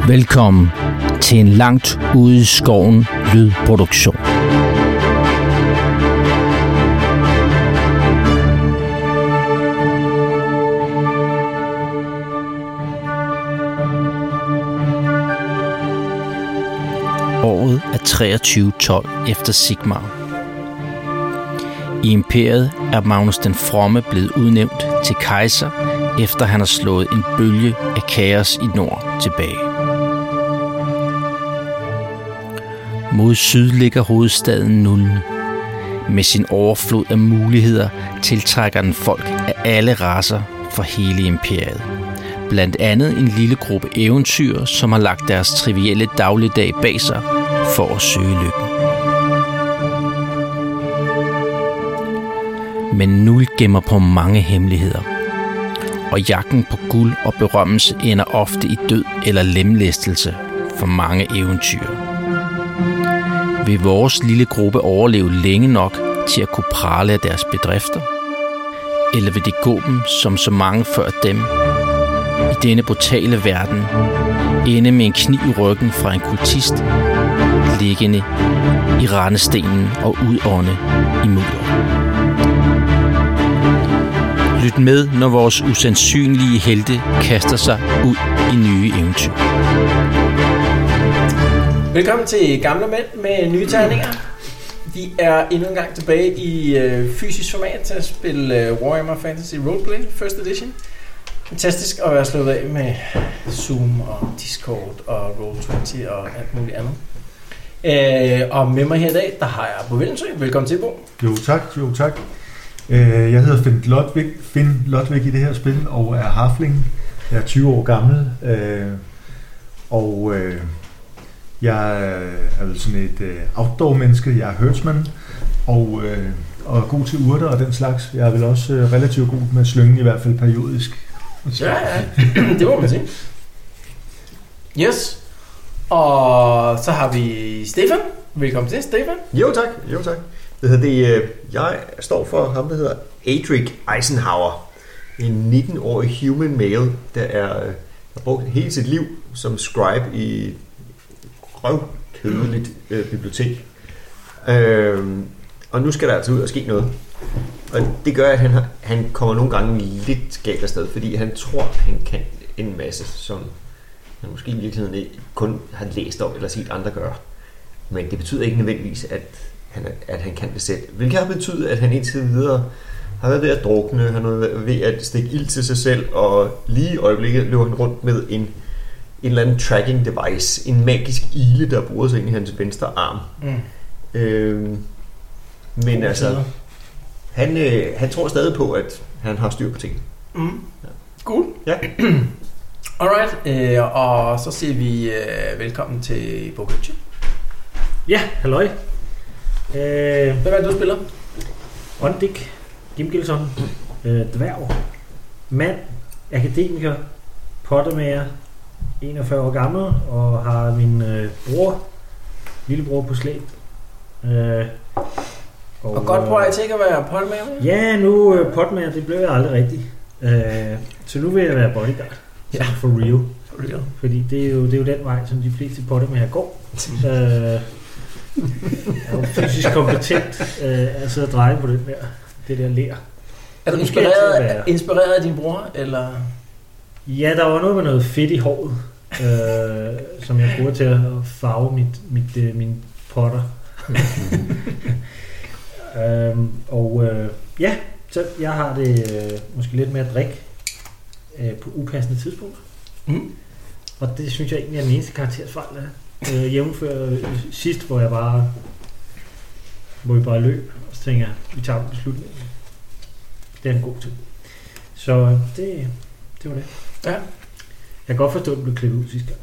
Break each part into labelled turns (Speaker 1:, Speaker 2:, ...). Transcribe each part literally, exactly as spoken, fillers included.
Speaker 1: Velkommen til en langt ude i skoven lydproduktion. Året er treogtyve tolv efter Sigmar. I imperiet er Magnus den Fromme blevet udnævnt til kejser, efter han har slået en bølge af kaos i nord tilbage. Mod syd ligger hovedstaden Nuln. Med sin overflod af muligheder tiltrækker den folk af alle racer fra hele imperiet. Blandt andet en lille gruppe eventyr, som har lagt deres trivielle dagligdag bag sig for at søge lykken. Men Nuln gemmer på mange hemmeligheder. Og jagten på guld og berømmelse ender ofte i død eller lemlæstelse for mange eventyr. Vil vores lille gruppe overleve længe nok til at kunne prale af deres bedrifter? Eller vil det gå dem, som så mange før dem, i denne brutale verden, ende med en kniv i ryggen fra en kultist, liggende i rendestenen og udånde i mudder? Lyt med, når vores usandsynlige helte kaster sig ud i nye eventyr.
Speaker 2: Velkommen til Gamle Mænd med nye terninger. Vi er endnu en gang tilbage i øh, fysisk format til at spille øh, Warhammer Fantasy Roleplay First Edition. Fantastisk at være slået af med Zoom og Discord og Roll tyve og alt muligt andet. Øh, og med mig her i dag, der har jeg Bo Vellensø. Velkommen til, Bo.
Speaker 3: Jo tak, jo tak. Jeg hedder Finn Lodvig, Finn Lodvig i det her spil og er halfling. Jeg er tyve år gammel, og jeg er vel sådan et outdoor-menneske. Jeg er herdsman og, og er god til urter og den slags. Jeg er vel også relativt god med slyngen, i hvert fald periodisk.
Speaker 2: Ja, ja. Det må man sige. Yes. Og så har vi Stefan. Velkommen til, Stefan.
Speaker 4: Jo tak, jo tak. Det hedder det, jeg står for ham, der hedder Adric Eisenhower. En nitten-årig human male, der er har brugt hele sit liv som scribe i et røvkedeligt øh, bibliotek. Øhm, og nu skal der altså ud og ske noget. Og det gør, at han, har, han kommer nogle gange lidt galt afsted, fordi han tror, at han kan en masse, som han måske i virkeligheden ikke kun har læst om eller set andre gøre. Men det betyder ikke nødvendigvis, at Han, at han kan det selv. Hvilket har betydet, at han indtil videre har været ved at drukne, han har været ved at stikke ild til sig selv, og lige i øjeblikket løber han rundt med en, en eller anden tracking device, en magisk ile, der bruger sig ind i hans venstre arm. Mm. Øhm, men God altså, han, øh, han tror stadig på, at han har styr på ting.
Speaker 2: Mm. Ja. Cool.
Speaker 4: Ja.
Speaker 2: Alright, øh, og så siger vi øh, velkommen til Bogøtje.
Speaker 5: Ja, halløj.
Speaker 2: Øh, Hvad er det, du spiller?
Speaker 5: Ondik Gimgilson, øh, dværg, mand, akademiker, pottemager, enogfyrre år gammel, og har min øh, bror, lillebror på slæb. Øh,
Speaker 2: og, og godt på vej til ikke at være pottemager?
Speaker 5: Ja, nu øh, pottemager, det blev jeg aldrig rigtigt. Øh, så nu vil jeg være bodyguard. Ja. For real. For real. Fordi det er, jo, det er jo den vej, som de fleste pottemager går. øh, Jeg er jo fysisk kompetent øh, altså at dreje på det der, det der ler.
Speaker 2: Er du inspireret, inspireret af din bror, eller?
Speaker 5: Ja, der var noget med noget fedt i håret, øh, som jeg bruger til at farve mit, mit, øh, mine potter. øhm, og øh, ja, så jeg har det øh, måske lidt mere at drikke øh, på upassende tidspunkter. Mm. Og det synes jeg egentlig er den eneste karaktersfejl, der er. Øh, jævnfør øh, sidst, hvor jeg bare hvor vi bare løb, og så tænker jeg, vi tager en beslutning. Det er en god ting. Så det, det var det. Ja. Jeg kan godt forstå, at det blev klippet ud sidste gang.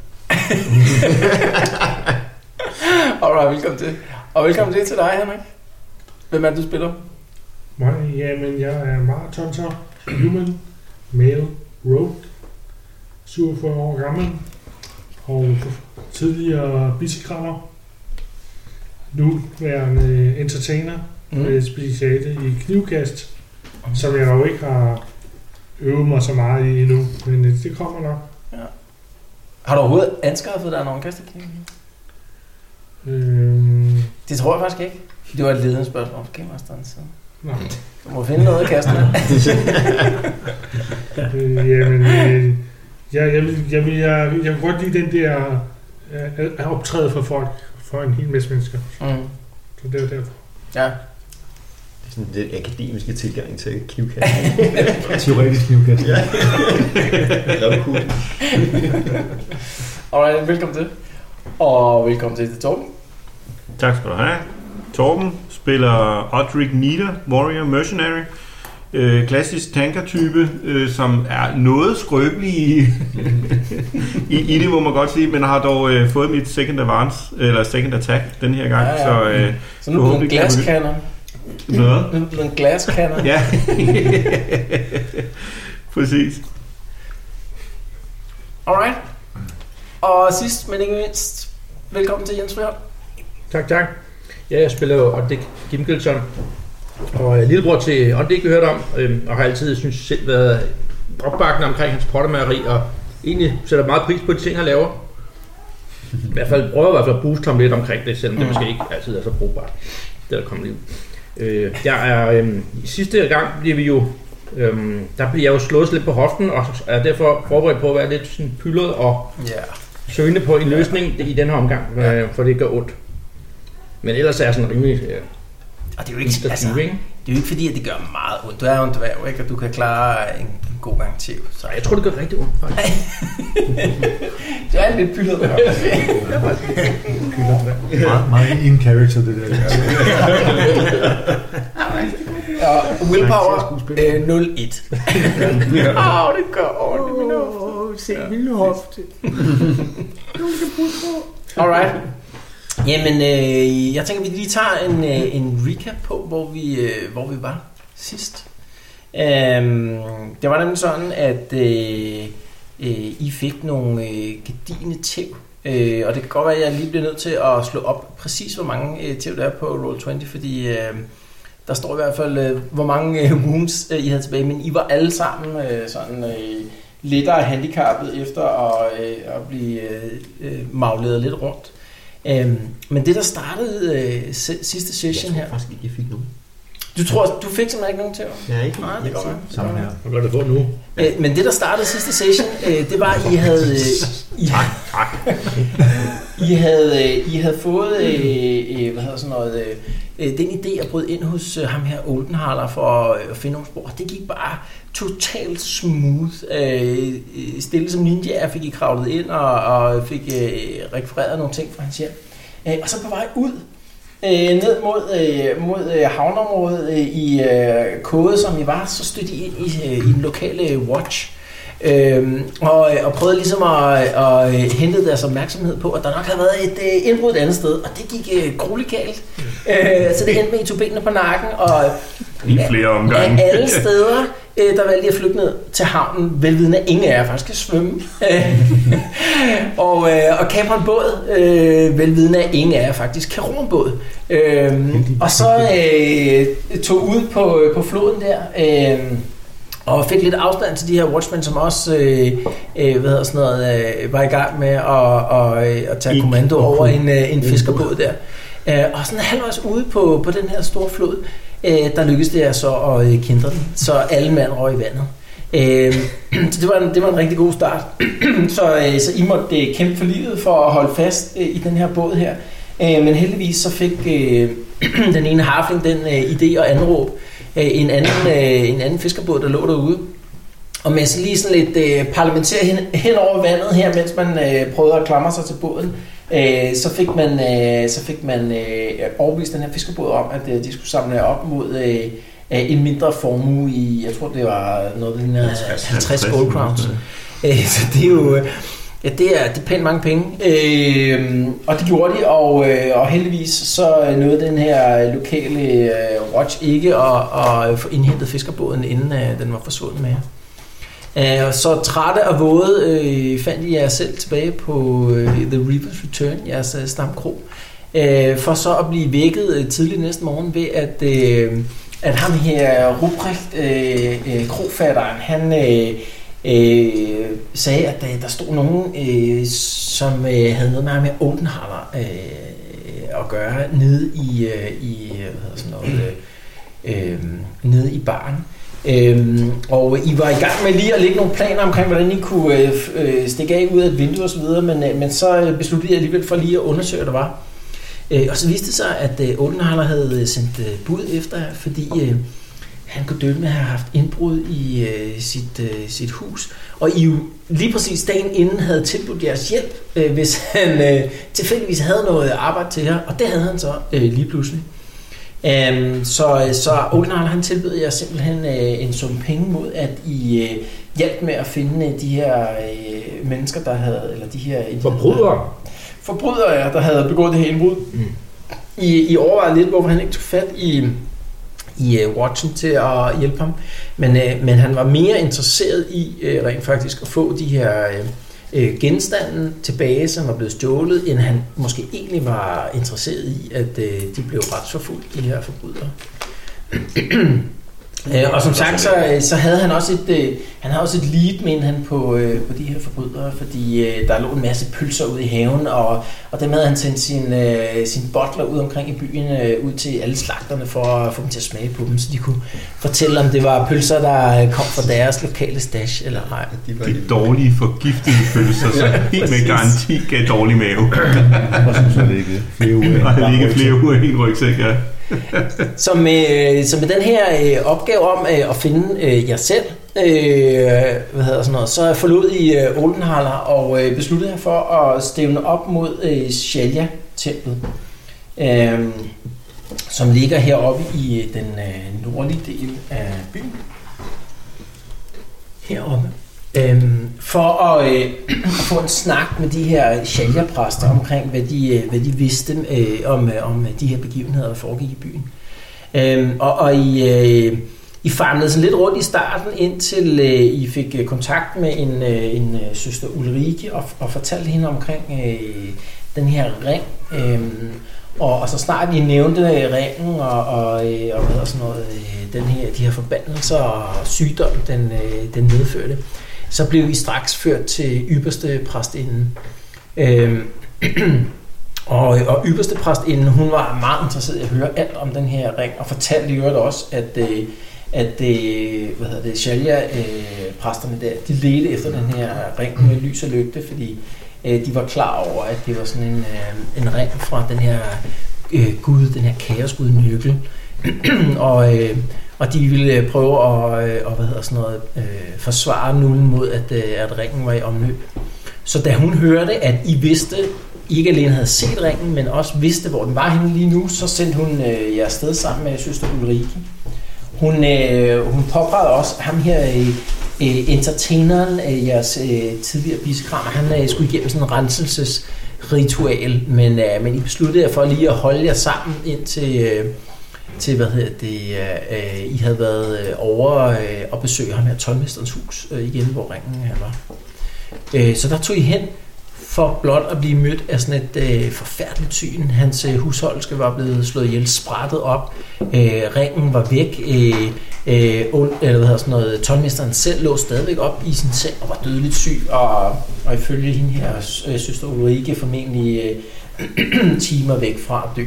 Speaker 2: Alright, velkommen til. Og velkommen til til dig, Henrik. Hvem er det, du spiller?
Speaker 6: Mig? Jamen, jeg er marathonter, human, male, rogue, syvogfyrre år gammel, og tidligere bicykrammer, nu værende entertainer mm. med speciale i knivkast, mm. som jeg jo ikke har øvet mig så meget i endnu, men det kommer nok. Ja.
Speaker 2: Har du overhovedet anskaffet dig en orkesterkniv?
Speaker 6: Øhm,
Speaker 2: Det tror jeg faktisk ikke. Det var et ledende spørgsmål fra Gamemasterens side.
Speaker 6: nej.
Speaker 2: Du må finde noget at kaste med.
Speaker 6: Øh, jamen, øh, jeg, jeg, vil, jeg, vil, jeg, jeg kan godt lide den der øh, at optræde for folk, for en hel masse mennesker.
Speaker 2: Mm.
Speaker 6: Så det er derfor.
Speaker 2: Ja.
Speaker 4: Det er sådan den akademiske tilgang til knivkast.
Speaker 3: Teoretisk knivkast.
Speaker 4: Ja. Røvkul.
Speaker 2: Alright, velkommen til. Og velkommen til til Torben.
Speaker 7: Tak skal du have. Torben spiller Odric Nieder, Warrior Mercenary. Øh, klassisk tanker-type, øh, som er noget skrøbelig i, i, i det, må man godt sige, men har dog øh, fået mit second advance, eller second attack den her gang.
Speaker 2: Ja, ja.
Speaker 7: Så, øh,
Speaker 2: Så nu er du en glaskanner.
Speaker 7: Hvad?
Speaker 2: Nu er du blevet en glaskanner.
Speaker 7: Ja. Præcis.
Speaker 2: Alright. Og sidst, men ikke mindst, velkommen til Jens Friholm.
Speaker 8: Tak, tak. Ja, jeg spiller jo Odrik Gimkelson, og er lillebror til Odrik, vi hørte om, øhm, og har altid synes selv været opbakkende omkring hans pottermageri, og egentlig sætter meget pris på de ting, han laver. I hvert fald prøver i hvert fald at booste ham lidt omkring det, selvom det måske ikke altid er så brugbart. Det er der kommet liv. Øh, jeg er, øhm, i sidste gang bliver vi jo, øhm, der bliver jeg jo slået lidt på hoften, og er derfor forberedt på at være lidt sådan pyldet og
Speaker 2: Ja.
Speaker 8: søgende på en løsning i den her omgang, øh, for det gør ondt. Men ellers er jeg sådan rimelig øh,
Speaker 2: Og det er jo ikke, altså,
Speaker 8: stativ, ikke?
Speaker 2: det er jo ikke fordi, at det gør meget ondt. Du er jo en dværg, ikke? Og du kan klare en, en god gang til. Så
Speaker 8: Jeg tror, det gør rigtig ondt, faktisk.
Speaker 2: det er lidt pyldet.
Speaker 3: Meget, meget in character, det der.
Speaker 2: Og willpower øh, nul et. Åh, oh, det gør ondt i min hofte.
Speaker 8: Se min hofte.
Speaker 2: Alright. Jamen, øh, jeg tænker, vi lige tager en, øh, en recap på, hvor vi, øh, hvor vi var sidst. Um, det var nemlig sådan, at øh, øh, I fik nogle øh, gedigne tæv. Øh, og det kan godt være, at jeg lige bliver nødt til at slå op præcis, hvor mange øh, tæv der er på Roll tyve, fordi øh, der står i hvert fald, øh, hvor mange øh, wounds øh, I havde tilbage. Men I var alle sammen øh, sådan øh, lettere handicappet efter at, øh, at blive øh, magleret lidt rundt. Um, men det der startede øh, sidste session her.
Speaker 4: Jeg tror faktisk ikke, jeg fik nogen.
Speaker 2: Du tror, du fik simpelthen ikke nogen til?
Speaker 4: Ja, ikke.
Speaker 2: Nej, det går godt.
Speaker 3: Sammen her.
Speaker 8: Hvad gør det for nu?
Speaker 2: Øh, men det der startede sidste session, øh, det var at I havde øh, I,
Speaker 7: Tak, tak.
Speaker 2: I havde øh, I havde fået øh, øh, hvad hedder sådan noget øh, den idé at bryde ind hos øh, ham her Oldenhaler for øh, at finde nogle spor. Det gik bare totalt smooth. Øh, stille som ninja fik I kravlet ind og, og fik øh, rekvireret nogle ting fra hans hjem. Øh, og så på vej ud øh, ned mod, øh, mod øh, havneområdet øh, i øh, kode, som I var, så stødte I ind i, øh, i den lokale watch. Øhm, og, og prøvede ligesom at, at, at hente deres opmærksomhed på, at der nok havde været et uh, indbrud et andet sted, og det gik uh, grueligt galt. Uh, så det endte med, at I tog benene på nakken, og
Speaker 7: I flere omgange.
Speaker 2: af alle steder, uh, der valgte I at flygte ned til havnen, velvidende at ingen af jer faktisk kan svømme. og, uh, og kapre en båd, uh, velvidende at ingen af jer faktisk kan ro en båd. Uh, og så uh, tog ud på, på floden der, uh, og fik lidt afstand til de her watchmen, som også øh, øh, hvad hedder sådan noget, øh, var i gang med at, og, øh, at tage kommando over en, øh, en fiskerbåd der. Øh, og sådan halvvejs ude på, på den her store flod, øh, der lykkedes det altså at øh, kendre den, så alle mand røg i vandet. Øh, så det var, en, det var en rigtig god start. så, øh, så I måtte øh, kæmpe for livet for at holde fast øh, i den her båd her. Øh, men heldigvis så fik øh, den ene harfling den øh, idé og anråb, En anden, øh, en anden fiskerbåd, der lå derude. Og med lige sådan lidt øh, parlamentær hen, hen over vandet her, mens man øh, prøvede at klamre sig til båden, øh, så fik man, øh, så fik man øh, overbevist den her fiskerbåd om, at øh, de skulle samle op mod øh, en mindre formue i, jeg tror det var noget af halvtreds gold crowns. Øh, så det er jo... Ja, det er, det er pænt mange penge, øh, og det gjorde de, og, øh, og heldigvis så nåede den her lokale øh, watch ikke at, at få indhentet fiskerbåden, inden øh, den var forsvundet med jer. Øh, så trætte og våde øh, fandt I jer selv tilbage på øh, The Reaper's Return, jeres øh, stamkro, øh, for så at blive vækket øh, tidligt næste morgen ved, at, øh, at ham her Ruprecht, øh, øh, krofatteren, han... Øh, øh, sagde, at der, der stod nogen, øh, som øh, havde noget med ham med Oldenhaler øh, at gøre nede i, øh, i hvad hedder sådan noget, øh, øh, nede i baren. Øhm, og I var i gang med lige at lægge nogle planer omkring, hvordan I kunne øh, stikke af ud af et vindue og så videre, men, øh, men så besluttede jeg alligevel for lige at undersøge, hvad der var. Øh, og så viste det sig, at øh, Oldenhaler havde sendt øh, bud efter jer, fordi øh, han kunne dømme med at have haft indbrud i øh, sit, øh, sit hus. Og I jo lige præcis dagen inden havde tilbudt jeres hjælp, øh, hvis han øh, tilfældigvis havde noget arbejde til jer, og det havde han så øh, lige pludselig. Um, så, så Oldenhaler, han tilbød jer simpelthen uh, en sum penge mod, at I uh, hjalp med at finde uh, de her uh, mennesker, der havde, eller de her...
Speaker 8: Forbrydere?
Speaker 2: Forbrydere, ja, der havde begået det her indbrud. Mm. I, I overvejede lidt, hvorfor han ikke tog fat i, i uh, Watson til at hjælpe ham, men, uh, men han var mere interesseret i uh, rent faktisk at få de her... Uh, genstanden tilbage, som var blevet stjålet, end han måske egentlig var interesseret i, at øh, de blev retsforfulgt, de her forbrydere. øh, og som sagt, så, så havde han også et, øh, han havde også et lead, men han på, øh, på de her forbrydere, fordi øh, der lå en masse pølser ude i haven, og, og dem havde han sendt sin, øh, sin butler ud omkring i byen, øh, ud til alle slagterne, for at få dem til at smage på dem, så de kunne fortælle, om det var pølser, der kom fra deres lokale stash, eller nej.
Speaker 7: De, var de dårlige, forgiftede pølser, så helt med garanti gav dårlig mave.
Speaker 3: Og så så ligge flere uger.
Speaker 7: Og ligge flere uger i en rygsæk, ja.
Speaker 2: Så med, så med den her øh, opgave om øh, at finde øh, jer selv, øh, hvad hedder sådan noget, så forlod I øh, Oldenhaler og øh, besluttede jer for at stævne op mod øh, Shalya-templet, øh, som ligger heroppe i den øh, nordlige del af byen. Heroppe. Øhm, for at, øh, at få en snak med de her Shalya-præster omkring, hvad de, øh, hvad de vidste øh, om, øh, om de her begivenheder, der foregik i byen. Øhm, og og I, øh, I famlede sådan lidt rundt i starten, indtil øh, I fik øh, kontakt med en, øh, en øh, søster Ulrike og, og fortalte hende omkring øh, den her ring. Øh, og, og så snart I nævnte øh, ringen og, og, øh, og hvad hedder sådan noget, øh, den her, de her forbandelser og sygdom, den, øh, den medførte, så blev I straks ført til ypperste præstinden. Øhm, og, og ypperste præstinden, hun var meget interesseret i at høre alt om den her ring, og fortalte i øvrigt også, at, at hvad hedder det, Shalya-præsterne der, de ledte efter den her ring med lys og lygte, fordi de var klar over, at det var sådan en, en ring fra den her øh, gud, den her kaosgud Nøkkel. og øh, Og de ville prøve at, og, hvad hedder sådan noget, øh, forsvare nullen mod, at, at ringen var i omløb. Så da hun hørte, at I vidste, ikke alene havde set ringen, men også vidste, hvor den var henne lige nu, så sendte hun øh, jer afsted sammen med søster Ulrike. Hun, øh, hun påpegede også, at ham her, øh, entertaineren, øh, jeres øh, tidligere bisekrammer, han øh, skulle igennem sådan en renselsesritual, men, øh, men I besluttede jer for lige at holde jer sammen indtil... Øh, til, hvad hedder det, øh, I havde været øh, over øh, og besøge ham her, toldmesterens hus, øh, igen, hvor ringen her var. Øh, så der tog I hen for blot at blive mødt af sådan et øh, forfærdeligt syn. Hans øh, husholdske var blevet slået ihjel, sprættet op, øh, ringen var væk, øh, øh, eller hvad hedder sådan noget, toldmesteren selv lå stadigvæk op i sin seng og var dødeligt syg, og, og ifølge hende her, øh, søster Ulrike, formentlig øh, timer væk fra at dø.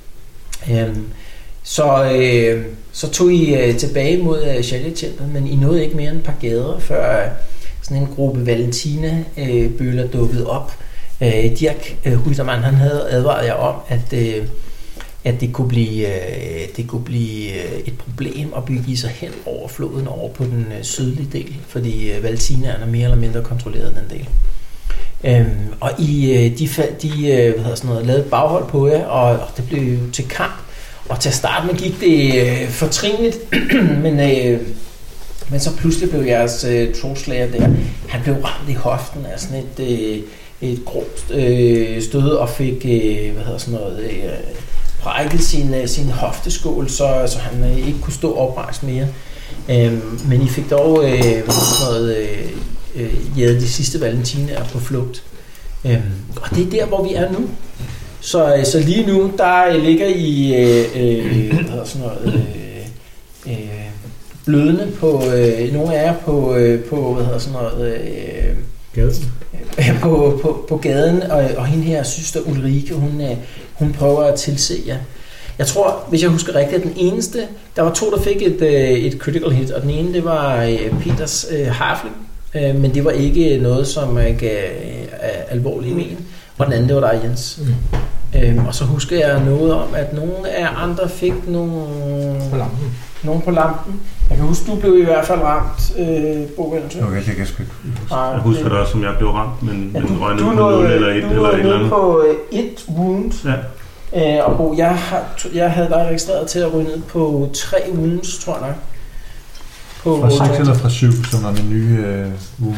Speaker 2: Øh, Så, øh, så tog I øh, tilbage mod øh, Shalya-templet, men I nåede ikke mere end et par gader, før øh, sådan en gruppe Valentina-bøller øh, dukkede op. Øh, Dirk øh, Huytermann, han havde advaret jer om, at, øh, at det kunne blive, øh, det kunne blive øh, et problem at bygge sig hen over floden over på den øh, sydlige del, fordi øh, Valentinaerne mere eller mindre kontrollerede den del. Øhm, og I, øh, de, de øh, hvad hedder sådan noget, lavede baghold på jer, og, og det blev jo til kamp. Og til at starte med gik det øh, fortrinligt, men, øh, men så pludselig blev jeres øh, troslager der, han blev ramt i hoften af sådan et, øh, et groft øh, stød og fik øh, hvad hedder sådan noget, øh, brækket sin, øh, sin hofteskål, så, så han øh, ikke kunne stå oprejst mere. Øh, men I fik dog øh, hvad hedder sådan noget, øh, øh, jæget de sidste valentiner på flugt. Øh, og det er der, hvor vi er nu. Så, så lige nu, der ligger I øh, øh, hvad hedder sådan noget, øh, øh, blødende på øh, nogle af jer på, øh, på hvad hedder sådan noget... Øh,
Speaker 5: Gaden.
Speaker 2: på, på, på gaden, og, og hende her søster Ulrike, hun, hun prøver at tilse jer. Jeg tror, hvis jeg husker rigtigt, at den eneste, der var to, der fik et, et critical hit, og den ene, det var Peters uh, harfling, uh, men det var ikke noget, som uh, gav uh, alvorlig men, og den anden, det var dig, Jens. Mm. Um, og så husker jeg noget om, at nogle af andre fik nogle
Speaker 8: på lampen.
Speaker 2: Nogle på lampen. Jeg kan huske, du blev i hvert fald ramt, øh, Bo Vellensø.
Speaker 3: Okay, det kan jeg sgu ikke.
Speaker 7: Jeg husker det også, som jeg blev ramt, men
Speaker 2: ja,
Speaker 7: den røg ned
Speaker 2: på
Speaker 7: nul eller et eller et eller andet.
Speaker 2: Du var nede på et wound. Ja. Øh, og Bo, jeg, har, jeg havde dig registreret til at ryge ned på tre wounds, tror jeg nok. På
Speaker 3: fra seks eller fra syv, som var min nye øh, wound?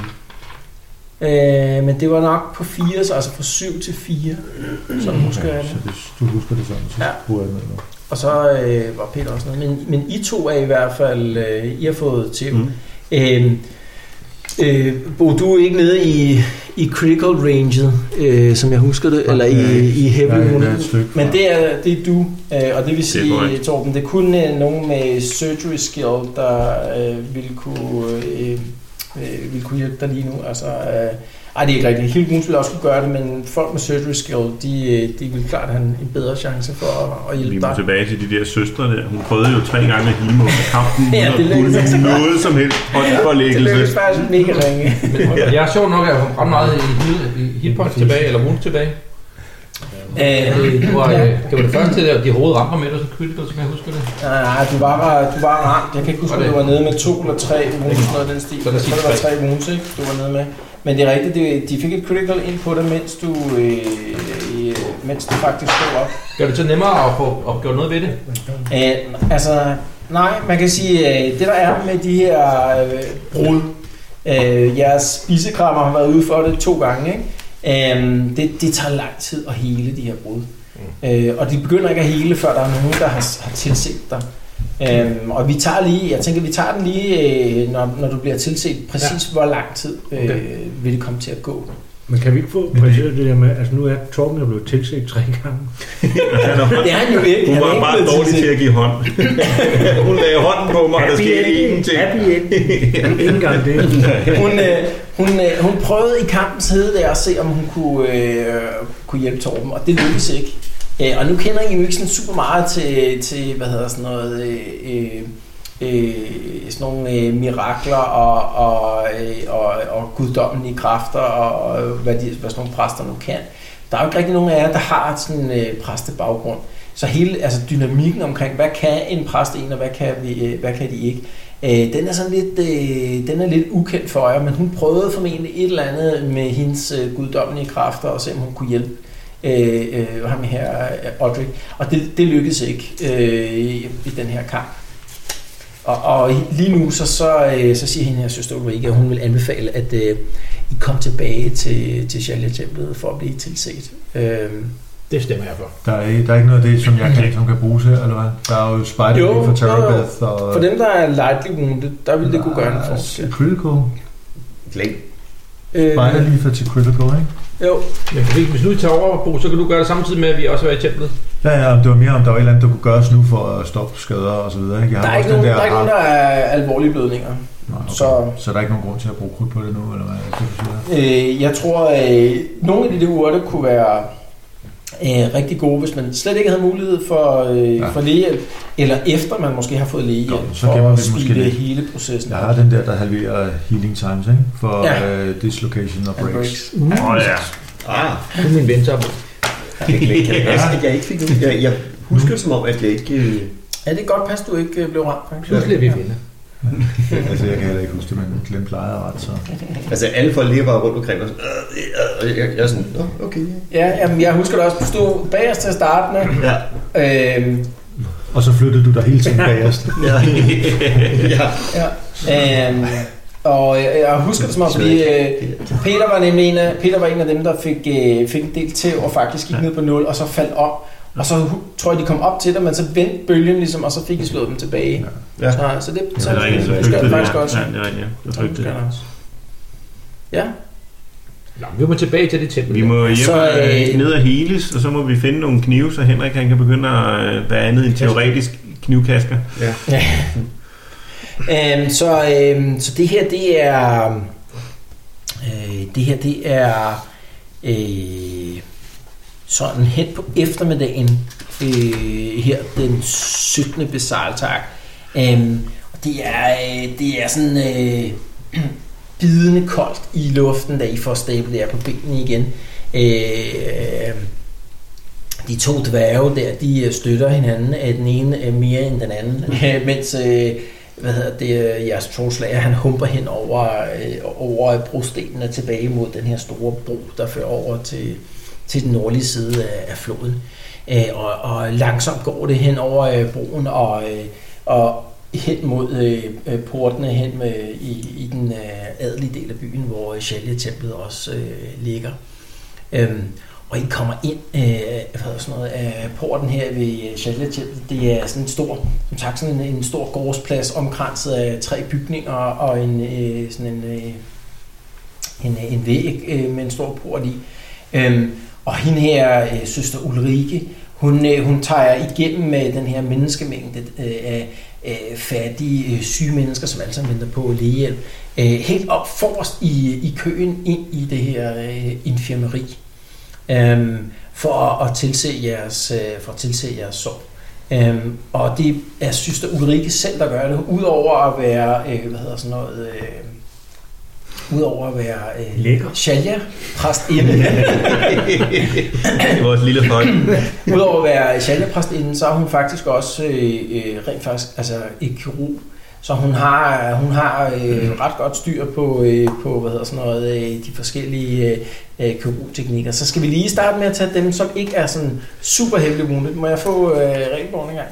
Speaker 2: Øh, men det var nok på fire, så altså fra syv til fire. Sådan husker jeg det.
Speaker 3: Så det, du husker det sådan, så ja. Bruger jeg med nu.
Speaker 2: Og så øh, var Peter også noget. Men, men I to er i hvert fald, øh, I har fået til. Mm. Øh, øh, Bo, du er ikke nede i, i critical ranget, øh, som jeg husker det, ja, eller i, i heavy wound. Men det er, det er du, øh, og det vil sige, det Torben, det er kun øh, nogen med surgery skill, der øh, vil kunne... Øh, Øh, vil kunne hjælpe dig lige nu. Altså, øh, ej, det er ikke rigtigt. Hilde Moons ville også kunne gøre det, men folk med surgery skill, de, de vil klart have en bedre chance for at, at hjælpe dig.
Speaker 7: Vi må dig. Tilbage til de der søstre der. Hun prøvede jo tre gange at hele mig med kampen,
Speaker 2: ja, det
Speaker 7: uden at noget som helst håndforlæggelse.
Speaker 2: Det lykkedes faktisk mega ringe.
Speaker 8: Jeg er sjovt nok, at jeg har ret meget i hitpoints tilbage, eller wounds tilbage. Øh, det, var, ja. det var det første, der de hovedet ramper med dig, så critical, som jeg husker det.
Speaker 2: Nej, du var, du var ramt. Jeg kan ikke huske, at du var nede med to eller tre wounds, noget af den stil. Så det, det var tre wounds, ikke? Du var nede med. Men det er rigtigt, det, de fik et critical ind på dig, mens du, øh, mens du faktisk stod op.
Speaker 8: Gør det så nemmere at få at gøre noget ved det?
Speaker 2: Øh, altså, nej, man kan sige, øh, det der er med de her øh, brud, øh, jeres spisekrammer har været ude for det to gange, ikke? Um, det, det tager lang tid at hele de her brud. Mm. Uh, og de begynder ikke at hele, før der er nogen, der har, har tilset dig. Um, og vi tager lige, jeg tænker, vi tager den lige, uh, når, når du bliver tilset, præcis ja. Hvor lang tid uh, okay. vil det komme til at gå.
Speaker 5: Men kan vi ikke få præciseret det der med, altså nu er Torben jo blevet tilset tre gange.
Speaker 2: Det er han jo ikke.
Speaker 7: Hun var bare dårlig til at give hånd. Hun lagde hånden på mig, og der skete ingenting.
Speaker 5: Happy end. Ingen gang det.
Speaker 2: hun, øh, hun, øh, hun prøvede i kampens hede der at se, om hun kunne, øh, kunne hjælpe Torben, og det lykkedes ikke. Øh, og nu kender I jo ikke sådan super meget til, til hvad hedder sådan noget... Øh, øh, sådan nogle øh, mirakler og, og, øh, og, og guddommelige kræfter og, og hvad, de, hvad sådan nogle præster nu kan. Der er jo ikke rigtig nogen af jer, der har sådan en øh, præstebaggrund. Så hele altså dynamikken omkring, hvad kan en præst en, og hvad kan, vi, øh, hvad kan de ikke, øh, den er sådan lidt, øh, den er lidt ukendt for jer, men hun prøvede formentlig et eller andet med hendes øh, guddommelige kræfter, og se om hun kunne hjælpe øh, øh, ham her, Audric. Og det, det lykkedes ikke øh, i, i den her kamp. Og, og lige nu, så, så, så siger hende her søster Ulrike, at hun vil anbefale, at uh, I kom tilbage til, til Shalia-templet for at blive tilset. Uh,
Speaker 8: det stemmer jeg for.
Speaker 3: Der er, der er ikke noget af det, som jeg kan, som kan bruges her, eller hvad? Der er jo Spider-Man for Terabeth. Og
Speaker 2: for dem, der er lightly wounded, der vil det kunne gøre en forskel.
Speaker 3: Critical.
Speaker 4: Glæd.
Speaker 3: Spider lige for til critical, ikke?
Speaker 2: Jo.
Speaker 8: Men hvis nu I tager over, Bo, så kan du gøre det samtidig med, at vi også er i templet.
Speaker 3: Ja, ja, det var mere om der var et eller andet, der kunne gøres nu for at stoppe skader og så videre. Jeg
Speaker 2: der, er ikke nogen, der, der er ikke nogen, der er alvorlige blødninger.
Speaker 3: Nej, okay. så, så der er ikke nogen grund til at bruge krudt på det nu, eller hvad?
Speaker 2: Øh, jeg tror, at nogle af de urter kunne være øh, rigtig gode, hvis man slet ikke havde mulighed for, øh, ja. for lægehjælp, eller efter man måske har fået lægehjælp,
Speaker 3: så
Speaker 2: for at speede hele processen.
Speaker 3: Jeg har den der, der halverer healing times, ikke? For ja. uh, dislocation og breaks. breaks.
Speaker 7: Åh uh. oh, ja.
Speaker 8: Ah, det er min ven, så.
Speaker 4: Jeg, jeg, jeg ikke fik nogen. Jeg, jeg husker det som om, at jeg ikke...
Speaker 2: Ja, det er godt pas, du ikke blev ramt, faktisk.
Speaker 8: Nu bliver vi vinde.
Speaker 3: Altså, jeg kan heller ikke huske det, men Glenn plejer ret, så...
Speaker 4: Altså, alle folk ligger bare rundt omkring, og sådan... Øh, øh, jeg, jeg er sådan, oh, okay.
Speaker 2: Ja, jamen, jeg husker det også. Du stod bagerst til at starte med.
Speaker 4: Ja.
Speaker 2: Øhm,
Speaker 3: og så flyttede du dig hele tiden bagerst.
Speaker 4: ja. ja.
Speaker 2: ja. Øhm, og jeg, jeg husker det som om, fordi øh, Peter var nemlig en af, Peter var en af dem, der fik, øh, fik en del til og faktisk gik ned på nul, og så faldt op. Og så tror jeg, de kom op til dig, men så vendte bølgen ligesom, og så fik I slået dem tilbage.
Speaker 4: Ja.
Speaker 2: Så, så det, så,
Speaker 7: ja, det er rigtigt,
Speaker 2: det,
Speaker 7: så
Speaker 2: det, det faktisk
Speaker 7: ja.
Speaker 2: også.
Speaker 7: Ja, det er rigtigt, ja. Det er rigtigt.
Speaker 2: Ja.
Speaker 8: Nå, vi må tilbage til det tempel.
Speaker 7: Vi må hjem
Speaker 2: så,
Speaker 7: øh, ned og heles, og så må vi finde nogle knive, så Henrik han kan begynde at være andet end teoretisk knivkasker.
Speaker 4: Ja. ja.
Speaker 2: øhm, så, øhm, så det her, det er... Øh, det her, det er... Øh, sådan hen på eftermiddagen øh, her den syttende besejltag. Øhm, og det er, øh, det er sådan øh, bidende koldt i luften, da I får stablet jer på benene igen. Øh, de to dværge der, de støtter hinanden, af den ene mere end den anden, mens øh, hvad hedder det, jeres troldslager, han humper hen over, øh, over brostenene tilbage mod den her store bro, der fører over til, til den nordlige side af, af floden. Øh, og, og langsomt går det hen over øh, broen og, øh, og hen mod øh, portene hen med, i, i den øh, adelige del af byen, hvor Shalya-templet også øh, ligger. Øhm, og I kommer ind øh, hvad sådan noget, af porten her ved Shalya-templet. Det er sådan en stor, som sagt, sådan en, en stor gårdsplads omkranset af tre bygninger og en øh, sådan en, øh, en, en væg øh, med en stor port i. Øhm, og hende her, øh, søster Ulrike, hun, øh, hun tager igennem med den her menneskemængde øh, af øh, fattige, øh, syge mennesker, som alle sammen venter på lægehjælp, øh, helt op forrest i, i køen ind i det her øh, infirmeri, øh, for at tilse jeres, øh, for at tilse jeres sorg. Øh, og det er søster Ulrike selv, der gør det, udover at være, øh, hvad hedder sådan noget... Øh, Udover at være øh, Shalya, præstinde.
Speaker 7: Vores lille folk.
Speaker 2: Udover at være Shalya, præstinde, så er hun faktisk også øh, rent faktisk altså et kirurg. Så hun har hun har øh, ret godt styr på øh, på hvad hedder sådan noget øh, de forskellige øh, kirurgteknikker. Så skal vi lige starte med at tage dem, som ikke er sådan super heavily wounded. Må jeg få øh, regelbogen en gang?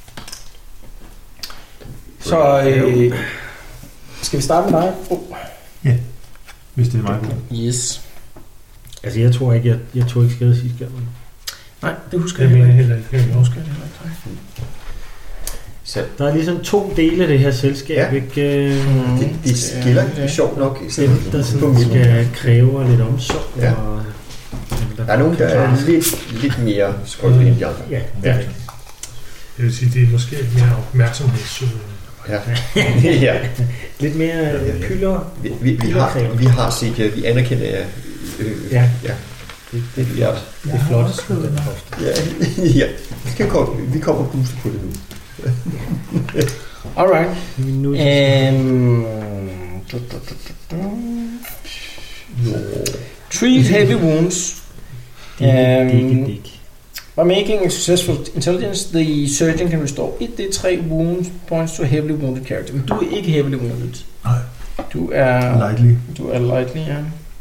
Speaker 2: Så øh, skal vi starte med dig? Oh.
Speaker 3: Ja, hvis det er mig.
Speaker 2: Yes.
Speaker 5: Altså, jeg tror ikke, jeg, jeg tog ikke skade sidste gang.
Speaker 2: Nej, det husker
Speaker 6: Det
Speaker 2: jeg
Speaker 6: mener jeg
Speaker 2: heller
Speaker 6: heller ikke. Jeg husker det heller ikke.
Speaker 4: Så
Speaker 5: Der er ligesom to dele af det her selskab,
Speaker 4: Ja.
Speaker 5: ikke? Øh,
Speaker 4: det, det skiller
Speaker 2: Ja.
Speaker 4: sjovt nok.
Speaker 5: Dem, der
Speaker 4: på
Speaker 5: sådan
Speaker 4: midten.
Speaker 5: skal kræve lidt omsorg.
Speaker 4: Ja.
Speaker 5: Og,
Speaker 4: Der er nogen, der er lidt, lidt mere skrøbelige end de andre.
Speaker 5: Ja, det er
Speaker 4: Ja.
Speaker 5: rigtigt.
Speaker 6: Jeg vil sige, det er måske mere opmærksomheds...
Speaker 4: Ja. Ja.
Speaker 5: Lidt mere øh, pylder.
Speaker 4: Vi, vi, vi, har, vi har set jer, vi anerkender jer. Øh,
Speaker 5: Ja.
Speaker 4: ja.
Speaker 5: Det,
Speaker 4: Det er flot.
Speaker 5: det er flot. Den er ofte.
Speaker 4: Ja, ja. Vi, skal komme, vi kommer og booste på det nu.
Speaker 2: Alright.
Speaker 5: Nu,
Speaker 2: Um, du, du, du, du, du. Treat heavy wounds.
Speaker 5: det er
Speaker 2: Um,
Speaker 5: ikke dik.
Speaker 2: By making a successful intelligence, the surgeon can restore one d three wound points to a heavily wounded character. Men du er ikke heavily wounded.
Speaker 3: Nej.
Speaker 2: Du er...
Speaker 3: Lightly.
Speaker 2: Du er lightly, ja.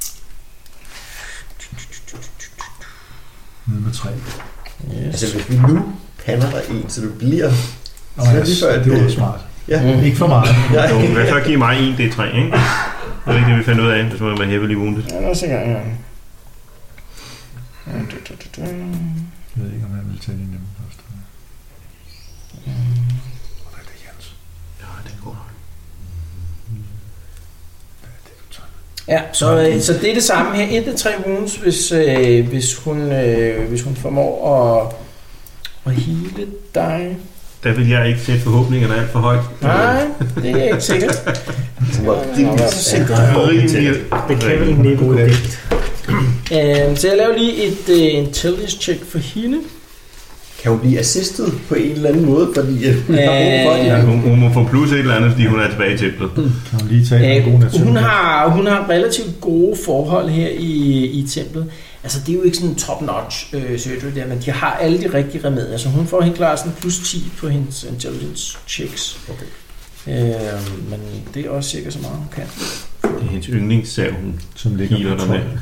Speaker 3: Nede med tre.
Speaker 2: Yes.
Speaker 4: Altså, hvis vi nu pander dig en, så du bliver...
Speaker 3: Nå,
Speaker 4: Så er
Speaker 3: ja,
Speaker 4: det før,
Speaker 3: det var
Speaker 4: det-
Speaker 3: smart.
Speaker 4: Ja.
Speaker 2: Mm.
Speaker 3: Ikke for meget.
Speaker 4: Ja.
Speaker 7: Jo, hvad så give mig en D tre, ikke? Det er ikke det, vi fandt ud af, hvis man var heavily wounded.
Speaker 2: Ja, lad os se her, ja. Ja, du, du, du, du.
Speaker 3: Jeg ved ikke, om han vil tage de nemme først. Og hvad er det, Jens?
Speaker 7: Ja, det går nok.
Speaker 3: Hvad er det, du tager?
Speaker 2: Ja, så, øh, så det er det samme her. et d tre wounds, hvis, øh, hvis, hun, øh, hvis hun formår at, at heale dig.
Speaker 7: Der vil jeg ikke sætte forhåbningerne alt for højt.
Speaker 2: Nej, det er ikke sikkert.
Speaker 4: Det
Speaker 2: Nå,
Speaker 4: er
Speaker 2: lad os se.
Speaker 7: Rimelig.
Speaker 5: Det kan vel niveau digt.
Speaker 2: Øh, så jeg laver lige et uh, intelligence check for hende.
Speaker 4: Kan hun blive assistet på en eller anden måde, fordi øh, hun har brug for det?
Speaker 7: Ja, hun, hun må få plus et eller andet, fordi hun er tilbage i templet.
Speaker 3: Kan hun lige tage en god
Speaker 2: Øh,
Speaker 3: natur?
Speaker 2: hun, har, hun har relativt gode forhold her i, i templet. Altså det er jo ikke sådan en top-notch øh, surgery der, men de har alle de rigtige remedier. Så hun får helt klart sådan plus ti på hendes intelligence checks.
Speaker 4: Okay.
Speaker 2: Øh, men det er også cirka så meget hun kan.
Speaker 7: Det er hendes yndlingssav, hun
Speaker 3: Som ligger
Speaker 7: healer
Speaker 3: på
Speaker 7: der med.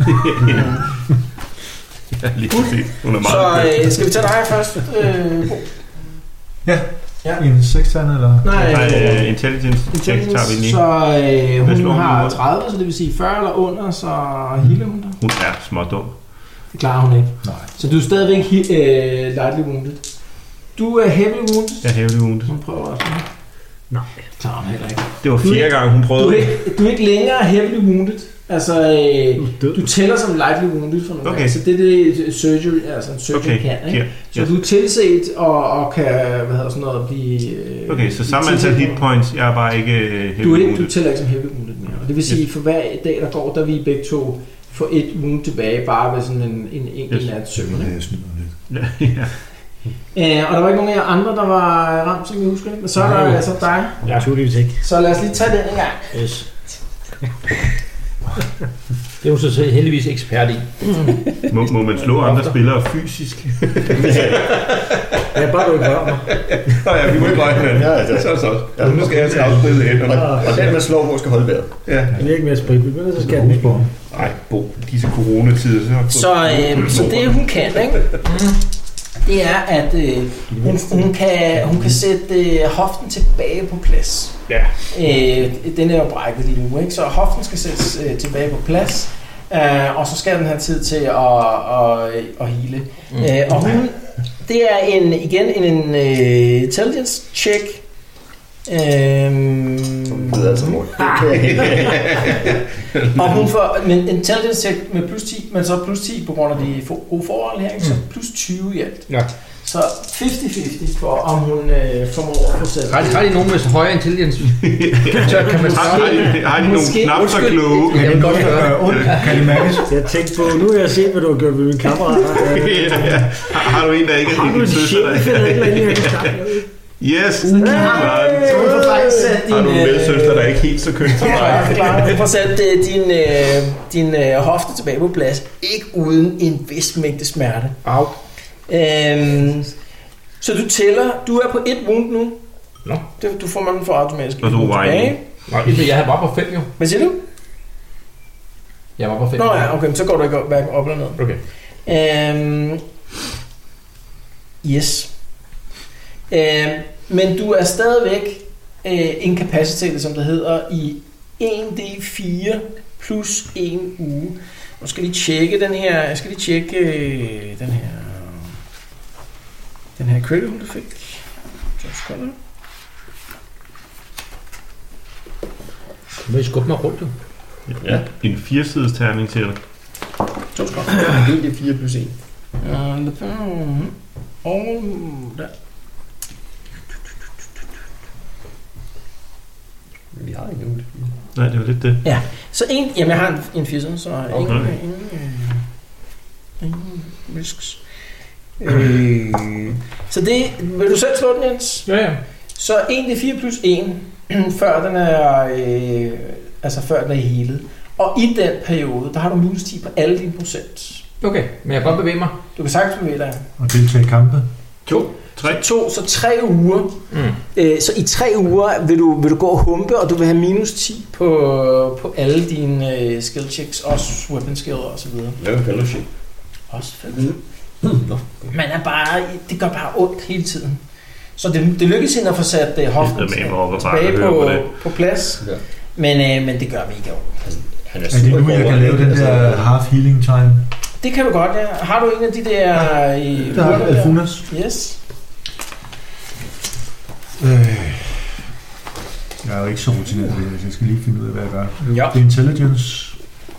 Speaker 7: Ja, lige præcis. Hun er
Speaker 2: Så
Speaker 7: meget
Speaker 2: øh, skal vi tage dig først? Øh, Bo?
Speaker 3: Ja.
Speaker 2: Ja.
Speaker 3: En sekstand, eller?
Speaker 2: Nej,
Speaker 7: Nej,
Speaker 2: øh,
Speaker 7: uh, intelligence check tager vi lige.
Speaker 2: så øh,
Speaker 7: Hvad
Speaker 2: hun
Speaker 7: slår hun
Speaker 2: har
Speaker 7: mod?
Speaker 2: tredive, så det vil sige fyrre eller under, så healer hun dig.
Speaker 7: Hun er smådum.
Speaker 2: Det klarer hun ikke.
Speaker 3: Nej.
Speaker 2: Så du er stadigvæk he- øh, lightly wounded. Du er heavy wounded.
Speaker 7: Jeg er heavily wounded.
Speaker 2: Hun prøver også.
Speaker 5: Nej.
Speaker 2: Klarer hun heller ikke.
Speaker 7: Det var
Speaker 2: Du er
Speaker 7: fjerde
Speaker 2: ikke-
Speaker 7: gang, hun
Speaker 2: Du
Speaker 7: prøvede.
Speaker 2: er ikke, du er ikke længere heavily wounded. Altså, øh, du tæller som lightly wounded for nogle
Speaker 7: Okay.
Speaker 2: gange, så det er det surgery, altså en surgery
Speaker 7: Okay,
Speaker 2: kan, ikke?
Speaker 7: yeah,
Speaker 2: Så
Speaker 7: yes.
Speaker 2: du er tilset og, og kan, hvad hedder sådan noget, blive... Øh,
Speaker 7: Okay, så
Speaker 2: blive
Speaker 7: samme antal
Speaker 2: tilset.
Speaker 7: hit points, jeg er bare ikke øh, heavy
Speaker 2: Du, er ikke,
Speaker 7: wounded.
Speaker 2: du tæller ikke som heavy wounded mere. Og det vil sige, for hver dag, der går, der vi begge to får et wound tilbage, bare ved sådan en, en enkelt
Speaker 7: Yes.
Speaker 2: nat søvn.
Speaker 3: Det
Speaker 2: ikke?
Speaker 3: jeg snyder lidt.
Speaker 7: Ja, ja.
Speaker 2: Øh, og der var ikke nogen af jer andre, der var ramt, som jeg husker det. Men så er der altså dig.
Speaker 5: Jeg er tydeligvis ikke.
Speaker 2: Så lad os lige tage den en gang.
Speaker 8: Yes. Det er jo så heldigvis ekspert i.
Speaker 7: Må, må man slå andre spillere fysisk?
Speaker 5: Jeg bare du ikke rører mig.
Speaker 7: Nå ja, vi må ikke røge hinanden.
Speaker 4: Ja, altså.
Speaker 7: Så så.
Speaker 4: Ja,
Speaker 7: Nu skal jeg til afspillet hænderne.
Speaker 4: Og, og den, man slår på, skal holde vejret.
Speaker 7: Ja.
Speaker 5: Jeg vil ikke mere sprit, men så skal jeg den ikke.
Speaker 7: Nej, Bo, disse coronatider. Så,
Speaker 2: Så, øh, så det hun kan, ikke? Det er, at øh, hun, hun, kan, hun kan sætte øh, hoften tilbage på plads.
Speaker 7: Ja.
Speaker 2: Øh, den er jo brækket lige nu, ikke? Så hoften skal sættes øh, tilbage på plads, øh, og så skal den have tid til at, at, at, at hele. Mm. Øh, og hun, det er en, igen en, en uh, intelligence check. Øhm,
Speaker 4: Det er altså mål.
Speaker 2: og hun får men intelligence check med plus ti, men så plus ti på grund af de for, gode forhold her, ikke? Så plus tyve i alt.
Speaker 8: Ja.
Speaker 2: Så halvtreds halvtreds for, om hun øh, formår at få sat.
Speaker 8: Har de, har de nogen med så højere intelligens? Så kan man
Speaker 7: har, har, de, har de nogle
Speaker 2: Måske-
Speaker 7: knap så
Speaker 2: undskyld.
Speaker 7: kloge?
Speaker 8: Jeg vil godt høre.
Speaker 3: ondt, kan det mærkes?
Speaker 5: Jeg tænkte på, nu har jeg set, hvad du har gjort med mine kammerater.
Speaker 7: Ja, ja. Har, har du en, der ikke er
Speaker 5: Har du
Speaker 7: en
Speaker 5: en
Speaker 7: søster? Der...
Speaker 5: chef eller et eller andet, jeg kan snakke med?
Speaker 7: Yes!
Speaker 2: Så hun får faktisk sat din...
Speaker 7: Har du en
Speaker 2: øh,
Speaker 7: medsøster, der er ikke helt så køn som
Speaker 2: Ja,
Speaker 7: mig?
Speaker 2: klar. Du får sat øh, din, øh, din øh, hofte tilbage på plads. Ikke uden en vis mængde smerte.
Speaker 8: Au.
Speaker 2: Øhm, så du tæller. Du er på et wound nu.
Speaker 8: Nå.
Speaker 2: Det, du får man for automatisk.
Speaker 7: Og du
Speaker 2: wound
Speaker 7: var
Speaker 2: tilbage.
Speaker 8: Nej, jeg har bare på fem jo.
Speaker 2: Hvad siger du?
Speaker 8: Jeg var på fem.
Speaker 2: Nå ja, okay, så går du ikke op, hverken op eller ned.
Speaker 8: Okay.
Speaker 2: Øhm, yes. Øhm, men du er stadigvæk øh, incapacitated, som det hedder, i en D fire plus en uge. Nu skal lige tjekke den her, jeg skal lige tjekke øh, den her, den her credit, du fik. Josh Collar.
Speaker 8: Du må I skubbe mig rundt jo.
Speaker 7: Ja, en firesides terning til dig.
Speaker 2: Josh Collar.
Speaker 4: en D fire plus en.
Speaker 2: Og der.
Speaker 4: Vi har ikke nogen.
Speaker 7: Nej, det var lidt det.
Speaker 2: Ja, så en, jamen jeg har en, en firserne, så
Speaker 7: Okay.
Speaker 2: ingen, ingen, øh, ingen risks. Øh, så det, vil du selv slå den, Jens?
Speaker 8: Ja, ja.
Speaker 2: Så en D fire plus en, før den er, øh, altså før den er healet. Og i den periode, der har du minus ti på alle dine procent.
Speaker 8: Okay, men jeg kan godt bevæge mig.
Speaker 2: Du kan sagtens bevæge dig.
Speaker 3: Og deltage i kampe.
Speaker 7: To, tre.
Speaker 2: To, så tre uger.
Speaker 8: Mm.
Speaker 2: Øh, så i tre uger vil du, vil du gå og humpe, og du vil have minus ti på, på alle dine øh, skill checks, også weapon skill og så videre.
Speaker 4: Lav en fellowship.
Speaker 2: Også fedt. Man er bare, det gør bare ondt hele tiden. Så det, det lykkes hende at få sat uh, hoften
Speaker 7: Det er med mig op og bare
Speaker 2: tilbage
Speaker 7: at høre
Speaker 2: på,
Speaker 7: på det.
Speaker 2: på plads.
Speaker 4: Ja.
Speaker 2: Men, øh, men det gør mega ondt.
Speaker 4: Han
Speaker 3: Er det nu, jeg kan lave den der half healing time?
Speaker 2: Det kan du godt, ja. Har du en af de der... I,
Speaker 3: Der har Alfunas.
Speaker 2: Yes.
Speaker 3: Øh, jeg er jo ikke så rutineret ved det, så jeg skal lige finde ud af, hvad jeg gør.
Speaker 2: Ja.
Speaker 3: Det er intelligence.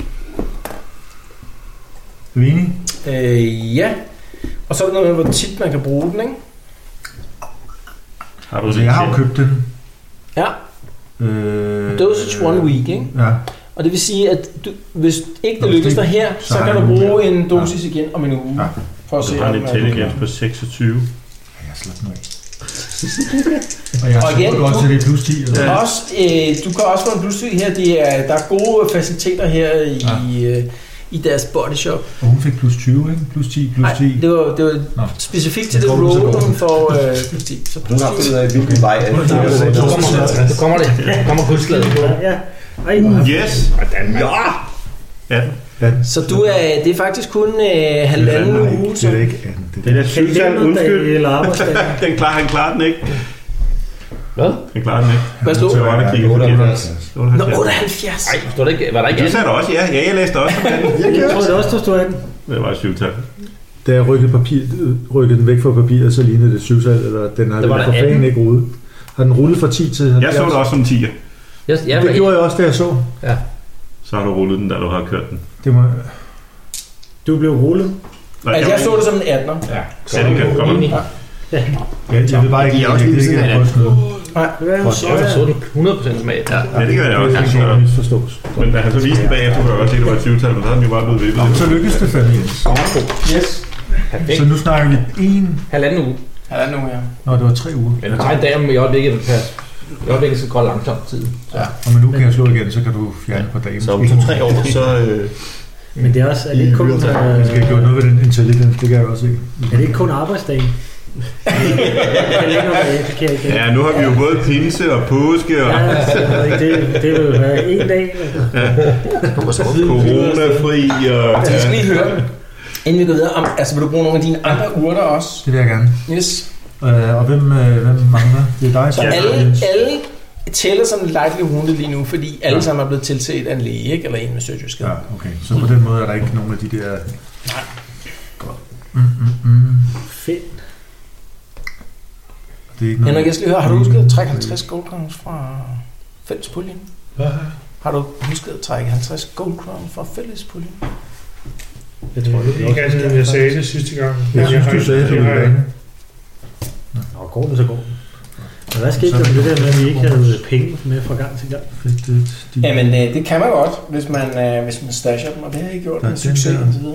Speaker 3: Er vi enige?
Speaker 2: Øh, ja. Og så er der noget med, hvor tit man kan bruge den, ikke?
Speaker 7: Har du
Speaker 3: Altså,
Speaker 7: det?
Speaker 3: jeg har jo købt den.
Speaker 2: Ja.
Speaker 3: Øh,
Speaker 2: Dosage one week, ikke?
Speaker 3: Ja.
Speaker 2: Og det vil sige, at du, hvis ikke det
Speaker 3: Hvis
Speaker 2: lykkes
Speaker 3: det-
Speaker 2: dig her, så,
Speaker 3: så
Speaker 2: så
Speaker 3: har
Speaker 2: kan
Speaker 3: jeg
Speaker 2: du
Speaker 3: en
Speaker 2: bruge
Speaker 3: uge.
Speaker 2: en dosis igen om en uge.
Speaker 3: Ja.
Speaker 2: For at se,
Speaker 7: Du har en
Speaker 2: om, at-
Speaker 7: intelligens på seksogtyve.
Speaker 3: Jeg har slået den af. Og jeg
Speaker 2: Og
Speaker 3: har
Speaker 2: igen,
Speaker 3: så også
Speaker 2: du-
Speaker 3: til det plus ti. Eller?
Speaker 2: Ja. Også, øh, du kan også få en plus her. De er, der er gode faciliteter her i, ja. øh, i deres body shop.
Speaker 3: Og hun fik plus tyve, ikke? Plus ti, plus
Speaker 2: Nej,
Speaker 3: ti.
Speaker 2: det var, det var
Speaker 3: Nå.
Speaker 2: specifikt til
Speaker 3: Så
Speaker 2: det
Speaker 3: går den, så går
Speaker 2: roll,
Speaker 3: den.
Speaker 2: hun får øh, plus ti. Så
Speaker 4: Hun
Speaker 2: plus
Speaker 4: har
Speaker 2: ti.
Speaker 4: fundet ud af, hvilken vej er
Speaker 3: Okay.
Speaker 4: det.
Speaker 8: Nu kommer, nu kommer det. Nu kommer kudslaget på.
Speaker 5: Ja. Ej,
Speaker 7: Yes!
Speaker 4: Ja!
Speaker 7: Ja,
Speaker 2: Så du er, det er faktisk kun øh, halvanden
Speaker 3: Nej,
Speaker 2: uge.
Speaker 3: det er
Speaker 2: Så,
Speaker 3: ikke atten. Det
Speaker 7: det
Speaker 3: er
Speaker 7: er
Speaker 5: kan I lave
Speaker 7: syvtal,
Speaker 5: noget,
Speaker 7: undskyld.
Speaker 5: der eller arbejdsdag?
Speaker 7: Den klarer, han klarer den ikke.
Speaker 8: Hvad?
Speaker 7: Han klarer den ikke.
Speaker 2: Hvad stod?
Speaker 7: Så var der kigge forkert.
Speaker 2: Nå,
Speaker 7: otteoghalvfjerds.
Speaker 2: otteoghalvfjerds.
Speaker 8: Nej, står der ikke, var der ikke
Speaker 7: Du
Speaker 8: andet?
Speaker 7: sagde det også, ja. Ja, jeg læste også.
Speaker 5: Jeg tror det også, der stod atten.
Speaker 7: Det var syvtal.
Speaker 3: Da jeg rykkede, papir, rykkede den væk fra papiret, så lignede det syvtal, eller den har
Speaker 8: Det var
Speaker 3: vel
Speaker 8: der
Speaker 3: for fanden
Speaker 8: atten.
Speaker 3: ikke rullet. Har den rullet fra ti til halvfjerds?
Speaker 7: Jeg så det også som tier.
Speaker 8: Jeg, jeg,
Speaker 3: Det gjorde jeg også, da jeg så.
Speaker 8: Ja.
Speaker 7: Så har du rullet den, da du har kørt den.
Speaker 3: Det må...
Speaker 5: Du blev rullet.
Speaker 7: Nej,
Speaker 2: Altså, jeg så det som en attener.
Speaker 8: Ja,
Speaker 7: Sæt den kan komme.
Speaker 2: Ja.
Speaker 5: Ja.
Speaker 3: Jeg, jeg vil bare ikke...
Speaker 4: De er også
Speaker 3: jeg,
Speaker 4: lige
Speaker 3: jeg,
Speaker 4: ved
Speaker 3: jeg,
Speaker 4: siden af
Speaker 3: jeg,
Speaker 2: Nej,
Speaker 5: Hvad er
Speaker 3: Godt.
Speaker 5: så?
Speaker 8: jeg så den hundrede procent smag. Ja.
Speaker 7: Ja, det kan jeg også.
Speaker 3: det kan
Speaker 7: Så,
Speaker 3: ikke misforstås.
Speaker 7: men da han så viste den bagefter, kunne jeg godt se, at det var et syvtal, men så havde den jo bare blevet vippet.
Speaker 3: Nå, så lykkes det fandme, Jens.
Speaker 2: yes.
Speaker 8: Perfekt.
Speaker 3: Så nu snakker vi en...
Speaker 8: Halvanden uge.
Speaker 2: Halvanden uge, ja.
Speaker 3: Nå, det var tre uger.
Speaker 8: Men det tager en dag om i øjeblikket, i øjeblikket skal gå langsomt tid.
Speaker 2: Ja.
Speaker 3: Og men nu kan jeg slå igen, så kan du fjerne på dagen.
Speaker 4: Så om to-tre år, så... Øh,
Speaker 5: Men det er også, er det ikke kun,
Speaker 3: Vi skal
Speaker 5: øh,
Speaker 3: have gjort noget ved den intelligens, det kan jeg også se.
Speaker 5: er det ikke kun arbejdsdagen? Jeg kan længere med, det kan jeg ikke.
Speaker 7: Ja, nu har vi jo både pinse og påske og
Speaker 5: Ja, så det, det vil jo være en dag.
Speaker 4: kommer så
Speaker 7: coronafri og...
Speaker 2: Altså, jeg skal lige høre, inden vi går videre, om, altså vil du bruge nogle af dine andre urter også?
Speaker 3: Det vil jeg gerne.
Speaker 2: Yes.
Speaker 3: Øh, og hvem, øh, hvem mangler? Det er dig,
Speaker 2: Så
Speaker 3: så
Speaker 2: alle, alle tæller som lightly wounded lige nu, fordi alle sammen er blevet tilset af en læge, ikke? Eller en med sødjøskade.
Speaker 3: Ja, okay. Så på den måde er der ikke nogen af de der...
Speaker 2: Nej.
Speaker 3: Godt. Mm, mm, mm.
Speaker 5: Fedt.
Speaker 3: Det er ikke noget...
Speaker 2: Henrik, jeg skal lige høre, har du husket at trække halvtreds gold crowns fra fællespuljen?
Speaker 6: Hvad?
Speaker 2: Har du husket at trække halvtreds gold crowns fra fællespuljen?
Speaker 5: Det tror
Speaker 6: Det er ikke altid, jeg sagde det sidste gang.
Speaker 3: Jeg synes, du sagde, at du ville være.
Speaker 5: Nå, går den, så går den. Men hvad skete der med det der med, at vi ikke havde penge med fra gang til gang?
Speaker 3: Fedt, det, de...
Speaker 2: Jamen, øh, det kan man godt, hvis man, øh, hvis man stasher dem, og det har jeg gjort
Speaker 3: Der er
Speaker 2: med
Speaker 3: den
Speaker 2: succes
Speaker 3: der.
Speaker 2: indtil videre.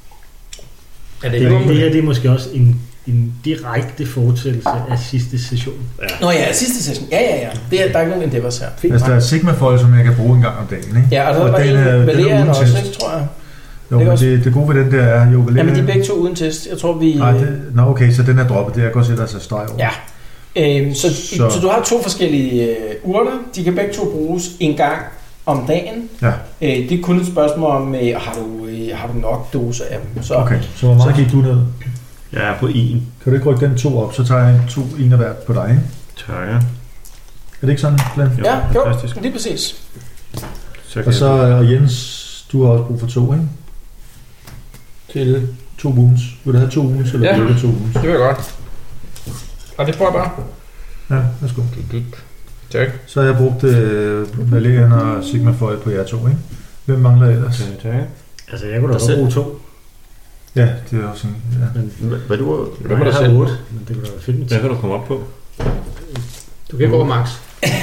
Speaker 8: Er
Speaker 5: Det,
Speaker 8: det,
Speaker 5: det her det er måske også en, en direkte fortsættelse af sidste session.
Speaker 2: Nå ja, sidste session. Ja, ja, ja. Det er, der er ikke nogen endeavors her.
Speaker 5: Fint.
Speaker 3: Altså, der er Sigma-foil, som jeg kan bruge en gang om dagen, ikke?
Speaker 2: Ja, og der
Speaker 3: Og
Speaker 2: var
Speaker 3: den
Speaker 2: en
Speaker 3: er- den er
Speaker 2: Valerian
Speaker 3: uden
Speaker 2: også,
Speaker 3: test.
Speaker 2: ikke, tror jeg.
Speaker 3: Jo,
Speaker 2: Det er
Speaker 3: men
Speaker 2: også-
Speaker 3: det, det gode ved den der er jo...
Speaker 2: Ja, men de er begge to uden test. Jeg tror, vi...
Speaker 3: Nej, det, nå okay, så den er droppet. Det er godt set, altså streg over.
Speaker 2: Ja. Øhm, så, så.
Speaker 3: Så-
Speaker 2: så du har to forskellige øh, urter. De kan begge to bruges en gang om dagen.
Speaker 3: Ja.
Speaker 2: Øh, det er kun et spørgsmål om, øh, har, du, øh, har du nok doser af dem. Så,
Speaker 3: Okay, så hvor meget gik du ned?
Speaker 7: Jeg er på en.
Speaker 3: Kan du ikke rykke den to op, så tager jeg to en af hvert på dig, ikke?
Speaker 7: Tør jeg?
Speaker 3: Er det ikke sådan, Glenn?
Speaker 2: Ja, jo,
Speaker 7: fantastisk.
Speaker 2: lige præcis.
Speaker 7: Så kan
Speaker 3: Og så og Jens, du har også brug for to, ikke?
Speaker 8: til...
Speaker 3: To wounds. Vil du have to wounds, eller
Speaker 8: Ja.
Speaker 3: vil du have to wounds?
Speaker 8: Det vil jeg godt. Og det prøver jeg bare.
Speaker 3: Ja, værsgo.
Speaker 8: Tak.
Speaker 3: Så har jeg brugt øh, Valerian og Sigma Foil på jer to, ikke? Hvem mangler ellers?
Speaker 7: Tak.
Speaker 5: Altså, jeg kunne da
Speaker 4: Der
Speaker 5: godt
Speaker 4: selv.
Speaker 5: bruge to.
Speaker 3: Ja, det er også en... Ja.
Speaker 5: Men
Speaker 4: Hvad du har...
Speaker 8: Hvad må
Speaker 5: jeg
Speaker 8: du
Speaker 5: har
Speaker 8: selv?
Speaker 5: otte, men det kunne da være fedt med
Speaker 7: Hvad
Speaker 5: ti.
Speaker 7: kan du komme op på?
Speaker 8: Du kan gå over max.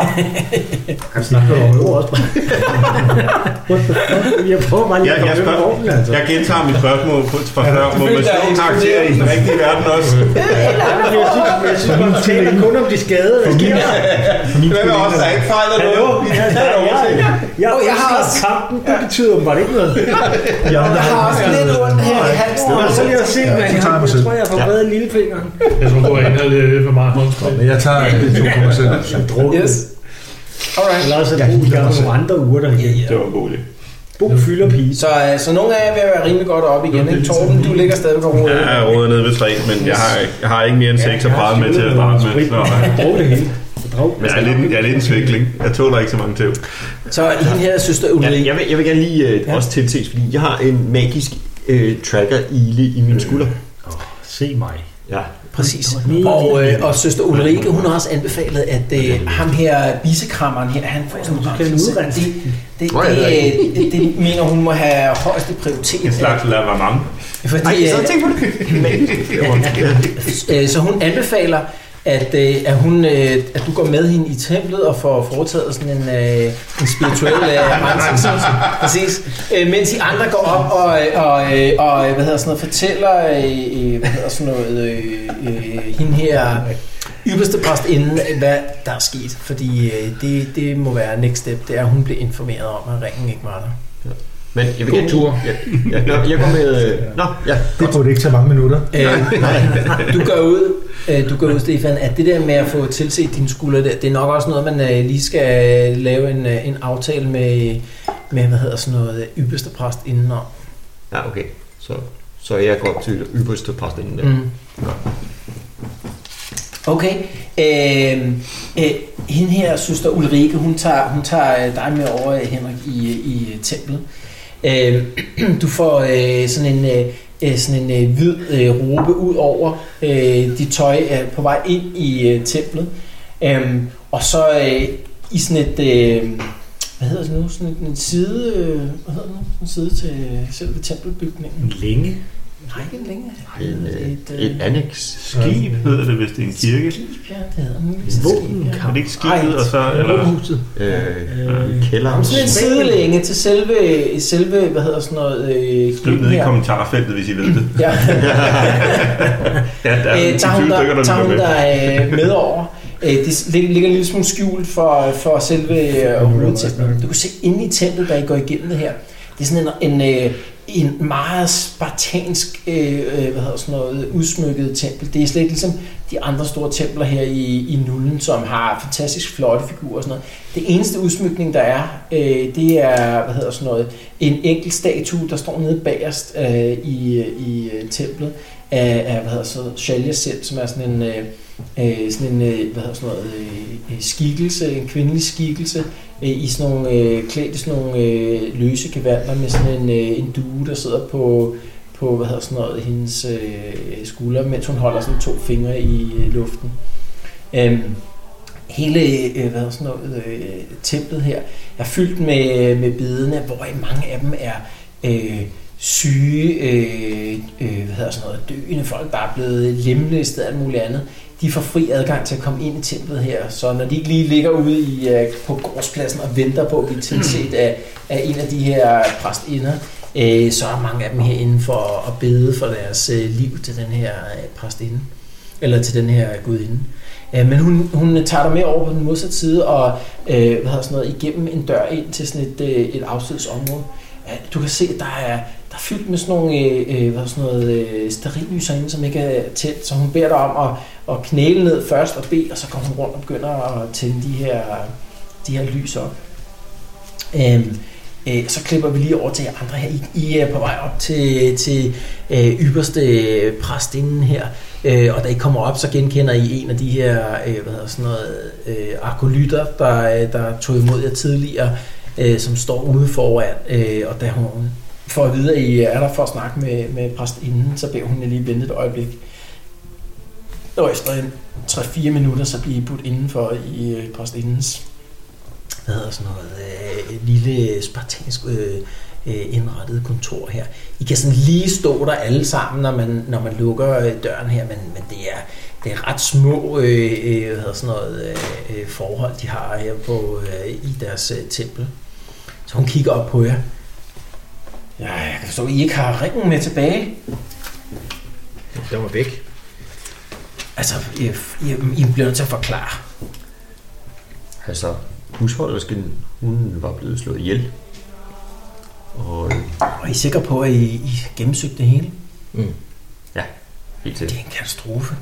Speaker 5: Han snakker over øver også bare. What the fuck? Jeg prøver bare lige
Speaker 7: Ja,
Speaker 5: at
Speaker 7: jeg
Speaker 5: komme
Speaker 7: spørger-
Speaker 5: over ordentligt, altså.
Speaker 7: Jeg gentager mit spørgsmål på- fra
Speaker 3: Ja,
Speaker 7: før. Må man
Speaker 2: føler
Speaker 7: slå
Speaker 2: jeg
Speaker 7: karakterer i den rigtige verden også?
Speaker 5: Jeg synes, jeg synes, man taler kun om de skadede. Hvad sker der?
Speaker 7: Hvad med os, der ikke fejler
Speaker 5: Hallo?
Speaker 7: noget? Vi
Speaker 5: Ja,
Speaker 7: skal have overset.
Speaker 5: ja, ja.
Speaker 2: Åh, jeg har
Speaker 5: elsker
Speaker 2: også-
Speaker 5: kampen. Det betyder bare ikke noget.
Speaker 3: Jeg
Speaker 2: Jeg har også lidt ondt her i halsen.
Speaker 5: Så lige at se,
Speaker 3: Ja,
Speaker 5: hvad
Speaker 3: så tager jeg mig
Speaker 5: jeg
Speaker 3: selv.
Speaker 5: tror, jeg får reddet lillefingeren.
Speaker 6: Jeg tror, du har indholdet lidt for meget håndspil.
Speaker 3: Men jeg tager det to komma selv.
Speaker 2: Yes. Alright.
Speaker 5: Eller også
Speaker 3: Jeg
Speaker 5: at Bo
Speaker 3: hygger
Speaker 5: gør
Speaker 3: mig selv.
Speaker 5: nogle andre uger derhen.
Speaker 7: Det var en god idé.
Speaker 5: Bo fylder pige.
Speaker 2: Så, øh, så nogle af jer vil være rimelig godt oppe igen. Ikke? Torben, du ligger stadig på hovedet.
Speaker 7: Jeg er rådet nede ved tre, men jeg har, jeg har ikke mere end seks og bræde med til at starte med. Så
Speaker 5: Drog det hele. Drog.
Speaker 7: jeg er lidt, en- jeg er lidt en svikling. Jeg tåler ikke så mange tæv.
Speaker 2: Så hende her søster
Speaker 4: Ja,
Speaker 2: Ulrik.
Speaker 4: jeg, vil, jeg vil gerne lige øh,
Speaker 2: Ja.
Speaker 4: også tilses, fordi jeg har en magisk øh, tracker-ile i min skulder.
Speaker 5: Se mig.
Speaker 4: Ja.
Speaker 2: Præcis. Og, øh, og søster Ulrike, hun har også anbefalet, at øh, ham her, bisekrammeren her, han får sådan
Speaker 5: kan
Speaker 2: en
Speaker 5: udrense.
Speaker 2: det, det,
Speaker 4: Nå, ja,
Speaker 2: det,
Speaker 4: det er
Speaker 2: det, det mener hun må have højeste prioritet.
Speaker 7: En slags lavamang.
Speaker 2: Fordi,
Speaker 4: Nej, så
Speaker 2: øh,
Speaker 4: tænk på det. Magisk.
Speaker 2: øh, så hun anbefaler, at, øh, at, hun, øh, at du går med hende i templet og får foretaget sådan en, øh, en spirituel øh, renselse. Præcis. Øh, mens de andre går op og, og, øh, og hvad hedder sådan noget, fortæller øh, hvad hedder sådan noget, øh, øh, hende her ypperste præstinden, hvad der er sket. Fordi øh, det, det må være next step, det er, at hun bliver informeret om, at ringen ikke var der.
Speaker 4: Men jeg vil
Speaker 8: God
Speaker 4: gerne...
Speaker 8: tur.
Speaker 4: Ja, ja, jeg går med... Øh, nå, ja.
Speaker 3: Det burde ikke tage mange minutter.
Speaker 2: Øh, nej, du går ud, øh, du går ud, Stefan, at det der med at få tilset dine skuldre, der, det er nok også noget, man øh, lige skal lave en, øh, en aftale med, med, hvad hedder sådan noget, ypperste præst indenom.
Speaker 4: Ja, okay. Så, så jeg går op til ypperste præst inden der.
Speaker 2: Mm. Okay. Øh, øh, hende her, søster Ulrike, hun tager, hun tager øh, dig med over, Henrik, i, i templet. Øh, du får øh, sådan en, øh, sådan en øh, hvid øh, robe ud over øh, dit tøj øh, på vej ind i øh, templet. Øh, og så øh, i sådan et, øh, hvad hedder det nu, sådan en, en side, øh, hvad hedder det nu, en side til selve tempelbygningen.
Speaker 5: En længe?
Speaker 2: Nej, ikke en længe.
Speaker 4: En,
Speaker 2: et,
Speaker 4: et, et annex.
Speaker 7: Skib hedder det, hvis det er en kirke.
Speaker 2: Skib, ja, det hedder en
Speaker 5: våbenkamp.
Speaker 7: Er det ikke skibet, og så... Eller,
Speaker 5: Våbenhuset.
Speaker 4: Øh,
Speaker 2: Øh,
Speaker 4: kælder.
Speaker 2: sådan en sidelænge til selve, selve, hvad hedder sådan noget, øh,
Speaker 7: skriv ned i kommentarfeltet, hvis I ved det.
Speaker 2: Ja.
Speaker 7: Ja, der er
Speaker 2: Øh, tager hun
Speaker 7: tyve stykker,
Speaker 2: der,
Speaker 7: der
Speaker 2: tager hun
Speaker 7: lytter med.
Speaker 2: der øh, med over. Øh, det ligger, ligger en lille smule skjult for, for selve øh, hovedtemplet. Du kan se inde i templet, der I går igennem det her. Det er sådan en, en, øh, en meget spartansk øh, hvad hedder sådan noget, udsmykket tempel. Det er slet ikke ligesom de andre store templer her i, i Nullen, som har fantastisk flotte figurer og sådan noget. Det eneste udsmykning, der er, øh, det er hvad hedder sådan noget, en enkelt statue, der står nede bagerst øh, i, i templet af, af hvad hedder så, Shalya selv, som er sådan en, øh, sådan en øh, hvad hedder sådan noget, øh, skikkelse, en kvindelig skikkelse, i sådan nogle øh, klædt i sådan nogle øh, løse gevanter med sådan en, øh, en due, der sidder på, på hvad hedder sådan noget, hendes øh, skulder, mens hun holder sådan to fingre i øh, luften. Øhm, hele øh, hvad hedder sådan noget, øh, templet her er fyldt med, med bedene, hvor mange af dem er øh, syge, øh, øh, hvad hedder sådan noget, døende folk, der er blevet lemlæstet og alt muligt andet. De får fri adgang til at komme ind i templet her, så når de ikke lige ligger ude i, uh, på gårdspladsen og venter på at blive tilset af, af en af de her præstinder, øh, så er mange af dem herinde for at bede for deres øh, liv til den her øh, præstinde, eller til den her gudinde. Øh, men hun, hun tager dig med over på den modsatte side og øh, hvad hedder sådan noget, igennem en dør ind til sådan et, øh, et afsides område. Du kan se, at der er, der er fyldt med sådan nogle øh, hvad sådan noget, øh, stearinlyser inde, som ikke er tændt, så hun beder dig om at, at knæle ned først og bede, og så kommer hun rundt og begynder at tænde de her, de her lys op. Øhm, øh, så klipper vi lige over til jer andre her. I, I er på vej op til, til øh, ypperste præstinden her, øh, og da I kommer op, så genkender I en af de her øh, hvad hedder sådan noget, øh, akolytter, der, der tog imod jer tidligere, Øh, som står ude foran, øh, og da hun får at vide, at I er der for at snakke med, med præstinden, så beder hun lige vente et øjeblik. Og efter en tre fire minutter, så bliver I budt indenfor i øh, præstindens, hvad hedder sådan noget, øh, lille spartansk øh, øh, indrettet kontor her. I kan sådan lige stå der alle sammen, når man, når man lukker øh, døren her, men, men det er Det er ret små øh, øh, hvad hedder sådan noget, øh, forhold, de har her på, øh, i deres øh, tempel. Så hun kigger op på jer. Ja, jeg kan forstå, at I ikke har ringen med tilbage.
Speaker 8: Den var væk.
Speaker 2: Altså, I, I, I bliver nødt til at forklare.
Speaker 4: Altså, husholdersken, hun var blevet slået ihjel. Og, øh,
Speaker 2: Og er I sikre på, at I, I gennemsøgte det hele?
Speaker 8: Mm.
Speaker 4: ja, helt til.
Speaker 2: Det er en katastrofe.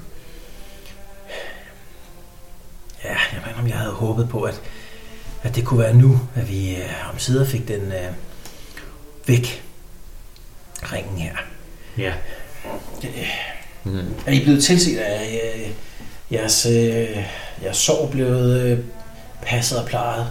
Speaker 2: Ja, jeg mener, om jeg havde håbet på, at, at det kunne være nu, at vi øh, omsider fik den øh, væk. Ringen her.
Speaker 5: Ja.
Speaker 4: Mm.
Speaker 2: Er I blevet tilset af øh, jeres, øh, jeres sorg blevet øh, passet og plejet?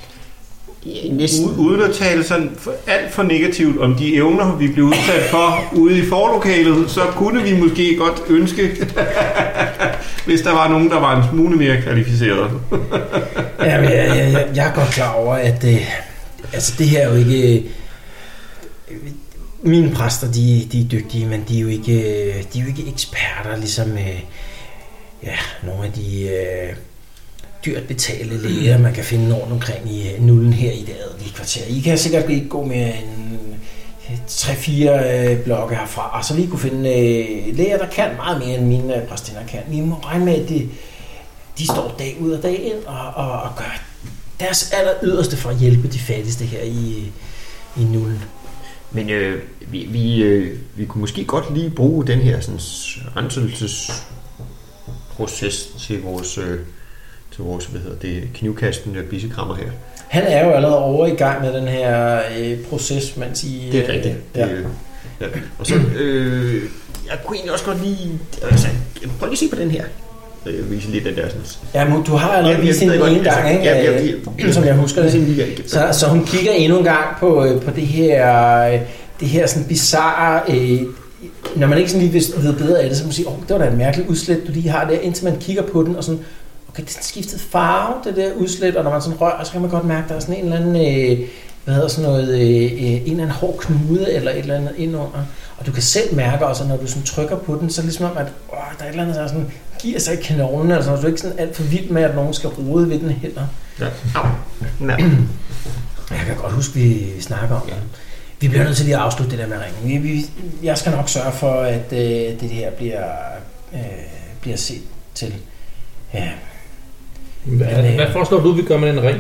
Speaker 7: U- uden at tale sådan for, alt for negativt om de evner, vi blev udsat for ude i forlokalet, så kunne vi måske godt ønske, hvis der var nogen, der var en smule mere kvalificeret.
Speaker 2: Ja, jeg, jeg, jeg, jeg er godt klar over, at øh, altså det her er jo ikke... Øh, mine præster, de, de er dygtige, men de er jo ikke, de er jo ikke eksperter, ligesom øh, ja, nogle af de... Øh, dyrt betale læger, man kan finde rundt omkring i Nullen her i det adelige kvarter. I kan sikkert ikke gå med en tre fire blokke herfra, og så vi kunne finde øh, læger, der kan meget mere end mine øh, præstinder kan. Vi må regne med, at de, de står dag ud og dag ind og, og, og gør deres aller yderste for at hjælpe de fattigste her i, i Nullen.
Speaker 4: Men øh, vi, vi, øh, vi kunne måske godt lige bruge den her sådan, renselsesproces til vores... Øh, til vores, hvad hedder det, knivkastende bissekrammer her.
Speaker 2: Han er jo allerede over i gang med den her øh, proces, mens I...
Speaker 4: Det er rigtigt.
Speaker 2: Øh, ja.
Speaker 4: Det, ja. Og så, øh, jeg kunne egentlig også godt lige... Altså, prøv lige at se på den her. Øh, vise lidt den der sådan...
Speaker 2: Ja, men du har allerede
Speaker 4: ja,
Speaker 2: vist hende en
Speaker 4: altså,
Speaker 2: gang, ikke?
Speaker 4: Ja, ja, ja, ja,
Speaker 2: som jeg husker det. Så, så hun kigger endnu en gang på, på det her, det her sådan bizarre... Øh, når man ikke sådan lige ved bedre af det, så må man sige, åh, oh, det var da en mærkelig udslæt, du lige har der, indtil man kigger på den og sådan... okay, det er skiftet farve, det der udslæt, og når man sådan rører, så kan man godt mærke, at der er sådan en eller anden, øh, hvad hedder sådan noget, øh, en eller anden hård knude, eller et eller andet indunder. Og du kan selv mærke også, at når du sådan trykker på den, så er det ligesom om, at åh, der er et eller andet, der sådan, giver sig i knoglen, altså du er ikke sådan alt for vild med, at nogen skal rode ved den heller. Ja.
Speaker 4: Ja.
Speaker 2: Jeg kan godt huske, vi snakker om det. Vi bliver nødt til lige at afslutte det der med ringen. Vi, vi, jeg skal nok sørge for, at øh, det her bliver, øh, bliver set til. Ja.
Speaker 8: Hvad, Men, hvad foreslår du, vi gør med den ring?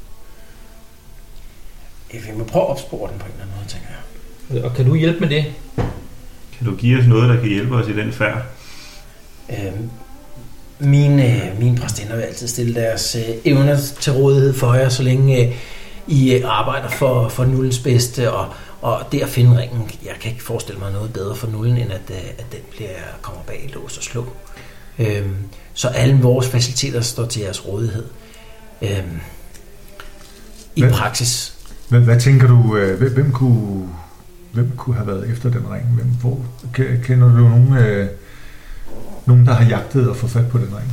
Speaker 2: Vi må prøve at opspore den på en eller anden måde, tænker jeg.
Speaker 8: Og kan du hjælpe med det?
Speaker 7: Kan du give os noget, der kan hjælpe os i den færd?
Speaker 2: Øhm, mine, mine præstinder vil altid stille deres øh, evner til rådighed for jer, så længe øh, I arbejder for, for nullens bedste, og, og det at finde ringen, jeg kan ikke forestille mig noget bedre for nullen, end at, at den bliver, kommer bag lås og slå. Øhm, så alle vores faciliteter står til jeres rådighed. Øhm, I
Speaker 3: hvad,
Speaker 2: praksis.
Speaker 3: Hvad, hvad tænker du, øh, hvem, hvem, kunne, hvem kunne have været efter den ring? Hvem, hvor, kender du nogen, øh, nogen, der har jagtet og fået fat på den ring?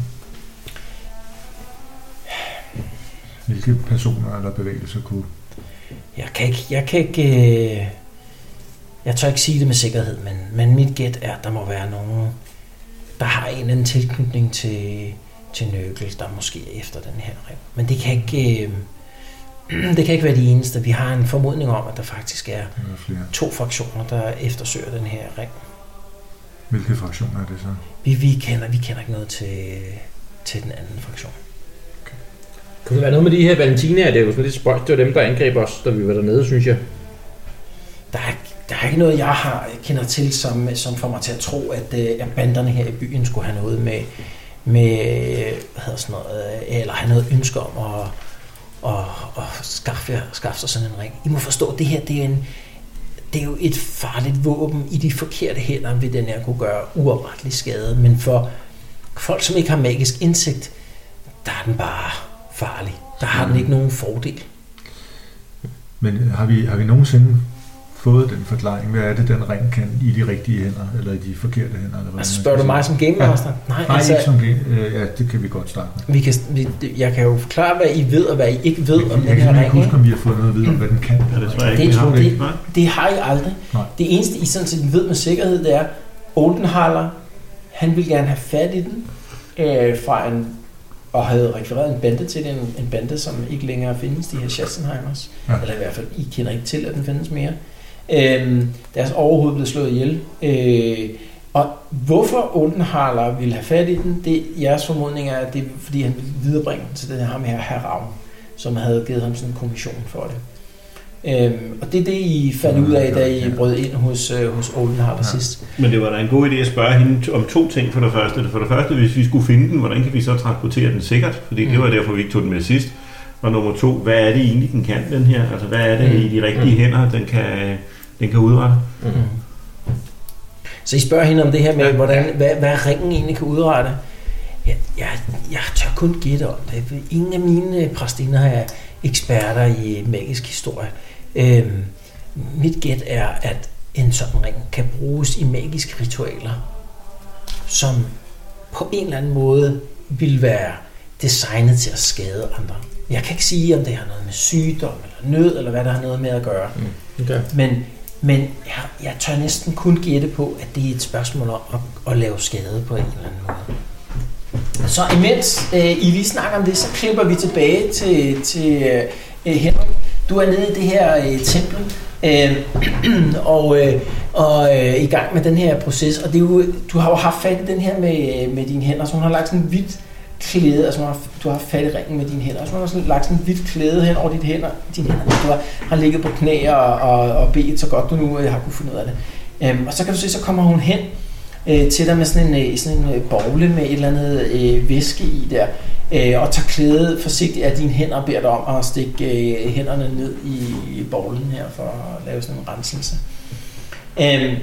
Speaker 3: Hvilke personer eller bevægelser kunne...
Speaker 2: Jeg kan ikke... Jeg, kan ikke, øh, jeg tør ikke sige det med sikkerhed, men, men mit gæt er, at der må være nogen, der har en eller anden tilknytning til, til Nøkel, der måske er efter den her ring. Men det kan ikke... Øh, det kan ikke være de eneste. Vi har en formodning om, at der faktisk er, er to fraktioner, der eftersøger den her ring.
Speaker 3: Hvilke fraktioner er det så?
Speaker 2: Vi, vi, kender, vi kender ikke noget til, til den anden fraktion.
Speaker 8: Okay. Kan det være noget med de her Valentinaer? Det er jo sådan lidt spøjt. Det var dem, der angreb os, da vi var dernede, synes jeg.
Speaker 2: Der er, der er ikke noget, jeg har kender til, som, som får mig til at tro, at, at banderne her i byen skulle have noget med, med hvad hedder sådan noget, eller have noget ønske om at og, og skaffe, skaffe sig sådan en ring. I må forstå, at det her det er, en, det er jo et farligt våben. I de forkerte hænder vil den her kunne gøre uoprettelig skade, men for folk, som ikke har magisk indsigt, der er den bare farlig. Der har den ikke nogen fordel.
Speaker 3: Men har vi, har vi nogensinde fået den forklaring? Hvad er det, den ring kan i de rigtige hænder, eller i de forkerte hænder? Eller
Speaker 2: altså spørger du mig som Game Master? Ja.
Speaker 3: Nej, Nej altså, ikke som Game. Ja, det kan vi godt starte med.
Speaker 2: Vi kan, vi, jeg kan jo forklare, hvad I ved, og hvad I ikke ved
Speaker 3: jeg,
Speaker 2: om
Speaker 3: jeg,
Speaker 2: den her ring.
Speaker 3: Jeg kan ikke huske, om vi har fået noget at vide om, hvad den kan.
Speaker 7: Ja, det tror jeg ikke,
Speaker 2: det,
Speaker 7: vi har.
Speaker 2: Det, det, det har I aldrig.
Speaker 3: Nej.
Speaker 2: Det eneste, I sådan set ved med sikkerhed, det er, Oldenhaler, han vil gerne have fat i den, øh, fra en, og havde rekvireret en bande til den, en bande, som ikke længere findes, de her Schassenheimers. Ja. Eller i hvert fald, I kender ikke til, at den findes mere. Øhm, deres overhoved blev slået ihjel. Øh, og hvorfor Oldenhaler ville have fat i den, det jeres formodning er, at det er, fordi han ville viderebringe den til den her med herr Ravn, som havde givet ham sådan en kommission for det. Øhm, og det er det, I fandt ud af, da I brød ind hos, øh, hos Oldenhaler ja. sidst.
Speaker 7: Men det var da en god idé at spørge hende om to ting for det første. For det første, hvis vi skulle finde den, hvordan kan vi så transportere den sikkert? Fordi mm. det var derfor, vi ikke tog den med sidst. Og nummer to, hvad er det egentlig, den kan, den her? Altså, hvad er det mm. i de rigtige mm. hænder, den kan, den kan udrette? Mm.
Speaker 2: Så I spørger hende om det her med, ja. hvordan, hvad, hvad ringen egentlig kan udrette? Jeg, jeg, jeg tør kun gætte om det. Ingen af mine præstinder er eksperter i magisk historie. Øhm, mit gæt er, at en sådan ring kan bruges i magiske ritualer, som på en eller anden måde vil være designet til at skade andre. Jeg kan ikke sige, om det har noget med sygdom eller nød, eller hvad der har noget med at gøre.
Speaker 8: Mm. Okay. Men,
Speaker 2: men jeg, jeg tør næsten kun gætte på, at det er et spørgsmål om at, at lave skade på en eller anden måde. Så imens øh, I lige snakker om det, så klipper vi tilbage til, til øh, Henrik. Du er nede i det her øh, tempel, øh, og, øh, og øh, i gang med den her proces. Og det er jo, du har jo haft fat i den her med, med dine hænder, så hun har lagt sådan en hvidt klæde, altså har, du har haft fat i ringen med dine hænder, så hun har sådan lagt sådan en hvidt klæde hen over dine hænder, dine hænder. Du har, har ligget på knæ og, og, og bedt så godt du nu øh, har kunne finde ud af det. Øh, og så kan du se, så kommer hun hen øh, til dig med sådan en, sådan en bogle med et eller andet øh, væske i der, øh, og tager klædet forsigtigt af dine hænder og beder dig om at stikke øh, hænderne ned i, i bowlen her for at lave sådan en renselse. Øh,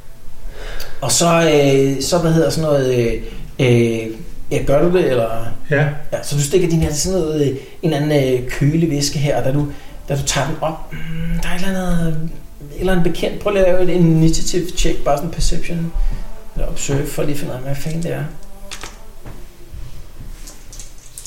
Speaker 2: og så, øh, så hvad hedder sådan noget, øh, øh, ja, gør du det, eller?
Speaker 6: Ja.
Speaker 2: Ja, så du stikker din her sådan noget, en eller anden øh, kølevæske her, og da du, da du tager den op, mm, der er et eller andet, eller andet bekendt, prøv at lave et initiative check, bare sådan en perception, eller observe, for lige at finde ud af, hvad fanden det er.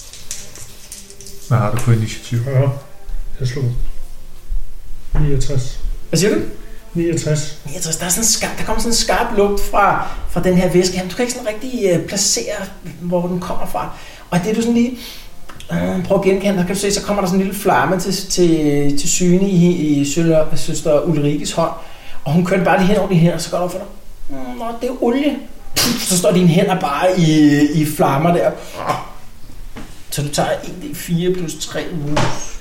Speaker 3: Hvad har du på initiativ?
Speaker 6: Ja, jeg slog niogtres.
Speaker 2: Hvad siger du?
Speaker 6: niogtres.
Speaker 2: niogtres. Der, er sådan en skarp, der kommer sådan en skarp lugt fra, fra den her væske her. Du kan ikke sådan rigtig uh, placere, hvor den kommer fra. Og det er du sådan lige... Uh, prøv at genkende, der kan du se, så kommer der sådan en lille flamme til, til, til syne i, i søster, søster Ulrikes hånd. Og hun kører bare lige hen over dine hænder, så går der op for dig. Mm, nå, det er olie. Så står dine hænder bare i, i flammer der. Så du tager en D fire plus tre wounds.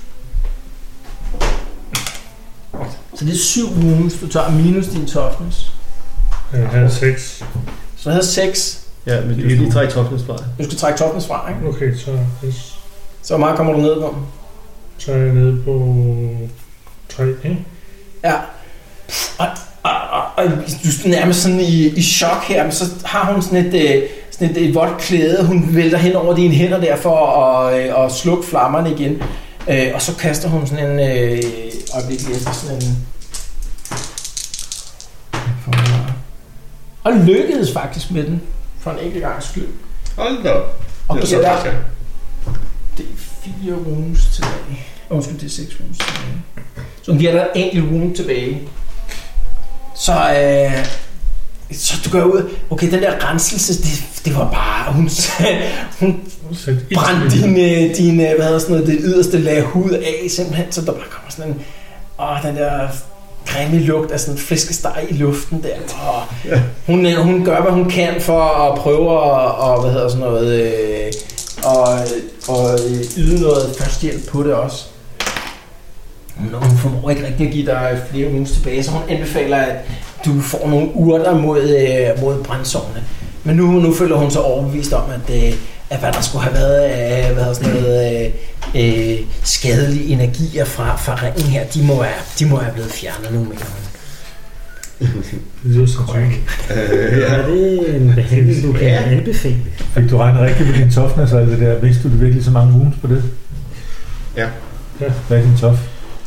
Speaker 2: Så det er syv wounds, du tager minus din toughness.
Speaker 6: Jeg havde seks.
Speaker 2: Så du havde seks.
Speaker 4: Ja, men du skal lige trække toughness fra.
Speaker 2: Du skal trække toughness fra, ikke?
Speaker 6: Okay, så, yes.
Speaker 2: Så hvor meget kommer du ned på?
Speaker 6: Så er jeg nede på tre, ikke?
Speaker 2: Ja. Og, og, og, og du er nærmest sådan i, i chok her, men så har hun sådan et, sådan et, et vådt klæde, hun vælter hen over dine hænder der for at, at slukke flammerne igen. Og så kaster hun sådan en øh, øjeblik efter sådan en... Og lykkedes faktisk med den, for en enkelt gang skyld.
Speaker 4: Hold da op.
Speaker 2: Og
Speaker 4: det
Speaker 2: giver
Speaker 4: er
Speaker 2: dig det er fire wounds tilbage. Undskyld, det er seks wounds tilbage. Så hun giver dig en enkelt wound tilbage. Så, øh, så du går ud, okay, den der renselse, det, det var bare, hun, hun brændte din, din, hvad hedder sådan noget, det yderste lag hud af, simpelthen, så der bare kommer sådan en, åh, den der grimme lugt af sådan en flæskesteg i luften der. Åh, ja. hun, hun gør, hvad hun kan for at prøve at, og, hvad hedder sådan noget, øh, og, og yde noget førstehjælp på det også. Hun formår ikke rigtig at give dig flere wounds tilbage, så hun anbefaler, at du får nogle urter mod, øh, mod brændsårene. Men nu, nu føler hun så overbevist om, at, øh, at hvad der skulle have været af hvad sådan noget, øh, øh, skadelige energier fra, fra ringen her, de må, være, de må have blevet fjernet nu, mener hun.
Speaker 6: Det er så korrekt.
Speaker 5: Øh, ja, det er en behandling, du kan anbefale.
Speaker 3: Fik du regnet rigtigt med din toughness og alt det der? Vidste du det virkelig så mange wounds på det?
Speaker 4: Ja.
Speaker 3: Ja. Hvad er din tough?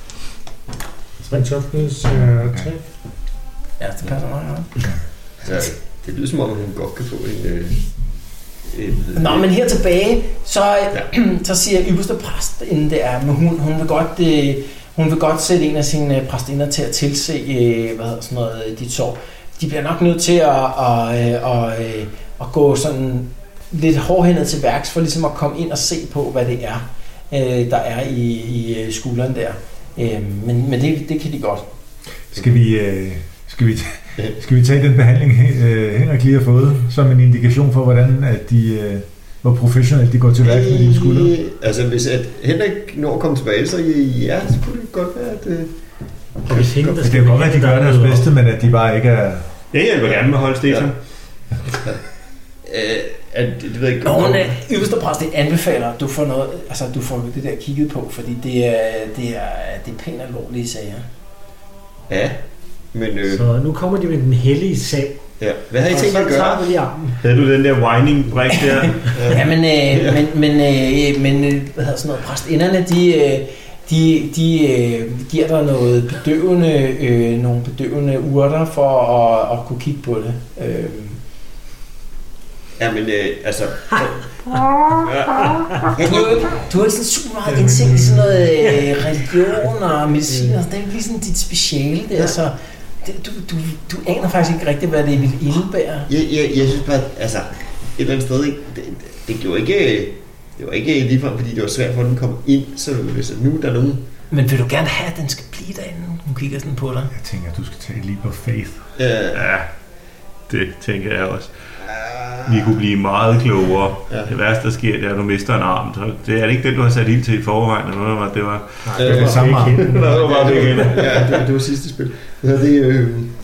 Speaker 6: Min toughness er tre.
Speaker 2: Ja, det passer meget godt.
Speaker 4: Ja, det lyder som om, hun godt kan få en... Øh, en
Speaker 2: Nå, men her tilbage, så, ja. så siger ypperste præst, inden det er, men hun, hun vil godt... Øh, Hun vil godt sætte en af sine præstinder til at tilse, hvad hedder sådan noget, dit sår. De bliver nok nødt til at, at, at, at, at gå sådan lidt hårdhændet til værks, for ligesom at komme ind og se på, hvad det er, der er i, i skulderen der. Men, men det, det kan de godt.
Speaker 3: Skal vi, skal vi, skal vi tage den behandling, Henrik lige har fået, som en indikation for, hvordan at de... hvor professionelt de går til værk med dine skuldre?
Speaker 4: Altså, hvis at Henrik når at komme tilbage, så ja, så kunne det godt være, at...
Speaker 5: Og hvis hende,
Speaker 3: det kan godt være, at de gør deres bedste, men at de bare ikke er...
Speaker 7: Jeg hjælper gerne med at holde Stefan.
Speaker 4: Ja. Øh, at, det ved jeg ikke...
Speaker 2: Nå, hun er yderste præst, det anbefaler, at du får noget, altså du får det der kigget på, fordi det er, det er, det er pænt alvorlige sager.
Speaker 4: Ja, men... Øh...
Speaker 5: Så nu kommer de med den hellige sag.
Speaker 4: Ja. Hvad har I tænkt at gøre?
Speaker 7: Havde du den der whining brik der?
Speaker 2: Ja, men, øh, men, men, øh, men hvad hedder sådan noget, præstinderne, de, øh, de, de øh, giver dig noget bedøvende, øh, nogle bedøvende urter for at, at kunne kigge på det. Øh.
Speaker 4: Ja, men øh, altså...
Speaker 2: ja, du, du har ikke sådan super meget indsigt i sådan noget øh, religion og medicin, og det er ikke lige sådan dit speciale der, så... Du, du, du aner faktisk ikke rigtigt, hvad det vil indebære.
Speaker 4: Jeg, jeg, jeg synes bare, altså, et eller andet sted, det, det, det gjorde ikke, det var ikke ligefrem, fordi det var svært for, at den kom ind, så hvis nu der er nogen...
Speaker 2: Men vil du gerne have, at den skal blive derinde? Hun kigger sådan på dig.
Speaker 3: Jeg tænker, at du skal tage et leap of faith.
Speaker 4: Uh,
Speaker 7: ja, det tænker jeg også. Vi kunne blive meget klogere. Ja. Det værste, der sker, det er, at du mister en arm. Så det er det ikke det, du har sat ild til i forvejen, eller noget, det var...
Speaker 4: Nej, det var det
Speaker 3: samme arm.
Speaker 7: Det var bare det igen.
Speaker 4: Ja, det, det var sidste spil. Det var det... Øh...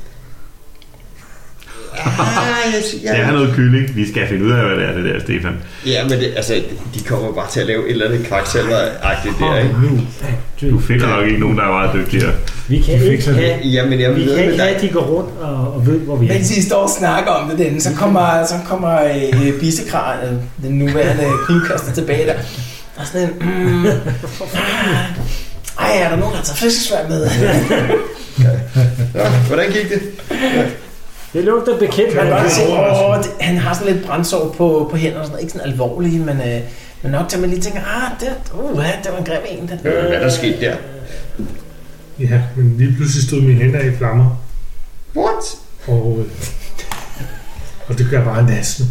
Speaker 4: Ah, jeg, jeg...
Speaker 7: Det er noget kylling. Vi skal finde ud af, hvad det er, det der, Stefan.
Speaker 4: Ja, men det, altså, de kommer bare til at lave et eller andet kvaksalver-agtigt der, ikke?
Speaker 7: Du finder nok ikke nogen, der er meget dygtigere.
Speaker 5: Vi kan ikke have,
Speaker 4: ja, men jeg
Speaker 5: vi
Speaker 4: ved,
Speaker 5: kan ikke
Speaker 4: have,
Speaker 5: at de går rundt og, og ved, hvor vi er.
Speaker 2: Mens I står og snakker om det, den, så kommer, så kommer øh, bisekran, den nuværende knivkaster tilbage der. Og sådan en... Mm, ej, er der nogen, der har taget flæskesvær med?
Speaker 4: Ja, hvordan gik det? Ja.
Speaker 5: Det lugter bekendt.
Speaker 2: Han, han, se, åh, det, han har sådan lidt brændsår på, på hænderne, sådan, ikke sådan alvorlige, men, øh, Men nok til, at man lige tænker, ah, det, uh, det var en grim en. Den.
Speaker 4: Øh, hvad der skete der?
Speaker 6: Ja, men lige pludselig stod mine hænder i flammer.
Speaker 4: What?
Speaker 6: Og, øh, og det gør bare næsten.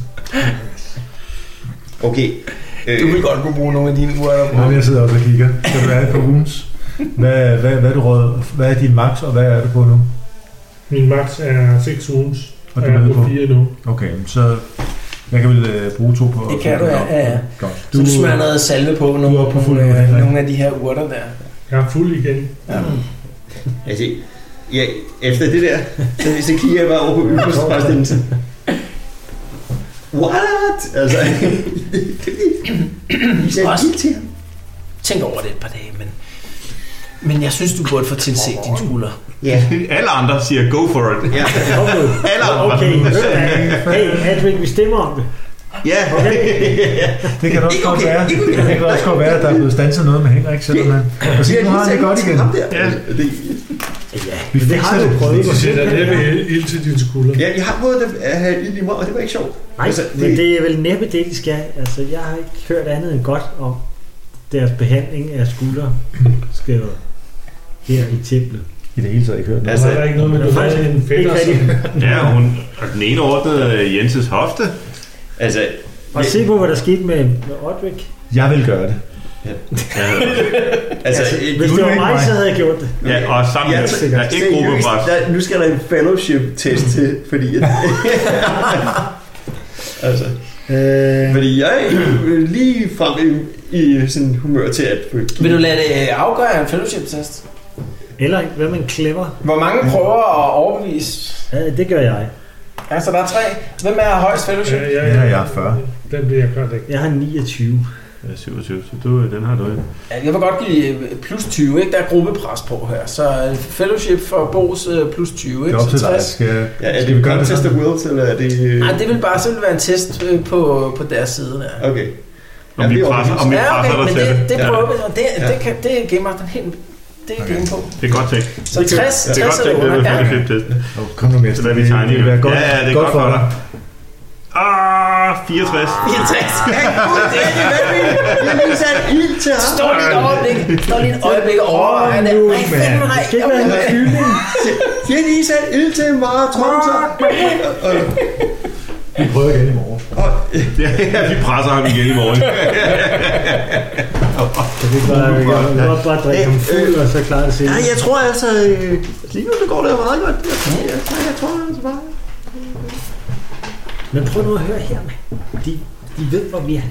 Speaker 4: Okay. Øh,
Speaker 2: Du vil godt kunne bruge nogle af dine urter på.
Speaker 3: Nå, jeg sidder også og kigger. Skal du være på ugens? Hvad, hvad, hvad, er du råd? Hvad er din max, og hvad er du på nu?
Speaker 6: Min max er seks ugens,
Speaker 3: Og
Speaker 6: og
Speaker 3: du
Speaker 6: jeg
Speaker 3: er
Speaker 6: er på
Speaker 3: på?
Speaker 6: fire nu.
Speaker 3: Okay, så jeg kan vel uh, bruge to på.
Speaker 2: Det kan du, ja. ja, ja.
Speaker 3: Godt.
Speaker 2: Så du smager noget salve på nogle,
Speaker 3: du er på fuld
Speaker 2: nogle,
Speaker 3: nu,
Speaker 2: øh,
Speaker 3: ja.
Speaker 2: nogle af de her urter der.
Speaker 6: Jeg er fuld igen.
Speaker 2: Ja.
Speaker 4: altså, ja, efter det der, så, så kigger jeg bare over på øverste præstendelse. What? Altså, I sagde
Speaker 2: Også-
Speaker 4: helt til ham.
Speaker 2: Tænk over det et par dage, men, men jeg synes, du burde få tilset dine skulder.
Speaker 4: Ja.
Speaker 7: Alle andre siger go for it.
Speaker 4: Ja.
Speaker 5: Okay,
Speaker 7: Alle andre.
Speaker 5: okay. Hey, Patrick, vi stemmer om det.
Speaker 4: Ja.
Speaker 3: Det kan også
Speaker 4: Ikke
Speaker 3: godt
Speaker 4: okay,
Speaker 3: være.
Speaker 4: ikke okay.
Speaker 3: Det kan også godt være, at der er blevet standset noget med Henrik, selvom han... Og så nu har han det godt igen.
Speaker 7: Ja.
Speaker 4: Det,
Speaker 5: Ja,
Speaker 3: Vi
Speaker 5: det har
Speaker 3: fikser
Speaker 5: du
Speaker 3: det.
Speaker 5: prøvet.
Speaker 6: Du sætter næppe ild til dine skuldre.
Speaker 4: ja, jeg har prøvet at have ild i mig, og det var ikke sjovt.
Speaker 5: Nej,
Speaker 4: Altså,
Speaker 5: men det er vel næppe det, de skal. Altså, jeg har ikke hørt andet end godt om deres behandling af skulderskader her i templet.
Speaker 3: I det hele taget ikke hørt noget.
Speaker 6: Altså, er der ikke noget med, at du
Speaker 5: faktisk
Speaker 6: havde en fætter,
Speaker 5: ikke
Speaker 6: som...
Speaker 7: Ja, hun, og den ene ordnede Jenses hofte.
Speaker 4: Altså,
Speaker 5: Og se på, hvad der skete med, med Odrik.
Speaker 3: Jeg vil gøre det.
Speaker 7: Ja,
Speaker 4: altså,
Speaker 5: Hvis
Speaker 3: du
Speaker 5: det
Speaker 3: er
Speaker 5: var
Speaker 3: ikke
Speaker 5: mig,
Speaker 3: mig.
Speaker 5: så havde jeg gjort det.
Speaker 7: ja og sammen
Speaker 4: Ja,
Speaker 7: med,
Speaker 4: sikkert.
Speaker 7: der er ikke gruppepres.
Speaker 4: Der, nu skal der en fellowship-test til, fordi... At, altså,
Speaker 5: Øh,
Speaker 4: fordi jeg er lige frem i, i sådan humør til at...
Speaker 2: Vil du lade det afgøre en fellowship-test?
Speaker 5: eller hvad man clever.
Speaker 2: Hvor mange prøver at overbevise?
Speaker 5: Ja, det gør jeg.
Speaker 2: Altså, der er tre. Hvem er højst fellowship?
Speaker 6: Ja, ja,
Speaker 3: Ja, jeg er fyrre.
Speaker 6: Den bliver jeg godt ikke.
Speaker 5: Jeg har niogtyve.
Speaker 7: Ja, syvogtyve, så du, den har du ikke.
Speaker 2: Ja, jeg vil godt give plus tyve, ikke? Der er gruppepres på her. Så fellowship for Bo's øh, plus tyve,
Speaker 3: Det
Speaker 2: ikke?
Speaker 3: er op til
Speaker 2: Så
Speaker 3: dig.
Speaker 2: tres.
Speaker 3: Skal,
Speaker 4: Ja, er
Speaker 3: skal vi
Speaker 4: det
Speaker 3: gøre det
Speaker 4: contest of
Speaker 3: sådan?
Speaker 4: wills, eller er det...
Speaker 2: Nej, det vil bare så vil være en test øh, på, på deres side der.
Speaker 4: Okay.
Speaker 7: Om vi
Speaker 4: det er
Speaker 7: presser, om vi
Speaker 2: Ja,
Speaker 7: presser
Speaker 2: okay,
Speaker 7: dig
Speaker 2: men
Speaker 7: til
Speaker 2: det,
Speaker 7: det.
Speaker 2: det
Speaker 7: Ja.
Speaker 2: prøver vi. og Det,
Speaker 4: Ja.
Speaker 2: det, kan, det gemmer den helt... Det er
Speaker 3: Okay.
Speaker 2: game på.
Speaker 7: Det er godt tænkt.
Speaker 2: Så tres,
Speaker 7: Det er godt
Speaker 2: tres er
Speaker 7: tænkt, det
Speaker 2: under.
Speaker 7: med
Speaker 2: Ja.
Speaker 7: fellowship-test.
Speaker 3: Oh, kom nu med.
Speaker 7: Så lader vi
Speaker 3: Det
Speaker 7: tegne
Speaker 3: vil
Speaker 7: igen.
Speaker 3: være godt,
Speaker 7: Ja, ja, det er
Speaker 3: godt for dig.
Speaker 7: Ah, fireogtres.
Speaker 2: fireogtres.
Speaker 4: Ja, gud, det er det vanvittigt. Jeg har lige sat ild til ham.
Speaker 2: Står lige et øjeblik. Står lige et øjeblik og overvejer det.
Speaker 5: nu,
Speaker 2: Nej, fandme
Speaker 5: mand.
Speaker 2: nej.
Speaker 5: Det skal ikke være en kylling.
Speaker 4: Jeg har lige sat ild til mig, Trump, så...
Speaker 3: Vi prøver igen i morgen.
Speaker 7: Ja, vi presser ham igen i morgen.
Speaker 5: Så det er bare, jeg vil bare drikke ham fuld, og så klarer det sig.
Speaker 4: Nej, jeg tror altså... øh, Lige nu, det går det jo meget godt. Jeg, jeg, jeg tror altså bare...
Speaker 5: Men prøv nu at høre her, mand. De, de ved, hvor vi er.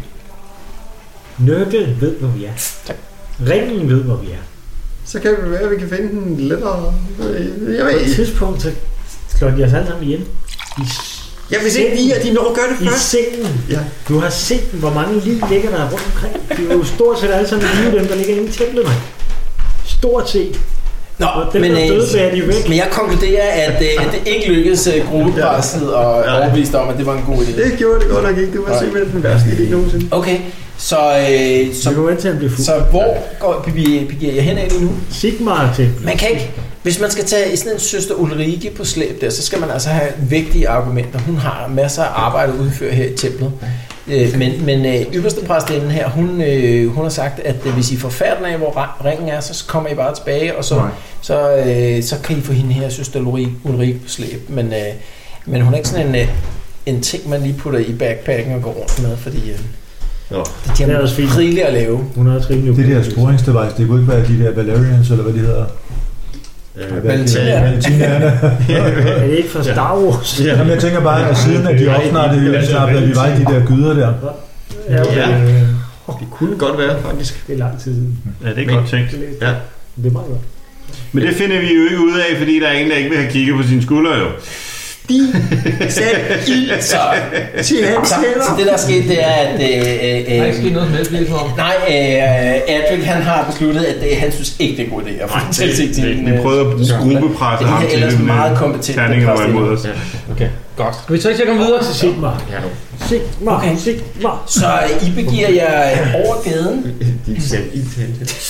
Speaker 5: Nørkel ved, hvor vi er.
Speaker 2: Tak.
Speaker 5: Ringen ved, hvor vi er.
Speaker 4: Så kan det være, at vi kan finde den lettere... Jeg
Speaker 5: På
Speaker 4: ved
Speaker 5: et
Speaker 4: ikke.
Speaker 5: tidspunkt, så slår de os alle sammen ihjel. I,
Speaker 4: Ja, hvis ikke lige, at de når at gøre det
Speaker 5: I
Speaker 4: først.
Speaker 5: sengen.
Speaker 4: Ja.
Speaker 5: Du har set, hvor mange liv ligger der rundt omkring. Det er jo stort set alle sammen liv, dem der ligger inde i templet, mand. Stort set.
Speaker 2: Nå,
Speaker 5: Og dem,
Speaker 2: men,
Speaker 5: der
Speaker 2: øh,
Speaker 5: døde, så er de væk.
Speaker 2: men jeg konkluderer, at, øh, at det ikke lykkedes uh, gruppepresset og overbevise om, at det var en god idé.
Speaker 4: Det gjorde det godt nok ikke. Det var simpelthen den værste idé nogensinde.
Speaker 2: Okay, så, øh,
Speaker 5: Så
Speaker 2: så,
Speaker 5: du går ind til at blive fuld.
Speaker 2: så hvor går, begiver begiver jeg hen af lige nu?
Speaker 5: Sigmar templet.
Speaker 2: Man kan ikke, hvis man skal tage sådan en søster Ulrike på slæb der, så skal man altså have vigtige argumenter. Hun har masser af arbejde at udføre her i templet. Øh, men men øh, ypperste præstinden her, hun, øh, hun har sagt, at øh, hvis I får færden af, hvor ra- ringen er, så kommer I bare tilbage, og så,
Speaker 3: Nej.
Speaker 2: så, øh, så kan I få hende her, søster Ulrike, Ulrike på slæb. Men, øh, men hun er ikke sådan en, øh, en ting, man lige putter i backpacken og går rundt med, fordi øh,
Speaker 4: Nå.
Speaker 2: det
Speaker 5: Det er
Speaker 2: er
Speaker 5: også fint.
Speaker 2: rigeligt at lave.
Speaker 5: Hun er også rimelig
Speaker 3: Det der sporingsdevice, det kunne ikke være de der Valerians, eller hvad de hedder.
Speaker 2: Valentina.
Speaker 3: Valentinaerne.
Speaker 5: Er det ikke fra Star Wars?
Speaker 4: Ja.
Speaker 3: Jamen, jeg tænker bare, at siden at de opsnappede, snappede de vej de der gyder der.
Speaker 5: Ja, okay.
Speaker 4: Ja.
Speaker 5: Øh,
Speaker 4: Det kunne godt være, faktisk.
Speaker 5: Det er lang tid siden.
Speaker 7: Ja, det er godt tænkt.
Speaker 4: Ja.
Speaker 5: Det er meget godt.
Speaker 7: Men det finder vi jo ikke ud af, fordi der er en, der ikke vil have kigget på sine skuldre jo.
Speaker 4: De satte ild
Speaker 2: Så,
Speaker 4: til hans
Speaker 2: så, så
Speaker 4: hænder.
Speaker 2: det der skete, det er, at... Øh,
Speaker 8: Der er
Speaker 2: øh,
Speaker 8: ikke sket noget som helst lige for.
Speaker 2: nej, øh, Adric, han har besluttet, at det, han synes ikke, det er en god idé at få tilsigt til en...
Speaker 7: Vi prøvede at bruge gruppepresset
Speaker 2: det
Speaker 7: ham
Speaker 2: er
Speaker 7: til
Speaker 2: ellers
Speaker 7: det,
Speaker 2: meget
Speaker 7: men
Speaker 2: kompetent.
Speaker 7: terningerne var imod os.
Speaker 8: Okay, godt. Skal vi så ikke til at komme videre til Sigmar?
Speaker 5: Sigmar. Sigmar.
Speaker 2: Okay.
Speaker 5: Sigmar.
Speaker 2: Så I begiver jer over gaden.
Speaker 4: De satte ild til hans hænder.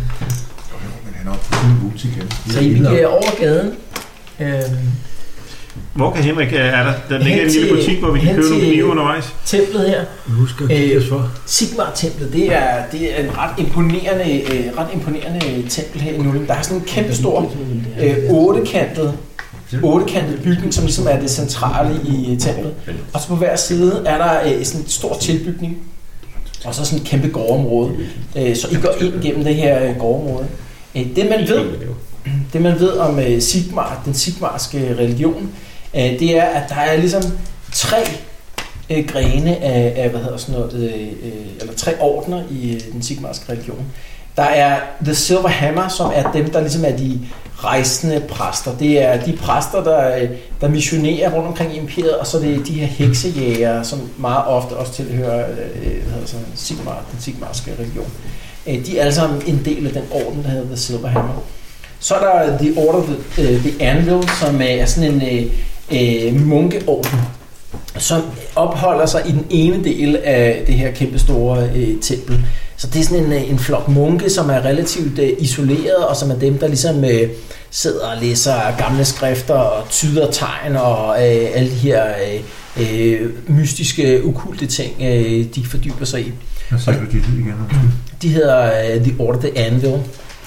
Speaker 3: Men han er oppe på sin boots igen.
Speaker 2: Så I begiver jer over gaden. Øhm,
Speaker 7: Hvor kan Henrik, er der, der ligger en
Speaker 2: Hen
Speaker 7: lille
Speaker 2: til-
Speaker 7: butik, hvor vi kan
Speaker 2: hen
Speaker 7: købe nogle
Speaker 2: til-
Speaker 7: knive undervejs?
Speaker 2: Templet her,
Speaker 5: Husk at kigge os for.
Speaker 2: Sigmar-templet, det er, det er en ret imponerende, øh, ret imponerende tempel her i Nullen. Der er sådan en kæmpe stor øh, ottekantet, ottekantet bygning, som ligesom er det centrale i øh, templet. Og så på hver side er der øh, sådan en stor tilbygning, og så sådan et kæmpe gårdområde. Øh, så I går ind gennem det her øh, gårdområde. Øh, det man ved, det man ved om øh, Sigmar, den sigmarske religion, øh, det er, at der er ligesom tre øh, grene af, af, hvad hedder sådan noget, øh, eller tre ordner i øh, den sigmarske religion. Der er The Silver Hammer, som er dem, der ligesom er de rejsende præster. Det er de præster, der, øh, der missionerer rundt omkring i imperiet, og så er det de her heksejæger, som meget ofte også tilhører øh, hvad hedder sådan, Sigmar, den sigmarske religion. Øh, de er alle sammen en del af den orden, der hedder The Silver Hammer. Så er der The Order of the, uh, the Anvil, som er sådan en uh, uh, munkeorden, som opholder sig i den ene del af det her kæmpe store uh, tempel. Så det er sådan en, uh, en flok munke, som er relativt uh, isoleret, og som er dem, der ligesom uh, sidder og læser gamle skrifter og tyder tegn og uh, alle de her uh, uh, mystiske, okulte ting, uh, de fordyber sig i.
Speaker 3: Hvad siger du, de hed igen?
Speaker 2: De hedder uh, The Order of the Anvil.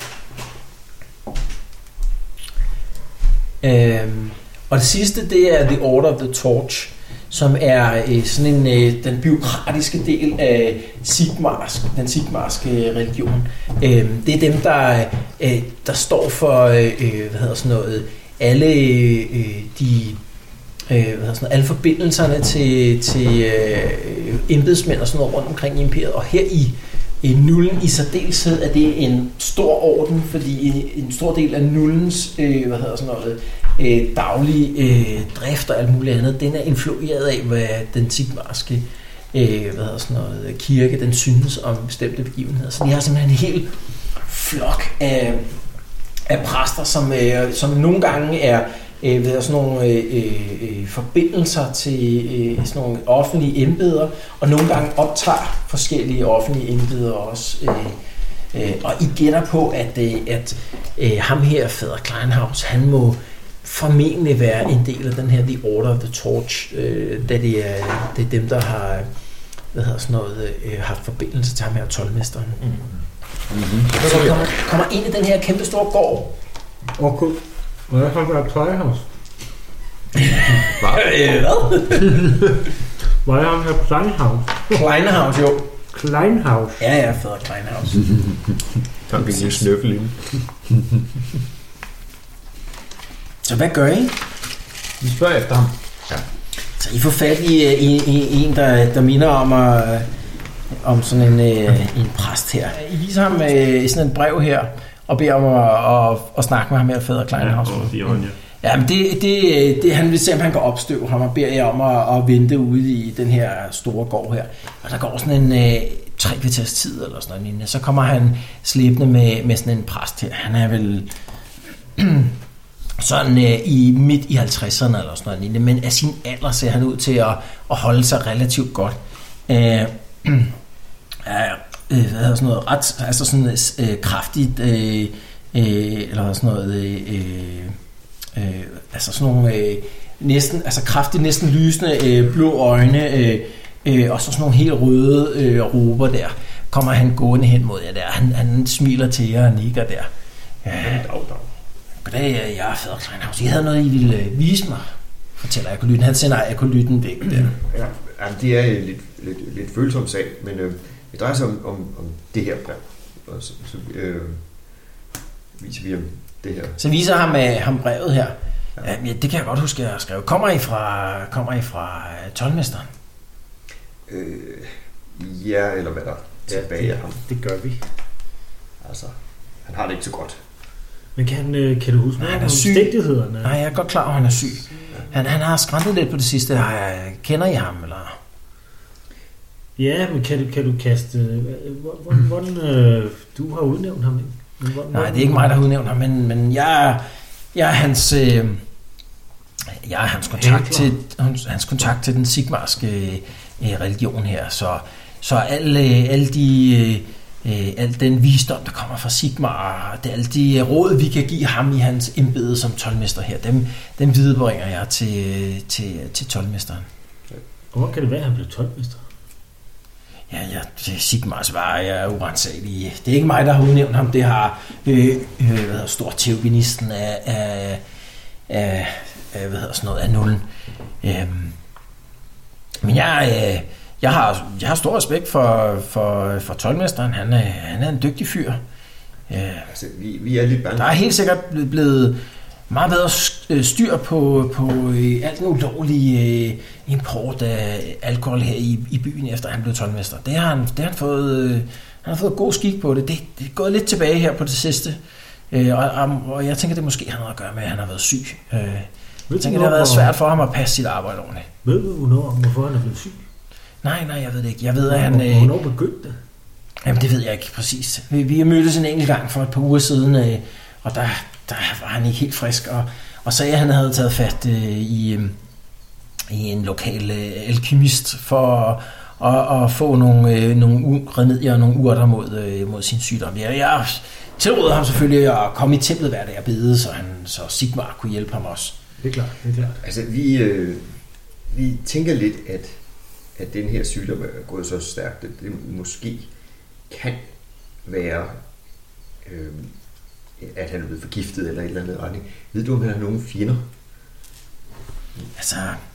Speaker 2: Øhm, og det sidste, det er The Order of the Torch, som er øh, sådan en øh, den bureaukratiske del af Sigmarsk, den sigmarske religion. Øhm, det er dem, der øh, der står for øh, hvad hedder sådan noget, alle øh, de øh, hvad hedder sådan noget, alle forbindelserne til til øh, embedsmænd og sådan noget rundt omkring i imperiet. Og her i I Nullen i særdeleshed er det en stor orden, fordi en stor del af Nullens øh, hvad hedder sådan noget, øh, daglige øh, drift og alt muligt andet, den er influeret af, hvad den sigmarske øh, hvad hedder sådan noget, kirke, den synes om bestemte begivenheder. Så de har simpelthen en hel flok af, af præster, som, øh, som nogle gange er øh, ved sådan nogle øh, øh, forbindelser til øh, sådan nogle offentlige embeder, og nogle gange optager forskellige offentlige embeder også. Øh, øh, og I gætter på, at, øh, at øh, ham her, Fader Kleinhaus, han må formentlig være en del af den her The Order of the Torch, øh, da det er, det er dem, der har hvad hedder sådan noget, øh, haft forbindelse til ham her, toldmesteren. Mm. Mm-hmm. Så kommer, kommer ind i den her kæmpe store gård.
Speaker 5: Okay. Må jeg have været Kleinhaus?
Speaker 2: Øh, hvad?
Speaker 5: Må jeg have været Kleinhaus?
Speaker 2: Kleinhaus, jo.
Speaker 5: Kleinhaus?
Speaker 2: Ja, ja, Fader Kleinhaus.
Speaker 4: Der er en lille snøffel inde.
Speaker 2: Så hvad gør I?
Speaker 8: Vi spørger efter ham.
Speaker 4: Ja.
Speaker 2: Så I får fat i, i, i en, der, der minder om, at, om sådan en, en præst her. I viser ham øh, sådan et brev her, og beder om at, at, at snakke med ham her, Fader Kleinhaus.
Speaker 7: Ja, og
Speaker 2: ja, men det, det, det, han vil se, om han kan opstøve ham, og beder jer om at, at vente ude i den her store gård her. Og der går sådan en øh, tre kvarters tid, eller sådan noget. Så kommer han slæbende med, med sådan en præst her. Han er vel sådan øh, i midt i halvtredserne, eller sådan noget. Men af sin alder ser han ud til at, at holde sig relativt godt. Øh, øh, hvad hedder sådan noget, ret, altså sådan øh, kraftigt, øh, øh, eller sådan noget, øh, øh, altså sådan nogle øh, næsten, altså kraftigt, næsten lysende øh, blå øjne, øh, øh, og så sådan nogle helt røde øh, rober der. Kommer han gående hen mod jer der, han, han smiler til jer og nikker der. Ja, goddag, jeg er Fader Kleinhaus. I havde noget, I ville øh, vise mig, fortæller Akolyten. Han sender Akolyten væk der.
Speaker 4: Ja, jamen, det er en lidt, lidt, lidt følsom sag, men øh, det drejer sig om, om, om det her brev. Og så, så øh, viser vi ham det her.
Speaker 2: Så viser ham, øh, ham brevet her. Ja. Ja, det kan jeg godt huske, jeg har skrevet. Kommer I fra, kommer I fra uh, toldmesteren?
Speaker 4: Øh, ja, eller hvad der er tilbage af ham.
Speaker 5: Det gør vi.
Speaker 4: Altså, han har det ikke så godt.
Speaker 5: Men kan, øh, kan du huske noget om omstændighederne?
Speaker 2: Nej, jeg er godt klar over, at han er syg. Han, han har skræntet lidt på det sidste. Har jeg, kender I ham, eller?
Speaker 5: Ja, men kan du, kan du kaste... Hvordan, hvordan øh, du har udnævnt ham, ikke? Hvordan,
Speaker 2: Nej, det er ikke mig, der har udnævnt ham, men, men jeg, jeg er hans... Øh, jeg er hans kontakt, til, hans, hans kontakt til den sigmarske øh, religion her. Så, så alle, alle de... øh, al den visdom, der kommer fra Sigmar, og det, alle de råd, vi kan give ham i hans embede som toldmester her, dem, dem viderebringer jeg til, til, til toldmesteren.
Speaker 5: Hvor kan det være, at han blev toldmester?
Speaker 2: Ja, ja, Sigmars var jeg urensagelige. Det er ikke mig, der har udnævnt ham. Det har øh, øh, hvad hedder, storteogenisten af, af, af, af, hvad hedder sådan noget, af nullen. Øhm, men jeg, øh, jeg, har, jeg har stor respekt for, for, for toldmesteren. Han er, han er en dygtig fyr. Øh,
Speaker 4: Altså, vi, vi er lidt bange.
Speaker 2: der er helt sikkert blevet meget bedre styr på, på alt den ulovlige import af alkohol her i, i byen, efter han blev toldmester. Det har han, det har han fået, han har fået god skik på det. det. Det er gået lidt tilbage her på det sidste. Og, og, og jeg tænker, det måske har noget at gøre med, at han har været syg. Jeg tænker, det har været svært for ham at passe sit arbejde ordentligt.
Speaker 5: Ved du, hvorfor han er blevet syg?
Speaker 2: Nej, nej, jeg ved det ikke. Jeg ved, at han...
Speaker 5: Hvornår begyndte det?
Speaker 2: Jamen, det ved jeg ikke præcis. Vi, vi har mødtes en enkelt gang for et par uger siden, og der... der var han ikke helt frisk, og, og sagde, at han havde taget fat øh, i, øh, i en lokal øh, alkymist for at, at, at få nogle, øh, nogle remedier og nogle urter mod, øh, mod sin sygdom. Jeg, jeg tilrådede ham selvfølgelig at komme i templet hver dag og bede, så, han, så Sigmar kunne hjælpe ham også.
Speaker 5: Det er klart, det er klart.
Speaker 4: Altså, vi, øh, vi tænker lidt, at, at den her sygdom er gået så stærkt, at det måske kan være... Øh, at han er blevet forgiftet eller et eller andet retning. Ved du, om han har nogen fjender?
Speaker 2: Altså,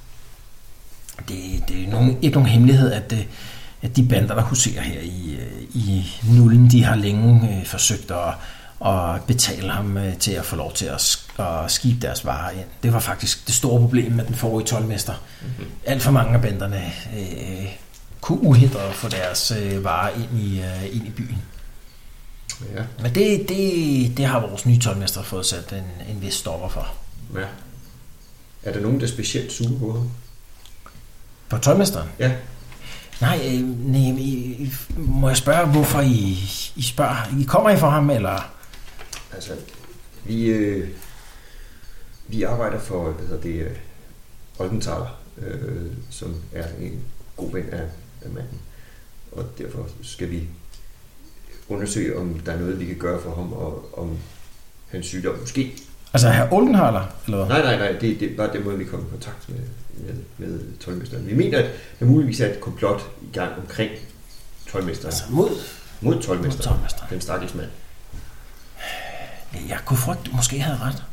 Speaker 2: det, det er nogen, ikke nogen hemmelighed, at, at de bander, der huserer her i, i nullen, de har længe øh, forsøgt at, at betale ham øh, til at få lov til at, at skibe deres varer ind. Det var faktisk det store problem med den forrige toldmester. Mm-hmm. Alt for mange af banderne øh, kunne uhindret få deres øh, varer ind i, øh, ind i byen.
Speaker 4: Ja.
Speaker 2: Men det, det, det har vores nye toldmester fået sat en, en vis stopper for.
Speaker 4: Ja. Er der nogen, der er specielt sure på ham?
Speaker 2: På toldmesteren?
Speaker 4: Ja.
Speaker 2: Nej, øh, nej I, må jeg spørge, hvorfor I, I spørger? I kommer I for ham, eller?
Speaker 4: Altså, vi, øh, vi arbejder for, hvad hedder det, øh, Oldenthaler, øh, som er en god ven af, af manden. Og derfor skal vi undersøge, om der er noget, vi kan gøre for ham, og om hans sygdom måske.
Speaker 2: Altså herr Oldenhaler, eller hvad?
Speaker 4: Nej, nej, nej, det, det var den måde, vi kom i kontakt med, med, med toldmesteren. Vi mener, at der muligvis er et komplot i gang omkring toldmesteren.
Speaker 2: Altså mod?
Speaker 4: Mod toldmesteren.
Speaker 2: Mod toldmesteren.
Speaker 4: Den stakkels mand.
Speaker 2: Jeg kunne frygte, du måske havde ret.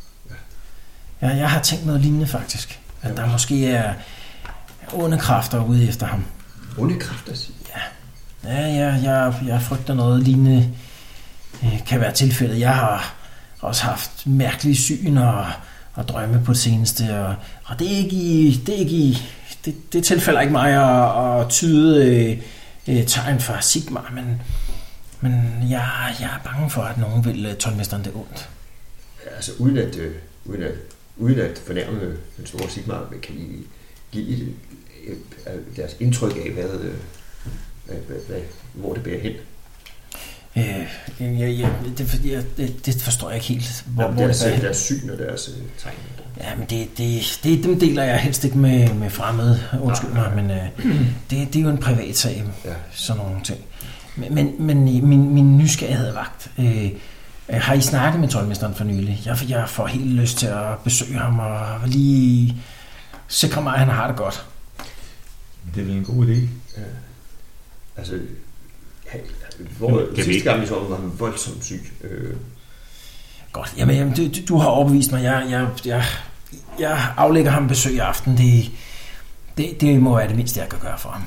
Speaker 4: Ja.
Speaker 2: Jeg, jeg har tænkt noget lignende faktisk. At der måske er onde kræfter ude efter ham.
Speaker 4: Onde kræfter, siger
Speaker 2: Ja. Ja, jeg, jeg, jeg frygter noget lignende øh, kan være tilfældet. Jeg har også haft mærkelige syn og, og drømme på det seneste, og, og det er ikke i, det er ikke i, det, det tilfælder ikke mig at, at tyde øh, øh, tegn fra Sigmar, men, men jeg, jeg er bange for, at nogen vil øh, toldmesteren det ondt.
Speaker 4: Ja, altså uden at, øh, uden at, uden at fornærme den store Sigmar, kan I give et, et, et, deres indtryk af, hvad, øh, hvad, hvad, hvad, hvor det bærer hen?
Speaker 2: Øh, ja, ja, det, ja, det, det forstår jeg ikke helt. Hvor,
Speaker 4: Jamen,
Speaker 2: hvor
Speaker 4: deres,
Speaker 2: det
Speaker 4: deres syn og deres øh, tegn.
Speaker 2: Ja, men det, det, det, dem deler jeg helst ikke med, med fremmede, undskyld mig, men øh, det, det er jo en privat sag,
Speaker 4: Ja.
Speaker 2: sådan nogle ting. Men, men, men min, min nysgerrighed er vagt. Øh, har I snakket med toldmesteren for nylig? Jeg, jeg får helt lyst til at besøge ham og lige sikre mig, at han har det godt.
Speaker 3: Det er vel en god idé.
Speaker 4: Ja. Altså, ja, hvor
Speaker 7: vi
Speaker 4: sidste
Speaker 7: ikke-
Speaker 4: gang vi så var han voldsomt syg. Øh,
Speaker 2: Godt, jamen, jamen du, du har overbevist mig. Jeg, jeg, jeg, jeg aflægger ham besøg i aften. Det, det, det må være det mindste, jeg kan gøre for ham.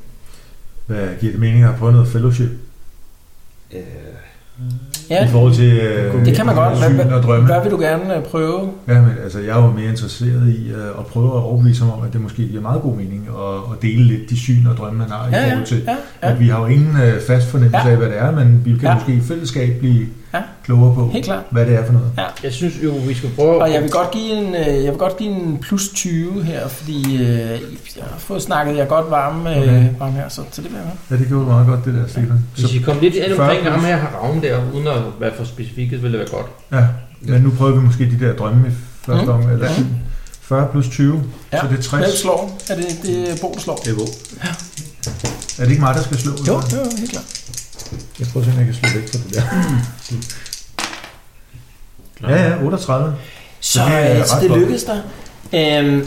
Speaker 3: Hvad giver det mening at prøve noget fellowship?
Speaker 4: øh,
Speaker 2: Ja,
Speaker 3: I forhold til øh,
Speaker 2: det kan man godt. Hvad,
Speaker 3: syn og
Speaker 2: hvad,
Speaker 3: drømme?
Speaker 2: hvad vil du gerne øh, prøve?
Speaker 3: Ja, men altså, jeg er jo mere interesseret i øh, at prøve at overbevise ham om, at det måske giver meget god mening at, at dele lidt de syn og drømme, man har i
Speaker 2: Ja, ja,
Speaker 3: forhold til.
Speaker 2: ja, ja.
Speaker 3: At vi har jo ingen øh, fast fornemmelse
Speaker 2: Ja.
Speaker 3: af, hvad det er, men vi kan
Speaker 2: Ja.
Speaker 3: måske i fællesskab blive
Speaker 2: Ja.
Speaker 3: klogere på,
Speaker 2: Helt klart.
Speaker 3: hvad det er for noget.
Speaker 2: Ja.
Speaker 8: Jeg synes jo, vi skal prøve...
Speaker 2: Og jeg vil godt give en, øh, jeg vil godt give en plus tyve her, fordi øh, jeg har fået snakket jeg godt varme, øh,
Speaker 3: Okay.
Speaker 2: varme her, så, så det vil jeg med.
Speaker 3: Ja, det gjorde du meget godt, det der, Stefan.
Speaker 8: Hvis I kommer lidt ind
Speaker 3: fyrre
Speaker 8: omkring
Speaker 3: plus.
Speaker 8: ham her Ravn der, uden at være for specifikt, ville det være godt.
Speaker 3: Ja, men nu prøver vi måske de der drømme i første
Speaker 2: Mm.
Speaker 3: omgang, eller
Speaker 2: Ja.
Speaker 3: fyrre plus tyve,
Speaker 2: Ja.
Speaker 3: så det er tres.
Speaker 2: Hvem slår? Er det, det er Bo, der slår?
Speaker 4: det er hvor.
Speaker 3: Er det ikke mig, der skal slå?
Speaker 2: Jo,
Speaker 3: så?
Speaker 2: jo, helt klart.
Speaker 3: Jeg prøver at se, om jeg kan slå væk på det der. Ja, ja, otteogtredive.
Speaker 2: Så, så det, så det lykkedes dig. Øhm,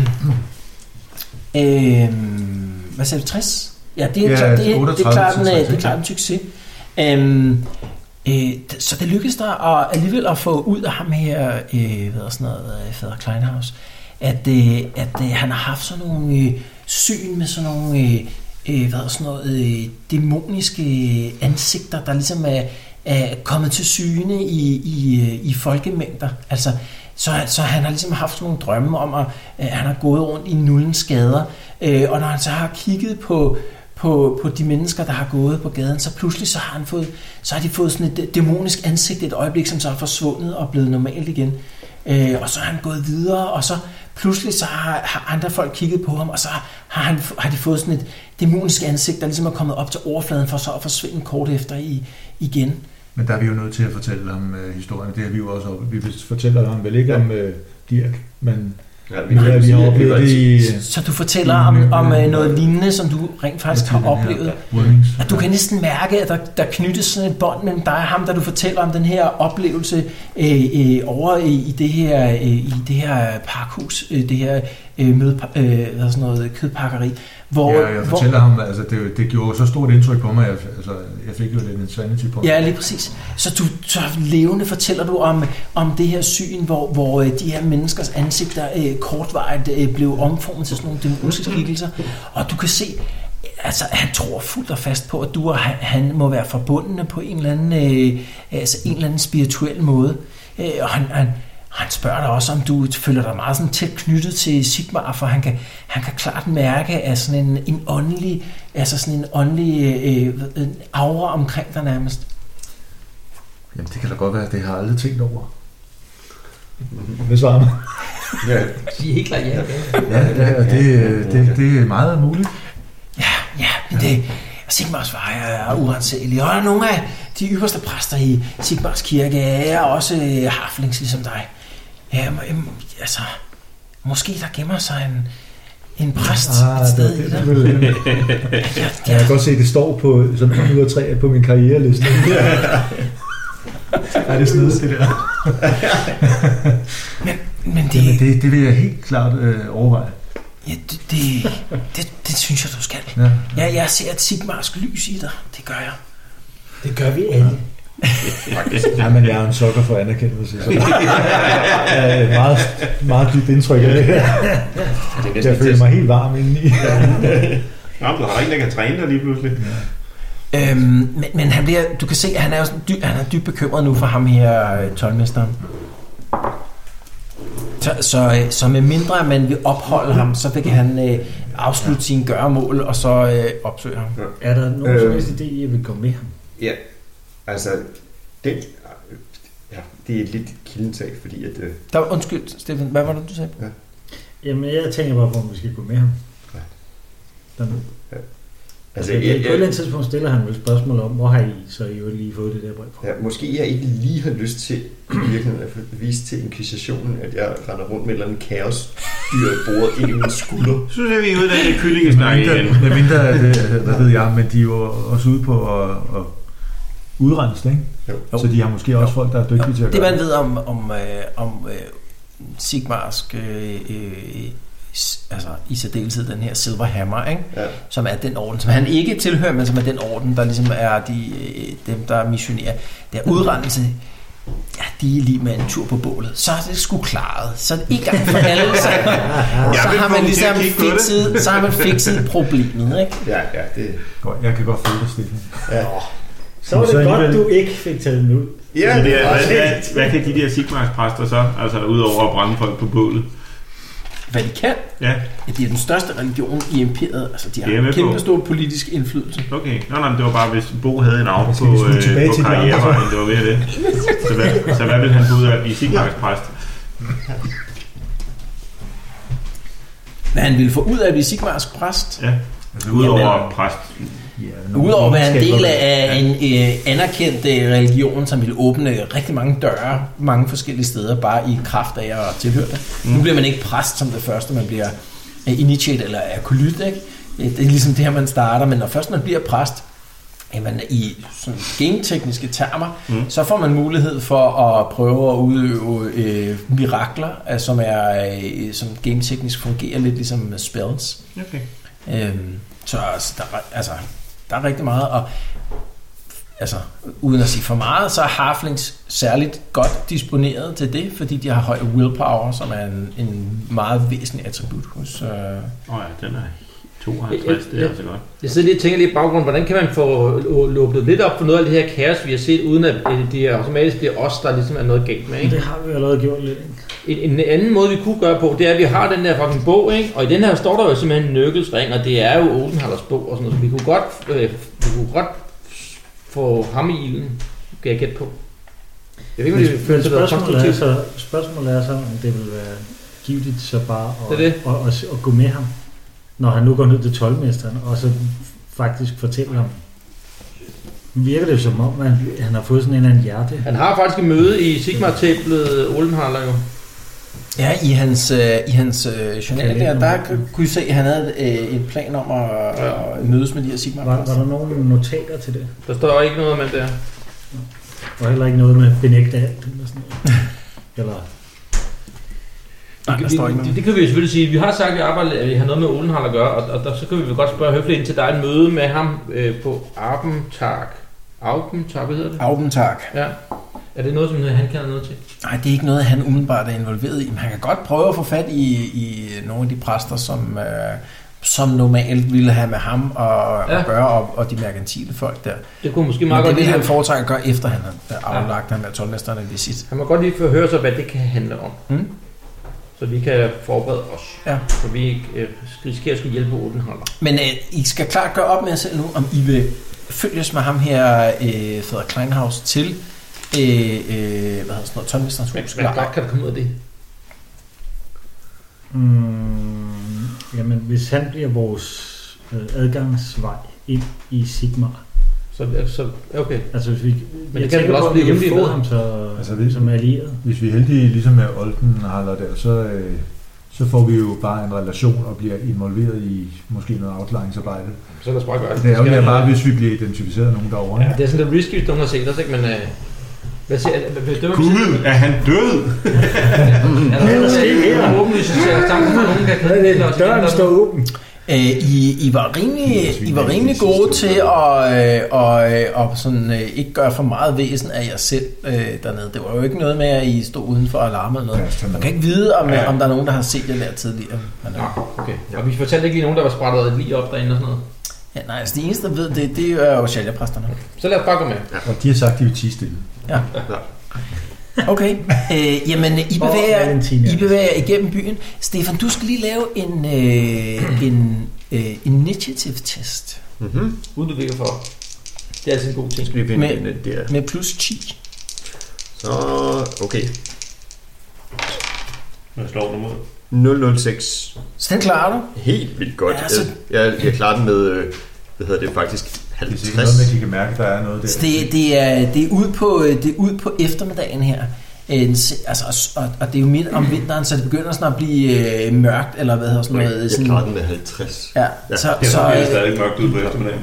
Speaker 2: øhm, hvad sagde du, tres? Ja, det er, ja, klar, det, det, det er klart en, det er klart en succes. Øhm, øh, så det lykkedes dig at, alligevel at få ud af ham her, øh, hvad er sådan noget, Fader Kleinhaus, at, øh, at øh, han har haft sådan nogle øh, syn med sådan nogle øh, øh, hvad er sådan noget, øh, dæmoniske ansigter, der ligesom er, er kommet til syne i, i, i folkemængder. Altså, så, så han har ligesom haft nogle drømme om, at øh, han har gået rundt i nullens gader, øh, og når han så har kigget på På, på de mennesker, der har gået på gaden, så pludselig så har, han fået, så har de fået sådan et dæmonisk ansigt et øjeblik, som så er forsvundet og blevet normalt igen. Øh, og så har han gået videre, og så pludselig så har, har andre folk kigget på ham, og så har, han, har de fået sådan et dæmonisk ansigt, der ligesom er kommet op til overfladen, for så at forsvinde kort efter i, igen.
Speaker 3: Men der er vi jo nødt til at fortælle ham uh, historien. Det har vi jo også op. Vi fortæller ham vel ikke om uh, Dirk, men
Speaker 4: ja, vi,
Speaker 3: ja, vi har oplevet det i...
Speaker 2: Så du fortæller om, om noget lignende, som du rent faktisk har oplevet. At du kan næsten mærke, at der, der knyttes sådan et bånd mellem dig og ham, da du fortæller om den her oplevelse øh, øh, over i, i det her øh, i det her parkhus, øh, det her øh, møde, øh, hvad sådan noget kødpakkeri. Hvor,
Speaker 3: ja, jeg fortæller hvor, ham, altså det, det gjorde så stort indtryk på mig, altså jeg fik jo lidt insanity på.
Speaker 2: Ja, lige præcis. Så du så levende fortæller du om, om det her syn, hvor, hvor de her menneskers ansigter øh, kortvarigt øh, blev omformet til sådan nogle dæmoniske skikkelser, og du kan se, altså han tror fuldt og fast på, at du og han, han må være forbundne på en eller anden, øh, altså en eller anden spirituel måde, øh, og han, han han spørger dig også, om du føler dig meget sådan tæt knyttet til Sigmar, for han kan, han kan klart mærke, at sådan en, en åndelig, altså sådan en åndelig øh, en aura omkring dig nærmest.
Speaker 3: Jamen det kan da godt være, det har jeg aldrig tænkt over. Hvad svarer man?
Speaker 8: Ja, de er helt klart ja.
Speaker 3: Ja, ja, det, det, det er meget muligt.
Speaker 2: Ja, ja, men det... Sigmars far er uanselig, og nogle af de ypperste præster i Sigmars kirke er også harflings ligesom dig. Ja, altså, måske der gemmer sig en, en præst ah, et sted det, i dig. Det, det, ja, ja.
Speaker 3: Jeg kan godt se, at det står på sådan en ud af tre på min karriereliste. Ja, det er snedigt, det der.
Speaker 2: men, men det,
Speaker 3: Jamen, det, det vil jeg helt klart øh, overveje.
Speaker 2: Ja, det, det, det, det synes jeg, du skal. Ja, ja. Jeg ser et sigmarsk lys i dig. Det gør jeg.
Speaker 5: Det gør vi alle.
Speaker 3: Ja, men jeg er en sokker for anerkendelse. Så ja, meget, meget dybt indtryk af det her. Jeg føler mig helt varm indeni.
Speaker 7: Jamen, der har ikke, der kan træne dig lige pludselig.
Speaker 2: Ja. Øhm, men, men han bliver, du kan se, at han er, dyb, han er dybt bekymret nu for ham her, toldmesteren. Så, så, så med mindre man vil opholde ham, så vil han øh, afslutte sine gøremål og så øh, opsøge ham.
Speaker 5: Ja. Er der nogen som helst idé, I vil komme med ham?
Speaker 4: Ja, altså det, ja, det er et lidt kildensag, fordi at... Øh...
Speaker 2: Der, undskyld, Steffen, hvad var det, du sagde? Ja.
Speaker 5: Jamen, jeg tænker bare på, om vi skal gå med ham. Ja. Dernede. Ja. Altså, altså, jeg, jeg, på et eller andet tidspunkt stiller han vel spørgsmål om, hvor har I så I jo lige fået det der brev fra?
Speaker 4: Ja, måske jeg ikke lige har lyst til virkelig at vise til inkvisitionen, at jeg render rundt med et eller andet kaosdyr i bordet ind i min skulder.
Speaker 7: Så ser vi ud af den kyllingesnak igen.
Speaker 3: Med mindre, det, hvad ved jeg, men de er jo også ude på at, at udrense det, ikke? Jo. Så de har måske også jo. folk, der er dygtige jo. til at
Speaker 2: det,
Speaker 3: gøre
Speaker 2: det. Det man ved om, om, øh, om øh, sigmarsk... Øh, øh, altså i særdeleshed den her Silver Hammer, ikke? Ja. Som er den orden, som han ikke tilhører, men som er den orden, der ligesom er de, dem, der missionerer. Der udrendelse, ja, de er lige med en tur på bålet. Så er det sgu klaret. Så er det ikke gang for alle. Så, så har man ligesom fikset, så har man fikset problemet, ikke?
Speaker 4: Ja, ja, det
Speaker 3: godt. Jeg kan godt føle det, Steffen. Ja.
Speaker 5: Så var det så godt, alligevel... du ikke fik taget den ud.
Speaker 7: Ja, det er, hvad, hvad, hvad kan de der sigmarspræster så? Altså udover at brænde folk på bålet?
Speaker 2: Hvad de kan?
Speaker 7: Ja.
Speaker 2: Ja, de er den største religion i imperiet. Altså, de har en kæmpe stor politisk indflydelse.
Speaker 7: Okay. Nå, nej, det var bare, hvis Bo havde en arv på, øh, på karrierevejen. Det var ved det. Så hvad, så hvad vil han få ud af at blive sigmarkspræst?
Speaker 2: Hvad han ville få ud af at blive sigmarkspræst?
Speaker 7: Ja, altså udover præst.
Speaker 2: Ja, Udover at være en del af en øh, anerkendt øh, religion, som vil åbne rigtig mange døre, mange forskellige steder, bare i kraft af at tilhøre det. Mm. Nu bliver man ikke præst som det første, man bliver øh, initieret eller akolyt, ikke? Det er ligesom det her, man starter, men når først man bliver præst, jamen, i sådan game-tekniske termer, mm. så får man mulighed for at prøve at udøve øh, mirakler, altså, som er øh, som game-teknisk fungerer lidt ligesom spells.
Speaker 7: Okay.
Speaker 2: Øhm, så altså, der, altså, der er rigtig meget, og altså, uden at sige for meget, så er halflings særligt godt disponeret til det, fordi de har høj willpower, som er en, en meget væsentlig attribut hos... Øh...
Speaker 7: Åh oh ja, den er tooghalvtreds, det er altså godt.
Speaker 8: Jeg sidder lige og tænker lidt i baggrunden, hvordan kan man få lukket lidt op for noget af det her kaos, vi har set, uden at det automatisk bliver os, der ligesom er noget galt med, ikke?
Speaker 5: Det har vi allerede gjort lidt, ikke?
Speaker 8: En, en anden måde, vi kunne gøre på, det er, at vi har den der fucking bog, ikke? Og i den her står der jo simpelthen en nøkkelsring, og det er jo Oldenhallers bog og sådan noget, så vi kunne godt, øh, vi kunne godt få ham i ilden, kan jeg gætte på. Jeg ved ikke, om det føler sig noget konstruktivt.
Speaker 5: Så, spørgsmålet er så, om det vil være givet så bare at,
Speaker 8: det det.
Speaker 5: At, at, at, at gå med ham, når han nu går ned til toldmesteren, og så faktisk fortælle ham. Virker det som om, at han har fået sådan en eller anden hjerte?
Speaker 8: Han har faktisk et møde i Sigmar-templet Oldenhaller jo.
Speaker 2: Ja, i hans, øh, i hans øh, journal der, der kunne I se, at han havde øh, en plan om at, at mødes med de her Sigmar.
Speaker 5: Var, var der nogle notater til det?
Speaker 8: Der står ikke noget med det.
Speaker 5: Og heller ikke noget med benægte alt eller sådan noget. Eller...
Speaker 8: Nej, det, vi, det, det kan vi jo selvfølgelig sige. Vi har sagt, at vi, arbejder, at vi har noget med Oldenhaller at gøre, og, og der, så kan vi godt spørge høfligt ind til, der er et møde med ham øh, på Abentag. Abentag, hvad hedder det?
Speaker 2: Abentag.
Speaker 8: Ja. Er det noget, som han kender noget til?
Speaker 2: Nej, det er ikke noget, han umiddelbart er involveret i, men han kan godt prøve at få fat i, i nogle af de præster, som, øh, som normalt ville have med ham at, ja. at gøre, og, og de merkantile folk der.
Speaker 8: Det kunne måske meget
Speaker 2: men
Speaker 8: godt
Speaker 2: det vil
Speaker 8: lige
Speaker 2: han foretrække at gøre, efter han har aflagt ja. ham med tolvmesteren en visit.
Speaker 8: Han må godt lige få høre sig, hvad det kan handle om. Mm. Så vi kan forberede os. Ja. Så vi ikke øh, risikerer at skulle hjælpe Oldenhaller.
Speaker 2: Men øh, I skal klart gøre op med jer selv nu, om I vil følges med ham her, øh, Fader Kleinhaus, til øh, øh, hvad hedder sådan noget, tolvmesterens hus.
Speaker 8: Hvad godt kan der komme ud af det?
Speaker 5: Mm, jamen, hvis han bliver vores øh, adgangsvej ind i Sigmar,
Speaker 8: så, så okay.
Speaker 5: Altså hvis vi,
Speaker 8: men det kan vi også blive hjemme
Speaker 5: med ham så, altså, hvis, som allieret.
Speaker 3: Hvis vi er heldige, ligesom med Oldenhaller der, så, øh, så får vi jo bare en relation og bliver involveret i måske noget afklaringsarbejde.
Speaker 8: Så lad os bare gøre det.
Speaker 3: Det er jo mere bare, hvis vi bliver identificeret af nogen derovre.
Speaker 8: Ja, det er sådan lidt risky, hvis nogen har set os, ikke? Men øh, hvad siger du?
Speaker 7: Gud, er han død?
Speaker 8: Er der noget, der er åbenlyst, så jeg tanken for, at nogen kan klæde det?
Speaker 5: Døren står åben.
Speaker 2: I, I var rimelig, I var rimelig gode til at, at, at, at sådan, ikke gøre for meget væsen af jer selv dernede. Det var jo ikke noget med, at I stod uden for alarm eller noget. Man kan ikke vide, om, om der er nogen, der har set det der tidligere.
Speaker 8: Ja, okay. Ja. Og vi fortalte ikke lige nogen, der var sprættet lige op derinde og sådan noget?
Speaker 2: Ja, nej, altså de eneste, der ved det, det er jo shalja-præsterne.
Speaker 8: Så lad os bare gå med.
Speaker 3: Ja. Og de har sagt, at de vil tie stille.
Speaker 2: Ja. Okay, øh, jamen I bevæger, I bevæger igennem byen. Stefan, du skal lige lave en, øh, en øh, initiative-test.
Speaker 8: Mm-hmm. Uden du virker for. Det er altså en god ting.
Speaker 4: Skal vi finde
Speaker 2: med,
Speaker 4: en, der.
Speaker 2: med plus ti.
Speaker 4: Så, okay.
Speaker 7: Hvad slår du mod?
Speaker 4: nul nul seks.
Speaker 2: Så den klarer du?
Speaker 4: Helt vildt godt.
Speaker 2: Ja, så...
Speaker 4: jeg, jeg klarer den med, hvad hedder det faktisk, halvtreds.
Speaker 3: Det er noget med, at de kan mærke, at der er noget der.
Speaker 2: Så det, det, er, det, er ud på, det er ud på eftermiddagen her. Altså, og, og det er jo midt om vinteren, så det begynder sådan at blive øh, mørkt, eller hvad hedder sådan noget.
Speaker 4: Jeg
Speaker 2: sådan,
Speaker 4: klarer den med halvtreds.
Speaker 2: Ja,
Speaker 4: ja.
Speaker 2: så,
Speaker 7: det
Speaker 2: så,
Speaker 7: er øh, stadig mørkt ud på eftermiddagen.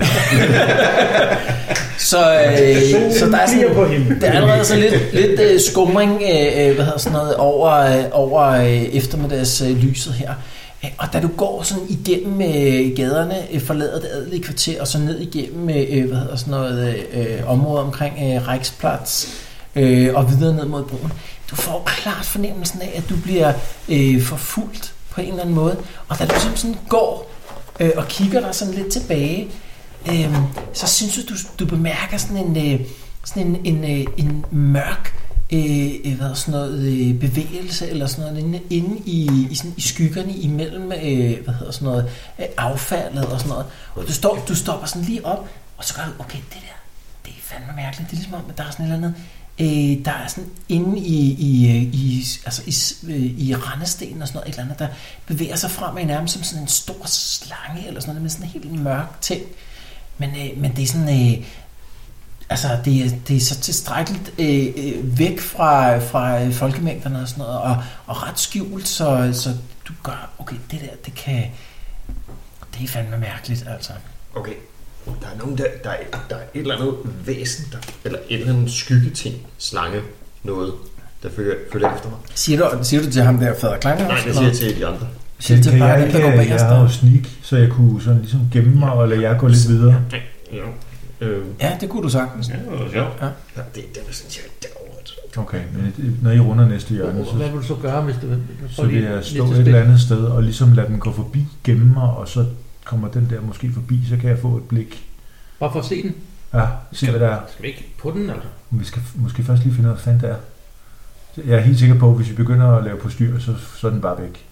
Speaker 2: så, øh, så der er sådan, der er allerede så lidt, lidt øh, skumring, øh, hvad hedder sådan noget, over, øh, over øh, eftermiddags øh, lyset her. Og da du går sådan igennem øh, gaderne, øh, forlader det adelige kvarter, og så ned igennem øh, hvad hedder sådan noget, øh, område omkring øh, Reichsplatz, øh, og videre ned mod broen, du får klart fornemmelsen af, at du bliver øh, forfulgt på en eller anden måde. Og da du sådan går øh, og kigger dig sådan lidt tilbage, øh, så synes du, du, du bemærker sådan en, øh, sådan en, en, en, en mørk Øh, hvad sådan noget øh, bevægelse eller sådan noget inde, inde i, i, sådan, i skyggerne imellem øh, hvad hedder sådan noget øh, affaldet og sådan noget. Og du står du stopper sådan lige op, og så gør du okay, det der, det er fandme mærkeligt. Det er ligesom om, at der er sådan et eller andet øh, der er sådan inde i i i altså i, øh, i rendestenen og sådan noget et eller andet, der bevæger sig fremad nærmest som sådan en stor slange eller sådan noget med sådan en helt mørk ting. Men øh, men det er sådan øh, altså, det er, det er så tilstrækkeligt øh, væk fra, fra folkemængderne og sådan noget, og, og ret skjult, så, så du gør, okay, det der, det kan, det er fandme mærkeligt, altså.
Speaker 4: Okay. Der er nogen, der, der, er, der er et eller andet væsen, der, eller et eller andet skyggeting, slange, noget, der følger, følger efter mig.
Speaker 2: Siger du, siger du til ham der, fader Klein?
Speaker 4: Nej, det siger jeg til de andre.
Speaker 2: Siger du til
Speaker 3: Kan
Speaker 2: bare,
Speaker 3: jeg
Speaker 2: at
Speaker 3: ikke,
Speaker 2: kan gå
Speaker 3: jeg
Speaker 2: bagerst?
Speaker 3: har jo sneak, så jeg kunne sådan ligesom gemme mig og lade jer gå lidt videre.
Speaker 4: Ja, øh,
Speaker 2: Ja, det kunne du sagtens.
Speaker 7: Ja, det var sjovt.
Speaker 4: ja, det, det er sådan cirka derovre.
Speaker 3: Okay, men når I runder næste hjørne, så,
Speaker 8: Hvad vil du så gøre, hvis du...
Speaker 3: så vil jeg stå et eller andet sted og ligesom lade den gå forbi, gemme mig, og så kommer den der måske forbi, så kan jeg få et blik.
Speaker 8: Bare for at se den.
Speaker 3: Ja, se hvad der er.
Speaker 8: Skal vi ikke på den, altså?
Speaker 3: Vi skal måske først lige finde ud af, hvad fanden det er. Jeg er helt sikker på, at hvis vi begynder at lave på styr, så, så er den bare væk.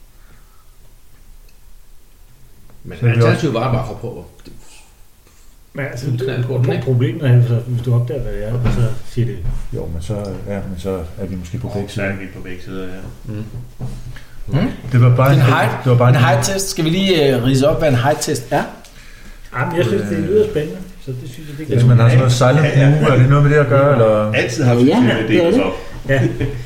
Speaker 8: Men
Speaker 3: Så er vi
Speaker 8: alternativet var bare at hoppe på.
Speaker 5: Men altså,
Speaker 8: Du knalder på den, ikke?
Speaker 5: problemet er, altså, hvis du opdager, hvad det er, så siger det.
Speaker 3: Jo, men så, ja, men så er vi måske på begge
Speaker 7: Så
Speaker 3: sider.
Speaker 7: er vi på begge sider, ja.
Speaker 4: Mm.
Speaker 2: Hmm?
Speaker 3: Det var bare
Speaker 2: En
Speaker 3: en,
Speaker 2: height,
Speaker 3: det var bare
Speaker 2: en
Speaker 3: en
Speaker 2: height-test. Skal vi lige uh, rise op, hvad en height-test er?
Speaker 5: Jamen, jeg synes, det lyder spændende, så det synes jeg, det
Speaker 3: Hvis man har sådan noget silent
Speaker 7: Ja, ja.
Speaker 3: move, er det noget med det at gøre? Eller?
Speaker 7: Altid har vi
Speaker 2: Ja,
Speaker 7: succes med
Speaker 2: det er
Speaker 7: det,
Speaker 2: det.
Speaker 7: så.
Speaker 5: Ja,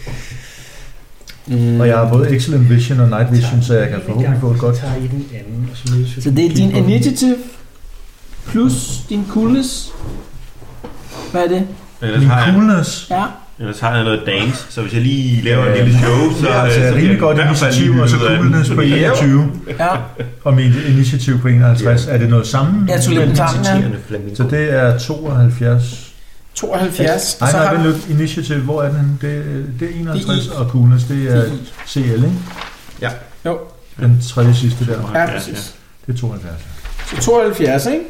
Speaker 2: Mm.
Speaker 3: Og jeg har både excellent vision og night vision, så jeg kan forhåbentlig få et godt.
Speaker 5: tager i den anden, og så mødes vi.
Speaker 2: Så det er din initiative plus din coolness. Hvad er det?
Speaker 7: Ellers
Speaker 3: Min
Speaker 7: har, jeg,
Speaker 3: coolness.
Speaker 2: Ja.
Speaker 7: ellers har jeg noget dance, så hvis jeg lige laver
Speaker 3: Ja,
Speaker 7: en lille show, så,
Speaker 3: Ja, altså, jeg er
Speaker 7: så
Speaker 3: rimelig godt
Speaker 7: i hvert fald
Speaker 3: initiativ,
Speaker 7: lige
Speaker 3: og så
Speaker 7: hygget af den.
Speaker 3: coolness på enogtyve,
Speaker 2: Ja.
Speaker 3: og min initiativ på enoghalvtreds. Er det noget sammen?
Speaker 2: Jeg tog lidt den sammen, ja.
Speaker 4: Flamingo.
Speaker 3: Så det er tooghalvfjerds.
Speaker 2: tooghalvfjerds.
Speaker 3: Nej,
Speaker 2: Så
Speaker 3: nej,
Speaker 2: har
Speaker 3: vent lidt. Initiativ, hvor er den? Det, det er enoghalvtreds,
Speaker 2: Det er I.
Speaker 3: og coolness, det er
Speaker 2: Det er I.
Speaker 3: C L, ikke?
Speaker 2: Jo.
Speaker 3: Den tredje sidste der.
Speaker 2: Ja, præcis.
Speaker 3: Det er tooghalvfjerds.
Speaker 2: Så tooghalvfjerds, ikke?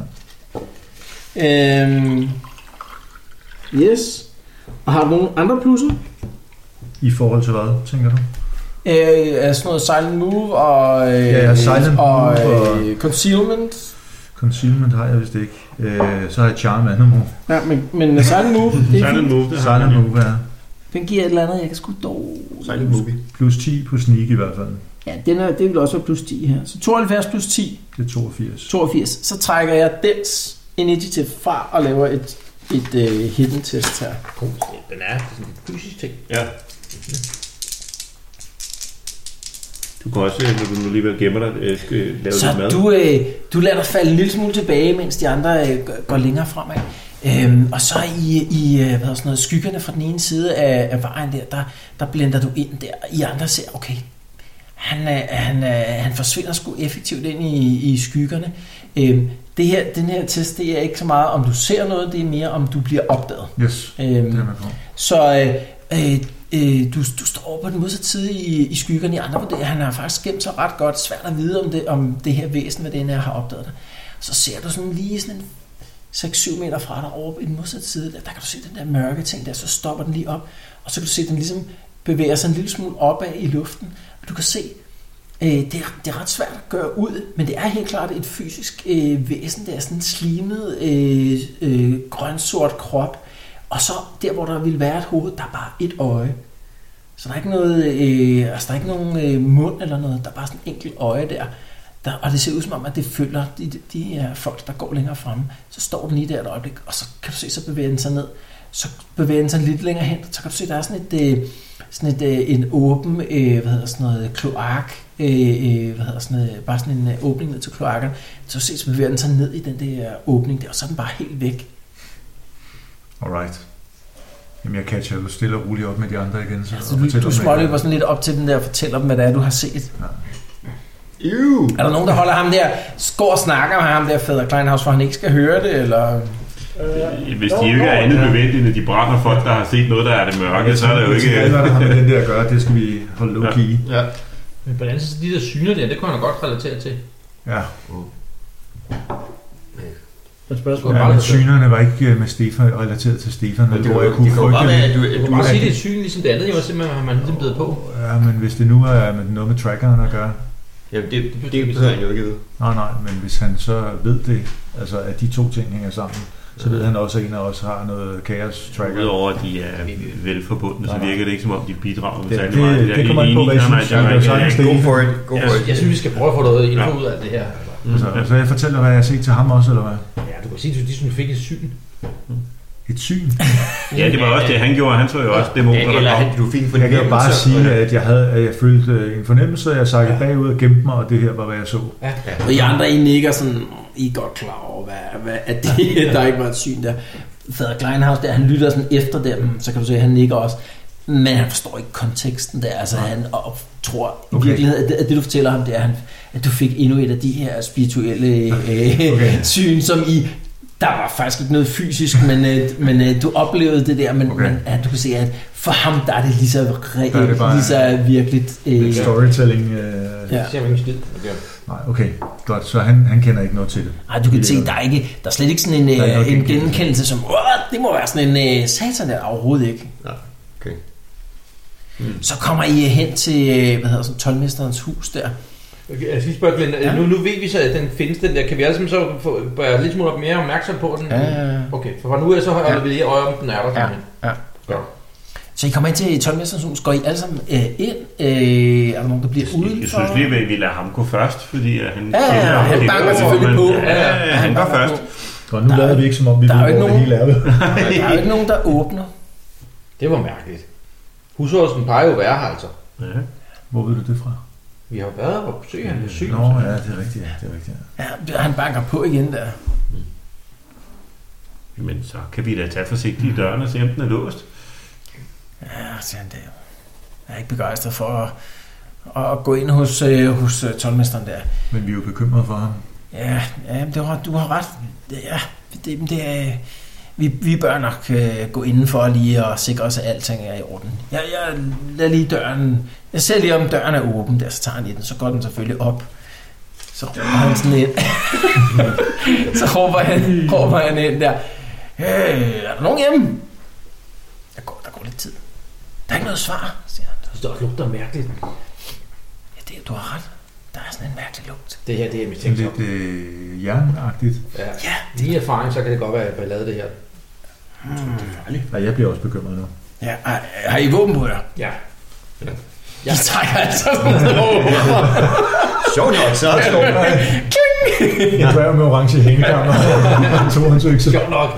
Speaker 2: Ja. Øhm, yes. Og har du nogle andre plusser?
Speaker 3: I forhold til hvad, tænker du?
Speaker 2: Øh, er sådan noget silent move og, øh,
Speaker 3: Ja, ja, silent
Speaker 2: og,
Speaker 3: move og-
Speaker 2: øh, concealment.
Speaker 3: Concealment har jeg vist ikke. Øh, så har jeg charm animal.
Speaker 2: Ja, men, men silent move, det er
Speaker 7: Silent
Speaker 2: fint.
Speaker 7: move, det har
Speaker 3: Silent
Speaker 7: jeg.
Speaker 3: move er
Speaker 2: Den giver et eller andet, jeg kan sgu dog...
Speaker 4: Silent movie.
Speaker 3: plus ti på sneak i hvert fald.
Speaker 2: Ja, den er, det vil også være plus ti her. Så tooghalvfjerds plus ti,
Speaker 3: Det er toogfirs.
Speaker 2: toogfirs. Så trækker jeg dens initiativ fra og laver et, et uh, hidden test her.
Speaker 8: Den er sådan en fysisk ting.
Speaker 7: Ja. Du kan også, når du nu lige vil gemme dig, øh, øh, lave lidt
Speaker 2: Så
Speaker 7: mad.
Speaker 2: du, øh, du lader dig falde en lille smule tilbage, mens de andre øh, går- går længere fremad. Øhm, og så i, i øh, hvad hedder sådan noget, skyggerne fra den ene side af, af vejen der, der, der blender du ind der. I andre ser, okay, han, øh, han, øh, han forsvinder sgu effektivt ind i, i skyggerne. Øhm, det her, den her test, det er ikke så meget, om du ser noget, det er mere, om du bliver opdaget.
Speaker 3: Yes,
Speaker 2: Øhm,
Speaker 3: det er man på.
Speaker 2: Så øh, øh, øh, du, du står over på den modsatte side i, i skyggerne. I andre vurderer, han har faktisk gemt sig ret godt. Svært at vide, om det, om det her væsen, hvad det er, har opdaget dig. Så ser du sådan lige sådan en seks syv meter fra dig over i den modsatte side. Der, der kan du se den der mørke ting der, så stopper den lige op. Og så kan du se, at den ligesom bevæger sig en lille smule opad i luften. Og du kan se, øh, det, er, det er ret svært at gøre ud, men det er helt klart et fysisk øh, væsen. Det er sådan en slimet, øh, øh, grønsort krop. Og så der, hvor der ville være et hoved, der er bare et øje. Så der er ikke noget, øh, altså der er ikke nogen øh, mund eller noget. Der er bare sådan en enkelt øje der. der. Og det ser ud som om, at det følger de, de her folk, der går længere fremme. Så står den lige der et øjeblik, og så kan du se, så bevæger den sig ned. Så bevæger den sig lidt længere hen. Så kan du se, der er sådan et, øh, sådan et, øh, en åben, øh, hvad hedder sådan noget, kloak. Øh, øh, hvad hedder sådan noget, bare sådan en øh, åbning ned til kloakken. Så, se, så bevæger den sig ned i den der åbning der, og så er den bare helt væk.
Speaker 3: Alright. Jamen, jeg catcher jo stille og roligt op med de andre igen. Så
Speaker 2: Altså,
Speaker 3: og
Speaker 2: du,
Speaker 3: fortæller
Speaker 2: du
Speaker 3: dem,
Speaker 2: småløber sådan lidt op til den der og fortæller dem, hvad det er, du har set.
Speaker 4: Ew.
Speaker 2: Er der nogen, der holder ham der, går og snakker med ham der, Fædre Kleinhaus, for han ikke skal høre det, eller...
Speaker 7: Hvis de ikke er andet bevæbnet, end at de brænder folk, der har set noget, der er det mørke, så er det jo ikke...
Speaker 3: Hvad der har med den der at gøre, det skal vi holde low-key.
Speaker 4: Ja.
Speaker 8: Men på den anden side, de der syner der, det kunne han godt relatere til.
Speaker 3: Ja.
Speaker 5: Et spørgsmål.
Speaker 3: Ja, men synerne var ikke med Stefan, relateret til Stefan,
Speaker 4: Men det
Speaker 3: hvor
Speaker 4: var-
Speaker 3: jeg kunne
Speaker 4: det kan jo
Speaker 3: frygte
Speaker 4: bare være,
Speaker 3: det.
Speaker 4: at du,
Speaker 8: Du
Speaker 4: at
Speaker 8: kan
Speaker 4: du
Speaker 8: bare
Speaker 3: er-
Speaker 8: sige, det er et syn ligesom det andet, jo, simpelthen har man ligesom blevet på.
Speaker 3: Ja, men hvis det nu er med noget med trackeren at gøre.
Speaker 4: Jamen, det, det behøver han jo ikke vide.
Speaker 3: Nej, nej, men hvis han så ved det, altså at de to ting hænger sammen, så ved han også, at en af os har noget chaos tracker.
Speaker 7: Udover at de er velforbundne, så virker det ikke som om, de bidrager med
Speaker 3: Det-
Speaker 7: særlig
Speaker 3: det-
Speaker 7: meget.
Speaker 3: det
Speaker 7: er
Speaker 3: kommer an på,
Speaker 7: enig.
Speaker 3: hvad I
Speaker 7: Nej,
Speaker 3: synes.
Speaker 7: nej,
Speaker 3: Jeg
Speaker 7: jeg
Speaker 3: kan
Speaker 7: er
Speaker 3: sagtens
Speaker 7: ikke-
Speaker 4: Go for it. Go for
Speaker 8: Jeg,
Speaker 4: it.
Speaker 8: jeg synes, vi skal prøve at få noget info
Speaker 7: Ja.
Speaker 8: ud af det her.
Speaker 7: Mm.
Speaker 3: Så, så jeg fortæller, hvad jeg har set til ham også, eller hvad?
Speaker 8: Ja, du kan sige, at de synes, vi fik et syn.
Speaker 3: Et syn.
Speaker 7: Ja, det var også det, han gjorde. Han så jo også dæmoner,
Speaker 4: Ja,
Speaker 7: der
Speaker 4: eller
Speaker 7: kom.
Speaker 4: han, du fik en
Speaker 3: Jeg kan jo bare
Speaker 4: fornemmelse,
Speaker 3: sige,
Speaker 4: og-
Speaker 3: at jeg, havde, at jeg følte øh, en fornemmelse, jeg sakkede bagud og gemte mig, og det her var, hvad jeg så.
Speaker 8: Ja.
Speaker 2: Og I andre, I nikker sådan, I er godt klar over, hvad, hvad, at det, der ikke var et syn der. Fader Kleinhaus der, han lytter sådan efter dem, så kan du se, at han nikker også. Men han forstår ikke konteksten der. Altså han og tror okay. i virkeligheden, at det, at det du fortæller ham, det er, at du fik endnu et af de her spirituelle øh, okay. syn, som i... Der var faktisk ikke noget fysisk, men, øh, men øh, du oplevede det der, men, okay. men at du kan se, at for ham, der er det lige så reelt, lige så virkeligt. Øh,
Speaker 3: storytelling. Øh,
Speaker 2: ja.
Speaker 8: Det ser man ikke skid.
Speaker 3: Okay. Nej, okay. Godt, så han, han kender ikke noget til det.
Speaker 2: Nej, du kan se, der er, ikke, der er slet ikke sådan en, øh, en genkendelse, som, det må være sådan en øh, satan der, overhovedet ikke.
Speaker 4: Ja, okay.
Speaker 2: Mm. Så kommer I hen til, hvad hedder sådan, toldmesterens hus der.
Speaker 8: Okay, jeg skal spørge, Glenn, ja. nu, nu ved vi så, at den findes den der. Kan vi alle sammen så få, være lidt smule mere opmærksom på den?
Speaker 2: Ja, ja, ja.
Speaker 8: Okay, for fra nu af så holder ja. vi lige øje om den er der.
Speaker 2: Ja, ja. Ja. Så I kommer ind til toldmesterens hus. Går I alle sammen øh, ind? Øh, er der nogen, der bliver udenfor?
Speaker 7: Jeg synes lige, at vi lader ham gå først, fordi han...
Speaker 2: Ja, ja, ja. Han banker selvfølgelig på.
Speaker 7: Ja, ja, ja, han går først.
Speaker 3: Og nu lader vi ikke, som om vi ved, hvor det hele er.
Speaker 2: Der er jo ikke nogen, der åbner.
Speaker 8: Det var mærkeligt. Husholdelsen plejer jo at være her, altså.
Speaker 7: Ja.
Speaker 3: Hvor ved du det fra?
Speaker 8: Vi har været og besøgt ham med syg.
Speaker 3: Nå, ja, det er rigtigt. Det er rigtigt.
Speaker 2: Ja, han banker på igen der.
Speaker 7: Mm. Men så kan vi da tage forsigtigt i døren og se, om den er låst.
Speaker 2: Ja, siger han det. Jeg er ikke begejstret for at, at gå ind hos, øh, hos toldmesteren der.
Speaker 3: Men vi er jo bekymrede for ham.
Speaker 2: Ja, ja det var, du har ret. Ja, det, det er... Vi, vi bør nok øh, gå indenfor lige og sikre os, at alting er i orden. Jeg, jeg lader lige døren... Jeg ser lige, om døren er åben der, så tager han i den. Så går den selvfølgelig op. Så råber han sådan ind. så råber han, råber han ind der. Øh, er der nogen hjemme? Der går, der går lidt tid. Der er ikke noget svar, siger han.
Speaker 8: Det står og lugter mærkeligt.
Speaker 2: Ja, det, du har ret. Der er sådan en mærkelig lugt.
Speaker 8: Det her, det er mistænkt.
Speaker 3: Lidt øh, jernagtigt.
Speaker 8: Ja, ja. Lige erfaring, så kan det godt være, at jeg lavede det her.
Speaker 2: Hmm.
Speaker 8: Det er farligt.
Speaker 3: Ja, jeg bliver også bekymret nu.
Speaker 2: Ja, har I våben på jer?
Speaker 8: Ja.
Speaker 2: Ja. I trækker altså sådan noget.
Speaker 4: Sjovt nok, så står der
Speaker 3: en dværg med orange hængekammer. To hans økse.
Speaker 8: Sjovt nok.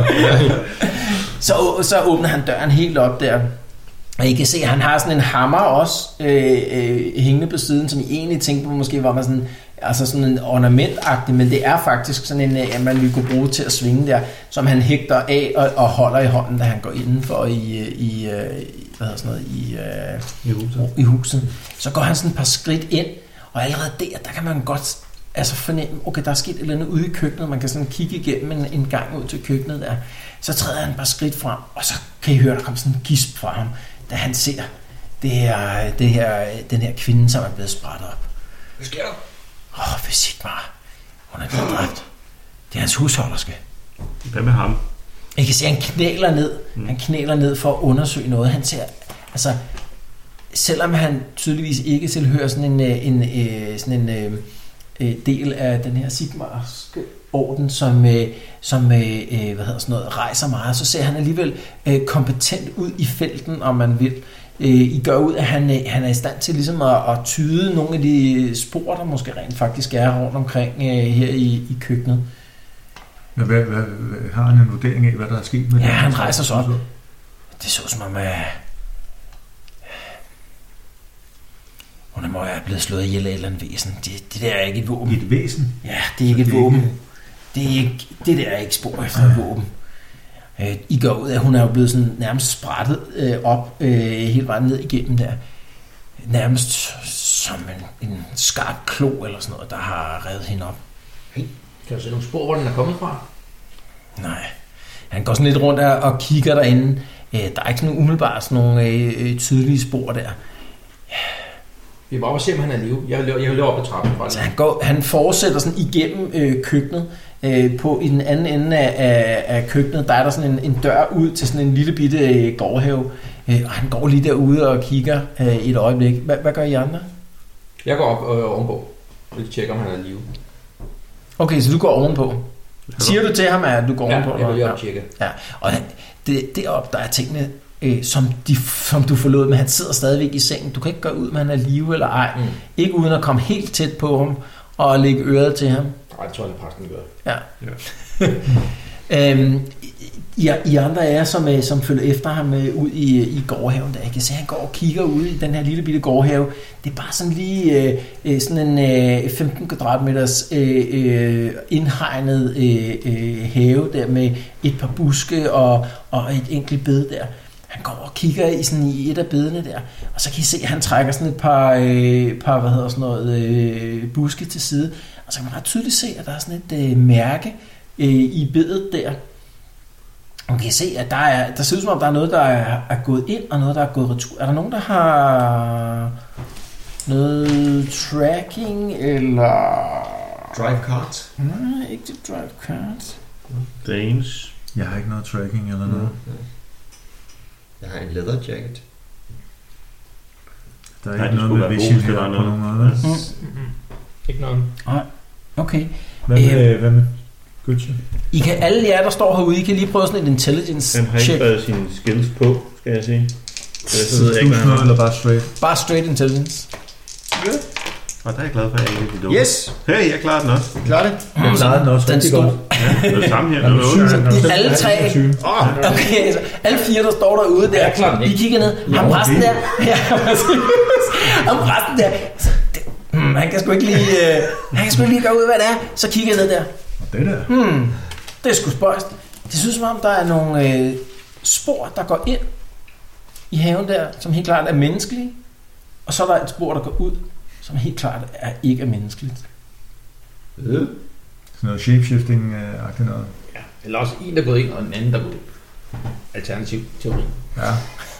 Speaker 2: så, så åbner han døren helt op der. Og I kan se, at han har sådan en hammer også øh, øh, hængende på siden, som I egentlig tænkte på, måske var man sådan, altså sådan en ornamentagtig, men det er faktisk sådan en, at man ville kunne bruge til at svinge der, som han hægter af og, og holder i hånden, da han går indenfor i, i, hvad hedder sådan noget, i,
Speaker 3: I, huset.
Speaker 2: i huset. Så går han sådan et par skridt ind, og allerede der, der kan man godt altså fornemme, okay, der er sket et eller andet ude i køkkenet, man kan sådan kigge igennem en, en gang ud til køkkenet der. Så træder han et par skridt frem, og så kan I høre, der kommer sådan en gisp fra ham, da han ser det her, det her, den her kvinde, som er blevet sprættet op.
Speaker 8: Hvad sker der?
Speaker 2: Åh, oh, Sigmar. Hun er blevet dræbt. Det er hans husholderske.
Speaker 7: Hvad med ham?
Speaker 2: Jeg kan se, at han knæler ned. Mm. Han knæler ned for at undersøge noget. Han ser, altså, selvom han tydeligvis ikke tilhører sådan en, en, en, sådan en, en del af den her Sigmarske orden, som, som hvad hedder sådan noget, rejser meget, så ser han alligevel kompetent ud i felten, om man vil. I gør ud, at han, han er i stand til ligesom at, at tyde nogle af de spor, der måske rent faktisk er rundt omkring uh, her i, i køkkenet.
Speaker 3: Ja, hvad, hvad, hvad, har han en vurdering af, hvad der er sket med
Speaker 2: ja,
Speaker 3: det?
Speaker 2: Ja, han rejser sig op. Det så som om, at hun må have blevet slået ihjel af et eller andet væsen. Det, det der er ikke et våben.
Speaker 3: Et væsen?
Speaker 2: Ja, det er ikke et våben. Det, er ikke, det der er ikke spor efter et våben. I går ud af, at hun er jo blevet sådan nærmest sprættet øh, op øh, hele vejen ned igennem der. Nærmest som en, en skarp klo eller sådan noget, der har revet hende op.
Speaker 8: Hey, kan du se nogle spor, hvor den er kommet fra?
Speaker 2: Nej. Han går sådan lidt rundt og, og kigger derinde. Øh, der er ikke sådan umiddelbart sådan nogle øh, tydelige spor der.
Speaker 8: Vi må bare se, om han er i live. Jeg vil løbe op ad trappen fra.
Speaker 2: Så han, går, han fortsætter sådan igennem øh, køkkenet. Øh, på i den anden ende af, af, af køkkenet, der er der sådan en, en dør ud til sådan en lille bitte øh, gårdhave. Øh, og han går lige derude og kigger øh, et øjeblik. Hva, hvad gør I andre?
Speaker 8: Jeg går op øh, ovenpå. Jeg vil tjekke, om han er i live.
Speaker 2: Okay, så du går ovenpå. Siger du til ham, at du går
Speaker 8: ja,
Speaker 2: ovenpå?
Speaker 8: Ja, jeg vil op tjekke.
Speaker 2: Ja, og det, deroppe, der er tingene, øh, som, de, som du forlod, men han sidder stadigvæk i sengen. Du kan ikke gøre ud, om han er i live eller ej. Mm. Ikke uden at komme helt tæt på ham og lægge øret til ham.
Speaker 8: Nej, det tror jeg, at præsten gør.
Speaker 2: Ja. ja. øhm, I, I, I andre af jer, som, som følger efter ham ud i, i gårdhaven, der jeg kan se, at han går og kigger ud i den her lille bitte gårdhave. Det er bare sådan lige øh, sådan en øh, femten kvadratmeters øh, øh, indhegnet øh, øh, have der med et par buske og, og et enkelt bed der. Han går og kigger i, sådan i et af bedene der, og så kan I se, at han trækker sådan et par, øh, par hvad hedder sådan noget, øh, buske til side, og så kan man ret tydeligt se, at der er sådan et øh, mærke øh, i bedet der. Man kan se, at der, er, der ser ud som om, der er noget, der er, er gået ind, og noget, der er gået retur. Er der nogen, der har noget tracking, eller...
Speaker 4: Drive cards?
Speaker 2: Nej, ikke det drive cards.
Speaker 7: Danes.
Speaker 3: Jeg har ikke noget tracking eller noget.
Speaker 4: Mm. Jeg har en leather jacket.
Speaker 3: Der er
Speaker 7: Nej,
Speaker 3: ikke
Speaker 7: det
Speaker 3: noget
Speaker 7: skulle
Speaker 3: med
Speaker 7: være
Speaker 3: vision
Speaker 7: bonus,
Speaker 3: her
Speaker 7: det var
Speaker 3: på
Speaker 7: noget.
Speaker 3: nogen måde.
Speaker 2: Mm.
Speaker 8: Ikke noget.
Speaker 2: Nej, okay.
Speaker 3: Hvad med, hvad med Gucci?
Speaker 2: I kan, alle jer, der står herude, I kan lige prøve sådan et intelligence
Speaker 7: Han har ikke
Speaker 2: check.
Speaker 7: skrevet sine skills på, skal jeg sige. Så
Speaker 3: Så
Speaker 7: ved jeg ikke, hvad han
Speaker 3: noget,
Speaker 7: har.
Speaker 3: eller bare straight?
Speaker 2: Bare straight intelligence.
Speaker 7: Og der er jeg glad for, at jeg ikke er de dumme.
Speaker 4: Yes!
Speaker 7: Hey, jeg klarer den også.
Speaker 4: Klar det?
Speaker 3: Jeg klarede den også
Speaker 2: Den
Speaker 3: rigtig
Speaker 2: stod.
Speaker 3: godt.
Speaker 7: Det er det samme her.
Speaker 3: Jamen,
Speaker 7: Det er
Speaker 3: syv,
Speaker 7: noget.
Speaker 2: Så de alle tre,
Speaker 4: Åh!
Speaker 2: okay, så alle fire, der står derude der,
Speaker 8: Jeg klarer den ikke.
Speaker 2: I kigger ned, ham
Speaker 3: Jo,
Speaker 2: præsten
Speaker 3: det.
Speaker 2: der, ja, præcis. Ham præsten der, så det, hmm, han kan sgu ikke lige, øh, han kan sgu ikke lige gå ud, hvad det er, så kigger jeg ned der,
Speaker 3: Og det der.
Speaker 2: hmm, det er sgu spøjst. Det synes som om, der er nogle øh, spor, der går ind i haven der, som helt klart er menneskelige, og så er der et spor, der går ud, som helt klart er ikke er menneskeligt.
Speaker 4: Øh.
Speaker 3: Sådan noget shapeshifting-agtigt noget.
Speaker 8: Ja. Eller også en, der er gået ind, og en anden, der er gået ud. Alternativ teori.
Speaker 3: Ja.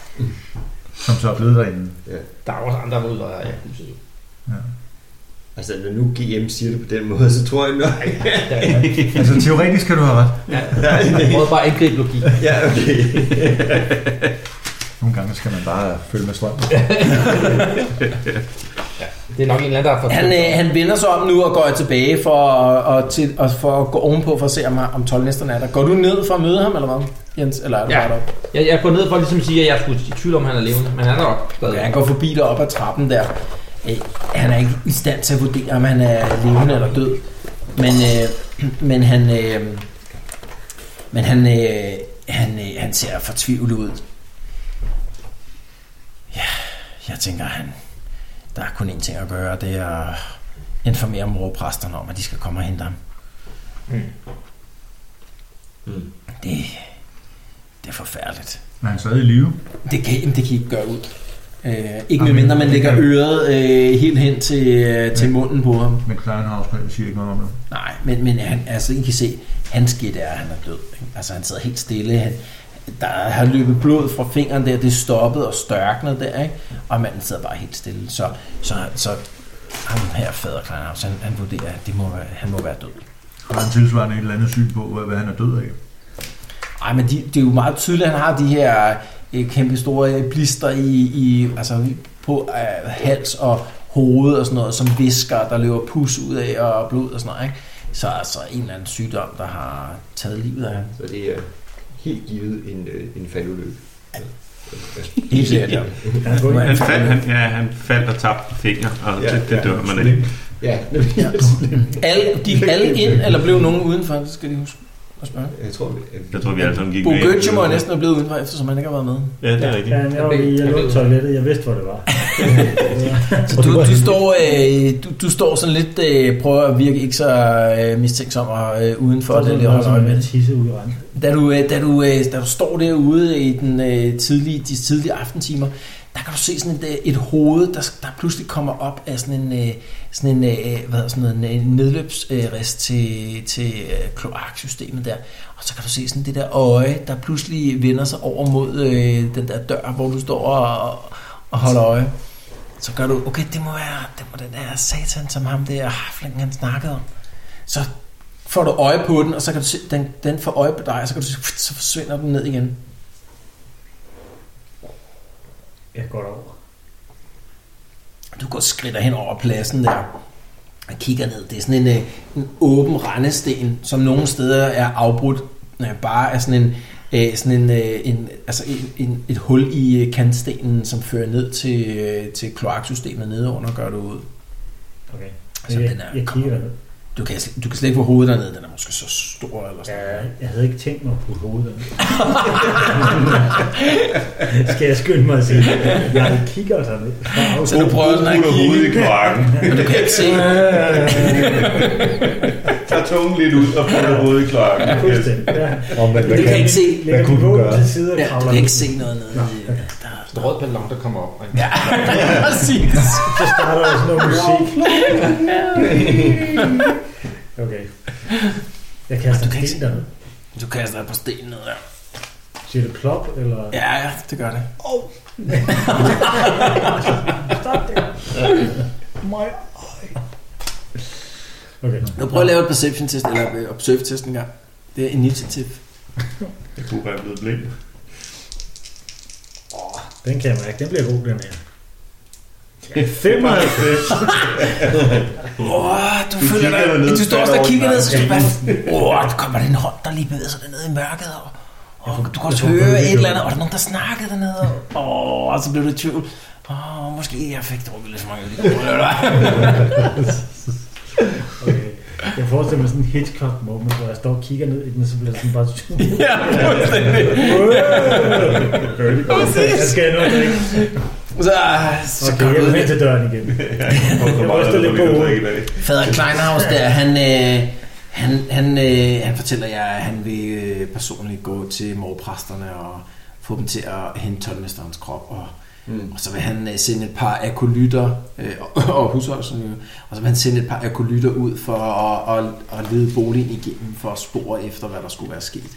Speaker 3: Som så er blevet derinde.
Speaker 8: Der er også andre, der er ude af huset. Jo.
Speaker 3: Ja.
Speaker 4: Altså, når nu G M siger det på den måde, så tror jeg nok.
Speaker 3: Altså teoretisk kan du have ret.
Speaker 8: Ja, jeg prøvede bare at angribe logik.
Speaker 4: Ja, okay.
Speaker 3: Nogle gange skal man bare følge med strømmen.
Speaker 8: Det er nok en eller anden, der har fået...
Speaker 2: Han, øh, han vender sig om nu og går tilbage for, og til, og for at gå ovenpå for at se, om, om toldnæsterne er der. Går du ned for at møde ham, eller hvad, Jens? Eller er du
Speaker 8: Ja.
Speaker 2: bare deroppe?
Speaker 8: Jeg, jeg går ned for ligesom at sige, at jeg skulle i tvivl om, han er levende. Men han er deroppe.
Speaker 2: Okay, han går forbi dig op ad trappen der. Øh, han er ikke i stand til at vurdere, om han er levende eller død. Men, øh, men han... Øh, men han, øh, han, øh, han ser fortvivlet ud. Ja, jeg tænker, han... Der er kun én ting at gøre, det er at informere morpræsterne om, at de skal komme og hente ham.
Speaker 8: Mm.
Speaker 4: Mm.
Speaker 2: Det, det er forfærdeligt.
Speaker 3: Men han er stadig i live.
Speaker 2: Det kan, det kan I ikke gøre ud. Øh, ikke
Speaker 3: Amen.
Speaker 2: medmindre man
Speaker 3: Det
Speaker 2: lægger
Speaker 3: kan-
Speaker 2: øret øh, helt hen til, øh, til
Speaker 3: Ja.
Speaker 2: munden på ham.
Speaker 3: Men Kleinhaus siger ikke noget om det.
Speaker 2: Nej, men, men han, altså, I kan se, hans skidt er, at han er død. Ikke? Altså, han sidder helt stille. Han, der har løbet blod fra fingeren der, det er stoppet og størknet der, ikke? Og manden sidder bare helt stille. Så, så, så ham her, fader Kleinhaus, han, han vurderer, at det må være, han må være død.
Speaker 3: Har han tilsvarende et eller andet syn på, hvad, hvad han er død af?
Speaker 2: Ej, men de, det er jo meget tydeligt, at han har de her øh, kæmpe store blister i, i, altså, på øh, hals og hoved og sådan noget, som visker, der løber pus ud af og blod og sådan noget, ikke? Så altså en eller anden sygdom, der har taget livet af ham.
Speaker 4: Så det er helt givet en, øh, en faldulykke.
Speaker 2: Helt sikkert, ja.
Speaker 7: Han faldt, han, ja, han faldt og tabte fingre, og
Speaker 4: Ja,
Speaker 7: det, det
Speaker 4: ja.
Speaker 7: dør man ikke.
Speaker 4: Ja,
Speaker 2: Alle, gik alle ind, eller blev nogen udenfor? Det skal de huske at spørge.
Speaker 4: jeg tror, vi,
Speaker 7: Jeg tror, vi alle sammen gik
Speaker 2: Bo
Speaker 7: med.
Speaker 2: Gøtje må næsten have blevet udenfor, eftersom han ikke har været med.
Speaker 7: Ja, det er rigtigt.
Speaker 5: Ja, jeg var i jeg lå i toilettet. Jeg vidste, hvor det var.
Speaker 2: Så du, du, står, øh, du, du står sådan lidt, øh, prøver at virke ikke så øh, mistænksom og øh, udenfor
Speaker 5: For
Speaker 2: det,
Speaker 5: det
Speaker 2: lige holder øje med
Speaker 5: en
Speaker 2: det.
Speaker 5: tisse ud i randen.
Speaker 2: Da du, øh, da, du, øh, da du står derude i den, øh, tidlige, de tidlige aftentimer, der kan du se sådan et, øh, et hoved, der, der pludselig kommer op af sådan en, øh, sådan en, øh, hvad hedder sådan noget, en nedløbsrest til, til øh, kloaksystemet der. Og så kan du se sådan det der øje, der pludselig vender sig over mod øh, den der dør, hvor du står og, og holder øje. Så gør du, okay, det må være, det må den der satan, som ham der haflingen, han snakkede om. Så får du øje på den, og så kan du se, den, den får øje på dig, og så kan du se, så forsvinder den ned igen.
Speaker 5: Jeg går derover.
Speaker 2: Du går skritter hen over pladsen der, og kigger ned. Det er sådan en, øh, en åben rendesten, som nogle steder er afbrudt, øh, bare af sådan en, øh, sådan en, øh, en altså en, en, et hul i øh, kantstenen, som fører ned til, øh, til kloaksystemet nede under, gør du ud.
Speaker 5: Okay.
Speaker 2: Altså,
Speaker 5: jeg,
Speaker 2: den er-
Speaker 5: jeg kigger ned.
Speaker 2: Du kan, du kan slet ikke få hovedet dernede, den er måske så stor eller sådan.
Speaker 5: Ja, jeg havde ikke tænkt mig at putte hovedet dernede. Skal jeg skynde mig at sige det? Jeg kigger dernede.
Speaker 2: Så du prøver sådan at kigge.
Speaker 7: Hovedet i kloakken.
Speaker 2: Men du kan ikke se.
Speaker 7: Tag tungen lidt ud og putter hovedet i kloakken.
Speaker 5: Fuldstændig, ja.
Speaker 3: Om, hvad,
Speaker 2: Du
Speaker 3: hvad
Speaker 2: kan ikke se.
Speaker 5: Lægger
Speaker 3: kunne
Speaker 5: min
Speaker 3: du
Speaker 5: våben
Speaker 3: gøre?
Speaker 5: til side og
Speaker 2: Ja, du
Speaker 5: kravler
Speaker 2: kan ikke
Speaker 5: ned.
Speaker 2: se noget nede.
Speaker 5: Nå,
Speaker 2: i-
Speaker 5: okay.
Speaker 8: Der er rød ballon, der kommer op. Ikke?
Speaker 2: Ja, præcis.
Speaker 5: Så starter der sådan noget musik. Okay. Jeg kaster
Speaker 2: Du kan
Speaker 5: en
Speaker 2: ikke
Speaker 5: sten
Speaker 2: se.
Speaker 5: dernede.
Speaker 2: Du kaster et par sten ned der.
Speaker 5: Siger det plop, eller?
Speaker 2: Ja, ja, det gør det.
Speaker 5: Stop det. Okay.
Speaker 2: Nu prøver at lave et perception test, eller et observe test en gang. Det er initiativ.
Speaker 7: Jeg kunne være blevet blind.
Speaker 5: Den kan jeg mærke. Den bliver god, den her. femoghalvfems.
Speaker 2: Åh, oh, du,
Speaker 7: Du
Speaker 2: føler
Speaker 7: kigger
Speaker 2: dig...
Speaker 7: ned,
Speaker 2: Du står også
Speaker 7: falder
Speaker 2: og kigger
Speaker 7: over
Speaker 2: ned, så
Speaker 7: i
Speaker 2: skal du bare... Åh, oh, der kommer der en hånd, der lige bevæger sig dernede i mørket. Og, og du kan også høre et eller andet, og der er nogen, der snakker dernede. Åh, oh, og så blev du i tvivl. Åh, oh, måske jeg fik drukket lidt for mange øl.
Speaker 5: Okay. Jeg forestiller mig sådan en Hitchcock moment, hvor jeg står og kigger ned i den, så bliver det sådan bare...
Speaker 2: Ja, fuldstændig.
Speaker 5: Jeg skal nå det.
Speaker 2: Så, så
Speaker 5: Okay, jeg går hen til døren igen.
Speaker 7: Jeg
Speaker 5: ryster lidt på hovedet.
Speaker 2: Fader Kleinhaus der, han, øh, han, han, øh, han fortæller jer, at han vil øh, personligt gå til morpræsterne og få dem til at hente toldmesterens krop, og, mm. og så vil han øh, sende et par akolytter, øh, og, og husholdelsen jo, og så vil han sende et par akolytter ud for at, at, at, at lede boligen igennem for at spore efter, hvad der skulle være sket.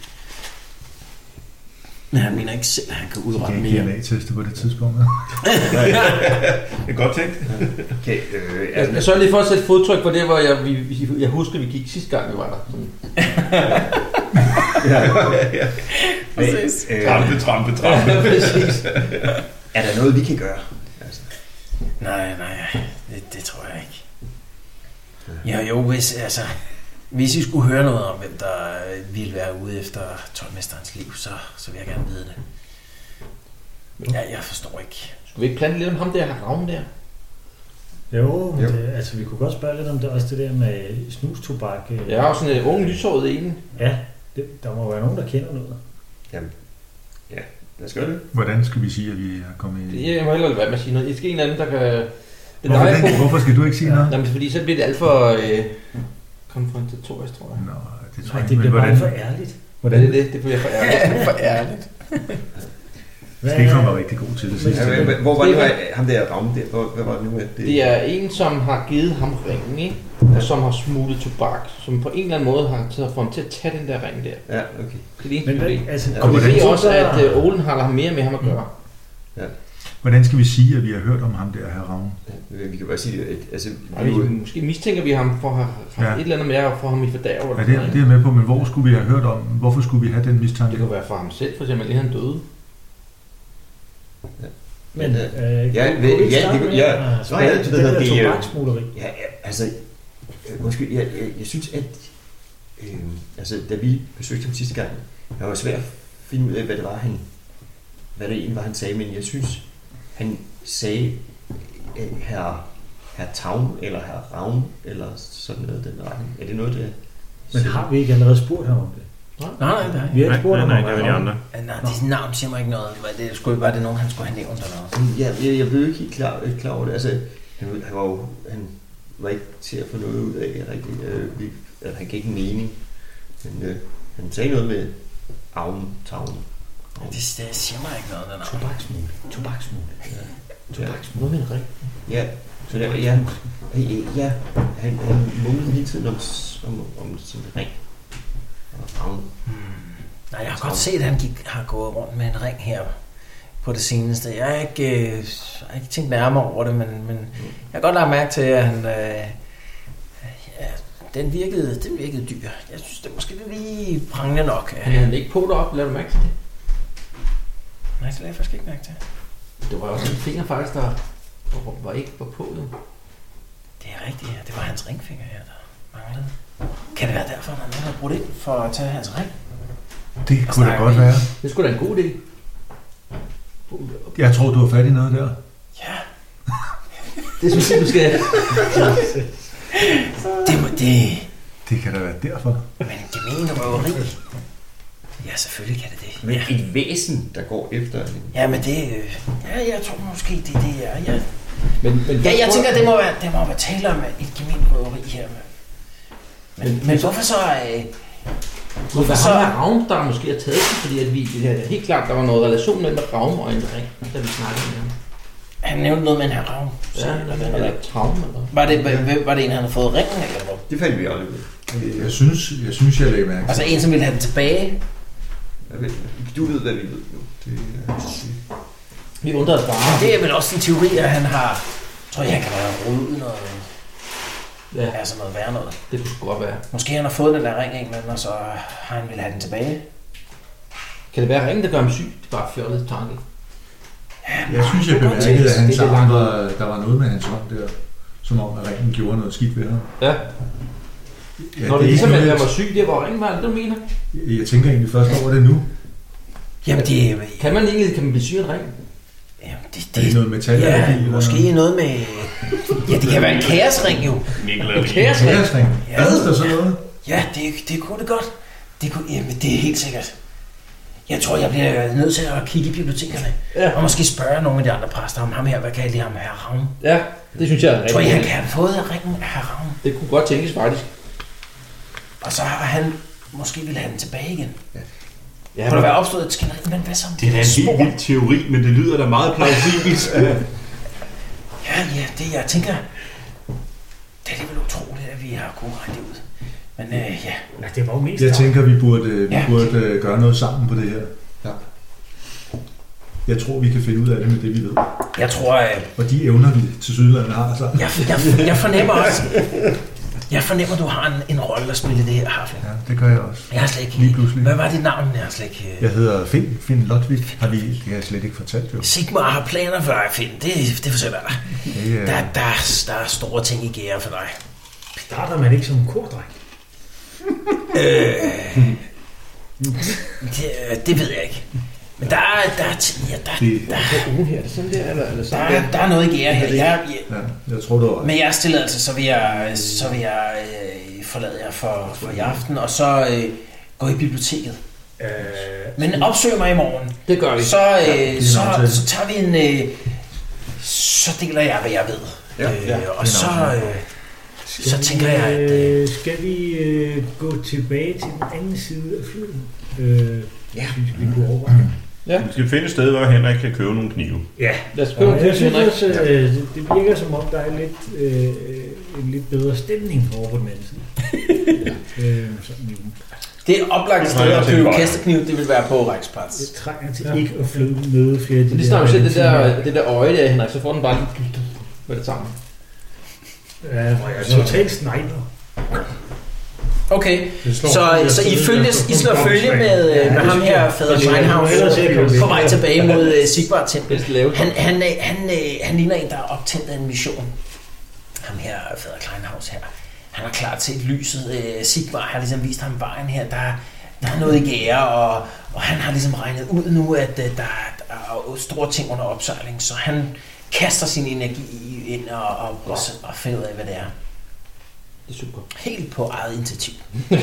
Speaker 2: Men han mener ikke selv, at han kan udrette mere.
Speaker 3: D N A-teste på det tidspunkt.
Speaker 7: Det er godt tænkt.
Speaker 4: Okay, øh,
Speaker 8: Jeg, jeg sørger lige for at sætte fodtryk på det, hvor jeg, vi, vi, jeg husker, vi gik sidste gang, vi var der. Sådan.
Speaker 4: ja, ja.
Speaker 2: Præcis.
Speaker 4: Øh,
Speaker 7: Trampe, trampe, trampe.
Speaker 8: Præcis.
Speaker 4: er der noget, vi kan gøre? Altså,
Speaker 2: Nej, nej, det, det tror jeg ikke. Ja, jo, hvis, altså, hvis I skulle høre noget om, hvem der ville være ude efter toldmesterens liv, så, så vil jeg gerne vide det. Men jeg, jeg forstår ikke.
Speaker 8: Skal vi ikke plante lidt om ham der, Ravn der?
Speaker 5: Jo, men
Speaker 4: Jo.
Speaker 5: det, altså vi kunne godt spørge lidt om det, også det der med snustobak. øh.
Speaker 8: Jeg har også sådan en ung lyshåret en.
Speaker 5: Ja, det, der må være nogen, der kender noget.
Speaker 4: jamen, ja, lad os gøre det.
Speaker 3: Hvordan skal vi sige, at vi er kommet i...
Speaker 8: Jeg må hellere lade være med at sige noget. Det skal en eller anden, der kan... Det er
Speaker 3: Hvorfor,
Speaker 8: dig,
Speaker 3: den, hvorfor skal du ikke sige noget?
Speaker 8: Jamen, fordi så bliver det alt for øh, konfrontatorisk, tror jeg.
Speaker 3: Nå, det tror
Speaker 5: Nej,
Speaker 3: jeg
Speaker 5: det
Speaker 3: ikke. Men
Speaker 5: bliver bare
Speaker 3: hvordan,
Speaker 5: for ærligt.
Speaker 8: Ja,
Speaker 3: hvordan,
Speaker 8: det er det. Det bliver for ærligt.
Speaker 2: For ærligt.
Speaker 3: Stefan var rigtig god til det sidste.
Speaker 4: Ja, men, hvor var det, ham der Ravn der? Hvor, hvad var det nu? At det,
Speaker 8: Det er en, som har givet ham ringen, ikke? Og som har smuglet tobak, som på en eller anden måde har taget for ham til at tage den der ring der.
Speaker 4: Ja, okay.
Speaker 8: Det er det eneste
Speaker 5: Men hvad,
Speaker 8: problem.
Speaker 5: altså,
Speaker 8: Og vi
Speaker 3: hvordan-
Speaker 8: ved også, at øh, Olen har mere med ham at gøre.
Speaker 3: Hvordan skal vi sige, at vi har hørt om ham der, herr Ravn?
Speaker 4: Ja, vi kan bare sige, at altså,
Speaker 8: Og vi, måske mistænker vi ham for at have haft
Speaker 3: Ja.
Speaker 8: et eller andet med at få ham i fordærv. eller
Speaker 3: Ja,
Speaker 8: sådan
Speaker 3: det,
Speaker 8: noget,
Speaker 3: det er jeg med på, men hvor skulle vi have hørt om? Hvorfor skulle vi have den
Speaker 8: ikke?
Speaker 3: mistanke?
Speaker 8: Det kunne være for ham selv, for eksempel, inden han døde.
Speaker 5: Men,
Speaker 4: Men,
Speaker 5: øh,
Speaker 4: ja,
Speaker 5: kunne-
Speaker 4: ved-
Speaker 5: kunne vi ikke
Speaker 4: ja,
Speaker 5: starte
Speaker 4: det-
Speaker 5: med
Speaker 4: ja.
Speaker 5: at
Speaker 4: Nå,
Speaker 5: spørge
Speaker 4: ja,
Speaker 5: til
Speaker 4: det
Speaker 5: den
Speaker 4: hedder
Speaker 5: der
Speaker 4: det, øh,
Speaker 5: tobaksmugleri?
Speaker 4: Ja, ja, altså, øh, undskyld, jeg, jeg, jeg synes, at øh, altså, da vi besøgte ham sidste gang, det var svært at finde ud af, hvad det var, han, hvad det egentlig var, han sagde, men jeg synes, han sagde øh, herr, herr Tavn, eller herr Ravn, eller sådan noget den retning. Er det noget, der...
Speaker 5: Men har vi ikke allerede spurgt ham om det?
Speaker 2: Nej, nej, nej.
Speaker 5: Vi har ikke spurgt ham om
Speaker 7: det var de
Speaker 5: det.
Speaker 7: andre.
Speaker 2: Nej, det navn siger mig ikke noget. Det skulle bare det nogen, han skulle have nævnt eller noget.
Speaker 4: Ja, jeg, jeg blev ikke helt klar, øh, klar over det. Altså, han, han, var jo, han var ikke til at få noget ud af rigtigt. Øh, vi, altså, han gav ikke mening. Men øh, han sagde noget med Avn, Tavn.
Speaker 2: Men det, det siger mig ikke noget, den navn.
Speaker 5: Tobaksmugleri. Tobaksmugleri.
Speaker 8: Noget med en ring.
Speaker 4: Ja, så der, ja, ja, ja han, han mumlede hele tiden om, om, om sin ring. Og Avn.
Speaker 2: Hmm. Nej, jeg har godt set, at han gik, har gået rundt med en ring her på det seneste. Jeg har ikke, øh, jeg har ikke tænkt nærmere over det, men, men jeg har godt lagt mærke til, at han, øh, ja, den, virkede, den virkede dyr. Jeg synes, det er måske lige prangende nok.
Speaker 8: Men han ikke på deroppe, lad du mærke til det.
Speaker 2: Nej, det lader jeg faktisk ikke mærke til.
Speaker 8: Det var også en finger faktisk, der var, var ikke var på. Jo.
Speaker 2: Det er rigtigt, ja. Det var hans ringfinger her, der manglede. Kan det være derfor, at han har brugt ind for at tage hans ring?
Speaker 3: Det kunne da
Speaker 2: snakker
Speaker 3: godt
Speaker 2: vi.
Speaker 3: være.
Speaker 8: Det skulle da en god idé.
Speaker 3: Jeg tror, du har fat i noget der.
Speaker 2: Ja.
Speaker 8: Det synes jeg, du skal.
Speaker 2: Det må det...
Speaker 3: Det kan da være derfor.
Speaker 2: Men gemen røveri. Ja, selvfølgelig kan det det.
Speaker 4: Men et væsen, der går efter hende.
Speaker 2: Ja, men det... Øh, ja, jeg tror måske, det er det, er. Ja,
Speaker 8: Men, men
Speaker 2: ja jeg tænker, det må være, det må være tale om et gemen røveri her. Men, men, men hvorfor så... Øh,
Speaker 8: hvorfor
Speaker 2: så...
Speaker 8: så er Ravn, der måske har taget det, fordi at vi, det her, helt klart, der var noget relation mellem Ravn og en ring, da vi snakkede med ham.
Speaker 2: Han nævnte noget med en her Ravn.
Speaker 8: Ja, eller, eller Travn, eller
Speaker 2: var det, var, var det en, han havde fået ringen, eller hvad?
Speaker 4: Det fandt vi aldrig ud.
Speaker 3: Jeg synes, jeg synes, jeg lægger mærke.
Speaker 2: Altså en, som ville have den tilbage.
Speaker 4: Jeg ved, du ved, hvad vi ved nu.
Speaker 3: Det, er,
Speaker 8: vi undrer os bare.
Speaker 2: Det er vel også en teori, at han har... Jeg tror, jeg kan være rodet noget...
Speaker 8: Ja.
Speaker 2: Altså noget værre noget.
Speaker 8: Det kunne sgu godt være.
Speaker 2: Måske han har fået den der ring en, og så har han ville have den tilbage.
Speaker 8: Kan det være ringen, der gør ham syg? Det er bare fjollet tanke.
Speaker 2: Ja,
Speaker 3: jeg synes, jeg
Speaker 2: det
Speaker 3: bemærkede, at hans
Speaker 8: det er
Speaker 3: arm var, der var noget med hans hånd der, som om, at ringen gjorde noget skidt ved ham.
Speaker 8: Ja.
Speaker 3: Ja,
Speaker 8: når det, det ligesom, at han var syg, det var ringen, hvad du mener?
Speaker 3: Jeg, jeg tænker egentlig først over det nu.
Speaker 2: Jamen det er...
Speaker 8: Kan man egentlig, kan man blive syg af en ring?
Speaker 2: Jamen det,
Speaker 3: det, er det noget metal?
Speaker 2: Ja,
Speaker 3: eller
Speaker 2: måske noget med... Ja, det kan være en kaosring jo.
Speaker 7: En
Speaker 2: kaosring?
Speaker 3: Kaosring?
Speaker 2: Ja.
Speaker 3: Hvad der så noget?
Speaker 2: Ja, det, det kunne det godt. Det kunne, jamen, det er helt sikkert. Jeg tror, jeg bliver nødt til at kigge i bibliotekerne. Ja. Og måske spørge nogle af de andre præster om ham her. Hvad kan jeg lide ham her Ravn?
Speaker 8: Ja, det synes jeg er rigtigt.
Speaker 2: Tror jeg, han kan have fået ringen af her Ravn?
Speaker 8: Det kunne godt tænkes faktisk.
Speaker 2: Og så har han måske ville have den tilbage igen. Ja.
Speaker 8: Ja,
Speaker 2: kunne der være opstået et skænderi? Men hvad så?
Speaker 7: Det er da en helt vild teori, men det lyder da meget plausibelt.
Speaker 2: Ja, ja, det jeg tænker... Det er vel utroligt, at vi har kunnet regne det ud. Men øh, ja.
Speaker 5: Nej, det var jo mest.
Speaker 3: Jeg tænker, vi burde, vi
Speaker 2: ja.
Speaker 3: burde uh, gøre noget sammen på det her.
Speaker 4: Ja.
Speaker 3: Jeg tror, vi kan finde ud af det med det, vi ved.
Speaker 2: Jeg tror... Øh,
Speaker 3: Og de evner, vi til Sydlandet har sammen.
Speaker 2: Jeg, jeg, jeg fornemmer også... Jeg fornemmer, du har en, en rolle at spille i det her, Harfling.
Speaker 3: Ja, det gør jeg også.
Speaker 2: Jeg har slet ikke...
Speaker 3: Lige pludselig.
Speaker 2: Hvad var dit navn? Jeg har slet ikke...
Speaker 3: Jeg hedder Finn, Finn Lotvik. Har vi, det har jeg slet ikke fortalt, jo.
Speaker 2: Sigmar har planer for dig, Finn. Det, det forsøger dig.
Speaker 3: Det, uh...
Speaker 2: der, der, der er store ting i gære for dig.
Speaker 5: Starter man ikke som en kordreng?
Speaker 2: øh, det, det ved jeg ikke. Men der er... Der, ja, der,
Speaker 3: det,
Speaker 2: der,
Speaker 8: der, her, er det sådan der, eller, eller sådan
Speaker 2: der, der, der er noget i gære her. Jeg, jeg,
Speaker 3: ja, jeg tror, du var...
Speaker 2: Med jeres tilladelse, så vil jeg, så vil jeg øh, forlade jer for, for i aften, og så øh, gå i biblioteket. Øh, Men opsøg mig i morgen.
Speaker 8: Det gør vi.
Speaker 2: Så, øh, ja, så, så tager vi en... Øh, så deler jeg, hvad jeg ved.
Speaker 4: Ja,
Speaker 2: øh,
Speaker 4: ja,
Speaker 2: og så, øh, så tænker jeg, at... Øh,
Speaker 5: skal vi øh, gå tilbage til den anden side af flyet? Øh,
Speaker 2: ja.
Speaker 5: Synes vi kunne overveje.
Speaker 7: Ja. Vi skal finde et sted, hvor Henrik kan købe nogle knive.
Speaker 5: Ja,
Speaker 8: lad os købe
Speaker 5: og jeg synes også, øh, det virker som om, der er lidt, øh, en lidt bedre stemning over på den anden side. ja. øh, sådan,
Speaker 2: det er oplagt sted at købe kastekniv, det vil være på Ræksplatz.
Speaker 5: Det trænger til ja. ikke at flyde møde flere af de
Speaker 8: det der. Det der, det der øje der, Henrik, så får den bare lige med det sammen.
Speaker 5: Ja, jeg er totalt sniper.
Speaker 2: Okay, så, så I, følge, I slår følge med, ja, med ham her, Fader Scheinhaus, på vej tilbage mod uh, Sigvard Tempel. Han, han, han, han, han ligner en, der er optændt af en mission. Ham her, Fader Kleinhaus her, han er klar til et lyset. Uh, Sigvard har ligesom vist ham vejen her. Der, der er noget i gære, og, og han har ligesom regnet ud nu, at uh, der, der er store ting under opsejling. Så han kaster sin energi ind og, og, og, og finder ud af, hvad det er.
Speaker 8: Det er super.
Speaker 2: Helt på eget initiativ.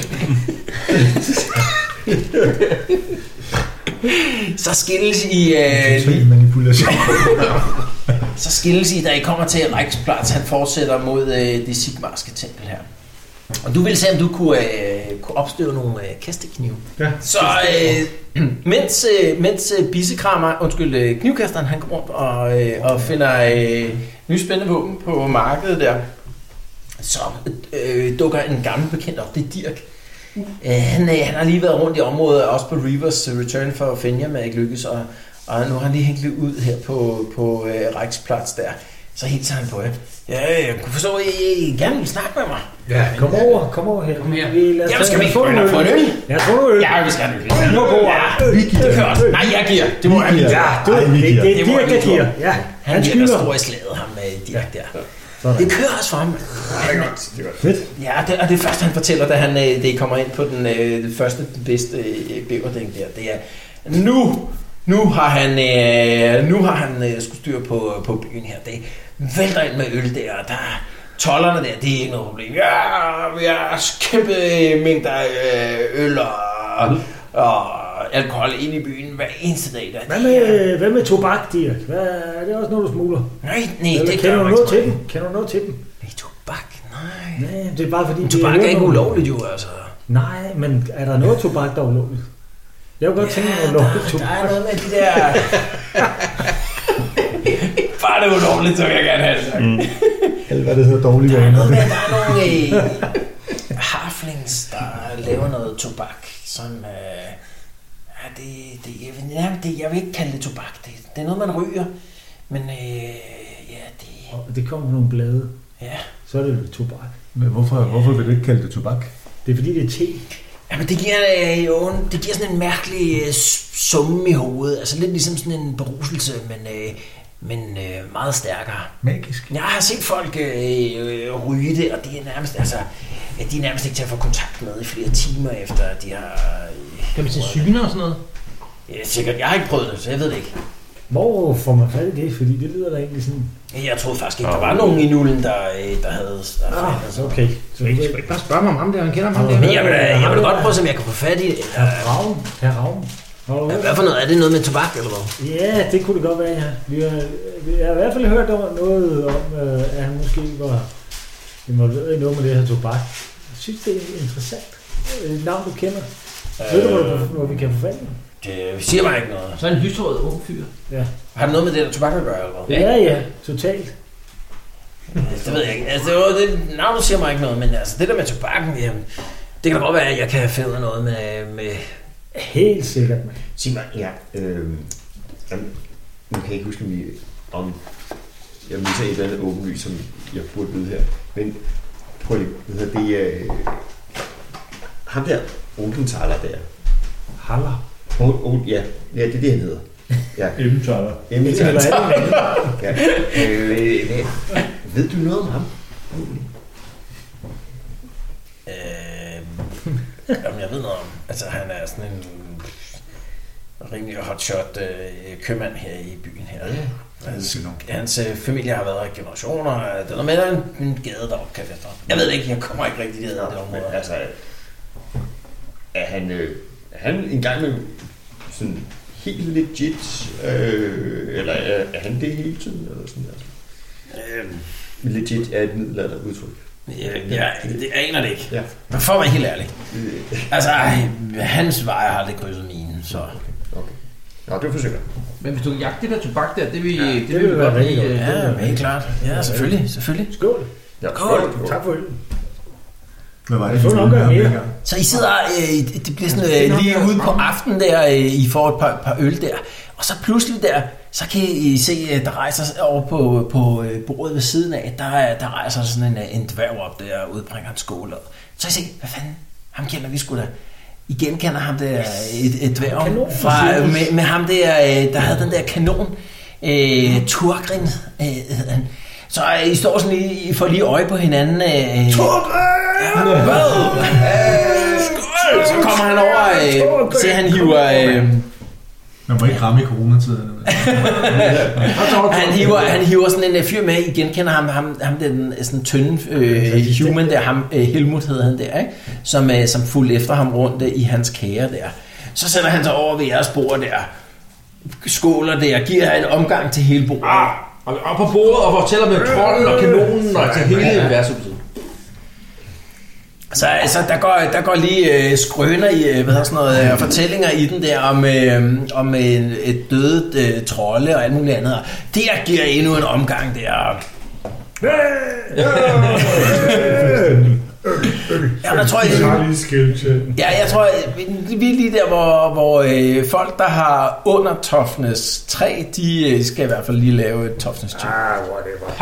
Speaker 2: Så skilles I... Øh,
Speaker 3: manipulation.
Speaker 2: så skilles I, da I kommer til Ræksplatz. Han fortsætter mod øh, det sigmarske tempel her. Og du vil se, om du kunne, øh, kunne opstøve nogle øh, kasteknive.
Speaker 6: Ja.
Speaker 2: Så øh, mens, øh, mens øh, bissekrammer, undskyld, øh, knivkasteren, han går rundt og, øh, og finder øh, nye spændende våben på markedet der, så øh, dukker en gammel bekendt op. Det er Dirk. Mm. Øh, han, øh, han har lige været rundt i området, også på Reavers Return for Fenja med ikke lykkes, og, og nu har han lige hængt lidt ud her på, på øh, Ræksplatz der. Så hilser han på jer. Ja, jeg kunne forstå, at I gerne vil snakke med mig.
Speaker 5: Ja, kom over, kom over her.
Speaker 2: Kom her.
Speaker 5: Vi,
Speaker 2: ja, skal vi ikke få en øl?
Speaker 5: Ja, få en øl.
Speaker 2: Ja, vi skal have en øl.
Speaker 5: Du må gå.
Speaker 2: Ja, vi giver. Det kører. Nej, jeg giver. Det må jeg give.
Speaker 5: Ja, du, det, det, det, det, det, det giver. Ja,
Speaker 2: han giver, der står i slaget, ham med Dirk der. Sådan. Det kører også for ham.
Speaker 4: Det er godt. Det er godt.
Speaker 2: Fedt. Ja, det, og det første han fortæller, da han det kommer ind på den øh, første, den bedste øh, bæverding der, det er, nu, nu har han, øh, nu har han øh, skulle styre på, på byen her. Det vælter ind med øl der, og der er tolderne der, det er ikke noget problem. Ja, vi har kæmpe mængder øl og, og alkohol ind i byen hver eneste dag. Der.
Speaker 5: Hvad med, hvad med tobak, Dirk? Hvad, er det også noget, du smugler?
Speaker 2: Nej, nej,
Speaker 5: Eller,
Speaker 2: det
Speaker 5: kender
Speaker 2: gør
Speaker 5: du
Speaker 2: jeg
Speaker 5: noget
Speaker 2: ikke.
Speaker 5: til dem? Kender du noget til dem?
Speaker 2: Nej, tobak, nej.
Speaker 5: Nej, det er bare fordi...
Speaker 2: Tobak er ikke ulovligt jo, altså.
Speaker 5: Nej, men er der noget tobak, der er ulovligt? Jeg kunne godt
Speaker 2: Ja,
Speaker 5: tænke mig noget
Speaker 2: der,
Speaker 5: ulovligt
Speaker 2: der
Speaker 5: tobak.
Speaker 2: er noget med de der... Bare det ulovligt, så vil jeg gerne have det sagt. Mm.
Speaker 3: Eller hvad det hedder, dårlige
Speaker 2: Der er
Speaker 3: vaner.
Speaker 2: noget med, at der er nogle øh, harflings, der laver noget tobak, som... Øh, ja, det, det, jeg, vil, ja, det, jeg vil ikke kalde det tobak. Det, det er noget, man ryger. Men øh, ja, det...
Speaker 5: Og det kommer med nogle blade.
Speaker 2: Ja.
Speaker 5: Så er det jo tobak.
Speaker 3: Men hvorfor, hvorfor vil du ikke kalde det tobak?
Speaker 5: Det er fordi, det er te.
Speaker 2: Jamen, det giver, øh, jo, det giver sådan en mærkelig øh, summe i hovedet. Altså lidt ligesom sådan en beruselse, men, øh, men øh, meget stærkere.
Speaker 3: Magisk.
Speaker 2: Jeg har set folk øh, ryge det, og de er nærmest, altså, de er nærmest ikke til at få kontakt med i flere timer efter, at de har... Øh,
Speaker 8: Kan man se syner og sådan noget?
Speaker 2: Ja, sikkert. Jeg har ikke prøvet det, så jeg ved det ikke.
Speaker 5: Hvor får man fat i det? Fordi det lyder da egentlig sådan...
Speaker 2: Jeg troede faktisk ikke, der var nogen i nullen, der, øh, der havde... Der
Speaker 5: Ah, altså okay. Så
Speaker 8: Jeg skal ikke bare spørge mig om ham der, han kender ham der.
Speaker 2: Men jeg vil, da- jeg vil da godt prøve, om jeg kan få fat i det.
Speaker 5: Herr Ravn. Herr Ravn. Og,
Speaker 2: Hvad for noget? Er det noget med tobak, eller hvad?
Speaker 5: ja, det kunne det godt være, ja. Vi har, vi har i hvert fald hørt om noget om, øh, at han måske var involveret i noget med det her tobak. Jeg synes, det er interessant. Et navn, du kender. Øh, Ved du, hvor, du- hvor vi kan få fat i?
Speaker 2: Det siger mig ikke noget.
Speaker 8: Så er en lyshåret ung fyr.
Speaker 5: Ja.
Speaker 2: Har det noget med det der tobak at gøre, eller hvad?
Speaker 5: Ja, ja, totalt.
Speaker 2: Det ved jeg ikke. Altså, det, var, det navnet siger mig ikke noget, men altså, det der med tobakken, jamen, det kan da godt være, at jeg kan finde noget med... med
Speaker 5: Helt sikkert, man.
Speaker 4: Sig mig, ja, øh, jamen, nu kan jeg ikke huske, om, I, om jeg vil tage et eller andet åbenlyst, som jeg burde vide her. Men prøv lige, hvad hedder det, øh, ham der, Oldenthaler der.
Speaker 5: Haller.
Speaker 4: Old, old, ja, ja, det er det, han hedder. Ja.
Speaker 3: Emmentaler.
Speaker 4: Emmentaler.
Speaker 5: Eller er det
Speaker 4: Ja. Øh, hvad, ved du noget om ham?
Speaker 2: øh, jamen, jeg ved noget om. Altså, han er sådan en rimelig hotshot øh, købmand her i byen her. Hans, hans øh, familie har været her i generationer. Det er noget med, at der er en, en gade deroppe, kan jeg forstå. Jeg ved det ikke, jeg kommer ikke rigtig ned i det område.
Speaker 4: Men altså, er han, øh, er han en gang med sådan helt legit, øh, eller er, er han det hele tiden, eller sådan altså?
Speaker 2: Øh,
Speaker 4: Legit er et middelalder udtryk.
Speaker 2: jeg, jeg, jeg aner det ikke.
Speaker 4: Ja.
Speaker 2: Men for at være helt ærlig.
Speaker 4: Øh,
Speaker 2: Altså, ej, hans veje har aldrig krydset mine, så...
Speaker 4: Okay. Nå, det forsøger jeg.
Speaker 8: Men hvis du kan jagte det der tobak der, det vil,
Speaker 5: Ja,
Speaker 8: det
Speaker 5: det
Speaker 8: vil
Speaker 5: vil
Speaker 8: vi
Speaker 5: være
Speaker 8: godt
Speaker 5: rigtig
Speaker 8: lige...
Speaker 5: godt.
Speaker 8: øh,
Speaker 2: Ja, helt klart. Ja, selvfølgelig, selvfølgelig.
Speaker 5: Skål.
Speaker 4: Ja,
Speaker 2: Skål.
Speaker 5: Tak for øllen.
Speaker 3: Hvad var det?
Speaker 5: Jeg får en
Speaker 3: du
Speaker 5: omgang
Speaker 3: ville
Speaker 5: mere.
Speaker 3: have
Speaker 2: Så I sidder, øh, det bliver sådan øh, lige ude på aftenen der, øh, I får et par, par øl der, og så pludselig der, så kan I se, øh, der rejser sig over på, på øh, bordet ved siden af, der, er- der rejser sådan en, øh, en dværg op der og udbringer en skål. Og så I se, hvad fanden, ham kender vi sgu da. I genkender ham der, et, et dværg,
Speaker 5: Kanon.
Speaker 2: fra, øh, med, med ham der, øh, der havde den der kanon, øh, Turgrin, øh, hed han. Så øh, I står sådan lige, I får lige øje på hinanden. Øh, Turgrin! Ja, hvad? Skål! Så kommer han over, øh, så han hiver... Øh,
Speaker 3: Man må ikke ramme i coronatiden.
Speaker 2: han hiver, han hiver sådan en uh, fyr med, I genkender ham, ham, ham den sådan tynde øh, human der, ham, øh, Helmut hedder han der, ikke? Som, øh, som fulgte efter ham rundt øh, i hans kære der. Så sender han sig over ved jeres bord der, skåler der, giver en omgang til hele bordet.
Speaker 8: Ah, og op på bordet og fortæller med trolden og kanonen og til hele værtshuset.
Speaker 2: Så altså, der går, der går lige øh, skrøner i, øh, hvad hedder sådan noget, øh, fortællinger i den der om, øh, om øh, et dødet øh, trolde og alt muligt andet. Og det giver endnu en omgang der. Ja, der tror jeg,
Speaker 6: Charlie Skeleton.
Speaker 2: ja, jeg tror, vi vi er lige der, hvor, hvor øh, folk, der har under toughness tre, de øh, skal i hvert fald lige lave et toughness check.
Speaker 6: Ah, whatever.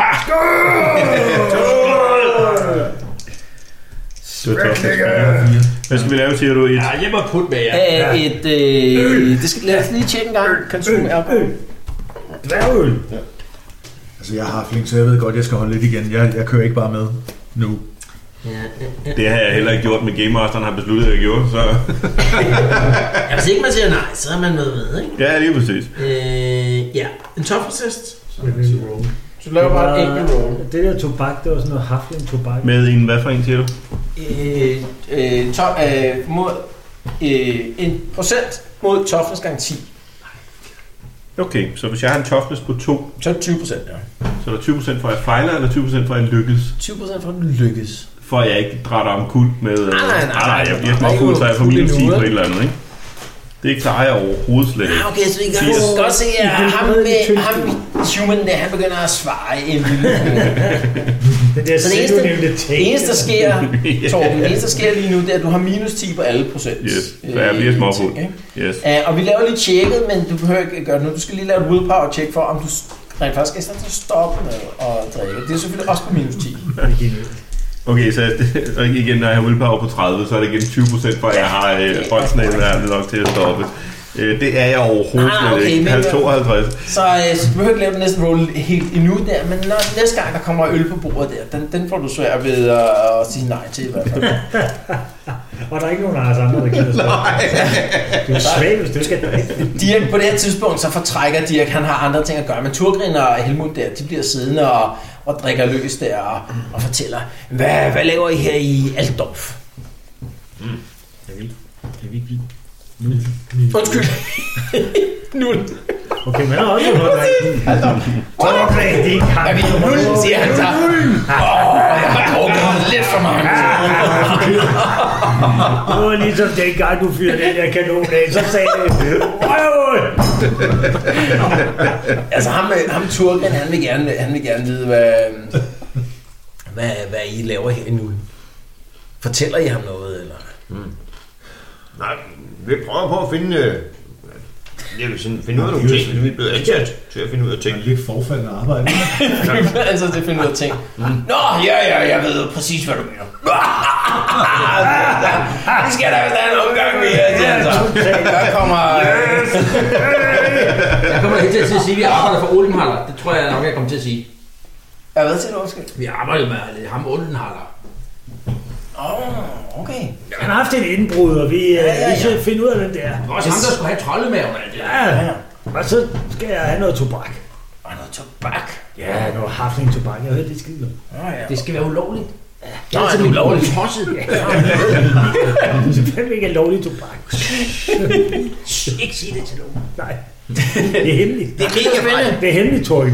Speaker 7: Det var tough. Hvad skal vi lave, siger du? Et?
Speaker 8: Ja, hjem og put med jer.
Speaker 2: Øh, et, øh, det skal, lad os lige tjekke en gang. Consume alcohol.
Speaker 5: Dværgøl.
Speaker 3: Altså, jeg har flink, så jeg ved godt, jeg skal holde lidt igen. Jeg, jeg kører ikke bare med nu.
Speaker 7: Det har jeg heller ikke gjort med Game Masteren har besluttet, at jeg gjorde, så...
Speaker 2: Ja, hvis ikke man siger nej, så er man med ved, ikke?
Speaker 7: Ja, lige præcis.
Speaker 2: Øh, ja, en toughness test. Så du laver bare et enkelt roll.
Speaker 5: Det der tobak, det var sådan noget hafling tobak.
Speaker 7: Med en, hvad for en til du?
Speaker 2: Øh, øh, to, øh, mod, øh, en procent mod toughness gang ti.
Speaker 7: Okay, så hvis jeg har en toughness på to,
Speaker 2: så er det tyve procent, ja.
Speaker 7: Så er der tyve procent for, at jeg fejler, eller tyve procent for, at jeg lykkes?
Speaker 2: tyve procent for, at du lykkes.
Speaker 7: For at jeg ikke drætter om kul med...
Speaker 2: Nej, nej, nej.
Speaker 7: nej, jeg bliver småfuld, så jeg får minus ti på et eller andet, ikke? Det klarer jeg overhovedet slet ikke.
Speaker 2: Ah, okay, så vi kan yes. godt se, at ham med ham human der, han begynder at svare en lille
Speaker 5: det der
Speaker 2: så det eneste,
Speaker 5: det
Speaker 2: eneste, der sker, Torben, det eneste, der sker lige nu, det er, at du har minus ti på alle procent.
Speaker 7: Yes, så jeg bliver småfuld. Yes.
Speaker 2: Uh, og vi laver lige tjekket, men du behøver ikke gøre det nu. Du skal lige lave et willpower check for, om du rent faktisk er i stand til at stoppe med at drikke. Det er selvfølgelig også på minus ti.
Speaker 7: Okay, så, så igen, når jeg har willpower på tredive, så er det igen tyve procent for, at jeg har øh, åndsnæden der nok til at stoppe. Øh, det er jeg overhovedet ah, okay, ikke. halvtreds tooghalvtreds.
Speaker 2: Så, øh, så du behøver ikke lave den næste roll helt endnu der, men når, næste gang der kommer øl på bordet der, den, den får du svært ved at, at sige nej til i hvert fald.
Speaker 5: Og der er ikke nogen af os andre, der gider stoppe. Du er svag, hvis du skal drikke.
Speaker 2: Dirk, på det her tidspunkt, så fortrækker Dirk, han har andre ting at gøre, men Turgrin og Helmut der, de bliver siddende og, og drikker løs der og, og fortæller, hvad, hvad laver I her i Altdorf?
Speaker 5: Mm. Jeg vil. Jeg vil ikke.
Speaker 2: Nul. Undskyld. Nul.
Speaker 5: Okay, men er også noget rigtigt. Torgrin, det er ikke ham.
Speaker 2: Jeg vil nul, siger han så. Åh, jeg har drukket lidt for meget.
Speaker 5: Det var ligesom dengang, du fyrede den der kanon af, så sagde det, røv!
Speaker 2: Altså ham, ham Turgrin, han vil gerne, han vil gerne vide, hvad, hvad, hvad I laver her nu. Fortæller I ham noget, eller?
Speaker 4: Mm. Nej, vi prøver på at finde, øh, jeg vil sådan finde ud af nogle ting, vi er blevet ansat til at finde ud af ting.
Speaker 3: Det er lidt forfaldende arbejde.
Speaker 2: Vi er ansat til at finde ud af ting. Mm. Nå, ja, ja, jeg ved præcis, hvad du mener. Det skal der, hvis der er en omgang mere. Der kommer...
Speaker 8: Jeg kommer helt til at sige, at vi arbejder for Oldenhaller. Det tror jeg nok, jeg kommer til at sige.
Speaker 2: Jeg ved til, du
Speaker 8: Vi arbejder med ham Oldenhaller.
Speaker 2: Åh, oh, okay.
Speaker 5: Han har haft en indbrud, og vi, ja, ja, ja. vi skal finde ud af den der.
Speaker 8: Det var også ham, der skulle have troldemaven.
Speaker 5: Ja, ja, ja. Og så skal jeg have noget tobak.
Speaker 2: Og noget tobak?
Speaker 5: Ja, noget hafling tobak. Jeg har hørt, det er skide.
Speaker 2: Oh, ja.
Speaker 8: Det skal være ulovligt.
Speaker 2: Ja, det er altså ulovligt.
Speaker 8: Tosset.
Speaker 5: Det er selvfølgelig ikke lovligt tobak.
Speaker 8: Ikke sige det til nogen.
Speaker 5: Nej. Det er hemmeligt.
Speaker 2: Det er mega spændende.
Speaker 5: Det er hemmeligt, Torgen.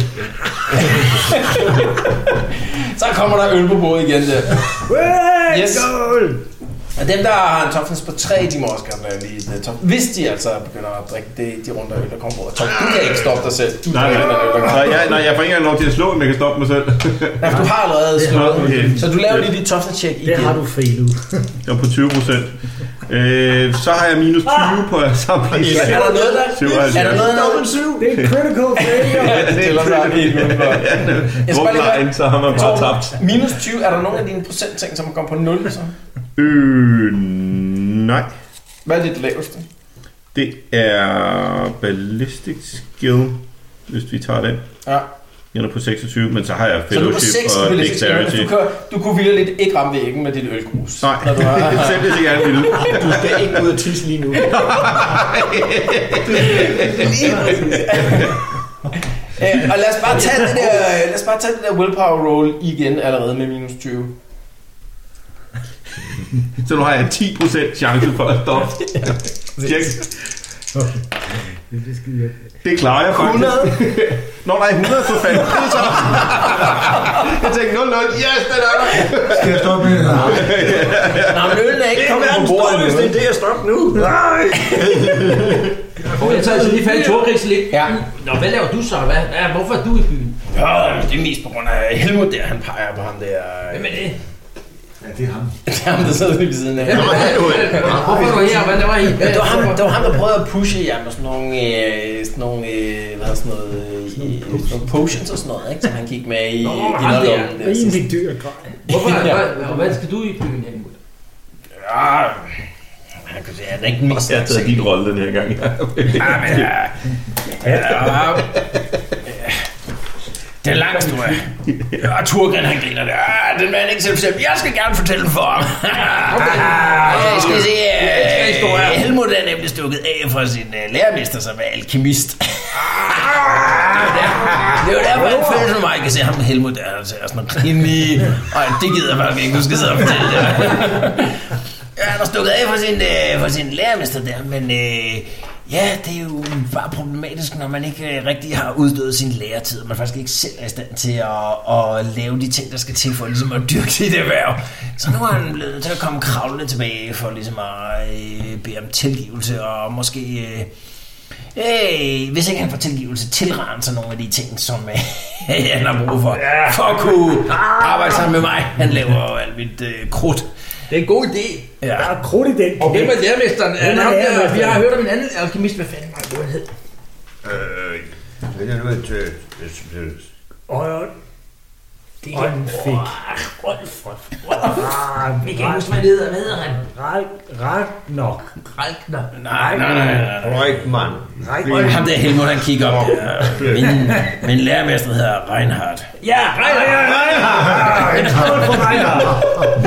Speaker 2: Så kommer der øl på bordet igen der.
Speaker 5: Hey,
Speaker 2: yes.
Speaker 5: Goal!
Speaker 2: Og dem, der har en toughness på tre, de må også gerne lave lige det top. Hvis de altså begynder at drikke det, de runder øl, der kommer på. Du kan ikke stoppe dig selv. Du
Speaker 7: nej, nej, nej, nej, jeg, nej, jeg får ikke engang lov til at slå, men jeg kan stoppe mig selv.
Speaker 2: Ja, for du har allerede slået.
Speaker 7: Okay.
Speaker 2: Så du laver lige dit toughness check igen.
Speaker 5: Det har du fejlet.
Speaker 7: Jeg er på tyve procent. Øh, så har jeg minus tyve på samtlige.
Speaker 2: Ja, er der noget der?
Speaker 7: syvoghalvfjerds.
Speaker 2: Er der noget der?
Speaker 5: Det er critical failure.
Speaker 2: Ja, det tæller sig helt udenfor.
Speaker 7: Hvor så har man bare tabt.
Speaker 2: Minus tyve, er der nogle af dine procentting, som kommer på nul så?
Speaker 7: Øh, nej.
Speaker 2: Hvad er det laveste?
Speaker 7: Det er ballistic skill, hvis vi tager den.
Speaker 2: Ja.
Speaker 7: Jeg er på seksogtyve, men så har jeg fellowship
Speaker 2: så
Speaker 7: og dexterity.
Speaker 2: Du, kan, du kunne ville lidt ikke ramme væggen med dit ølgrus.
Speaker 7: Nej,
Speaker 2: når du har,
Speaker 7: selv hvis jeg gerne ville.
Speaker 2: Du skal ikke ud og tisse lige nu. Lige øh, og lad os bare tage det der, lad os bare tage det der willpower roll igen allerede med minus tyve.
Speaker 7: Så nu har jeg ti procent chance for at stoppe. Check. Det klarer jeg faktisk.
Speaker 2: hundrede?
Speaker 7: Nå nej, hundrede for fanden. Det er så. Jeg tænkte nul nul. Yes, det er der.
Speaker 3: Skal jeg stoppe med det?
Speaker 2: Nej, men øllen er ikke kommet på bordet.
Speaker 4: Hvis det er det, jeg stopper nu. Nej.
Speaker 8: Jeg tager altså lige fat i Torgrids lidt.
Speaker 2: Ja.
Speaker 8: Nå, hvad laver du så? Hvad? Hvorfor er du i byen?
Speaker 2: Ja, det er mest på grund af Helmut der. Han peger på ham der.
Speaker 8: Hvem er det?
Speaker 3: Ja, det er ham.
Speaker 2: Det er ham, der sidder lige ved siden af.
Speaker 8: Hvorfor er du her? Hvad laver I?
Speaker 2: Det var ham, det var ham der prøvede at pushe jer med sådan nogle, øh, sådan nogle, øh, hvad sådan noget, øh, sådan nogle potions og sådan noget, ikke? Som han gik med i
Speaker 8: inderlommen.
Speaker 5: Det er egentlig dyr grej.
Speaker 8: Hvorfor? Hvad skal du i byen, Helmut?
Speaker 2: Ja, han kan sige, at det er ikke den mest.
Speaker 7: Jeg har taget din rolle den her gang.
Speaker 2: Ja, men ja. Ja, det er lang historie. Og Turgrin, han griner der. Ah, den mand ikke selv selv. Jeg skal gerne fortælle den for ham. Jeg skal se. Uh, Helmut er nemlig stukket af fra sin uh, lærermester, som er alkemist.
Speaker 1: Det er jo derfor, en fælles med mig kan se ham med Helmut, der er sådan rimelig... Ej, det gider jeg faktisk ikke, du skal sidde og fortælle det. Ja, han har stukket af for sin, øh, for sin lærermester der, men øh, ja, det er jo bare problematisk, når man ikke øh, rigtig har udstået sin læretid, og man faktisk ikke selv er i stand til at, at lave de ting, der skal til for ligesom at dyrke sit erhverv. Så nu er han blevet til at komme kravlende tilbage for ligesom at øh, bede om tilgivelse, og måske... Øh, Hey, hvis ikke han får tilgivelse, tilrende sig nogle af de ting, som øh, han har brug for, for at kunne arbejde sammen med mig. Han laver jo alt mit øh, krudt.
Speaker 8: Det er en god idé.
Speaker 5: Ja. Der er krudt i den.
Speaker 8: Og hvem er lærermesteren?
Speaker 5: Hvem er
Speaker 8: Han,
Speaker 5: lærermesteren?
Speaker 8: vi har hørt om en anden alkemist. Hvad fanden var det, han hed?
Speaker 4: Øh, det er nu et...
Speaker 5: Og
Speaker 8: Det
Speaker 5: Og han fik...
Speaker 8: Rolf.
Speaker 5: Ah,
Speaker 8: Vi kan ikke huske, hvad det hedder. Hvad hedder han?
Speaker 5: Ragnar.
Speaker 8: Ragnar.
Speaker 1: Nej, nej, nej, nej.
Speaker 4: Røgman.
Speaker 5: Ragnar.
Speaker 1: Ham der Helmut, han kigger op der. Min, min lærermester hedder Reinhardt.
Speaker 8: Ja, Ragnar.
Speaker 5: En skål for Ragnar.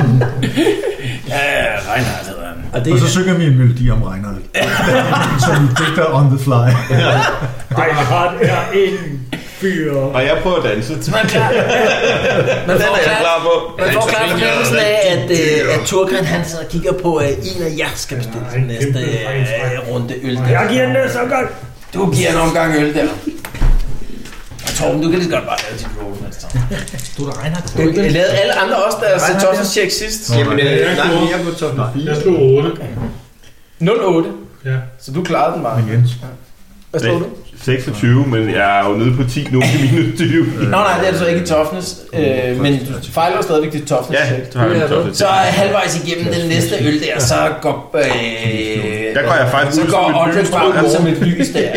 Speaker 1: Ja, Reinhardt hedder han.
Speaker 3: Og, det, og så synger vi en melodi om Reinhardt. Som digter on the fly.
Speaker 5: Reinhardt er en fyr.
Speaker 7: Og jeg prøver at danse.
Speaker 1: Man, klar, man
Speaker 7: Den
Speaker 1: får
Speaker 7: er jeg
Speaker 1: klar,
Speaker 7: klar på.
Speaker 1: man får klar fornemmelsen af, at, øh, at Thorgren han sidder og kigger på, at en af jer skal bestille den næste øh, runde øl der.
Speaker 5: Jeg giver den næste omgang.
Speaker 1: Du giver en omgang øl der. Og Torben, du kan lige så godt bare lave dit roll næste gang.
Speaker 8: Du er der Reinhardt.
Speaker 1: Du har lavet alle andre også, der har Toffens check sidst.
Speaker 4: Jamen, øh,
Speaker 6: Jeg
Speaker 4: nej,
Speaker 6: slog-
Speaker 4: jeg er på toppen fire.
Speaker 6: Jeg slog otte.
Speaker 2: nul otte.
Speaker 6: Ja.
Speaker 2: Så du klarede den bare.
Speaker 3: Men Jens.
Speaker 2: Hvad slog du?
Speaker 7: seksogtyve, men jeg er jo nede på ti nu til minus tyve.
Speaker 2: Nå nej, det er altså ikke i toughness. Øh, men du fejler stadigvæk dit toughness
Speaker 7: Ja,
Speaker 2: check.
Speaker 7: så har jeg en
Speaker 2: Så halvvejs igennem den næste øl der, så går... Øh,
Speaker 7: Der går jeg faktisk
Speaker 2: så
Speaker 7: ud
Speaker 2: går
Speaker 7: som et
Speaker 2: Audrey
Speaker 7: lys
Speaker 2: frem
Speaker 7: rød
Speaker 2: som et lys der.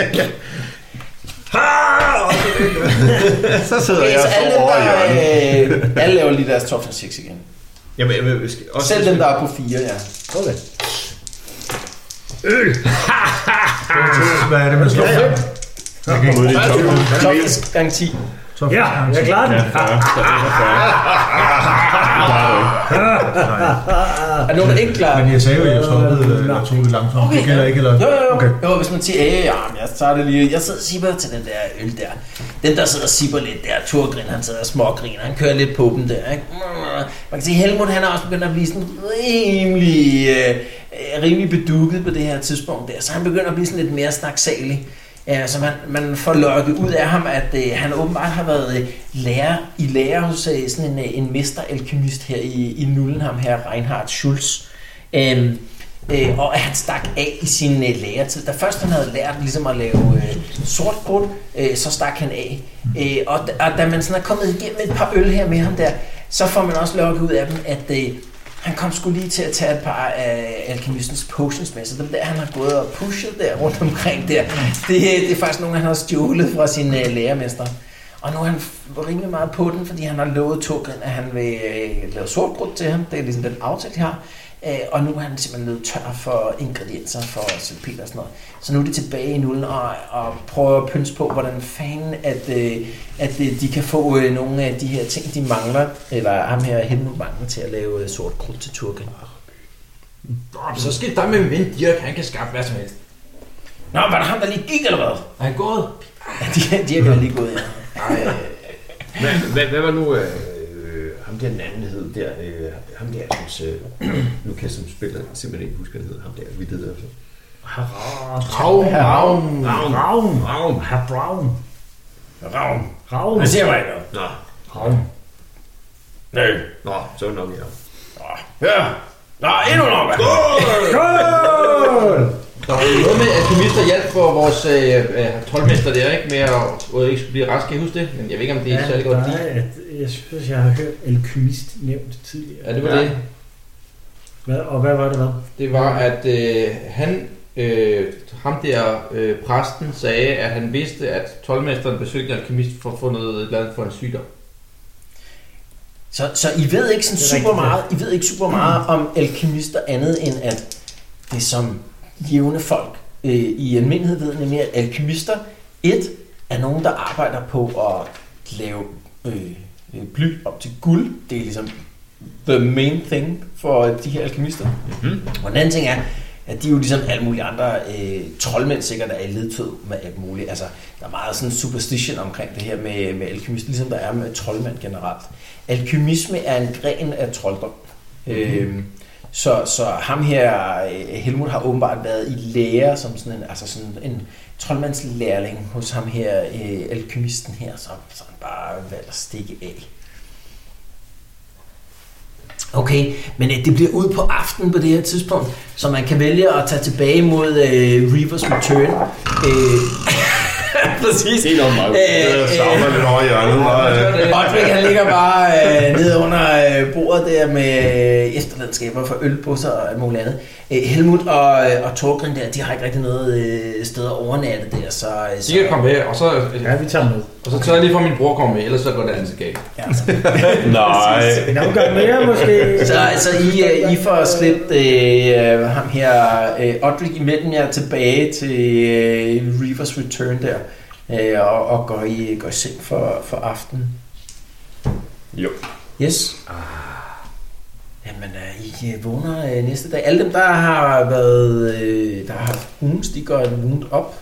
Speaker 7: Så sidder
Speaker 2: Okay,
Speaker 7: jeg
Speaker 2: så
Speaker 7: og
Speaker 2: alle, dem,
Speaker 7: sover i hjørnet.
Speaker 2: der, øh, alle laver lige deres toughness checks igen.
Speaker 4: Jamen, jeg vil- skal også...
Speaker 2: Selv dem, der er på fire, ja.
Speaker 5: Okay.
Speaker 3: Hvad er det, man slår? Jeg kan ikke
Speaker 7: Mod det toppen.
Speaker 2: Toughness gang ti.
Speaker 3: så
Speaker 5: Ja, jeg klarer den.
Speaker 7: Ja, fyrre. Så det er fyrre.
Speaker 2: Er nogen, der ikke klarer?
Speaker 3: Men jeg sagde jo, at jeg stoppede, øh, jeg tog det langsomt. Det gælder ikke, eller?
Speaker 2: Jo, jo, jo.
Speaker 3: Okay.
Speaker 2: jo hvis man siger, ja, ja, jeg tager det lige. Jeg sidder og sipper til den der øl der. Den, der sidder og sipper lidt der, Thorgren, han sidder og smågriner. Han kører lidt på dem der, ikke? Man kan sige, Helmut, han er også begyndt at blive sådan rimelig, øh, rimelig bedukket på det her tidspunkt der. Så han begynder at blive sådan lidt mere snaksalig. Ja, så man, man får lokket ud af ham, at øh, han åbenbart har været øh, lærer, i lærer hos øh, sådan en, øh, en mester-alkemist her i, i nullen, ham her, Reinhard Schulz. Øhm, øh, og at han stak af i sin øh, læretid. Da først han havde lært ligesom at lave øh, sort krudt, øh, så stak han af. Øh, og, og da man sådan er kommet igennem et par øl her med ham der, så får man også lokket ud af dem, at øh, han kom sgu lige til at tage et par af alkemistens potions med, så dem der, han har gået og pushet der rundt omkring der, det, det er faktisk nogle, han har stjålet fra sin uh, lærermester. Og nu er han rimelig meget på den, fordi han har lovet Thorgren, at han vil uh, lave sortkrudt til ham. Det er ligesom den aftale, de har. Uh, og nu er han simpelthen løbet tør for ingredienser for salpeter og sådan noget. Så nu er det tilbage i nullen og, og prøver at pynse på, hvordan fanden at, uh, at uh, de kan få uh, nogle af de her ting, de mangler, eller ham her Helmut mangler til at lave uh, sortkrudt til Thorgren.
Speaker 8: Så skal der med min ven Dirk, han kan skaffe hvad som helst.
Speaker 2: Nå, var der ham, der lige gik, eller hvad?
Speaker 8: Er han gået?
Speaker 2: Ja, de, de er vel lige gået, ja.
Speaker 4: Hvad, hvad, hvad var nu øh, ham der den anden hed der? Øh, ham der, hans øh, Lukas, som spiller, simpelthen ikke husker, hvad det hedder. Ham der, vi ved det altså.
Speaker 5: Ravn.
Speaker 4: Ravn.
Speaker 5: Ravn.
Speaker 4: Ravn. Ravn.
Speaker 5: Herr Braun.
Speaker 2: Ravn.
Speaker 5: Ravn.
Speaker 2: Han siger mig ikke noget.
Speaker 4: Nå.
Speaker 5: Ravn.
Speaker 2: Nej.
Speaker 4: Nå, så er det nok, ja.
Speaker 2: Ja. Nå, endnu nok.
Speaker 8: Der var noget med, at kemister hjalp for vores øh, øh, troldmester der, ikke? Med at øh, ikke skulle blive rask, kan I huske det? Men jeg ved ikke, om det er særlig godt.
Speaker 5: Nej, at, jeg synes, jeg har hørt alkymist nævnt tidligere.
Speaker 8: Ja, det var det.
Speaker 5: Hvad, og hvad var det, hvad?
Speaker 8: Det var, at øh, han, øh, ham der øh, præsten, sagde, at han vidste, at troldmesteren besøgte en alkemist for at få noget et eller andet for en sygdom.
Speaker 2: Så, så I ved ikke sådan
Speaker 5: Det er
Speaker 2: super
Speaker 5: rigtigt,
Speaker 2: meget, I ved ikke super meget om alkemister andet end at det som jævne folk øh, i almindelighed ved, nemlig at alkemister et er nogen, der arbejder på at lave øh, bly op til guld. Det er ligesom the main thing for de her alkemister.
Speaker 4: Mm-hmm.
Speaker 2: Og den anden ting er, at de er jo ligesom alle mulige andre øh, troldmænd sikkert er i ledtød med alt muligt. Altså, der er meget sådan superstition omkring det her med, med alkymisme, ligesom der er med troldmænd generelt. Alkymisme er en gren af trolddom. Mm-hmm. Øh, så, så ham her, Helmut, har åbenbart været i lære som sådan en, altså sådan en troldmandslærling hos ham her, øh, alkymisten her, som, som bare valgte at stikke af. Okay, men øh, det bliver ud på aftenen på det her tidspunkt, så man kan vælge at tage tilbage mod øh, Reavers Return. Øh, præcis.
Speaker 7: Det er nok meget. Jeg savner lidt over i hjørnet.
Speaker 2: Odrik, han ligger bare øh, nede under øh, bordet der med øh, efterladenskaber for ølbusser og alt muligt andet. Øh, Helmut og, og Torgrim der, de har ikke rigtig noget øh, sted at overnatte der, så... så
Speaker 8: de kan komme med, og så...
Speaker 5: Ja, vi tager med.
Speaker 8: Og så tager jeg lige fra min bror komme med, ellers så går det andet galt.
Speaker 2: Ja.
Speaker 7: Nej.
Speaker 5: Nogle gange mere, måske.
Speaker 2: Så altså, I, I får slæbt øh, ham her, øh, Odrik, imellem jer tilbage til øh, Reavers Return der, øh, og, og går, i, går i seng for, for aftenen.
Speaker 7: Jo.
Speaker 2: Yes. Ah. Jamen, øh, I vågner øh, næste dag. Alle dem, der har været, øh, der har haft wounds, de går et wound op.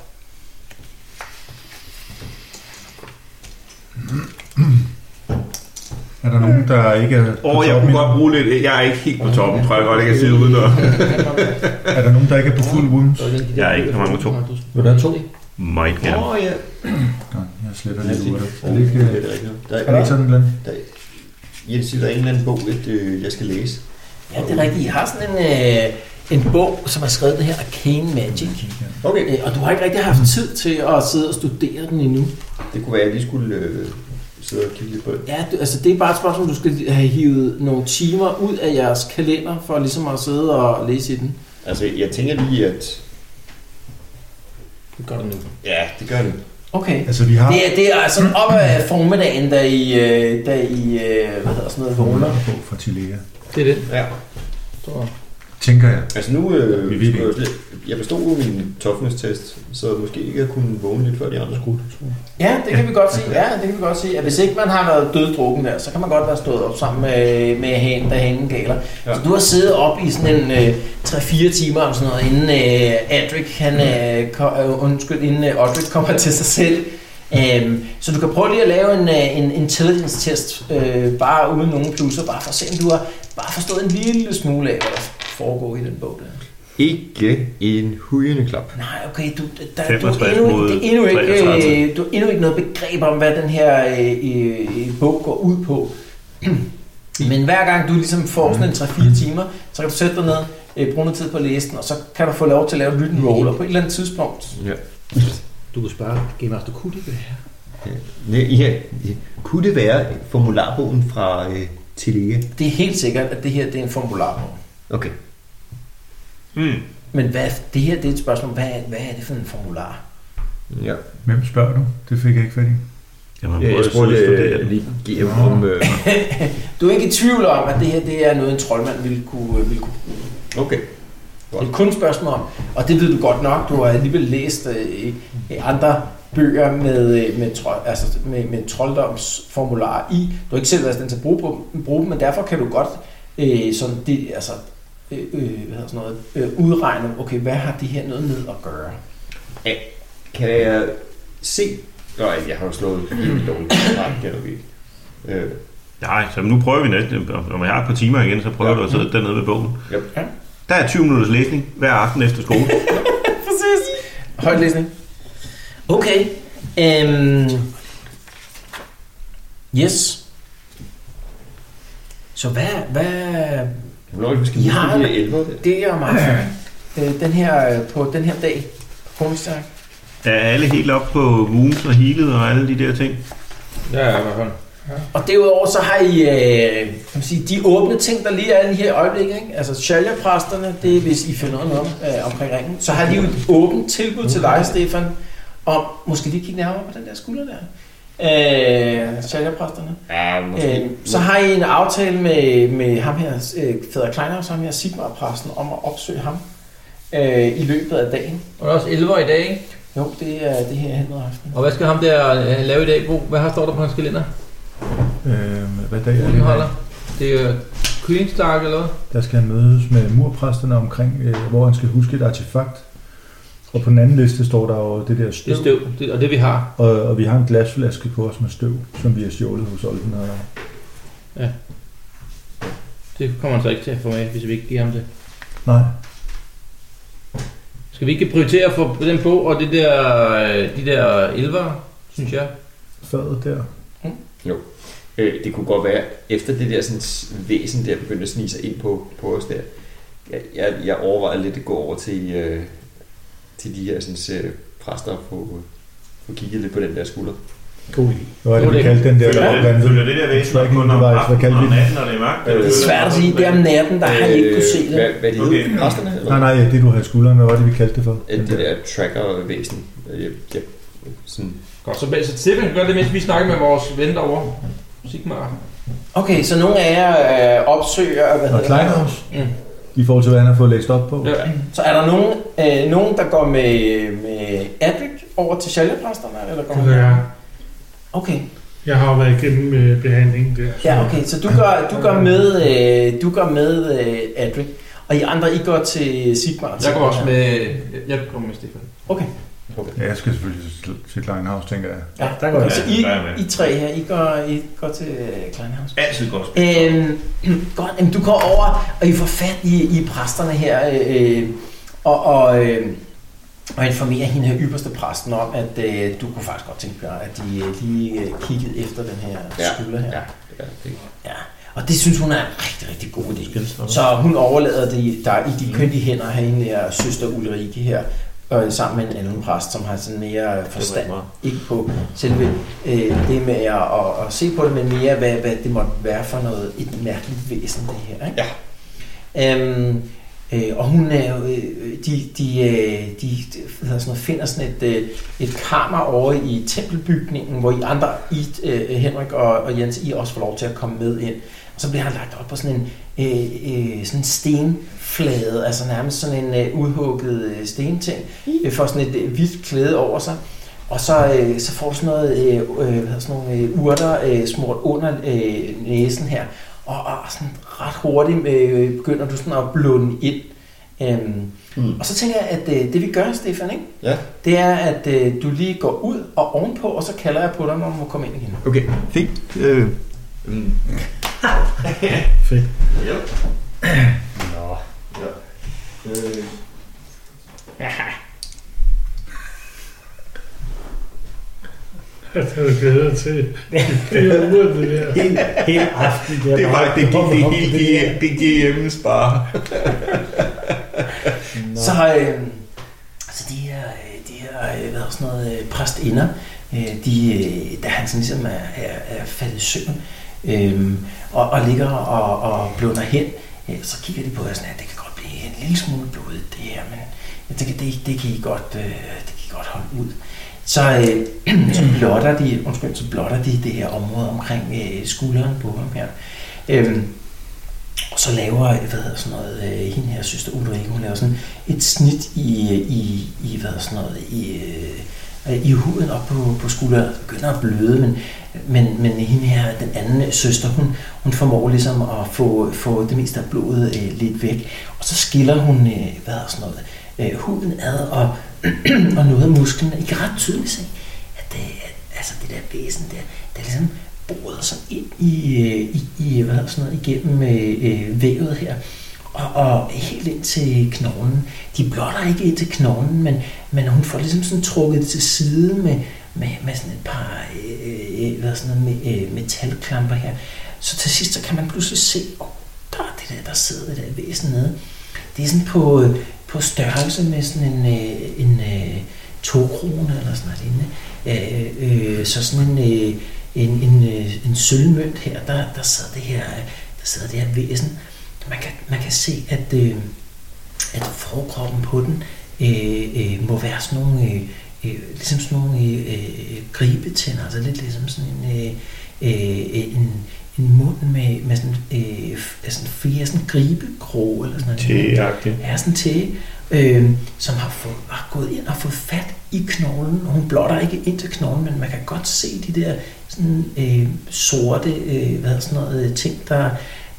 Speaker 3: Er der nogen, der ikke er på
Speaker 7: Åh, oh, jeg
Speaker 3: toppen
Speaker 7: kunne godt bruge lidt. Jeg er ikke helt på toppen, tror jeg godt, jeg kan sige uden noget.
Speaker 3: Er der nogen, der ikke er på fuld wounds?
Speaker 7: Jeg er ikke, hvor mange to.
Speaker 5: Vil du have to?
Speaker 7: Meget gerne.
Speaker 4: Åh, oh, ja.
Speaker 3: Godt, jeg sletter lidt ud af det. Er det
Speaker 4: Det
Speaker 3: ikke,
Speaker 4: er det rigtigt. Der
Speaker 3: er det ikke sådan, Glenn?
Speaker 4: Der, Jens siger, der er en eller anden bog, et, øh, jeg skal læse.
Speaker 2: Ja, det er rigtigt. I har sådan en, øh, en bog, som har skrevet det her Arcane Magic.
Speaker 4: Okay.
Speaker 2: Øh, og du har ikke rigtig haft tid til at sidde og studere den endnu.
Speaker 4: Det kunne være, at jeg lige skulle øh, sidde og kigge lidt på det.
Speaker 2: Ja, du, altså det er bare et spørgsmål, du skal have hivet nogle timer ud af jeres kalender, for ligesom at sidde og læse i den.
Speaker 4: Altså, jeg tænker lige, at...
Speaker 8: Det gør det nu.
Speaker 4: Ja, det gør det.
Speaker 2: Okay.
Speaker 3: Altså, vi har...
Speaker 2: Det er, det er altså op af formiddagen, da I, øh, da I øh, hvad hedder sådan noget, vågner.
Speaker 3: på for Tilea.
Speaker 8: Det er det.
Speaker 4: Ja.
Speaker 8: Så.
Speaker 3: Tænker jeg.
Speaker 4: Altså nu, øh,
Speaker 3: Vi ved
Speaker 4: jeg, jeg bestod jo min toughness-test, så måske ikke jeg kunne vågne lidt før de andre skulle.
Speaker 2: Ja, det kan vi godt sige. Ja, det kan vi godt sige. At hvis ikke man har været døddrukken der, så kan man godt være stået op sammen med, med hanen, da hanen galer. Ja. Så du har siddet op i sådan en øh, tre fire timer om sådan noget, inden øh, Adric, han, øh, kom, øh, undskyld, inden øh, Odrik kommer til sig selv. Um, så du kan prøve lige at lave en, en intelligence-test, øh, bare uden nogen plusser, bare for at se, om du har bare forstået en lille smule af, hvad der foregår i den bog der.
Speaker 4: Ikke en hujende klap.
Speaker 2: Nej, okay, du, der, du,
Speaker 7: femogtres
Speaker 2: er endnu,
Speaker 7: mod
Speaker 2: det er endnu ikke,
Speaker 7: treogtredive.
Speaker 2: øh, du har endnu ikke noget begreb om, hvad den her øh, øh, bog går ud på. Men hver gang du ligesom får sådan en tre fire timer, så kan du sætte dig ned, øh, bruge noget tid på at læse den, og så kan du få lov til at lave et written roll, og på et eller andet tidspunkt.
Speaker 4: Ja.
Speaker 5: Du kan spørge Game Master, kunne det være?
Speaker 4: Ja, ja, ja. Kunne det være formularbogen fra øh, Tilea?
Speaker 2: Det er helt sikkert, at det her det er en formularbog.
Speaker 4: Okay.
Speaker 7: Mm.
Speaker 2: Men hvad, det her det er et spørgsmål, hvad, hvad er det for en formular?
Speaker 4: Ja.
Speaker 3: Hvem spørger du? Det fik jeg ikke fat i.
Speaker 7: Jamen,
Speaker 4: Ja, jeg spurgte øh, lige give om... Øh,
Speaker 2: Du er ikke i tvivl om, at det her det er noget, en troldmand ville kunne, ville kunne bruge.
Speaker 4: okay.
Speaker 2: Det er kun et spørgsmål om, og det ved du godt nok, du har alligevel læst øh, andre bøger med, med, trold, altså med, med trolddomsformularer i. Du har ikke selv været den til at bruge, bruge dem, men derfor kan du godt øh, sådan det, altså, øh, øh, hvad hedder sådan noget, øh, udregne, okay, hvad har det her noget med at gøre?
Speaker 4: Ja. Kan jeg se... Nå, jeg har jo slået helt dårligt. Nej, det kan du ikke. Øh,
Speaker 7: Nej, så nu prøver vi næsten. Når jeg har et par timer igen, så prøver ja. du at sidde dernede ved bogen.
Speaker 4: Yep.
Speaker 2: Ja.
Speaker 7: Der er tyve minutters læsning hver aften efter skole.
Speaker 2: Præcis. Højtlæsning. Okay. Um, yes. Så hvad... hvad
Speaker 4: Hvornår vi skal
Speaker 2: I
Speaker 4: bruge
Speaker 2: har-
Speaker 4: de her elver?
Speaker 2: det er meget fint. Den her, på den her dag på onsdag.
Speaker 7: Er alle helt op på wounds og healet og alle de der ting?
Speaker 8: Ja, ja, i hvert fald.
Speaker 2: Og derudover så har I øh, kan man sige, de åbne ting, der lige er i her øjeblik, ikke? Altså Shalya-præsterne, det er hvis I finder noget om, øh, omkring ringen. Så har de jo et åbent tilbud til dig, Stefan, om måske lige kigge nærmere på den der skulder der. Øh, Shalya-præsterne.
Speaker 4: Ja, måske.
Speaker 2: Øh, så har I en aftale med, med ham her, øh, Fader Kleinhaus, ham her Sigmar-præsten, om at opsøge ham øh, i løbet af dagen.
Speaker 8: Og der er også elver i dag, ikke?
Speaker 2: Jo, det er det her hen ad aften.
Speaker 8: Og hvad skal ham der øh, lave i dag, Bo? Hvad har står der på hans kalender?
Speaker 3: Øh, hvad dag er
Speaker 8: Den
Speaker 3: det?
Speaker 8: holder. Det er Queenstark eller hvad?
Speaker 3: Der skal han mødes med murpræsterne omkring, øh, hvor han skal huske et artefakt. Og på den anden liste står der jo det der støv.
Speaker 8: Det støv, det, og det vi har.
Speaker 3: Og, og vi har en glasflaske på os med støv, som vi har stjålet hos Olden. Og...
Speaker 8: Ja. Det kommer han så ikke til at få med, hvis vi ikke giver ham det.
Speaker 3: Nej.
Speaker 8: Skal vi ikke prioritere at få den på, og det der, de der elver, synes jeg?
Speaker 3: Fadet der.
Speaker 4: Mm. Jo. Øh, det kunne godt være, efter det der sådan, væsen der begyndte at snige sig ind på, på os der. Jeg, jeg, jeg overvejer lidt at gå over til, øh, til de her sådan, øh, præster og få kigget lidt på den der skulder.
Speaker 5: God idé.
Speaker 3: Hvad var det, vi kaldte den der?
Speaker 7: Følger det der væsen op kun om aftenen og natten, når det er mørkt?
Speaker 2: Det er svært at sige. Det er om natten, der har jeg ikke kunne se det.
Speaker 4: Hvad, hvad de okay. hedder? Præsterne?
Speaker 3: Nej, nej, det du har i skulderen. Hvad var det, vi kaldte det for?
Speaker 4: Det der tracker-væsen. Ja, sådan.
Speaker 8: Godt, så, så Stefan kan gøre det, mens vi snakker med vores ven derovre. Sigmar.
Speaker 2: Okay, så nogle af jer øh, opsøger... Hvad
Speaker 3: og Kleinhaus. Mm. I forhold til, hvad han har fået læst op på.
Speaker 2: Ja. Så er der nogen, øh, nogen der går med, med Adric over til Shalja-præsterne? Eller går
Speaker 6: det er
Speaker 2: Okay.
Speaker 6: Jeg har jo været igennem øh, behandlingen der. Så.
Speaker 2: Ja, okay. Så du går, du går med, øh, du går med øh, Adric, og I andre, I går til Sigmar.
Speaker 8: Jeg går også med, jeg går med Stefan.
Speaker 2: Okay.
Speaker 3: Okay. Ja, jeg skal selvfølgelig til, til Kleinhaus, tænker jeg.
Speaker 2: Ja, der går okay, så I, I tre her, I går, I går til Kleinhaus.
Speaker 7: Altid godt.
Speaker 2: Øhm, godt, jamen, du går over, og I får fat i, i præsterne her, øh, og, og, øh, og informerer hende her ypperste præsten om, at øh, du kunne faktisk godt tænke dig, at de øh, lige øh, kiggede efter den her skulder her.
Speaker 4: Ja, ja, det.
Speaker 2: Ja. Og det synes hun er en rigtig, rigtig god idé. Så hun overlader det der i de køndige hænder af hende her søster Ulrike her, og sammen med en anden præst, som har sådan mere forstand, ikke på selve øh, det med at, at, at se på det, men mere, hvad, hvad det måtte være for noget, et mærkeligt væsen, det her. Ikke? Ja. Øhm, øh, og hun er jo, øh, de, de, øh, de hvad sådan noget, finder sådan et, øh, et kammer over i tempelbygningen, hvor I andre, I, øh, Henrik og, og Jens, I også får lov til at komme med ind. Og så bliver han lagt op på sådan en, øh, øh, sådan en stenflade, altså nærmest sådan en øh, udhugget øh, stenting, øh, får sådan et øh, hvidt klæde over sig. Og så, øh, så får du sådan noget, øh, øh, sådan nogle øh, urter øh, smurt under øh, næsen her. Og, og sådan ret hurtigt øh, begynder du sådan at blunde ind. Øhm, mm. Og så tænker jeg, at øh, det vi gør, Stefan, ikke?
Speaker 4: Ja.
Speaker 2: Det er, at øh, du lige går ud og ovenpå, og så kalder jeg på dig, når du må komme ind igen.
Speaker 4: Okay, fint. Øh. Mm.
Speaker 5: Fedt.
Speaker 4: Ja.
Speaker 5: Nå.
Speaker 4: Ja. Øh.
Speaker 6: Det har du glædet til. Det er uret, det der.
Speaker 5: Helt, helt aften.
Speaker 7: Det, det var det, det, det, det, det hjemmes bare.
Speaker 2: Så, øh, så de her, de her hvad sådan noget, præstinder, de, da han sådan ligesom er, er, er faldet i søvn, øh, og, og ligger og, og blunder hen, så kigger de på jer sådan, at det kan godt blive en lille smule blodet, det her, men det, det, det, kan I godt, det kan I godt holde ud. Så, øh, så blotter de, undskyld, så blotter de det her område omkring øh, skulderen på ham her. Øhm, og så laver, hvad hedder sådan noget, øh, hende her søster Ulrike, hun laver sådan et snit i, i, i hvad hedder sådan noget, i, øh, i huden op på, på skulderen. Det begynder at bløde, men, men, men hende her, den anden søster, hun, hun formår ligesom at få, få det meste af blodet øh, lidt væk. Og så skiller hun, øh, hvad hedder sådan noget, øh, huden ad, og og noget af musklerne. I kan ret tydeligt se, at det, altså det der væsen der, der ligesom boret sig ind i, i, i hvad hedder sådan noget, igennem øh, vævet her, og, og helt ind til knoglen. De blotter ikke ind til knoglen, men, men hun får ligesom sådan trukket det til side med, med, med sådan et par øh, hvad sådan noget, med, øh, metalklamper her. Så til sidst så kan man pludselig se, åh, oh, der er det der, der sidder det der væsen nede. Det er sådan på, på størrelse med sådan en, en, en to-krone eller sådan noget lignende. Øh, så sådan en, en, en, en sølvmønt her, der, der sidder det her, der sidder det her væsen. Man kan, man kan se, at, at forkroppen på den øh, øh, må være sådan nogle, øh, ligesom sådan nogle øh, gribetænder, altså lidt ligesom sådan en, øh, en en mund med, med sådan, øh, sådan fire sådan gribekrog eller sådan noget.
Speaker 7: Tæ-agtigt.
Speaker 2: Ja, sådan tæ, øh, som har, fået, har gået ind og fået fat i knoglen. Hun blotter ikke ind til knoglen, men man kan godt se de der sådan, øh, sorte øh, hvad sådan noget, ting, der,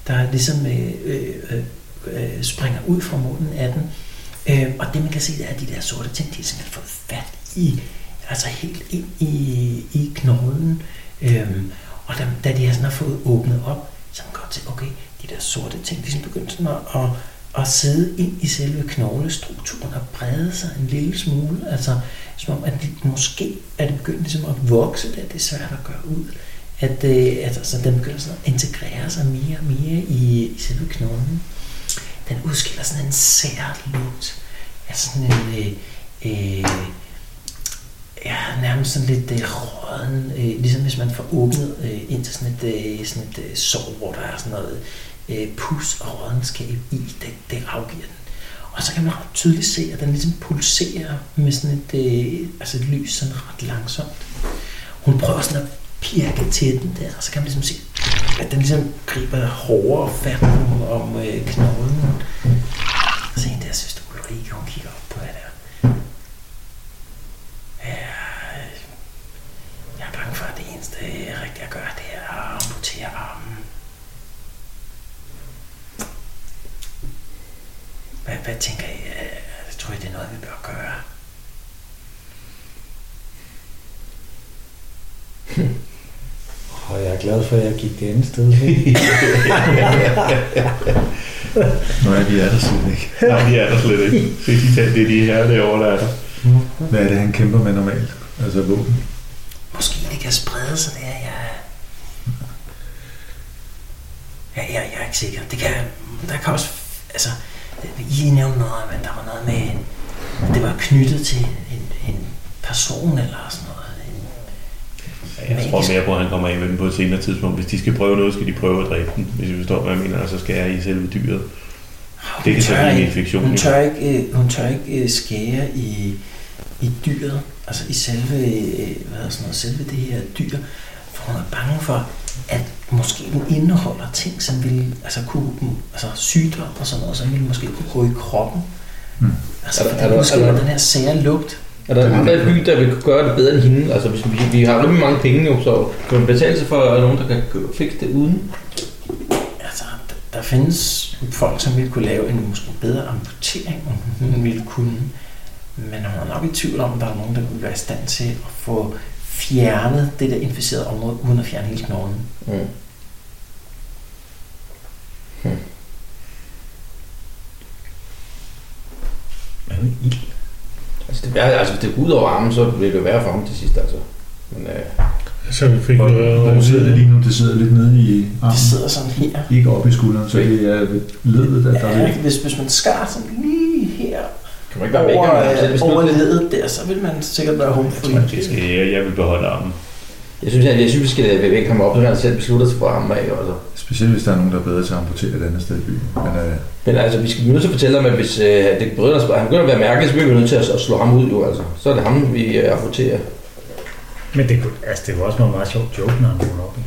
Speaker 2: der ligesom øh, øh, øh, springer ud fra munden af den. Øh, og det man kan se, det er, at de der sorte ting, de har simpelthen fået fat i, altså helt ind i, i knoglen. Øh, og da, da de har, sådan, har fået åbnet op, så man kan godt se, okay, de der sorte ting, de ligesom begyndte sådan at, at, at sidde ind i selve knoglestrukturen og brede sig en lille smule. Altså, som om, at de, måske er det begyndt ligesom at vokse, det er svært at gøre ud. At, øh, at altså, den begynder sådan at integrere sig mere og mere i, i selve knoglen. Den udskiller sådan en sær lugt. Altså sådan en, øh, øh, ja, nærmest sådan lidt øh, råden, øh, ligesom hvis man får åbnet øh, ind til sådan et, øh, sådan et øh, sår, hvor der er sådan noget øh, pus og rådenskab i, det, det afgiver den. Og så kan man ret tydeligt se, at den ligesom pulserer med sådan et, øh, altså et lys sådan ret langsomt. Hun prøver sådan at pirke til den der, og så kan man ligesom se, at den ligesom griber hårdere fat om, om øh, knoglen. Og så en der søster Ulrike, hun kigger op på det der. Ja, jeg er bange for, at det eneste rigtige at gøre, det er at amputere armen. Hvad, hvad tænker I? Jeg tror, det er noget, vi bør gøre.
Speaker 5: Og jeg er glad for, at jeg gik det andet sted hen.
Speaker 3: Nej, vi er der slet ikke.
Speaker 7: Nej, de er der slet ikke. Se, de tager det, de her derovre, der er der.
Speaker 3: Hvad er det, han kæmper med normalt? Altså våben?
Speaker 2: Måske det kan sprede sig der, jeg... Ja, jeg, jeg er ikke sikker. Det kan... Der kan også... Altså... I nævnte noget, men der var noget med... Det var knyttet til en, en person eller sådan noget. En,
Speaker 7: jeg tror mere på, at han kommer af med dem på et senere tidspunkt. Hvis de skal prøve noget, skal de prøve at dræbe den. Hvis I forstår, hvad jeg mener, og så skære i selve dyret.
Speaker 2: Hun
Speaker 7: det kan så blive en infektion.
Speaker 2: Hun tør ikke, hun tør ikke skære i, i dyret, altså i selve, hvad er sådan noget, selve det her dyr, for hun er bange for, at måske den indeholder ting, som ville, altså kunne, altså sygdom og sådan noget, som ville måske kunne gå i kroppen. Hmm. Altså, er der, er der, måske er der, den her sære lugt.
Speaker 8: Er der andre i byen, der vil kunne gøre det bedre end hende? Altså, hvis vi, vi har rimelig mange penge jo, så kan man betale sig for nogen, der kan fikse det uden?
Speaker 2: Altså, der, der findes folk, som ville kunne lave en måske bedre amputering, end hun ville kunne. Men hun er nok i tvivl om, at der er nogen, der kunne være i stand til at få fjernet det der inficerede område, uden at fjerne hele knoglen. Mm.
Speaker 8: Hmm.
Speaker 5: Hvad er det ild?
Speaker 8: Altså, det, altså, hvis det går ud over armen, så vil det jo være for ham til sidst, altså. Men, øh...
Speaker 6: Så vi fik noget...
Speaker 3: Hvor sidder det lige nu? Det sidder lidt nede i armen.
Speaker 2: Det sidder sådan her.
Speaker 3: Ikke oppe i skulderen, så det er ved ledet, der, der
Speaker 2: ja,
Speaker 3: er lidt.
Speaker 2: Hvis, hvis man skar sådan lige her,
Speaker 8: kan man ikke være
Speaker 2: over,
Speaker 8: væk,
Speaker 2: over ledet der, så vil man sikkert være home free.
Speaker 7: Jeg, jeg, skal, jeg, jeg vil beholde armen.
Speaker 8: Jeg synes, jeg, jeg synes, vi skal vække ham op, når han selv beslutter sig for armen af. Altså.
Speaker 3: Specielt hvis der er nogen, der er bedre til at amputere et andet sted i byen. Men, øh...
Speaker 8: Men altså, vi skal nødt til at fortælle ham, at hvis øh, det begynder, han begynder at være mærkeligt, så bliver vi nødt til at, at slå ham ud. Jo, altså. Så er det ham, vi øh, amputerer.
Speaker 5: Men det, altså, det var også noget meget sjovt joke, når han vågner op.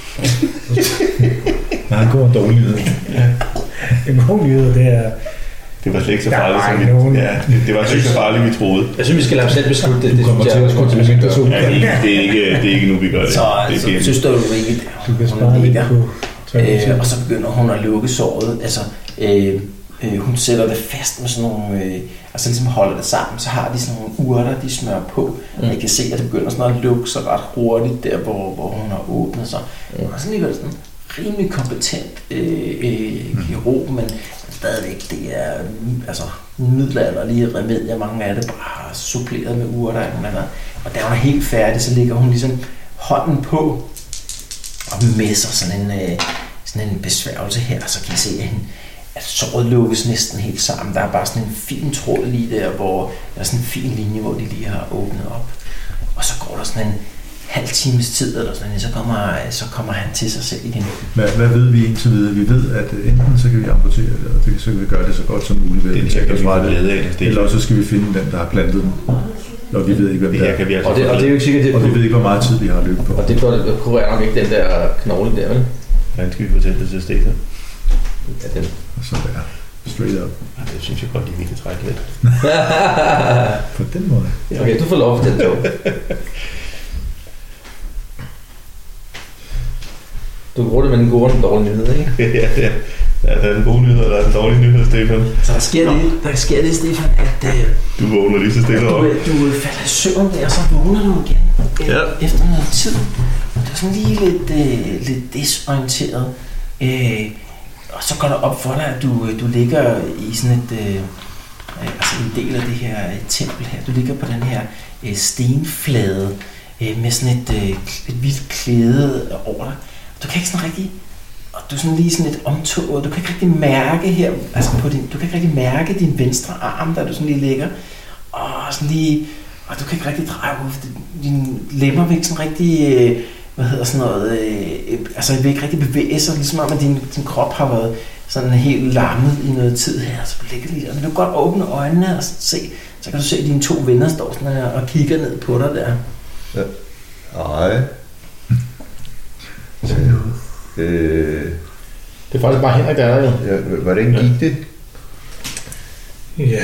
Speaker 3: Nej, han går en dårlig nyhed.
Speaker 5: Ja. En god nyhed, det er...
Speaker 7: Det var slet ikke så farligt, som vi... Nogen... Ja, det, det var slet ikke så farligt, vi troede.
Speaker 8: Jeg synes, vi skal lade ham selv beslutte det.
Speaker 3: Du kommer til at skulle til at person.
Speaker 7: Ja, det, er ikke, det er ikke nu, vi gør det.
Speaker 2: Så altså,
Speaker 7: det er
Speaker 2: synes du ikke,
Speaker 5: du kan spare lidt på...
Speaker 2: Øh, og så begynder hun at lukke såret. Altså, øh, øh, hun sætter det fast med sådan nogle... Øh, altså ligesom holder det sammen. Så har de sådan nogle urter, de smører på. Mm. Og I kan se, at det begynder sådan at lukke sig ret hurtigt der, hvor, hvor hun har åbnet sig. Mm. Hun er sådan alligevel sådan rimelig kompetent øh, øh, kirurg, men stadigvæk, det er altså, middelalderlige remedier, mange af det bare suppleret med urter eller andet. Og da hun er helt færdig, så ligger hun ligesom hånden på og messer sådan en, øh, sådan en besværgelse her, så kan I se, at, hende, at såret lukkes næsten helt sammen. Der er bare sådan en fin tråd lige der, hvor der er sådan en fin linje, hvor de lige har åbnet op. Og så går der sådan en halv times tid eller sådan noget, så kommer, så kommer han til sig selv igen.
Speaker 3: Hvad, hvad ved vi indtil videre? Vi ved, at enten så kan vi amputere det, eller det, så kan vi gøre det så godt som muligt. Ved,
Speaker 7: det, kan vi fra det,
Speaker 3: eller også skal vi finde den, der har plantet den. Og vi ved ikke, hvem det, det er. Kan vi altså
Speaker 8: og, det, og det er jo ikke sikkert, det,
Speaker 3: og vi ved ikke, hvor meget tid vi har løbet på.
Speaker 8: Og det kurerer nok ikke den der knogle der, vel?
Speaker 7: Hvordan skal vi fortælle det til Stefan?
Speaker 8: Ja, den.
Speaker 3: Og så der. Straight up.
Speaker 7: Ja, det synes jeg godt, de vil trække lidt.
Speaker 3: På den måde.
Speaker 8: Okay, du får lov at fortælle det. Du bruger det med den gode og den dårlige nyhed, ikke?
Speaker 7: ja, ja. Ja, der er den gode nyhed, og der er den dårlige nyhed, Stefan.
Speaker 2: Så der sker det, der sker det, Stefan, at øh,
Speaker 7: Du vågner lige så stille op.
Speaker 2: du, du falder i søvn der, og så vågner du igen øh,
Speaker 7: Ja.
Speaker 2: efter noget tid. Du er sådan lige lidt, øh, lidt desorienteret. Øh, og så går der op for dig, at du, du ligger i sådan et, øh, altså en del af det her øh, tempel her. Du ligger på den her øh, stenflade øh, med sådan et, øh, et hvidt klæde over dig. Du kan ikke sådan rigtig, og du er sådan lige sådan lidt omtåget. Du kan ikke rigtig mærke her, altså på din, du kan ikke rigtig mærke din venstre arm, der du sådan lige ligger. Og sådan lige, og du kan ikke rigtig dreje på, for dine lemmer vil ikke sådan rigtig, øh, hvad hedder sådan noget, øh, altså vil ikke rigtig bevæge sig, ligesom om at din, din krop har været sådan helt lammet i noget tid her. Så du ligger lige, og du kan godt åbne øjnene og se, så kan du se, at dine to venner står sådan her og kigger ned på dig der.
Speaker 4: Ja. Ej. Så, øh,
Speaker 8: Det er faktisk bare Henrik, der er jo.
Speaker 4: ja, hvordan gik det?
Speaker 6: Ja.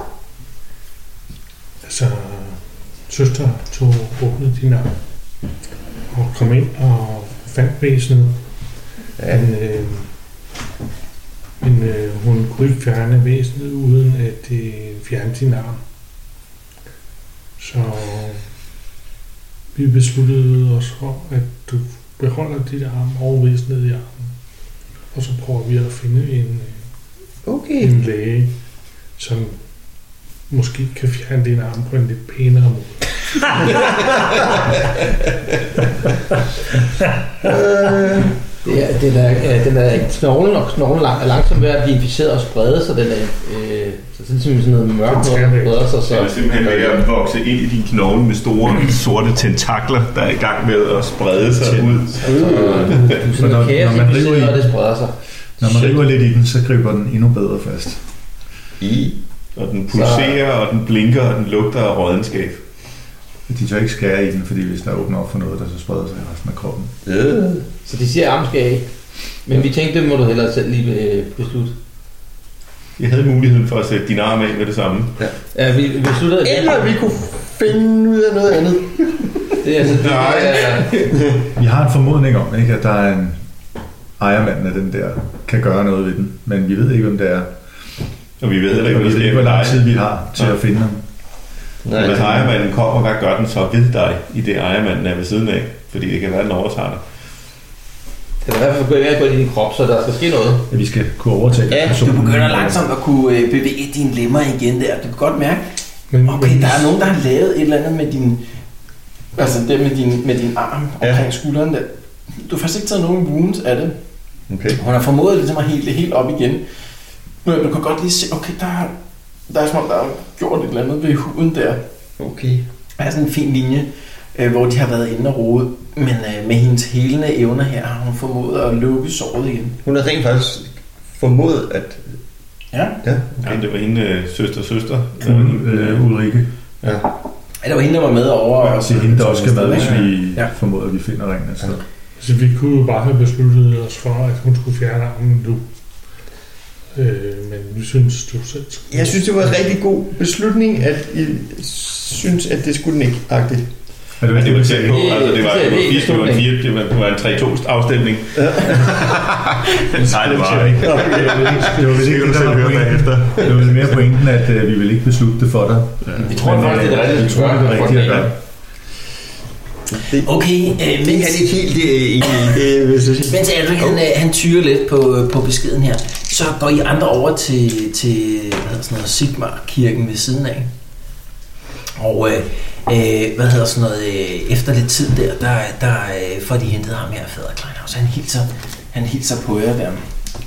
Speaker 6: Altså, søster tog åbnet din arm og kom ind og fandt væsenet.
Speaker 4: Ja.
Speaker 6: Men, øh, men øh, hun kunne ikke fjerne væsenet uden at øh, fjerne din arm. Så vi besluttede os om, at du beholder dit arm og væsenet i armen. Og så prøver vi at finde en,
Speaker 4: Okay.
Speaker 6: en læge, som måske kan fjerne din arm på en lidt pænere måde.
Speaker 4: øh,
Speaker 8: Det er, den er, den er knoglen og knoglen lang, er langsomt ved at blive inficeret og sprede, så den er, øh, så det er simpelthen sådan noget mørkt, noget, der spreder sig.
Speaker 7: Så
Speaker 8: Så
Speaker 7: er det simpelthen ved at vokse ind i din knogle med store sorte tentakler, der er i gang med at sprede sig ud.
Speaker 8: du er sådan
Speaker 3: når-
Speaker 8: noget kaos
Speaker 3: når man river
Speaker 8: inficeret,
Speaker 3: i-
Speaker 8: og det spreder sig.
Speaker 3: Når man river lidt i den, så griber den endnu bedre fast.
Speaker 4: I.
Speaker 7: Og den pulserer, og den blinker, og den lugter af rådenskab.
Speaker 3: De tør ikke skære i den, fordi hvis der åbner op for noget, der så spreder sig i resten af kroppen.
Speaker 4: Øh.
Speaker 8: Så de siger, at armen skal af. Men vi tænkte, det må du hellere selv lige øh, beslutte.
Speaker 7: Jeg havde muligheden for at sætte din arm af med det samme.
Speaker 8: Ja, vi, vi besluttede, at
Speaker 4: Eller vi kunne finde ud af noget andet.
Speaker 8: det er altså... Det er,
Speaker 3: Vi har en formodning om, ikke, at der er en ejermand af den der, kan gøre noget ved den. Men vi ved ikke, hvem det er.
Speaker 7: Og vi ved heller ikke,
Speaker 3: Og vi
Speaker 7: hvad
Speaker 3: ved
Speaker 7: det
Speaker 3: ikke,
Speaker 7: er
Speaker 3: hvor lang
Speaker 7: med
Speaker 3: tid
Speaker 7: dig.
Speaker 3: vi har til
Speaker 7: Nej.
Speaker 3: at finde ham.
Speaker 4: Nej,
Speaker 7: Hvis ejermanden kommer, hvad gør den så ved dig i det ejermanden er ved siden af? Fordi det kan være, den overtager dig.
Speaker 8: det er i hvert fald begyndt at gå ind i din krop, så der skal ske noget.
Speaker 3: At vi skal kunne overtage
Speaker 4: Ja,
Speaker 2: Du
Speaker 3: personen.
Speaker 2: begynder langsomt at kunne øh, bevæge dine lemmer igen der. Du kan godt mærke,
Speaker 6: Men,
Speaker 2: okay,
Speaker 6: men,
Speaker 2: der er nogen, der har lavet et eller andet med din, altså det med din, med din arm
Speaker 4: Ja.
Speaker 2: omkring skulderen der. Du har faktisk ikke taget nogen wounds af det.
Speaker 4: Okay.
Speaker 2: Hun har formået ligesom at hele det helt op igen. Nu, du kan godt lige se, okay, der, er- der er som om, der er gjort et eller andet ved huden der.
Speaker 4: Okay.
Speaker 2: Der er sådan en fin linje, øh, hvor de har været inde og rode. Men øh, med hendes helende evner her, har hun formået at lukke såret igen.
Speaker 4: Hun har rent faktisk formået at...
Speaker 2: Ja.
Speaker 4: Ja.
Speaker 7: Ja, det var hende øh, søster søster.
Speaker 3: Ul- øh, Ulrike.
Speaker 4: Ja.
Speaker 2: Ja, det var hende, der var med over.
Speaker 3: Og det er hende, der også skal med, hvis vi
Speaker 2: Ja.
Speaker 3: formoder, at vi finder ringen. Altså.
Speaker 6: så vi kunne jo bare have besluttet os for, at hun skulle fjerne armen nu. Øh, men vi synes, du selv skulle.
Speaker 4: Jeg synes, det var en rigtig god beslutning, at I synes, at det skulle den ikke. Agtigt.
Speaker 3: Er det,
Speaker 7: Men det var tæt på,
Speaker 8: Det-
Speaker 7: altså det var,
Speaker 8: det-
Speaker 7: det var,
Speaker 8: det-
Speaker 7: fire, det var en fire, det var, det var en tre to afstemning. Nej, det var ikke.
Speaker 3: Det var vist ikke
Speaker 7: Det kan
Speaker 3: det,
Speaker 7: du
Speaker 3: der
Speaker 7: selv
Speaker 3: var
Speaker 7: høre
Speaker 3: pointen.
Speaker 7: bagefter.
Speaker 3: Det var mere pointen, at øh, vi vil ikke beslutte det for dig.
Speaker 8: Vi tror
Speaker 3: Men,
Speaker 8: faktisk, det er
Speaker 3: øh,
Speaker 8: det rigtige,
Speaker 3: vi tror, det er det rigtige at gøre.
Speaker 2: Okay, øh,
Speaker 4: Det er
Speaker 2: mens,
Speaker 4: han ikke helt øh, enig i, det vil jeg så sige.
Speaker 2: mens Adrian han, øh, han tyrer lidt på, på beskeden her, så går I andre over til, til hvad hedder sådan noget, Sigmar-kirken ved siden af. Og øh, øh, hvad hedder sådan noget, øh, efter lidt tid der, der, der øh, får de hentet ham her, Fader Kleinhaus. Han hilser, han hilser på jer der.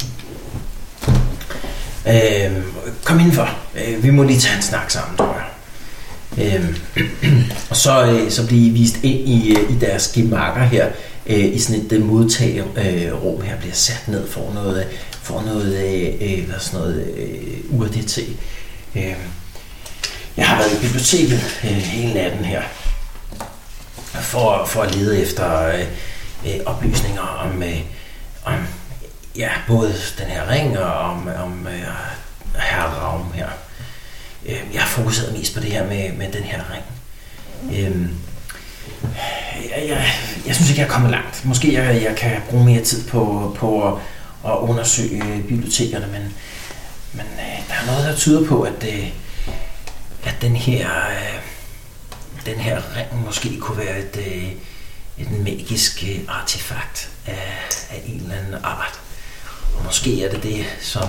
Speaker 2: Øh, kom indenfor. Øh, vi må lige tage en snak sammen, tror jeg. Øhm, og så, øh, så bliver I vist ind i, øh, i deres gemakker her, øh, i sådan et øh, modtagerum øh, her, bliver sat ned for noget, for noget, øh, øh, hvad sådan noget øh, U R D T. Øh, jeg har været i biblioteket øh, hele natten her, for, for at lede efter øh, øh, oplysninger om, øh, om ja, både den her ring og om, om øh, herre Ravn her. Jeg har fokuseret mest på det her med, med den her ring. Øhm, jeg, jeg synes ikke, jeg er kommet langt. Måske jeg, jeg kan bruge mere tid på, på at, at undersøge bibliotekerne, men, men der er noget, der tyder på, at, at den her den her ring måske kunne være et, et magisk artefakt af, af en eller anden art. Og måske er det det, som,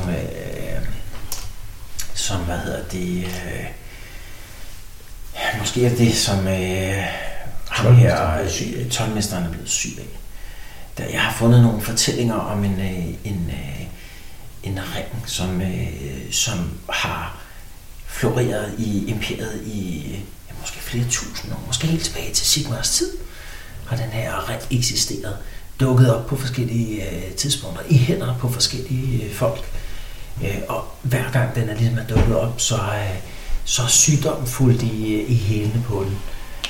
Speaker 2: som hvad hedder det, måske er det det, som ham her, toldmesteren er blevet syg af. Der, jeg har fundet nogle fortællinger om en, en, en ring, som, som har floreret i imperiet i ja, måske flere tusind år, måske helt tilbage til Sigmars tid, har den her ring eksisteret, dukket op på forskellige tidspunkter, i hænderne på forskellige folk. Og hver gang den er ligesom er dukket op, så, så er sygdommen fuldt i, i hælene på den.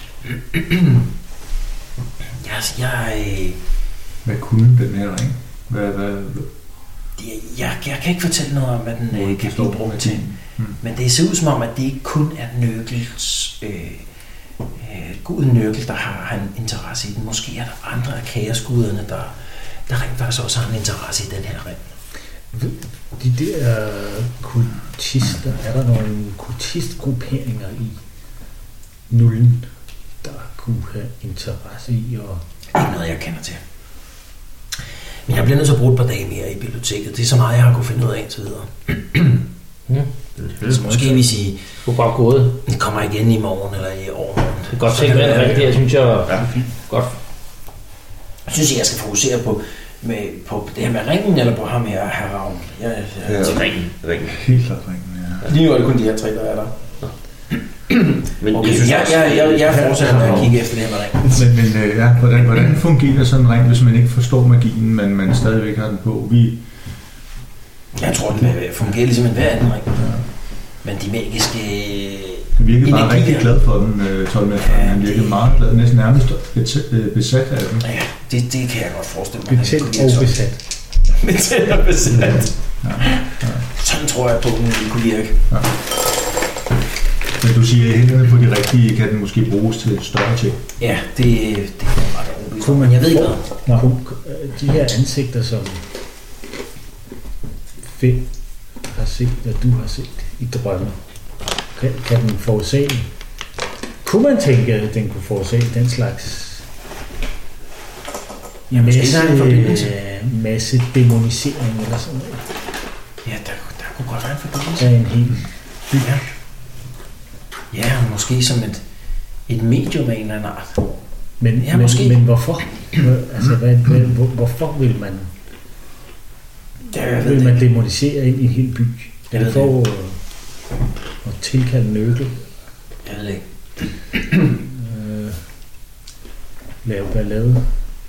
Speaker 2: jeg, jeg,
Speaker 3: hvad kunne den her ring? Hvad, hvad?
Speaker 2: Jeg, jeg, jeg kan ikke fortælle noget om, hvad den øh, kan blive brugt til. Hmm. Men det ser ud som om, at det ikke kun er Nørkels, øh, øh, guden Nørkel, der har, har en interesse i den. Måske er der andre af kaosguderne, der, der rent faktisk også har en interesse i den her ring.
Speaker 5: De der kultister, er der nogle kultistgrupperinger i nullen, der kunne have interesse i at...
Speaker 2: Ikke noget, jeg kender til. Men jeg bliver nødt til at bruge et par dage mere i biblioteket. Det er så meget, jeg har kunnet finde ud af indtil videre. mm. Så måske vi sige,
Speaker 8: du er bare gået.
Speaker 2: Det kommer igen i morgen eller i overmorgen.
Speaker 8: Det er godt tænkt med det rigtigt, jeg synes jeg ja. Godt.
Speaker 2: Jeg synes, jeg skal fokusere på, med, på det her med ringen, eller på ham her, her Ravn. Jeg, jeg, jeg,
Speaker 7: ja, ringen. ringen.
Speaker 3: Helt klart ringen, ja.
Speaker 2: Lige nu er det kun de her tre, der er der.
Speaker 7: Men
Speaker 2: okay, jeg, synes, jeg, jeg, jeg, jeg fortsætter med at kigge efter det her med ringen.
Speaker 3: Men, men ja, hvordan, hvordan fungerer sådan en ring, hvis man ikke forstår magien, men man stadigvæk har den på? Vi...
Speaker 2: Jeg tror, den fungerer ligesom en hver anden ring. Ja. Men de magiske...
Speaker 3: Han virkede bare rigtig glad for den, toldmesteren. Ja, han virkede det... meget glad, næsten nærmest besat af den.
Speaker 2: Ja, det, det kan jeg godt forestille mig.
Speaker 5: Betændt og besat.
Speaker 2: Betændt og besat.
Speaker 3: Ja. Ja.
Speaker 2: Sådan tror jeg på, at den kunne virke.
Speaker 3: Ja. Men du siger, at hænderne på de rigtige kan den måske bruges til større ting.
Speaker 2: Ja, det, det er ret overbevist. Men jeg ved ikke hvad.
Speaker 5: De her ansigter, som Finn har set, og du har set i drømme, kan, kan den forårsage? Kunne man tænke, at den kunne forårsage den slags
Speaker 2: ja, masse,
Speaker 5: masse demonisering eller sådan noget?
Speaker 2: Ja, der, der kunne godt være en forbindelse.
Speaker 5: Ja, en hel by.
Speaker 2: Ja. Ja, måske som et, et medium af en eller anden art.
Speaker 5: Men,
Speaker 2: ja,
Speaker 5: men, men hvorfor? Altså, hvad, hvad, hvor, hvorfor vil man,
Speaker 2: ja,
Speaker 5: vil man demonisere ind i en hel by? Er det for at, at tilkalde Nørkel?
Speaker 2: Jeg ved det ikke.
Speaker 5: øh, lave ballade?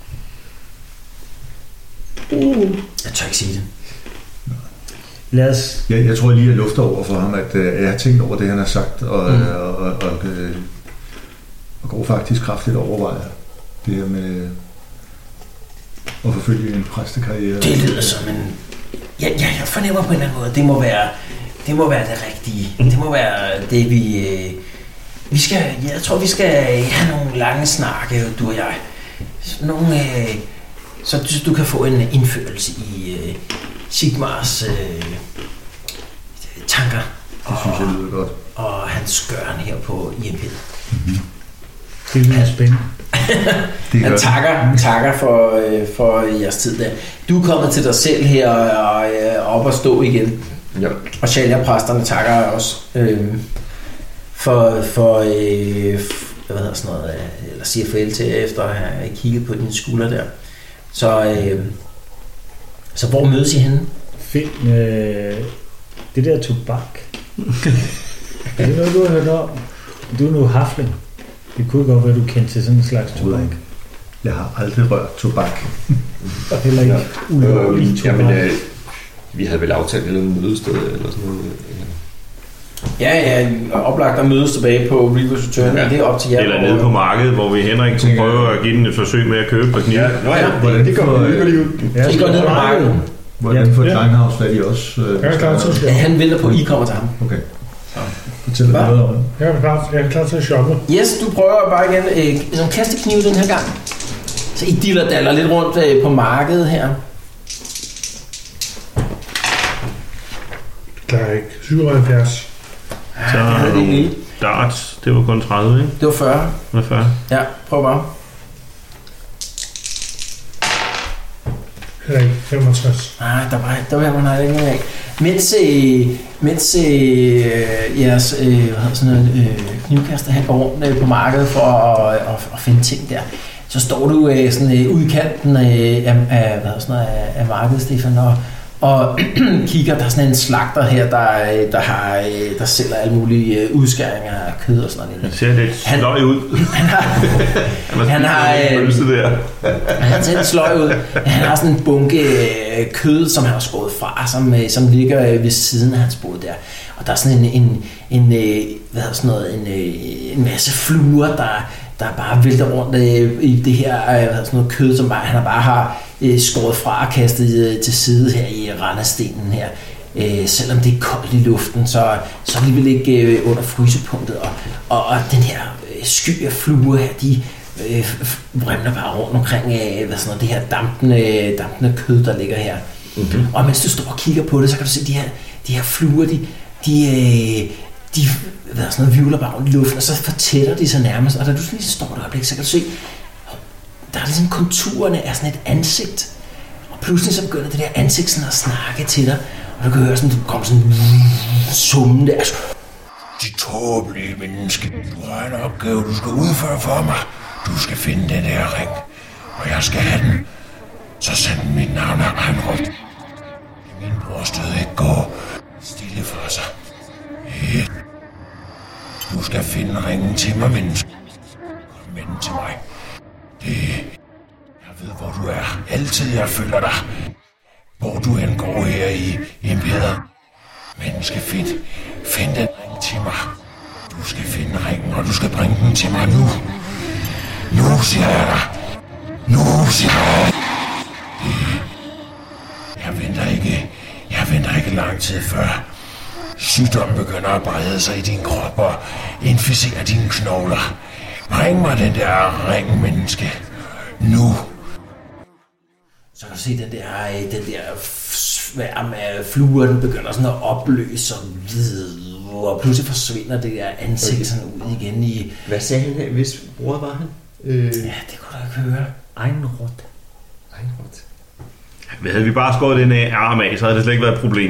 Speaker 2: Uh. Jeg tør ikke sige det.
Speaker 5: Lad os...
Speaker 3: Jeg, jeg tror lige, jeg lufter over for ham, at øh, jeg har tænkt over det, han har sagt, og, mm. og, og, og, øh, og går faktisk kraftigt overvejer det her med at forfølge en præstekarriere.
Speaker 2: Det lyder som en... Ja, ja, jeg fornemmer på en eller anden måde, det må være det, må være det rigtige. Det må være det, vi... Øh, vi skal... Jeg tror, vi skal have nogle lange snakke, du og jeg. Nogle... Øh, så du, du kan få en indførelse i... Øh, Sigmars øh, tanker
Speaker 3: det synes jeg lyder godt.
Speaker 2: Og hans gøren her på I M P'et.
Speaker 5: Mm-hmm. Det er spændende.
Speaker 2: Han takker, takker for, øh, for jeres tid der. Du er kommet til dig selv her og øh, op og stå igen.
Speaker 7: Ja.
Speaker 2: Og Shalia-præsterne takker også øh, for, for øh, hvad hedder sådan noget, øh, eller siger farvel til efter at have kigget på dine skuldre der. Så øh, Så hvor mødes I henne?
Speaker 5: Find øh, det der tobak. Er det noget, du har hørt om? Du er nu hafling. Det kunne godt være, du kendte til sådan en slags tobak.
Speaker 3: Jeg har aldrig rørt tobak.
Speaker 5: Og heller ikke ja. ulovlig
Speaker 7: øh,
Speaker 5: tobak.
Speaker 7: Jamen, øh, vi havde vel aftalt et mødested eller sådan noget.
Speaker 2: Ja, ja, oplagt at mødes tilbage på Reavers Return, ja. Det er op til jer.
Speaker 7: Eller nede på markedet, hvor vi Henrik kunne prøve at give den et forsøg med at købe på kniv.
Speaker 2: Ja,
Speaker 7: Nå ja,
Speaker 3: hvordan
Speaker 7: det går lige ud.
Speaker 2: Ja, det går ned på markedet.
Speaker 3: Hvordan får Kleinhaus fat i os? Øh,
Speaker 6: jeg er klar til at shoppe.
Speaker 2: Han venter på, at I kommer til ham.
Speaker 3: Okay. Ja. Fortæl mig noget om det.
Speaker 6: Jeg er klar, jeg er klar til at shoppe.
Speaker 2: Yes, du prøver bare igen. Øh, en kastekniv den her gang. Så I diller daller lidt rundt øh, på markedet her.
Speaker 6: Klarer ikke. syvoghalvfjerds.
Speaker 7: Så
Speaker 2: Ja, det er lige.
Speaker 7: darts, det var kun tredive, ikke?
Speaker 2: Det var fyrre.
Speaker 7: Det var fyrre.
Speaker 2: Ja, prøv bare.
Speaker 6: Heller ikke. femogtres.
Speaker 2: Nej, der var, der var man ikke noget af. Mens, øh, mens øh, jeres øh, hvad hedder sådan noget, øh, knivkaster hen rundt øh, på markedet for at, at, at finde ting der, så står du øh, sådan øh, ude i kanten af, af, af, hvad hedder sådan noget, af, af markedet, Stefan, og, og kigger. Der er sådan en slagter her, der, der, har, der sælger alle mulige øh, udskæringer af kød og sådan noget.
Speaker 7: Det ser lidt sløj ud.
Speaker 2: Han har, han har, øh, han ser lidt sløj ud. Han har sådan en bunke øh, kød, som han har skåret fra, som, øh, som ligger øh, ved siden af hans bod der. Og der er sådan en, en, en øh, hvad hedder sådan noget, en, øh, en masse fluer, der, der bare vælter rundt øh, i det her øh, hvad hedder sådan noget kød, som bare, han bare har øh, skåret fra og kastet øh, til side her i randestenen her. Øh, selvom det er koldt i luften, så, så er det alligevel ikke øh, under frysepunktet. Og, og, og den her øh, sky af fluer her, de øh, vrimler bare rundt omkring øh, hvad sådan noget, det her dampende, dampende kød, der ligger her. Mm-hmm. Og mens du står og kigger på det, så kan du se, de her, de her fluer, de, de, øh, de hvad sådan noget, vivler bare rundt i luften, og så fortætter de sig nærmest. Og da du sådan lige står der et øjeblik, så kan du se, der er ligesom konturerne af sådan et ansigt. Og pludselig så begynder det der ansigt sådan at snakke til dig. Og du kan høre sådan, du kommer sådan summen der.
Speaker 9: De tåbelige menneske. Du har en opgave, du skal udføre for mig. Du skal finde den her ring, og jeg skal have den. Så send mit navn af Einrod. Min bror stød ikke gå stille for sig. Du skal finde ringen til mig, menneske. Kom med den til mig. Det... Jeg ved, hvor du er. Altid jeg følger dig. Hvor du end går her i imperiet. Menneske, find, find den ring til mig. Du skal finde ringen, og du skal bringe den til mig nu. Nu siger jeg dig. Nu siger jeg dig. Jeg venter ikke. Jeg venter ikke lang tid før sygdommen begynder at brede sig i din krop og inficere dine knogler. Bring mig den der ring, menneske. Nu.
Speaker 2: Så kan du se den der, den der sværm af fluer, den begynder sådan at opløse og, og pludselig forsvinder det der ansigt sådan ud igen i...
Speaker 4: Hvad sagde han her? Hvis bror var han? Øh...
Speaker 2: Ja, det kunne du ikke høre.
Speaker 5: Einrod.
Speaker 4: Einrod.
Speaker 7: Men havde vi bare skåret den arm af, så havde det slet ikke været et problem.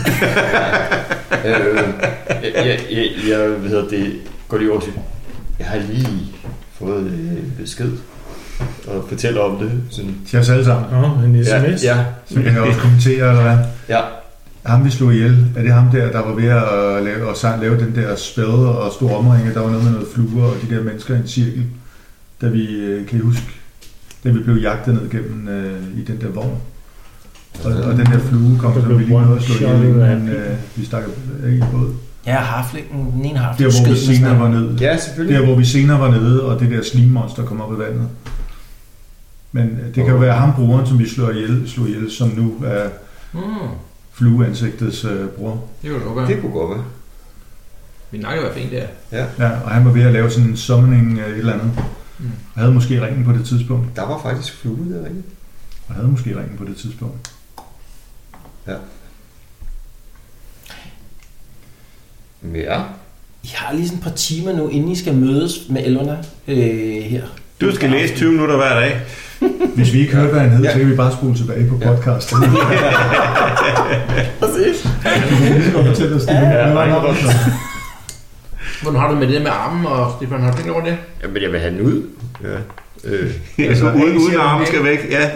Speaker 4: øh, jeg, jeg, jeg hvad hedder det, går lige over til. Jeg har lige fået øh, besked og fortæller om det. Sådan.
Speaker 3: Til os alle sammen.
Speaker 6: Nå, en sms.
Speaker 4: Ja, ja.
Speaker 3: Så kan jeg også kommentere, eller hvad?
Speaker 4: Ja.
Speaker 3: Ham vi slog ihjel, er det ham der, der var ved at lave, og sang, lave den der spade og store omringe, der var noget med noget fluer og de der mennesker i en cirkel, da vi, kan I huske, da vi blev jagtet ned gennem øh, i den der vogn. Og, og den der flue kom, så vi lige nåede at slå ihjel, men øh, vi stak ikke i båd.
Speaker 2: Ja, harflingen, den ene harfling.
Speaker 3: Der hvor vi senere var nede.
Speaker 4: Ja, selvfølgelig.
Speaker 3: Der hvor vi senere var nede, og det der slimmonster kom op i vandet. Men det kan jo være ham, brugeren, som vi slår ihjel, slog ihjel, som nu er mm. flueansigtets øh, bror.
Speaker 8: Det kunne godt være.
Speaker 4: Det kunne godt være.
Speaker 8: Min nakke var fint der.
Speaker 4: Ja.
Speaker 3: Ja, og han var ved at lave sådan en summoning af et eller andet. Mm. Og havde måske ringen på det tidspunkt.
Speaker 4: Der var faktisk flue der ringen.
Speaker 3: Og havde måske ringen på det tidspunkt.
Speaker 4: Ja. Ja.
Speaker 2: I har lige sådan et par timer nu, inden I skal mødes med elverne øh, her.
Speaker 7: Du skal læse tyve minutter hver dag.
Speaker 3: Hvis vi ikke hørte, hvad han hed, ja. Så kan vi bare spole tilbage på podcasten.
Speaker 4: Præcis.
Speaker 3: Det skal fortælle os det.
Speaker 8: Hvordan har du med det med armen, og Stefan, har du tænkt over det?
Speaker 4: Jamen, jeg vil have den ud. Ja.
Speaker 7: Øh. Altså, uden, uden armen skal væk, ja.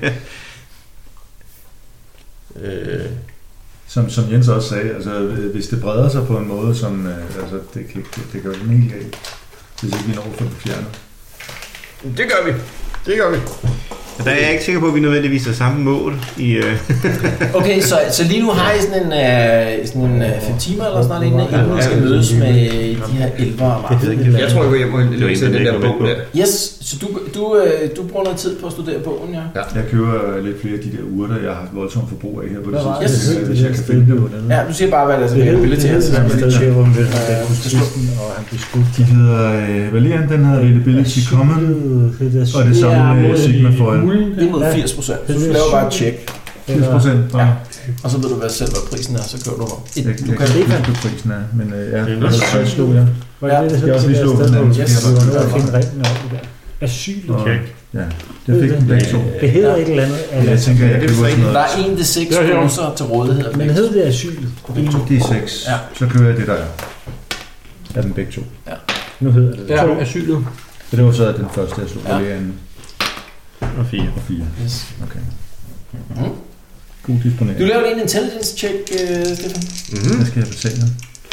Speaker 3: øh. Som, som Jens også sagde, altså, hvis det breder sig på en måde, som øh, altså, det, det, det kan jo ikke helt galt, hvis ikke vi når for det fjerne.
Speaker 4: Det gør vi. Det gør vi.
Speaker 7: Der er jeg ikke sikker på, at vi nødvendigvis har samme mål i... Uh...
Speaker 2: Okay, så, så lige nu har I sådan en, uh, sådan en uh, fem timer eller sådan noget, inden I skal mødes med de her elver om aftenen.
Speaker 4: Jeg tror, jeg går hjem og læser den der bog der.
Speaker 2: Yes, Så du, du, øh, du bruger noget tid på at studere bogen, ja?
Speaker 3: Ja, jeg køber lidt flere af de der urter, jeg har haft voldsomt forbrug af her på det
Speaker 5: Hvad var
Speaker 3: sidste.
Speaker 5: det?
Speaker 3: Hvis jeg kan finde det.
Speaker 2: Ja, du siger bare, hvad der er
Speaker 5: Det hedder
Speaker 2: availability.
Speaker 5: det,
Speaker 2: altså.
Speaker 5: han blev til, hvor han blev skudt, og han blev skudt.
Speaker 3: De hedder, øh, Valiant, den hedder Availability Common, og det samme med Sigma Foil.
Speaker 2: Det er mod firs procent, så du laver bare et check.
Speaker 3: firs procent,
Speaker 2: Ja. Og så ved du hvad selv, hvad prisen er, så kører du over.
Speaker 3: Jeg, jeg,
Speaker 2: Du
Speaker 3: jeg
Speaker 2: kan
Speaker 3: kan
Speaker 2: det
Speaker 3: ikke huske, hvad prisen er, men øh, ja,
Speaker 6: Det er
Speaker 3: det
Speaker 6: noget
Speaker 3: er
Speaker 6: sejt.
Speaker 3: slog, ja.
Speaker 5: Var det det,
Speaker 3: Jeg har også lige slået den anden, så
Speaker 5: Yes,
Speaker 3: jeg
Speaker 5: vi
Speaker 3: bare
Speaker 5: var nødt til at
Speaker 3: købe
Speaker 5: finde ringen op i der. Asyl.
Speaker 3: Og,
Speaker 6: Check.
Speaker 3: ja, det fik den begge to.
Speaker 5: Det hedder et eller andet.
Speaker 3: Ja, jeg tænker, jeg køber sådan
Speaker 2: Der
Speaker 3: noget.
Speaker 2: er en til seks
Speaker 6: Ja, ja.
Speaker 2: bonusser til rådighed.
Speaker 5: Men hed det asyl?
Speaker 3: En D seks,
Speaker 2: Ja.
Speaker 3: så køber jeg det, der er. Af dem begge to.
Speaker 5: Nu hedder det.
Speaker 8: Ja, asylet.
Speaker 3: Så det var så den første, jeg slog.
Speaker 2: Ja.
Speaker 3: Ja. En
Speaker 6: Og fire.
Speaker 3: og fire.
Speaker 2: Yes.
Speaker 3: Okay.
Speaker 2: Mm.
Speaker 3: God disponering.
Speaker 2: Du laver lige en intelligence check, uh, Stefan.
Speaker 4: Mm-hmm.
Speaker 3: Hvad skal jeg betale?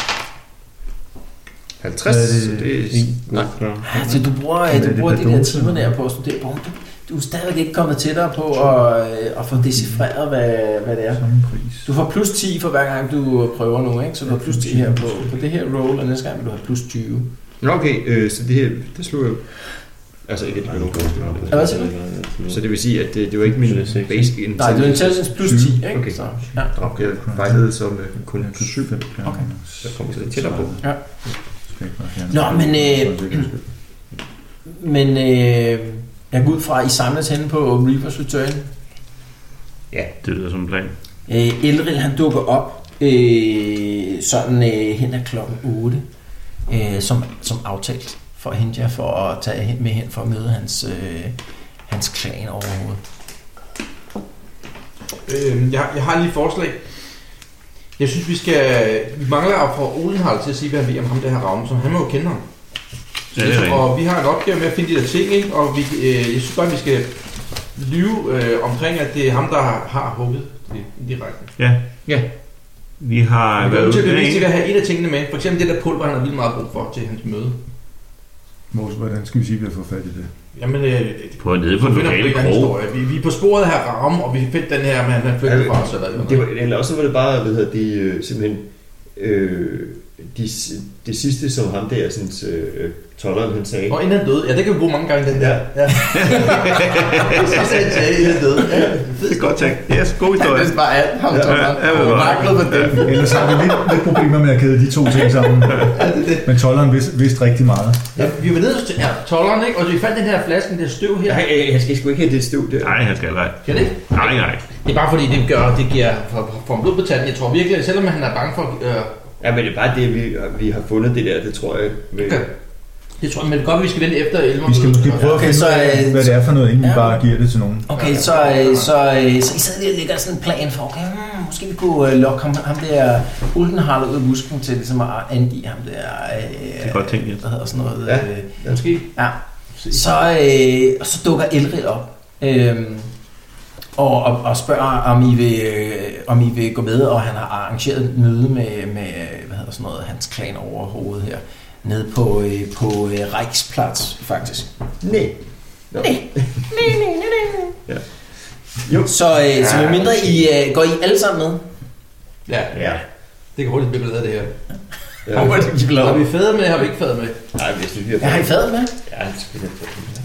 Speaker 4: halvtreds.
Speaker 3: Hvad er det?
Speaker 4: Det er
Speaker 3: En.
Speaker 4: nej.
Speaker 2: Altså, du bruger,
Speaker 3: Hvad er
Speaker 2: du
Speaker 3: det,
Speaker 2: bruger
Speaker 3: der
Speaker 2: de der
Speaker 3: dåser?
Speaker 2: timer der på at studere bogen. Du, du er stadigvæk ikke kommet tættere på at, øh, at få decifreret, hvad, hvad det er.
Speaker 3: Samme pris.
Speaker 2: Du får plus ti for hver gang, du prøver nu, ikke? Så du har plus ti her på, på det her roll, og næste gang vil du have plus tyve.
Speaker 4: Nå, okay, øh, så det her, det slog jeg altså ikke, at det blev nogen forskel.
Speaker 2: Ja, hvad siger du?
Speaker 4: Så det vil sige, at det, det var ikke min
Speaker 6: Så det er seks,
Speaker 4: basic
Speaker 2: Nej, det er intelligence plus ti, ikke?
Speaker 4: Okay.
Speaker 2: Så, ja.
Speaker 4: Okay, jeg fejlede som øh, kun
Speaker 3: Kun syv.
Speaker 2: Okay.
Speaker 4: Så kommer vi lidt tættere på.
Speaker 2: Ja. Nå, men, øh, men øh, jeg går ud fra, at I samles henne på Reapers Return.
Speaker 6: Det lyder som en plan.
Speaker 2: Øh, Elril, han dukker op øh, sådan øh, hen ad klokken otte, øh, som, som aftalt for at hente jer, for at tage hen med hen for at møde hans, øh, hans klan overhovedet.
Speaker 8: Øh, jeg, jeg har lige et forslag. Jeg synes, vi skal... Vi mangler at få Odenhald til at sige, hvad han ved om ham, der her Ravn, så han må jo kende ham.
Speaker 6: Ja, det er rigtigt.
Speaker 8: Og vi har en opgave med at finde de der ting, ikke? Og vi, øh, jeg synes bare, vi skal lyve øh, omkring, at det er ham, der har, har hugget det direkte.
Speaker 7: Ja.
Speaker 8: Ja.
Speaker 7: Vi har
Speaker 8: Vi
Speaker 7: været
Speaker 8: er til
Speaker 7: ude
Speaker 8: at
Speaker 7: med
Speaker 8: til
Speaker 7: en.
Speaker 8: at have et af tingene med. For eksempel det der pulver, han har vildt meget brug for til hans møde.
Speaker 3: Mås, hvordan skal vi sige, at vi har fået fat i det?
Speaker 8: Jamen, øh,
Speaker 7: På nede på
Speaker 8: vi
Speaker 7: den
Speaker 8: finder
Speaker 7: lokale
Speaker 8: en anden
Speaker 7: krog.
Speaker 8: historie. Vi, vi er på sporet her Ram, og vi finder den her, men han flytter fra os. Eller, eller
Speaker 4: Det var, eller også var det bare, hvad hedder det, øh, simpelthen øh, de, det sidste, som ham der, sådan, øh, tolderen, han sagde.
Speaker 8: Og inden han døde. Ja, det kan vi bruge mange gange, den der. Ja. Det sidste, han sagde, inden han døde. Ja.
Speaker 7: Det er godt tænkt. Yes, god historie.
Speaker 2: Det er bare alt ham,
Speaker 7: Ja,
Speaker 2: Tom.
Speaker 7: ja,
Speaker 2: Han
Speaker 7: ja, ja.
Speaker 2: mangler på det.
Speaker 3: Ellers har vi lidt, lidt problemer med at kæde de to ting sammen. Men tolderen vidste, vidste rigtig meget.
Speaker 8: Ja, vi var nede hos ja, tolderen, ikke? Og vi fandt den her flaske, den der støv her.
Speaker 4: Nej, jeg, jeg skal sgu ikke have det støv der.
Speaker 7: Nej, han skal aldrig.
Speaker 8: Kan det ikke?
Speaker 7: Nej, nej.
Speaker 8: Det er bare fordi, det gør, det giver for, for en blod på tanden. Jeg tror virkelig, at selvom han er bange for... Øh,
Speaker 4: Ja, men det er bare det, vi, vi har fundet det der, det tror jeg. Vil...
Speaker 8: okay. Det tror jeg, men det er godt, at vi skal vente efter Elmer.
Speaker 3: Vi skal måske prøve at
Speaker 2: Okay,
Speaker 3: finde
Speaker 2: så,
Speaker 3: ud af,
Speaker 2: øh,
Speaker 3: hvad det er for noget, inden vi
Speaker 2: ja.
Speaker 3: bare giver det til nogen.
Speaker 2: Okay, så, øh, så, øh, så I sidder lige og lægger sådan en plan for, okay, hmm, måske vi kunne øh, lokke ham, ham der Uldenharl ud af busken til ligesom at angive ham der... Øh,
Speaker 7: Det er godt tænkt, Jens.
Speaker 2: Hvad hedder sådan noget?
Speaker 4: Ja.
Speaker 2: Øh,
Speaker 8: Måske.
Speaker 2: Ja, så, øh, og så dukker Elril op øh, og, og, og spørger, om I, vil, øh, om I vil gå med, og han har arrangeret et møde med, med hvad hedder sådan noget, hans klan over hovedet her, nede på, øh, på øh, Reichsplatz, faktisk.
Speaker 4: Nej.
Speaker 2: Nej, nej, nej, nej.
Speaker 4: Ja. Jo.
Speaker 2: Så, øh, så medmindre I øh, går I alle sammen med?
Speaker 8: Ja,
Speaker 4: Ja.
Speaker 8: det kan hurtigt blive lavet det her.
Speaker 4: Ja.
Speaker 2: Hvor er det, I bliver
Speaker 8: Har vi fadet med, har vi ikke fadet med?
Speaker 4: Nej, hvis vi har
Speaker 2: Ja, har I fadet med?
Speaker 4: Ja, det skal vi have.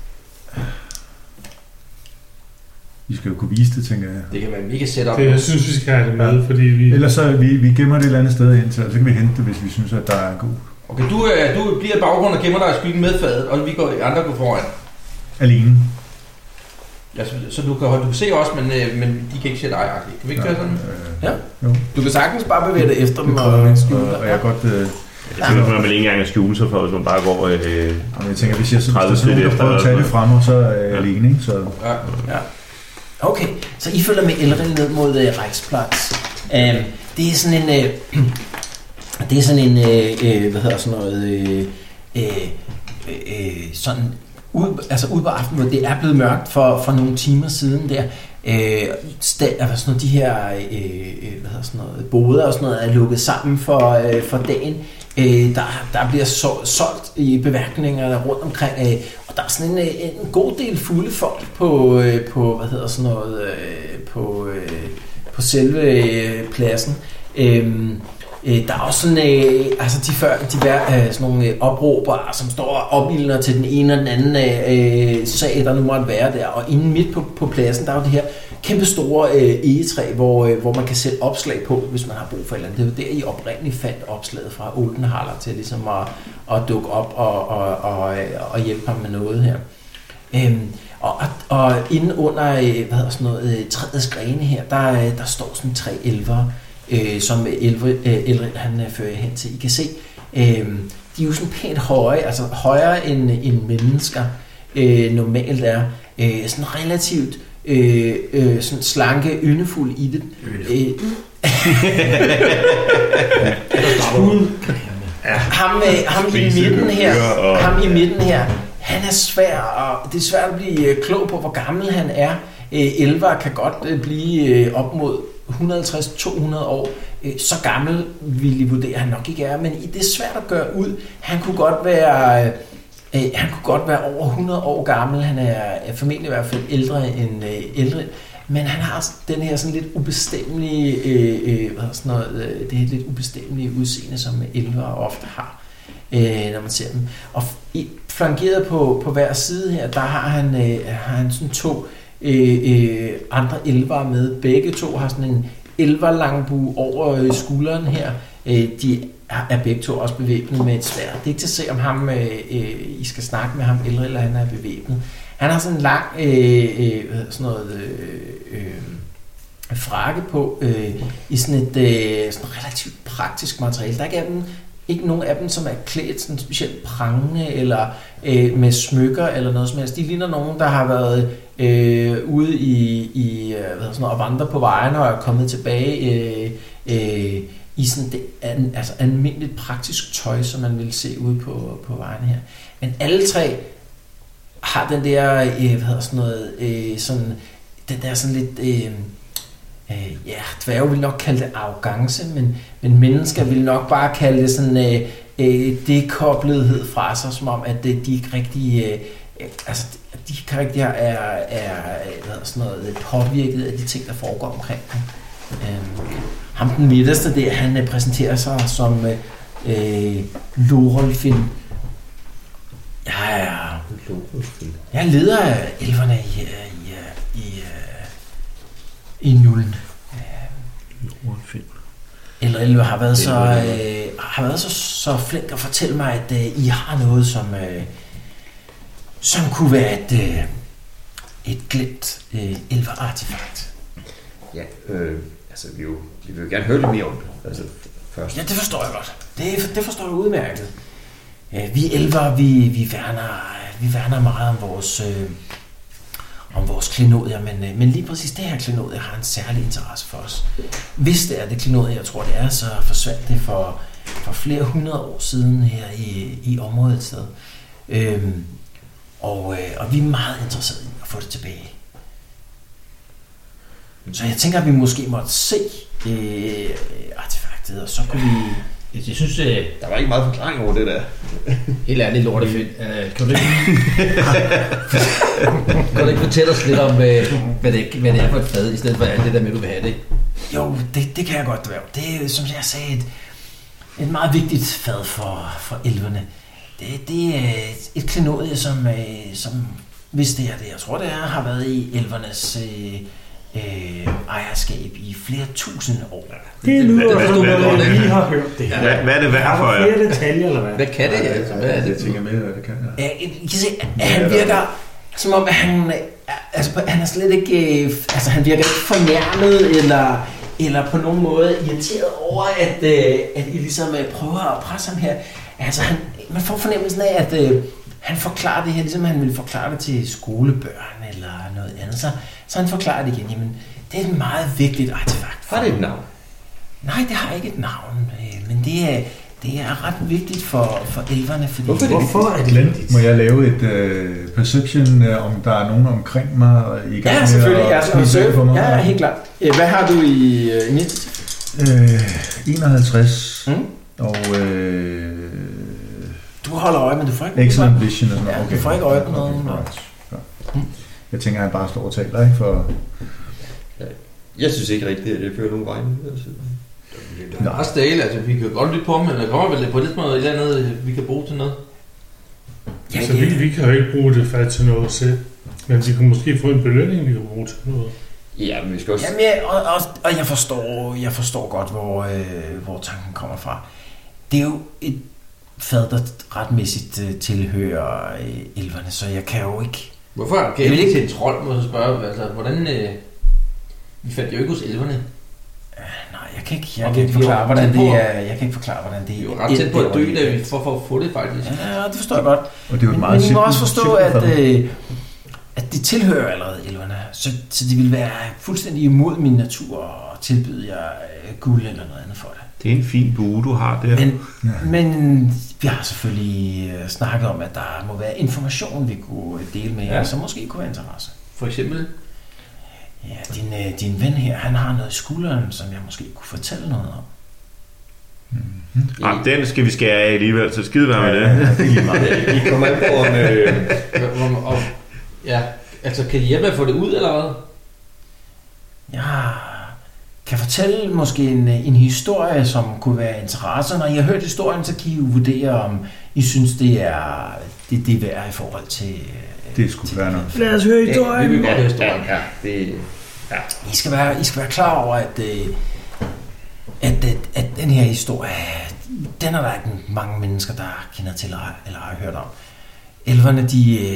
Speaker 3: Vi skal jo kunne vise det, tænker jeg.
Speaker 8: Det kan være mega setup.
Speaker 6: Det, jeg synes, vi skal have det med, fordi vi...
Speaker 3: Ellers så vi, vi gemmer det et eller andet sted ind til, og så kan vi hente det, hvis vi synes, at der er en god.
Speaker 8: Okay, du, øh, du bliver i baggrunden og gemmer dig i skyggen med fadet, og vi går, andre går foran.
Speaker 3: Alene.
Speaker 8: Ja, så, så du, kan, du kan se os, men, øh, men de kan ikke se dig. Kan vi ikke gøre sådan?
Speaker 3: Øh,
Speaker 2: Ja.
Speaker 3: Jo.
Speaker 2: Du kan sagtens bare bevæge dig efter dem
Speaker 3: Det
Speaker 2: og
Speaker 3: prøver,
Speaker 2: skjule
Speaker 3: og,
Speaker 2: dig.
Speaker 3: og jeg kan godt... Øh,
Speaker 7: Jeg tænker, at man vil ikke engang skjule sig for, hvis man bare går... Øh,
Speaker 3: og jeg tænker, hvis jeg så,
Speaker 7: tredive
Speaker 3: hvis der er nogen, der
Speaker 7: skridt
Speaker 3: prøver at
Speaker 7: efter,
Speaker 3: tage det
Speaker 7: så-
Speaker 3: fra mig, så er jeg
Speaker 7: Ja.
Speaker 3: alene, ikke? Så
Speaker 8: Ja.
Speaker 2: Ja. Okay, så I følger med Elril ned mod uh, Reichsplatz. Um, det er sådan en... Uh, det er sådan en... Uh, uh, hvad hedder sådan noget... Uh, uh, uh, sådan... Ud, altså ude på aftenen, hvor det er blevet mørkt for, for nogle timer siden der. Øh, sta- altså sådan noget, de her øh, hvad hedder sådan noget, boder og sådan noget er lukket sammen for, øh, for dagen. Øh, der, der bliver så, solgt i beværkninger rundt omkring, øh, og der er sådan en, en god del fulde folk på, øh, på hvad hedder sådan noget, øh, på, øh, på selve øh, pladsen. Øh, Øh, der er også sådan, øh, altså de, før, de der, øh, sådan nogle øh, opråbere, som står og opildner til den ene og den anden øh, sag, der nu måtte være der. Og inde midt på, på pladsen, der er jo det her kæmpe store øh, egetræ, hvor, øh, hvor man kan sætte opslag på, hvis man har brug for et eller andet. Det er jo der, I oprindeligt fandt opslaget fra Oldenhaller til ligesom at, at dukke op og, og, og, og hjælpe ham med noget her. Øhm, og, og inde under øh, hvad hedder sådan noget, øh, træets grene her, der, der står sådan tre elver, øh, som elver, øh, Elrond han øh, fører hen til. I kan se, øh, de er jo sådan pænt høje, altså højere end, end mennesker øh, normalt er. Øh, sådan relativt øh, øh, sådan slanke, yndefuld i det. Øh, ham, øh, ham i midten her, ham i midten her, han er svær, og det er svært at blive klog på, hvor gammel han er. Elver kan godt blive op mod et hundrede og halvtreds til to hundrede år. Så gammel vil I vurdere, han nok ikke er, men det er svært at gøre ud. Han kunne godt være, han kunne godt være over hundrede år gammel. Han er formentlig i hvert fald ældre end ældre. Men han har den her sådan lidt ubestemmelige, øh, hvad sådan noget, det her lidt ubestemmelige udseende, som elver ofte har, øh, når man ser dem. Og flankeret på, på hver side her, der har han, øh, har han sådan to øh, øh, andre elver med. Begge to har sådan en elverlangbue over skulderen her. Øh, de er begge to også bevæbnet med et sværd. Det er ikke til at se, om ham, øh, øh, I skal snakke med ham, eller, eller han er bevæbnet. Han har sådan en lang øh, øh, sådan noget øh, øh, frakke på øh, i sådan et øh, sådan relativt praktisk materiale. Der er ikke, dem, ikke nogen af dem, som er klædt sådan specielt prangende eller øh, med smykker eller noget som helst. De ligner nogen, der har været øh, ude i, i hvad hedder sådan noget, og vandre på vejene og er kommet tilbage øh, øh, i sådan det, an, altså almindeligt praktisk tøj, som man vil se ude på, på vejene her. Men alle tre har den der, øh, hvad hedder sådan noget, øh, sådan, den der sådan lidt, øh, øh, ja, dværge vil nok kalde det arrogance, men, men mennesker vil nok bare kalde det sådan øh, øh, dekoblethed fra sig, som om, at de ikke rigtig, øh, altså, de ikke rigtig er, er hvad hedder sådan noget, påvirket af de ting, der foregår omkring dem. Øh, ham den midterste der, han øh, præsenterer sig som øh, Lorolfin. Jeg er, jeg er leder af elverne i, i, i, i Nullen. Eller Elver har været så øh, har været så, så flink at fortælle mig, at øh, I har noget, som øh, som kunne være et øh, et glemt øh, elver-artefakt.
Speaker 4: Ja, øh, altså vi, jo, vi vil jo gerne høre lidt mere om det. Altså først.
Speaker 2: Ja, det forstår jeg godt. Det, det forstår jeg udmærket. Vi elver, vi, vi, værner, vi værner meget om vores, øh, om vores klenodier, men, men lige præcis det her klenodie har en særlig interesse for os. Hvis det er det klenodie, jeg tror det er, så forsvandt det for, for flere hundrede år siden her i, i området et sted. Øhm, og, øh, og vi er meget interesserede i at få det tilbage. Så jeg tænker, at vi måske måtte se øh, artefaktet, og så kunne vi...
Speaker 8: Jeg synes, øh,
Speaker 4: der var ikke meget forklaring over det der.
Speaker 8: Helt ærligt lortefind. Øh, kan du ikke, kan du ikke fortælle os lidt om, øh, hvad, det, hvad det er for et fad, i stedet for alt det der med, du vil have det?
Speaker 2: Jo, det, det kan jeg godt være. Det er, som jeg sagde, et, et meget vigtigt fad for, for elverne. Det, det er et klenodie, som, øh, som, hvis det er det, jeg tror det er, har været i elvernes... Øh, Øh, ejerskab i flere tusinde år.
Speaker 5: Det lyder som om vi lige har hørt det her.
Speaker 7: Hvad, hvad er det værd for jer?
Speaker 5: Er der flere detaljer, eller hvad?
Speaker 8: Hvad kan det? Altså? Hvad er det?
Speaker 3: Jeg tænker med, hvad det kan.
Speaker 2: Ja. Ja, I kan se, at han virker som om, at han, altså, han er slet ikke, altså han virker ikke fornærmet, eller, eller på nogen måde irriteret over, at, at I ligesom prøver at presse ham her. Altså, han, man får fornemmelsen af, at han forklarer det her, ligesom han ville forklare det til skolebørn eller noget andet. Så, så han forklarer det igen. Jamen, det er et meget vigtigt artefakt.
Speaker 4: Har det et navn?
Speaker 2: Nej, det har ikke et navn. Men det er, det er ret vigtigt for, for elverne. Fordi
Speaker 5: Hvorfor, det Hvorfor er det vigtigt?
Speaker 3: Må jeg lave et uh, perception, uh, om der er nogen omkring mig i gang?
Speaker 2: Ja, selvfølgelig.
Speaker 3: Med
Speaker 2: at, ja, for mig? Ja, helt klart. Hvad har du i uh, initiativ?
Speaker 3: Uh, enoghalvtreds.
Speaker 2: Mm.
Speaker 3: Og... Uh,
Speaker 2: Du holder øje, men du får ikke...
Speaker 3: Excellent vision og sådan noget.
Speaker 2: Ja,
Speaker 3: Okay.
Speaker 2: du får ikke øje på noget.
Speaker 3: Okay, ja. Jeg tænker, at han bare står og taler, ikke? For...
Speaker 4: Jeg synes ikke rigtigt, at det fører nogen vej. Altså.
Speaker 8: Det er også stale, altså vi kan jo godt lytte på ham, men der kommer vel på lidt noget et eller andet, vi kan bruge til noget.
Speaker 6: Ja, altså, vi, vi kan jo ikke bruge det faktisk til noget selv, men vi kan måske få en belønning, vi kan bruge til noget.
Speaker 1: Ja, men vi skal også... Jamen, ja, og, og, og jeg, forstår, jeg forstår godt, hvor, øh, hvor tanken kommer fra. Det er jo et fad, der retmæssigt øh, tilhører øh, elverne, så jeg kan jo ikke...
Speaker 8: Hvorfor kan jeg ikke til en trold, må jeg spørge, altså, hvordan... Øh, vi fandt jo ikke hos elverne.
Speaker 1: Øh, nej, jeg kan ikke, jeg okay, kan ikke forklare, hvordan det er... Jeg kan ikke forklare, hvordan det er...
Speaker 8: Vi er jo ret tæt på at dø, da vi får for at få det, faktisk.
Speaker 1: Ja, det forstår jeg godt.
Speaker 3: Og det er jo
Speaker 1: men,
Speaker 3: meget
Speaker 1: men I må også forstå,
Speaker 3: simpelt,
Speaker 1: at... Øh, at det tilhører allerede elverne, så, så det vil være fuldstændig imod min natur og tilbyde jer guld eller noget andet for det.
Speaker 7: Det er en fin bue, du har der.
Speaker 1: Men, ja. men vi har selvfølgelig snakket om, at der må være information, vi kunne dele med jer, ja. som måske kunne være interesse.
Speaker 8: For eksempel?
Speaker 1: Ja, din, din ven her, han har noget i skulderen, som jeg måske kunne fortælle noget om.
Speaker 7: Mm-hmm. Ah, den skal vi skære af alligevel, så skide være med det.
Speaker 4: Ja, I kommer an på, om...
Speaker 8: Øh, om ja, altså kan I hjælpe at få det ud, eller hvad?
Speaker 1: Jeg kan fortælle måske en, en historie, som kunne være interesse. Når I har hørt historien, så kan I jo vurdere, om I synes, det er det, det er værd i forhold til...
Speaker 3: Det skulle være noget.
Speaker 5: Lad os høre historien.
Speaker 8: Ja, vi vil godt høre historien.
Speaker 4: Ja, ja, det, ja.
Speaker 1: I, skal være, I skal være klar over, at, at, at, at den her historie, den er der ikke mange mennesker, der kender til eller har hørt om. Elverne, de...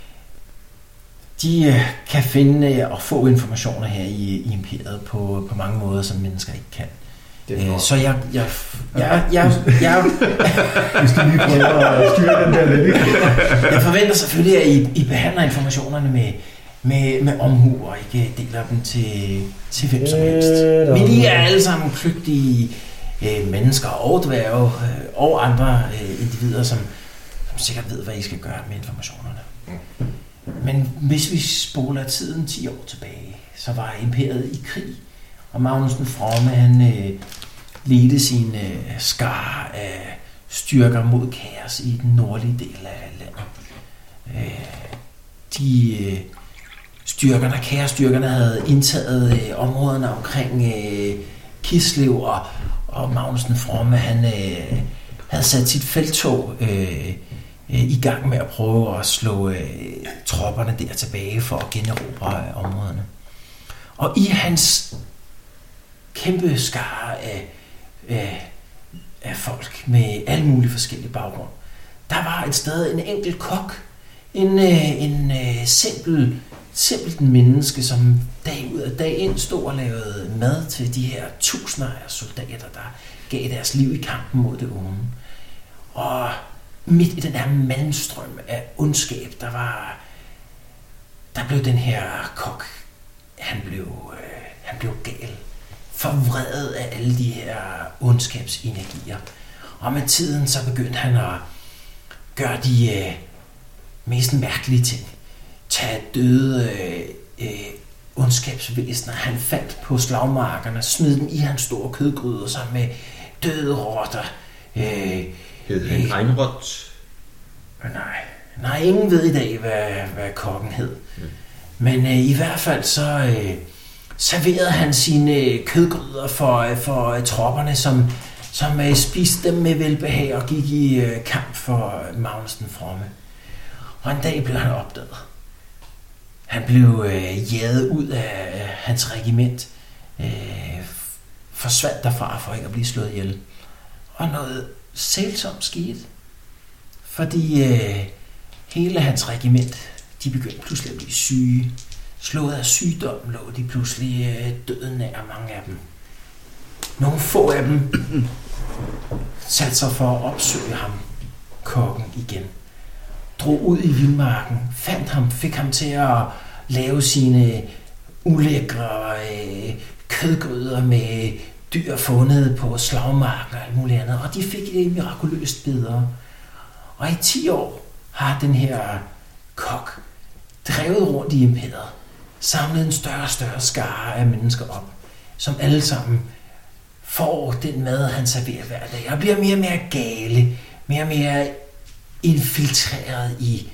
Speaker 1: De kan finde og få informationer her i, i imperiet på, på mange måder, som mennesker ikke kan. Æ, så jeg... jeg, jeg, jeg, jeg
Speaker 3: Vi skal lige prøve at styre den der lidt.
Speaker 1: Jeg forventer selvfølgelig, at I, I behandler informationerne med, med, med omhu, og ikke deler dem til, til hvem som helst. Men I er alle sammen kløgtige øh, mennesker og dværge øh, og andre øh, individer, som, som sikkert ved, hvad I skal gøre med informationerne. Men hvis vi spoler tiden ti år tilbage, så var imperiet i krig, og Magnus den Fromme, han øh, ledte sin øh, skare af styrker mod kaos i den nordlige del af landet. Øh, de øh, styrkerne, kaosstyrkerne havde indtaget øh, områderne omkring øh, Kislev, og, og Magnus den Fromme, han øh, havde sat sit felttog øh, i gang med at prøve at slå øh, tropperne der tilbage for at generobre øh, områderne. Og i hans kæmpe skare af, øh, af folk med alle mulige forskellige baggrund, der var et sted en enkelt kok, en, øh, en øh, simpel, simpelt menneske, som dag ud af dag ind stod og lavede mad til de her tusinder af soldater, der gav deres liv i kampen mod det onde. Og midt i den her malmstrøm af ondskab, der var, der blev den her kok, han blev, øh, han blev gal, forvredet af alle de her ondskabsenergier. Og med tiden så begyndte han at gøre de øh, mest mærkelige ting. Tage døde øh, øh, ondskabsvæsener, han fandt på slagmarkerne, smid dem i hans store kødgryder sammen med døde rotter. Øh,
Speaker 4: Hed han Reinrot?
Speaker 1: Nej, nej, ingen ved i dag, hvad, hvad kokken hed. Mm. Men øh, i hvert fald så øh, serverede han sine øh, kødgryder for, øh, for øh, tropperne, som, som øh, spiste dem med velbehag og gik i øh, kamp for øh, Magnus den Fromme. Og en dag blev han opdaget. Han blev øh, jaget ud af øh, hans regiment, øh, forsvandt derfra for ikke at blive slået ihjel. Og noget sælsomt skete, fordi øh, hele hans regiment, de begyndte pludselig at blive syge. Slået af sygdom lå de pludselig øh, døden nær, mange af dem. Nogle få af dem satte sig for at opsøge ham, kokken, igen. Drog ud i vildmarken, fandt ham, fik ham til at lave sine ulækre øh, kødgryder med dyr fundet på slagmarken og alt muligt andet, og de fik det mirakuløst bedre. Og i ti år har den her kok drevet rundt i imperiet, samlet en større og større skare af mennesker op, som alle sammen får den mad, han serverer hver dag, og bliver mere og mere gale, mere og mere infiltreret i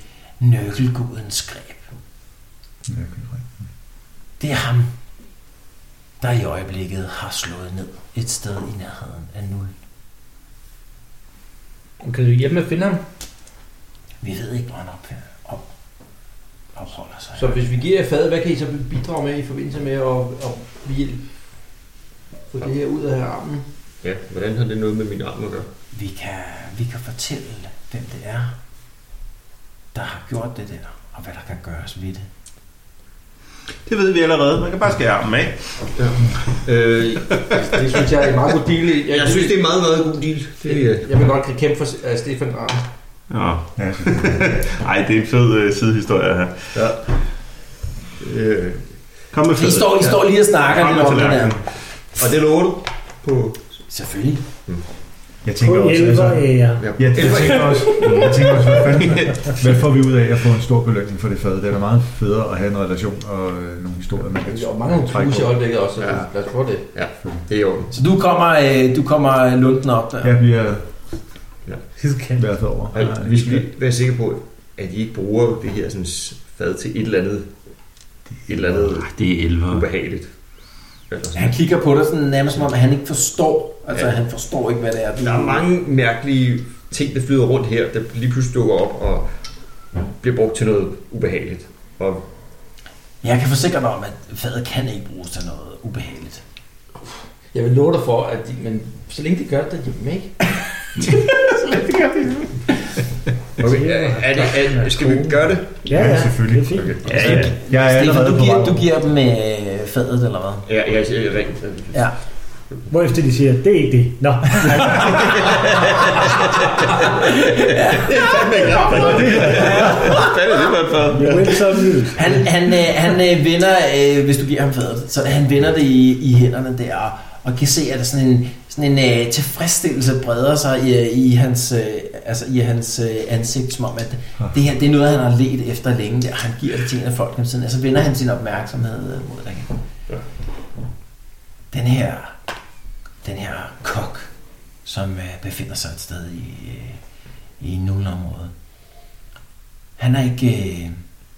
Speaker 1: nøkkelgudens greb. Det er ham.
Speaker 2: der i øjeblikket har slået ned et sted i nærheden af nul.
Speaker 8: Kan du hjælpe med at finde ham?
Speaker 2: Vi ved ikke, hvor han op, op, opholder sig.
Speaker 8: Så hvis vi giver jer fadet, hvad kan I så bidrage med i forbindelse med at, at hjælpe få det her ud af armen?
Speaker 4: Ja, hvordan har det noget med min arm at gøre?
Speaker 2: Vi kan, vi kan fortælle, hvem det er, der har gjort det der, og hvad der kan gøres ved det.
Speaker 7: Det ved vi allerede. Man kan bare skære armen af.
Speaker 4: Ja. Øh,
Speaker 8: det synes jeg er en meget god deal. Jeg,
Speaker 4: jeg synes, det er en meget, meget god deal. Det,
Speaker 8: jeg, jeg vil godt kæmpe for uh, Stefan arm.
Speaker 7: Ja. Ej, det er en fed uh, sidehistorie her.
Speaker 4: Ja. Øh.
Speaker 7: Kom med
Speaker 2: I står, I står lige og snakker lidt om det der.
Speaker 4: Og det lover du? På...
Speaker 2: Selvfølgelig.
Speaker 3: Hmm. Jeg tænker også, altså,
Speaker 5: ja.
Speaker 3: jeg, jeg tænker også, jeg tænker også, hvad, fanden, hvad får vi ud af at få en stor belønning for det fad? Det er da meget federe at have en relation og øh, nogle historier, man kan
Speaker 8: trække på. Der er mange plus i øjeblikket også, så ja. Lad os prøve det.
Speaker 4: Ja, det er jo.
Speaker 2: Så du kommer, du kommer lunden op der?
Speaker 3: Jeg bliver
Speaker 4: ja.
Speaker 3: i hvert fald over.
Speaker 4: Altså, vi skal være sikre på, at I ikke bruger det her sådan, fad til et eller andet, et eller andet
Speaker 7: det er elleve.
Speaker 4: Ubehageligt.
Speaker 2: Han kigger på dig sådan nærmest som om, at han ikke forstår. Altså, ja. Han forstår ikke, hvad det er.
Speaker 4: Der er mange mærkelige ting, der flyder rundt her, der lige pludselig dukker op og bliver brugt til noget ubehageligt. Og
Speaker 2: jeg kan forsikre dig om, at fadet kan ikke bruges til noget ubehageligt.
Speaker 8: Jeg vil love dig for, at de, men så længe de gør det hjemme, ikke?
Speaker 2: så længe de gør det hjemme.
Speaker 4: Okay, er det, er, skal vi gøre det?
Speaker 5: Ja, ja,
Speaker 3: selvfølgelig.
Speaker 5: Det er fint.
Speaker 3: Ja, ja. Jeg er
Speaker 2: Stefan, du
Speaker 3: på
Speaker 2: giver, du giver dem øh, fadet, eller hvad?
Speaker 4: Ja, jeg siger rent.
Speaker 2: Ja.
Speaker 5: Hvorefter de siger, det er ikke det. Nå.
Speaker 4: Ja, det er fandme ikke ret. Det er det, fandme.
Speaker 2: Han, han, han vender, øh, hvis du giver ham fadet, så han vender det i, i hænderne der, og kan se, at der sådan en, sådan en uh, tilfredsstillelse breder sig i, i, hans, uh, altså i hans uh, ansigt, som om, at det her det er noget, han har ledt efter længe, der. Han giver det til en af folkene siden, og så vender han sin opmærksomhed mod dig. Ja. Den her, den her kok, som uh, befinder sig et sted i, uh, i nulområdet, han er ikke, uh,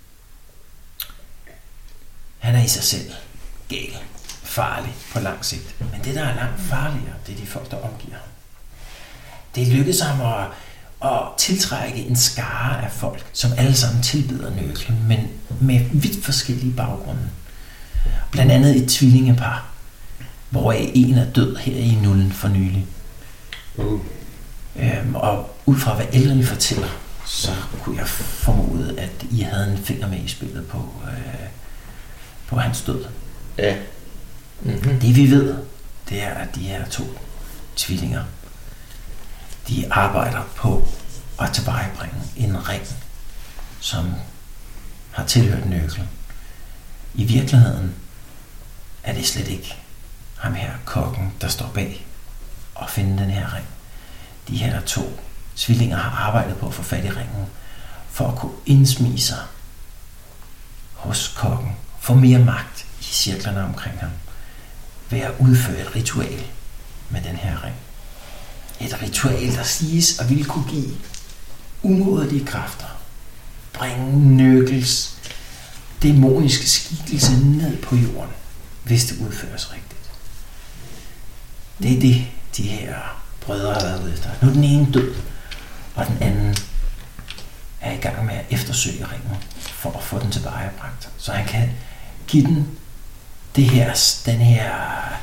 Speaker 2: han er i sig selv gal. Farlig på lang sigt. Men det, der er langt farligere, det er de folk, der omgiver ham. Det lykkedes ham at, at tiltrække en skare af folk, som alle sammen tilbyder nøglen, men med vidt forskellige baggrunde. Blandt andet et tvillingepar, hvoraf en er død her i nullen for nylig. Uh. Øhm, og ud fra hvad ældrene fortæller, så kunne jeg formode, at I havde en finger med i spillet på, øh, på hans død.
Speaker 4: Ja.
Speaker 2: Mm-hmm. Det vi ved, det er, at de her to tvillinger, de arbejder på at tilvejebringe en ring, som har tilhørt nøglen. I virkeligheden er det slet ikke ham her, kokken, der står bag og finde den her ring. De her to tvillinger har arbejdet på at få fat i ringen, for at kunne indsmige sig hos kokken, få mere magt i cirklerne omkring ham, ved at udføre et ritual med den her ring. Et ritual, der siges at ville kunne give umådelige kræfter, bringe nøkkels dæmoniske skikkelse ned på jorden, hvis det udføres rigtigt. Det er det, de her brødre har været ude efter. Nu er den ene død, og den anden er i gang med at eftersøge ringen, for at få den tilbagebragt, så han kan give den det her, den her,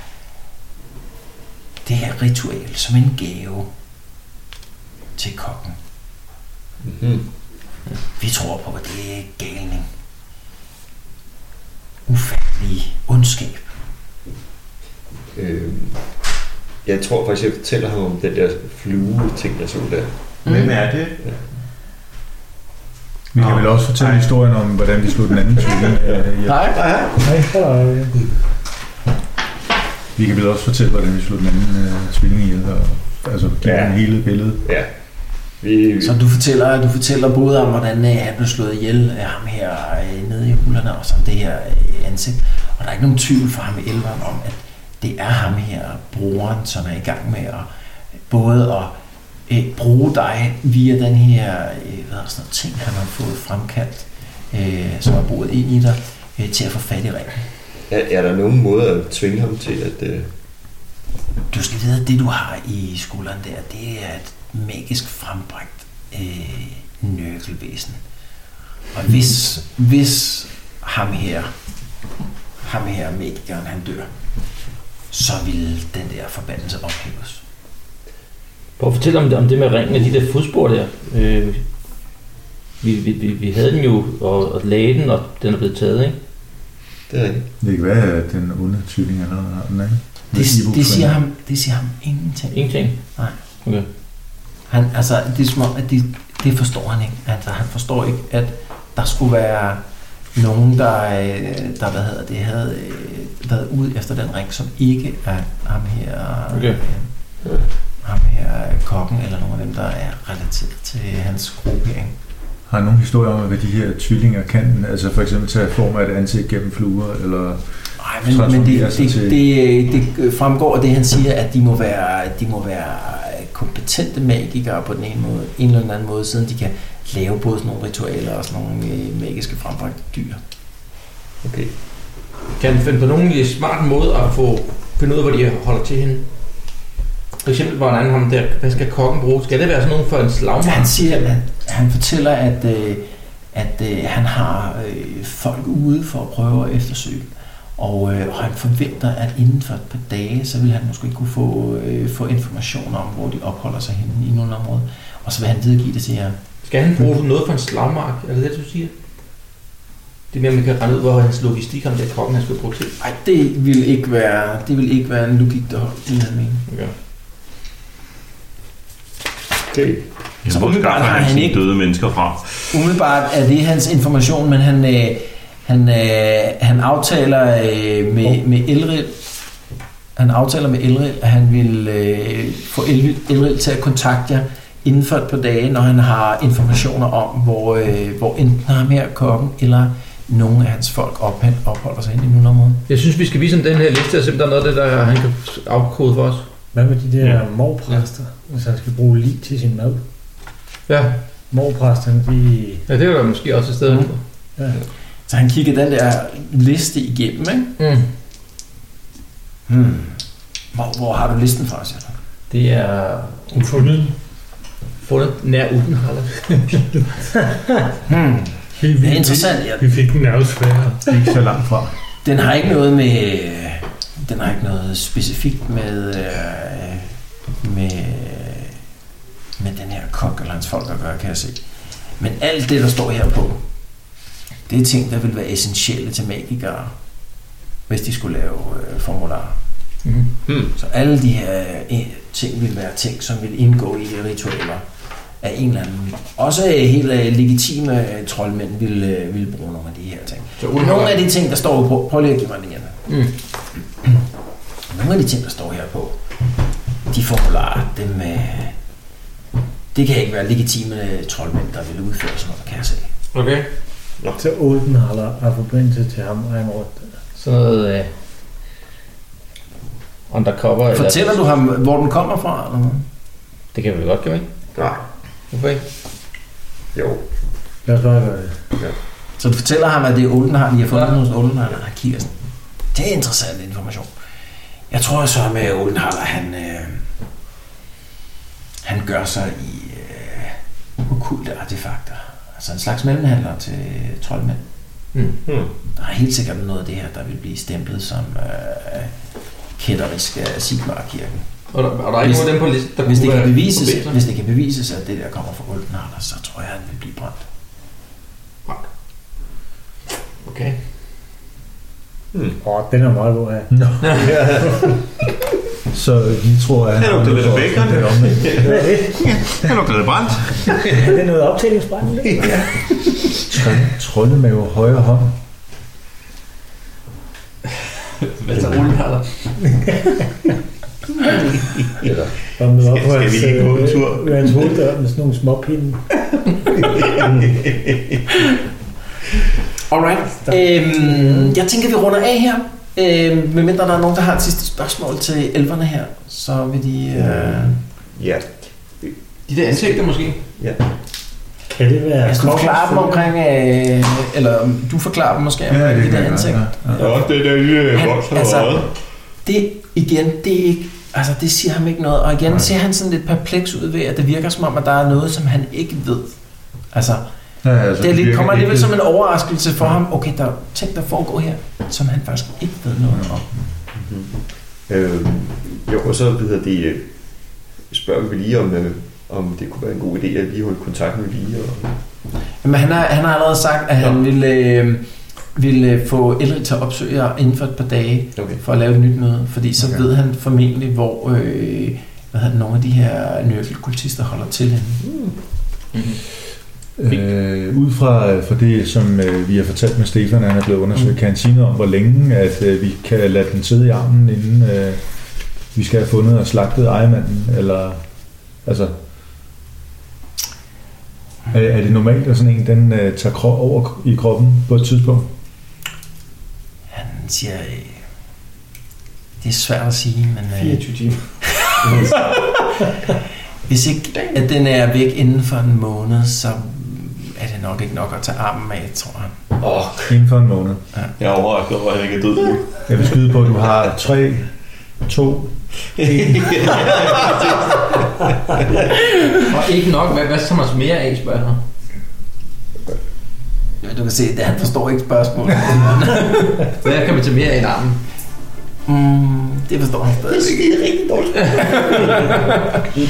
Speaker 2: det her ritual som en gave til kokken.
Speaker 4: Mm-hmm.
Speaker 2: Vi tror på, at det er galning. Ufattelig ondskab.
Speaker 4: Øh, jeg tror faktisk, jeg fortæller ham om den der flue-ting, jeg så der.
Speaker 7: Mm. Hvem er det?
Speaker 4: Ja.
Speaker 3: Vi kan vel også fortælle Ej. historien om, hvordan vi slog den anden tvilling.
Speaker 2: Nej, nej.
Speaker 5: Nej,
Speaker 3: Vi kan vel også fortælle, hvordan vi slog den anden uh, tvilling ihjel, og altså give ja. hele billedet.
Speaker 4: Ja. Vi...
Speaker 2: Så du fortæller, du fortæller både om, hvordan uh, han blev slået ihjel af ham her uh, nede i hullerne, og som det her uh, ansigt. Og der er ikke nogen tvivl for ham i elveren om, at det er ham her, broren, som er i gang med at både at øh, bruge dig via den her øh, hvad er sådan noget ting, han har fået fremkaldt, øh, som har boet ind i dig, øh, til at få fat i ringen.
Speaker 4: Er, er der nogen måde at tvinge ham til at... Øh...
Speaker 1: Du skal vide, at det du har i skulderen der, det er et magisk frembragt øh, nøkkelvæsen. Og hvis, hvis ham her, ham her magikeren, han dør, så vil den der forbandelse ophæves.
Speaker 8: Prøv at fortælle om det, om det med ringen af de der fodspor der. Øh, vi, vi, vi, vi havde den jo, og, og lagde den, og den er blevet taget, ikke?
Speaker 4: Det er rigtigt.
Speaker 3: Det kan være, at den onde tvilling eller noget har den, ikke?
Speaker 1: Det, det, siger ham, det siger ham ingenting.
Speaker 8: Ingenting?
Speaker 1: Nej.
Speaker 8: Okay.
Speaker 1: Han, altså, det er som om, at det, det forstår han ikke. Altså, han forstår ikke, at der skulle være nogen, der, der hvad hedder det, havde øh, været ude efter den ring, som ikke er ham her,
Speaker 8: okay.
Speaker 1: øh, ham her kokken, eller nogen af dem, der er relateret til hans gruppering.
Speaker 3: Har I nogen historier om, hvad de her tvillinger kan? Altså for eksempel tage form af et ansigt gennem fluer, eller...
Speaker 1: Nej, men, men det, det, det, det fremgår af det, han siger, at de må være, de må være kompetente magikere på den ene måde, en eller anden måde, siden de kan lave både sådan nogle ritualer og sådan nogle magiske frembragte dyr.
Speaker 8: Okay. Kan han finde på nogen smart måde at få finde ud af, hvor de holder til hende? For eksempel, hvordan ham der, hvad skal kokken bruge? Skal det være sådan nogen for en slagmark?
Speaker 1: Han siger, at han fortæller, at, at, at han har folk ude for at prøve at eftersøge. Og, øh, og han forventer, at inden for et par dage, så vil han måske kunne få, øh, få information om, hvor de opholder sig henne i nogle områder. Og så vil han videregive det til jer.
Speaker 8: Skal han bruge noget for en slagmark? Er det det, du siger? Det er mere, man kan regne ud, hvor hans logistik om det kokken, han skal bruge til.
Speaker 1: Nej, det vil ikke være, det vil ikke være en logik, der holder i den mening.
Speaker 8: Okay.
Speaker 7: Okay.
Speaker 1: Så umiddelbart har han ikke
Speaker 7: døde mennesker fra.
Speaker 1: Umiddelbart er det hans information, men han... Øh, Han, øh, han aftaler øh, med, med Elril, han aftaler med Elril, at han vil øh, få Elril, Elril til at kontakte jer inden for et par dage, når han har informationer om, hvor, øh, hvor enten ham her kokken, eller nogle af hans folk op, opholder sig inde i nogle områder.
Speaker 8: Jeg synes, vi skal vise ham den her liste, og se, om der er noget af det, der han kan afkode for os.
Speaker 5: Hvad med de der ja. morpræster, hvis han skal bruge lig til sin mad?
Speaker 8: Ja.
Speaker 5: Morpræsterne, de...
Speaker 8: Ja, det er der måske også et sted. Mm.
Speaker 5: Ja.
Speaker 1: Så han kigger den der liste igennem, ikke?
Speaker 8: Mm.
Speaker 1: Hmm. Hvor, hvor har du listen fra, siger du?
Speaker 8: Det er...
Speaker 6: Ufundet.
Speaker 8: Fundet nær Udenhaller.
Speaker 1: hmm. Det er interessant.
Speaker 6: Vi, vi fik den nærmesfære.
Speaker 3: Ikke så langt fra.
Speaker 1: Den har ikke noget med... Den har ikke noget specifikt med... Med... Med den her kok eller hans folk at gøre, kan jeg se. Men alt det, der står her på, det er ting, der vil være essentielle til magikere, hvis de skulle lave øh, formularer.
Speaker 8: Mm-hmm.
Speaker 1: Hmm. Så alle de her øh, ting vil være ting, som vil indgå i ritualer af en eller anden. Også øh, helt øh, legitime øh, troldmænd vil, øh, vil bruge nogle af de her ting. Så nogle af de ting, der står på... Prøv lige at give mig den igen. Mm. Nogle af de ting, der står her på, de formularer, dem, øh, det kan ikke være legitime troldmænd, der vil udføre sådan noget, kan jeg se.
Speaker 8: Okay.
Speaker 5: Nå. Så Oldenhaller har forbindelse til ham og han rundt.
Speaker 8: Sådan noget uh, undercover.
Speaker 1: Fortæller eller... du ham, hvor den kommer fra? Eller?
Speaker 8: Det kan vi godt, kan vi ikke?
Speaker 4: Nej.
Speaker 8: Hvorfor ikke?
Speaker 4: Jo.
Speaker 5: Lad os bare gøre det.
Speaker 4: Ja.
Speaker 1: Så du fortæller ham, at det er Oldenhaller, de har fundet ja. hos Oldenhaller, han kigger sådan. Det er interessant information. Jeg tror så med Oldenhaller, han, øh, han gør sig i øh, okkulte artefakter. Altså en slags mellemhandler til troldmænd.
Speaker 8: Mm. Hmm.
Speaker 1: Der er helt sikkert noget af det her, der vil blive stemplet som øh, kætterisk af Sigmar-kirken.
Speaker 8: Og der, og der er ikke nogen af dem på listen, der
Speaker 1: hvis det, kan bevises, hvis det kan bevises, at det der kommer fra Oldenhaller, så tror jeg, at den vil blive brændt.
Speaker 8: Okay.
Speaker 5: Hmm. Åh, den er meget god, ja.
Speaker 3: No. Så vi tror, at han
Speaker 7: har noget for at
Speaker 3: finde det omvendt.
Speaker 5: Hvad er det?
Speaker 7: Han lugter lidt brændt.
Speaker 5: Er det noget optællingsbrændt?
Speaker 3: Ja. Trollemave højre hånd.
Speaker 8: Hvad så Oldenhaller?
Speaker 5: Kom med op på
Speaker 7: Skal vi lige gå en tur?
Speaker 5: Ved hans hoveddør med sådan nogle småpinde.
Speaker 1: Alright. Øhm, jeg tænker, vi runder af her. Øhm, medmindre der er nogen, der har et sidste spørgsmål til elverne her, så vil de... Øh...
Speaker 4: Ja.
Speaker 8: De der ansigter måske?
Speaker 4: Ja.
Speaker 5: Kan det være...
Speaker 2: Jeg skulle forklare dem omkring, øh, eller du forklarer dem måske omkring
Speaker 3: Ja, det
Speaker 2: det
Speaker 3: kan
Speaker 2: der
Speaker 3: jeg,
Speaker 2: ansigt.
Speaker 3: ja,
Speaker 7: Der er også det der lille
Speaker 2: Han-
Speaker 7: voldsomme
Speaker 2: altså-
Speaker 7: øje.
Speaker 2: Det igen, det er ikke, altså det siger ham ikke noget. Og igen Nej. ser han sådan lidt perpleks ud ved, at det virker som om, at der er noget, som han ikke ved. Altså,
Speaker 3: Ja, altså,
Speaker 2: det er lidt,
Speaker 3: virker
Speaker 2: kommer alligevel
Speaker 3: ikke-
Speaker 2: som en overraskelse for ham. Okay, der er ting, der foregår her, som han faktisk ikke ved noget om.
Speaker 4: Øh, jo, og så hedder det, øh, spørger vi lige, om, øh, om det kunne være en god idé at lige holde kontakt med lige. Og...
Speaker 2: Men han har, han har allerede sagt, at han
Speaker 4: Nå.
Speaker 2: ville, øh, ville få Elrid til at opsøge jer inden for et par dage,
Speaker 4: Okay.
Speaker 2: for at lave et nyt møde. Fordi så
Speaker 3: Okay.
Speaker 2: ved han formentlig, hvor øh, hvad hedder det, nogle af de her nørkelkultister holder til henne.
Speaker 3: Øh, ud fra, fra det, som øh, vi har fortalt med Stefan, han er blevet undersøgt, mm. kan han sige noget om, hvor længe at, øh, vi kan lade den sidde i armen, inden øh, vi skal have fundet og slagtet ejermanden? Eller, altså, er, er det normalt, at sådan en den, øh, tager krop over i kroppen på et tidspunkt?
Speaker 2: Han siger, øh, det er svært at sige, men øh,
Speaker 5: fireogtyve timer.
Speaker 2: hvis ikke at den er væk inden for en måned, så er det nok ikke nok at tage armen af, tror jeg.
Speaker 4: Åh,
Speaker 3: Inden for en måned.
Speaker 7: Jeg er overrasket over, at jeg ikke er død nu.
Speaker 3: Jeg vil skyde på, at du har tre, to, en.
Speaker 8: Og ikke nok, hvad, hvad som er mere af, spørger jeg.
Speaker 2: Ja, du kan se, at han forstår ikke spørgsmålet.
Speaker 8: Hvad kan man tage mere af i armen?
Speaker 2: mm, det forstår han stadig ikke.
Speaker 4: det er rigtig dårligt.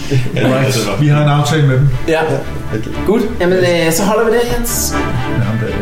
Speaker 3: Vi har en aftale med dem.
Speaker 2: Ja,
Speaker 4: Okay.
Speaker 2: godt. Jamen, øh, så holder vi der, Jens.
Speaker 3: Med ham der.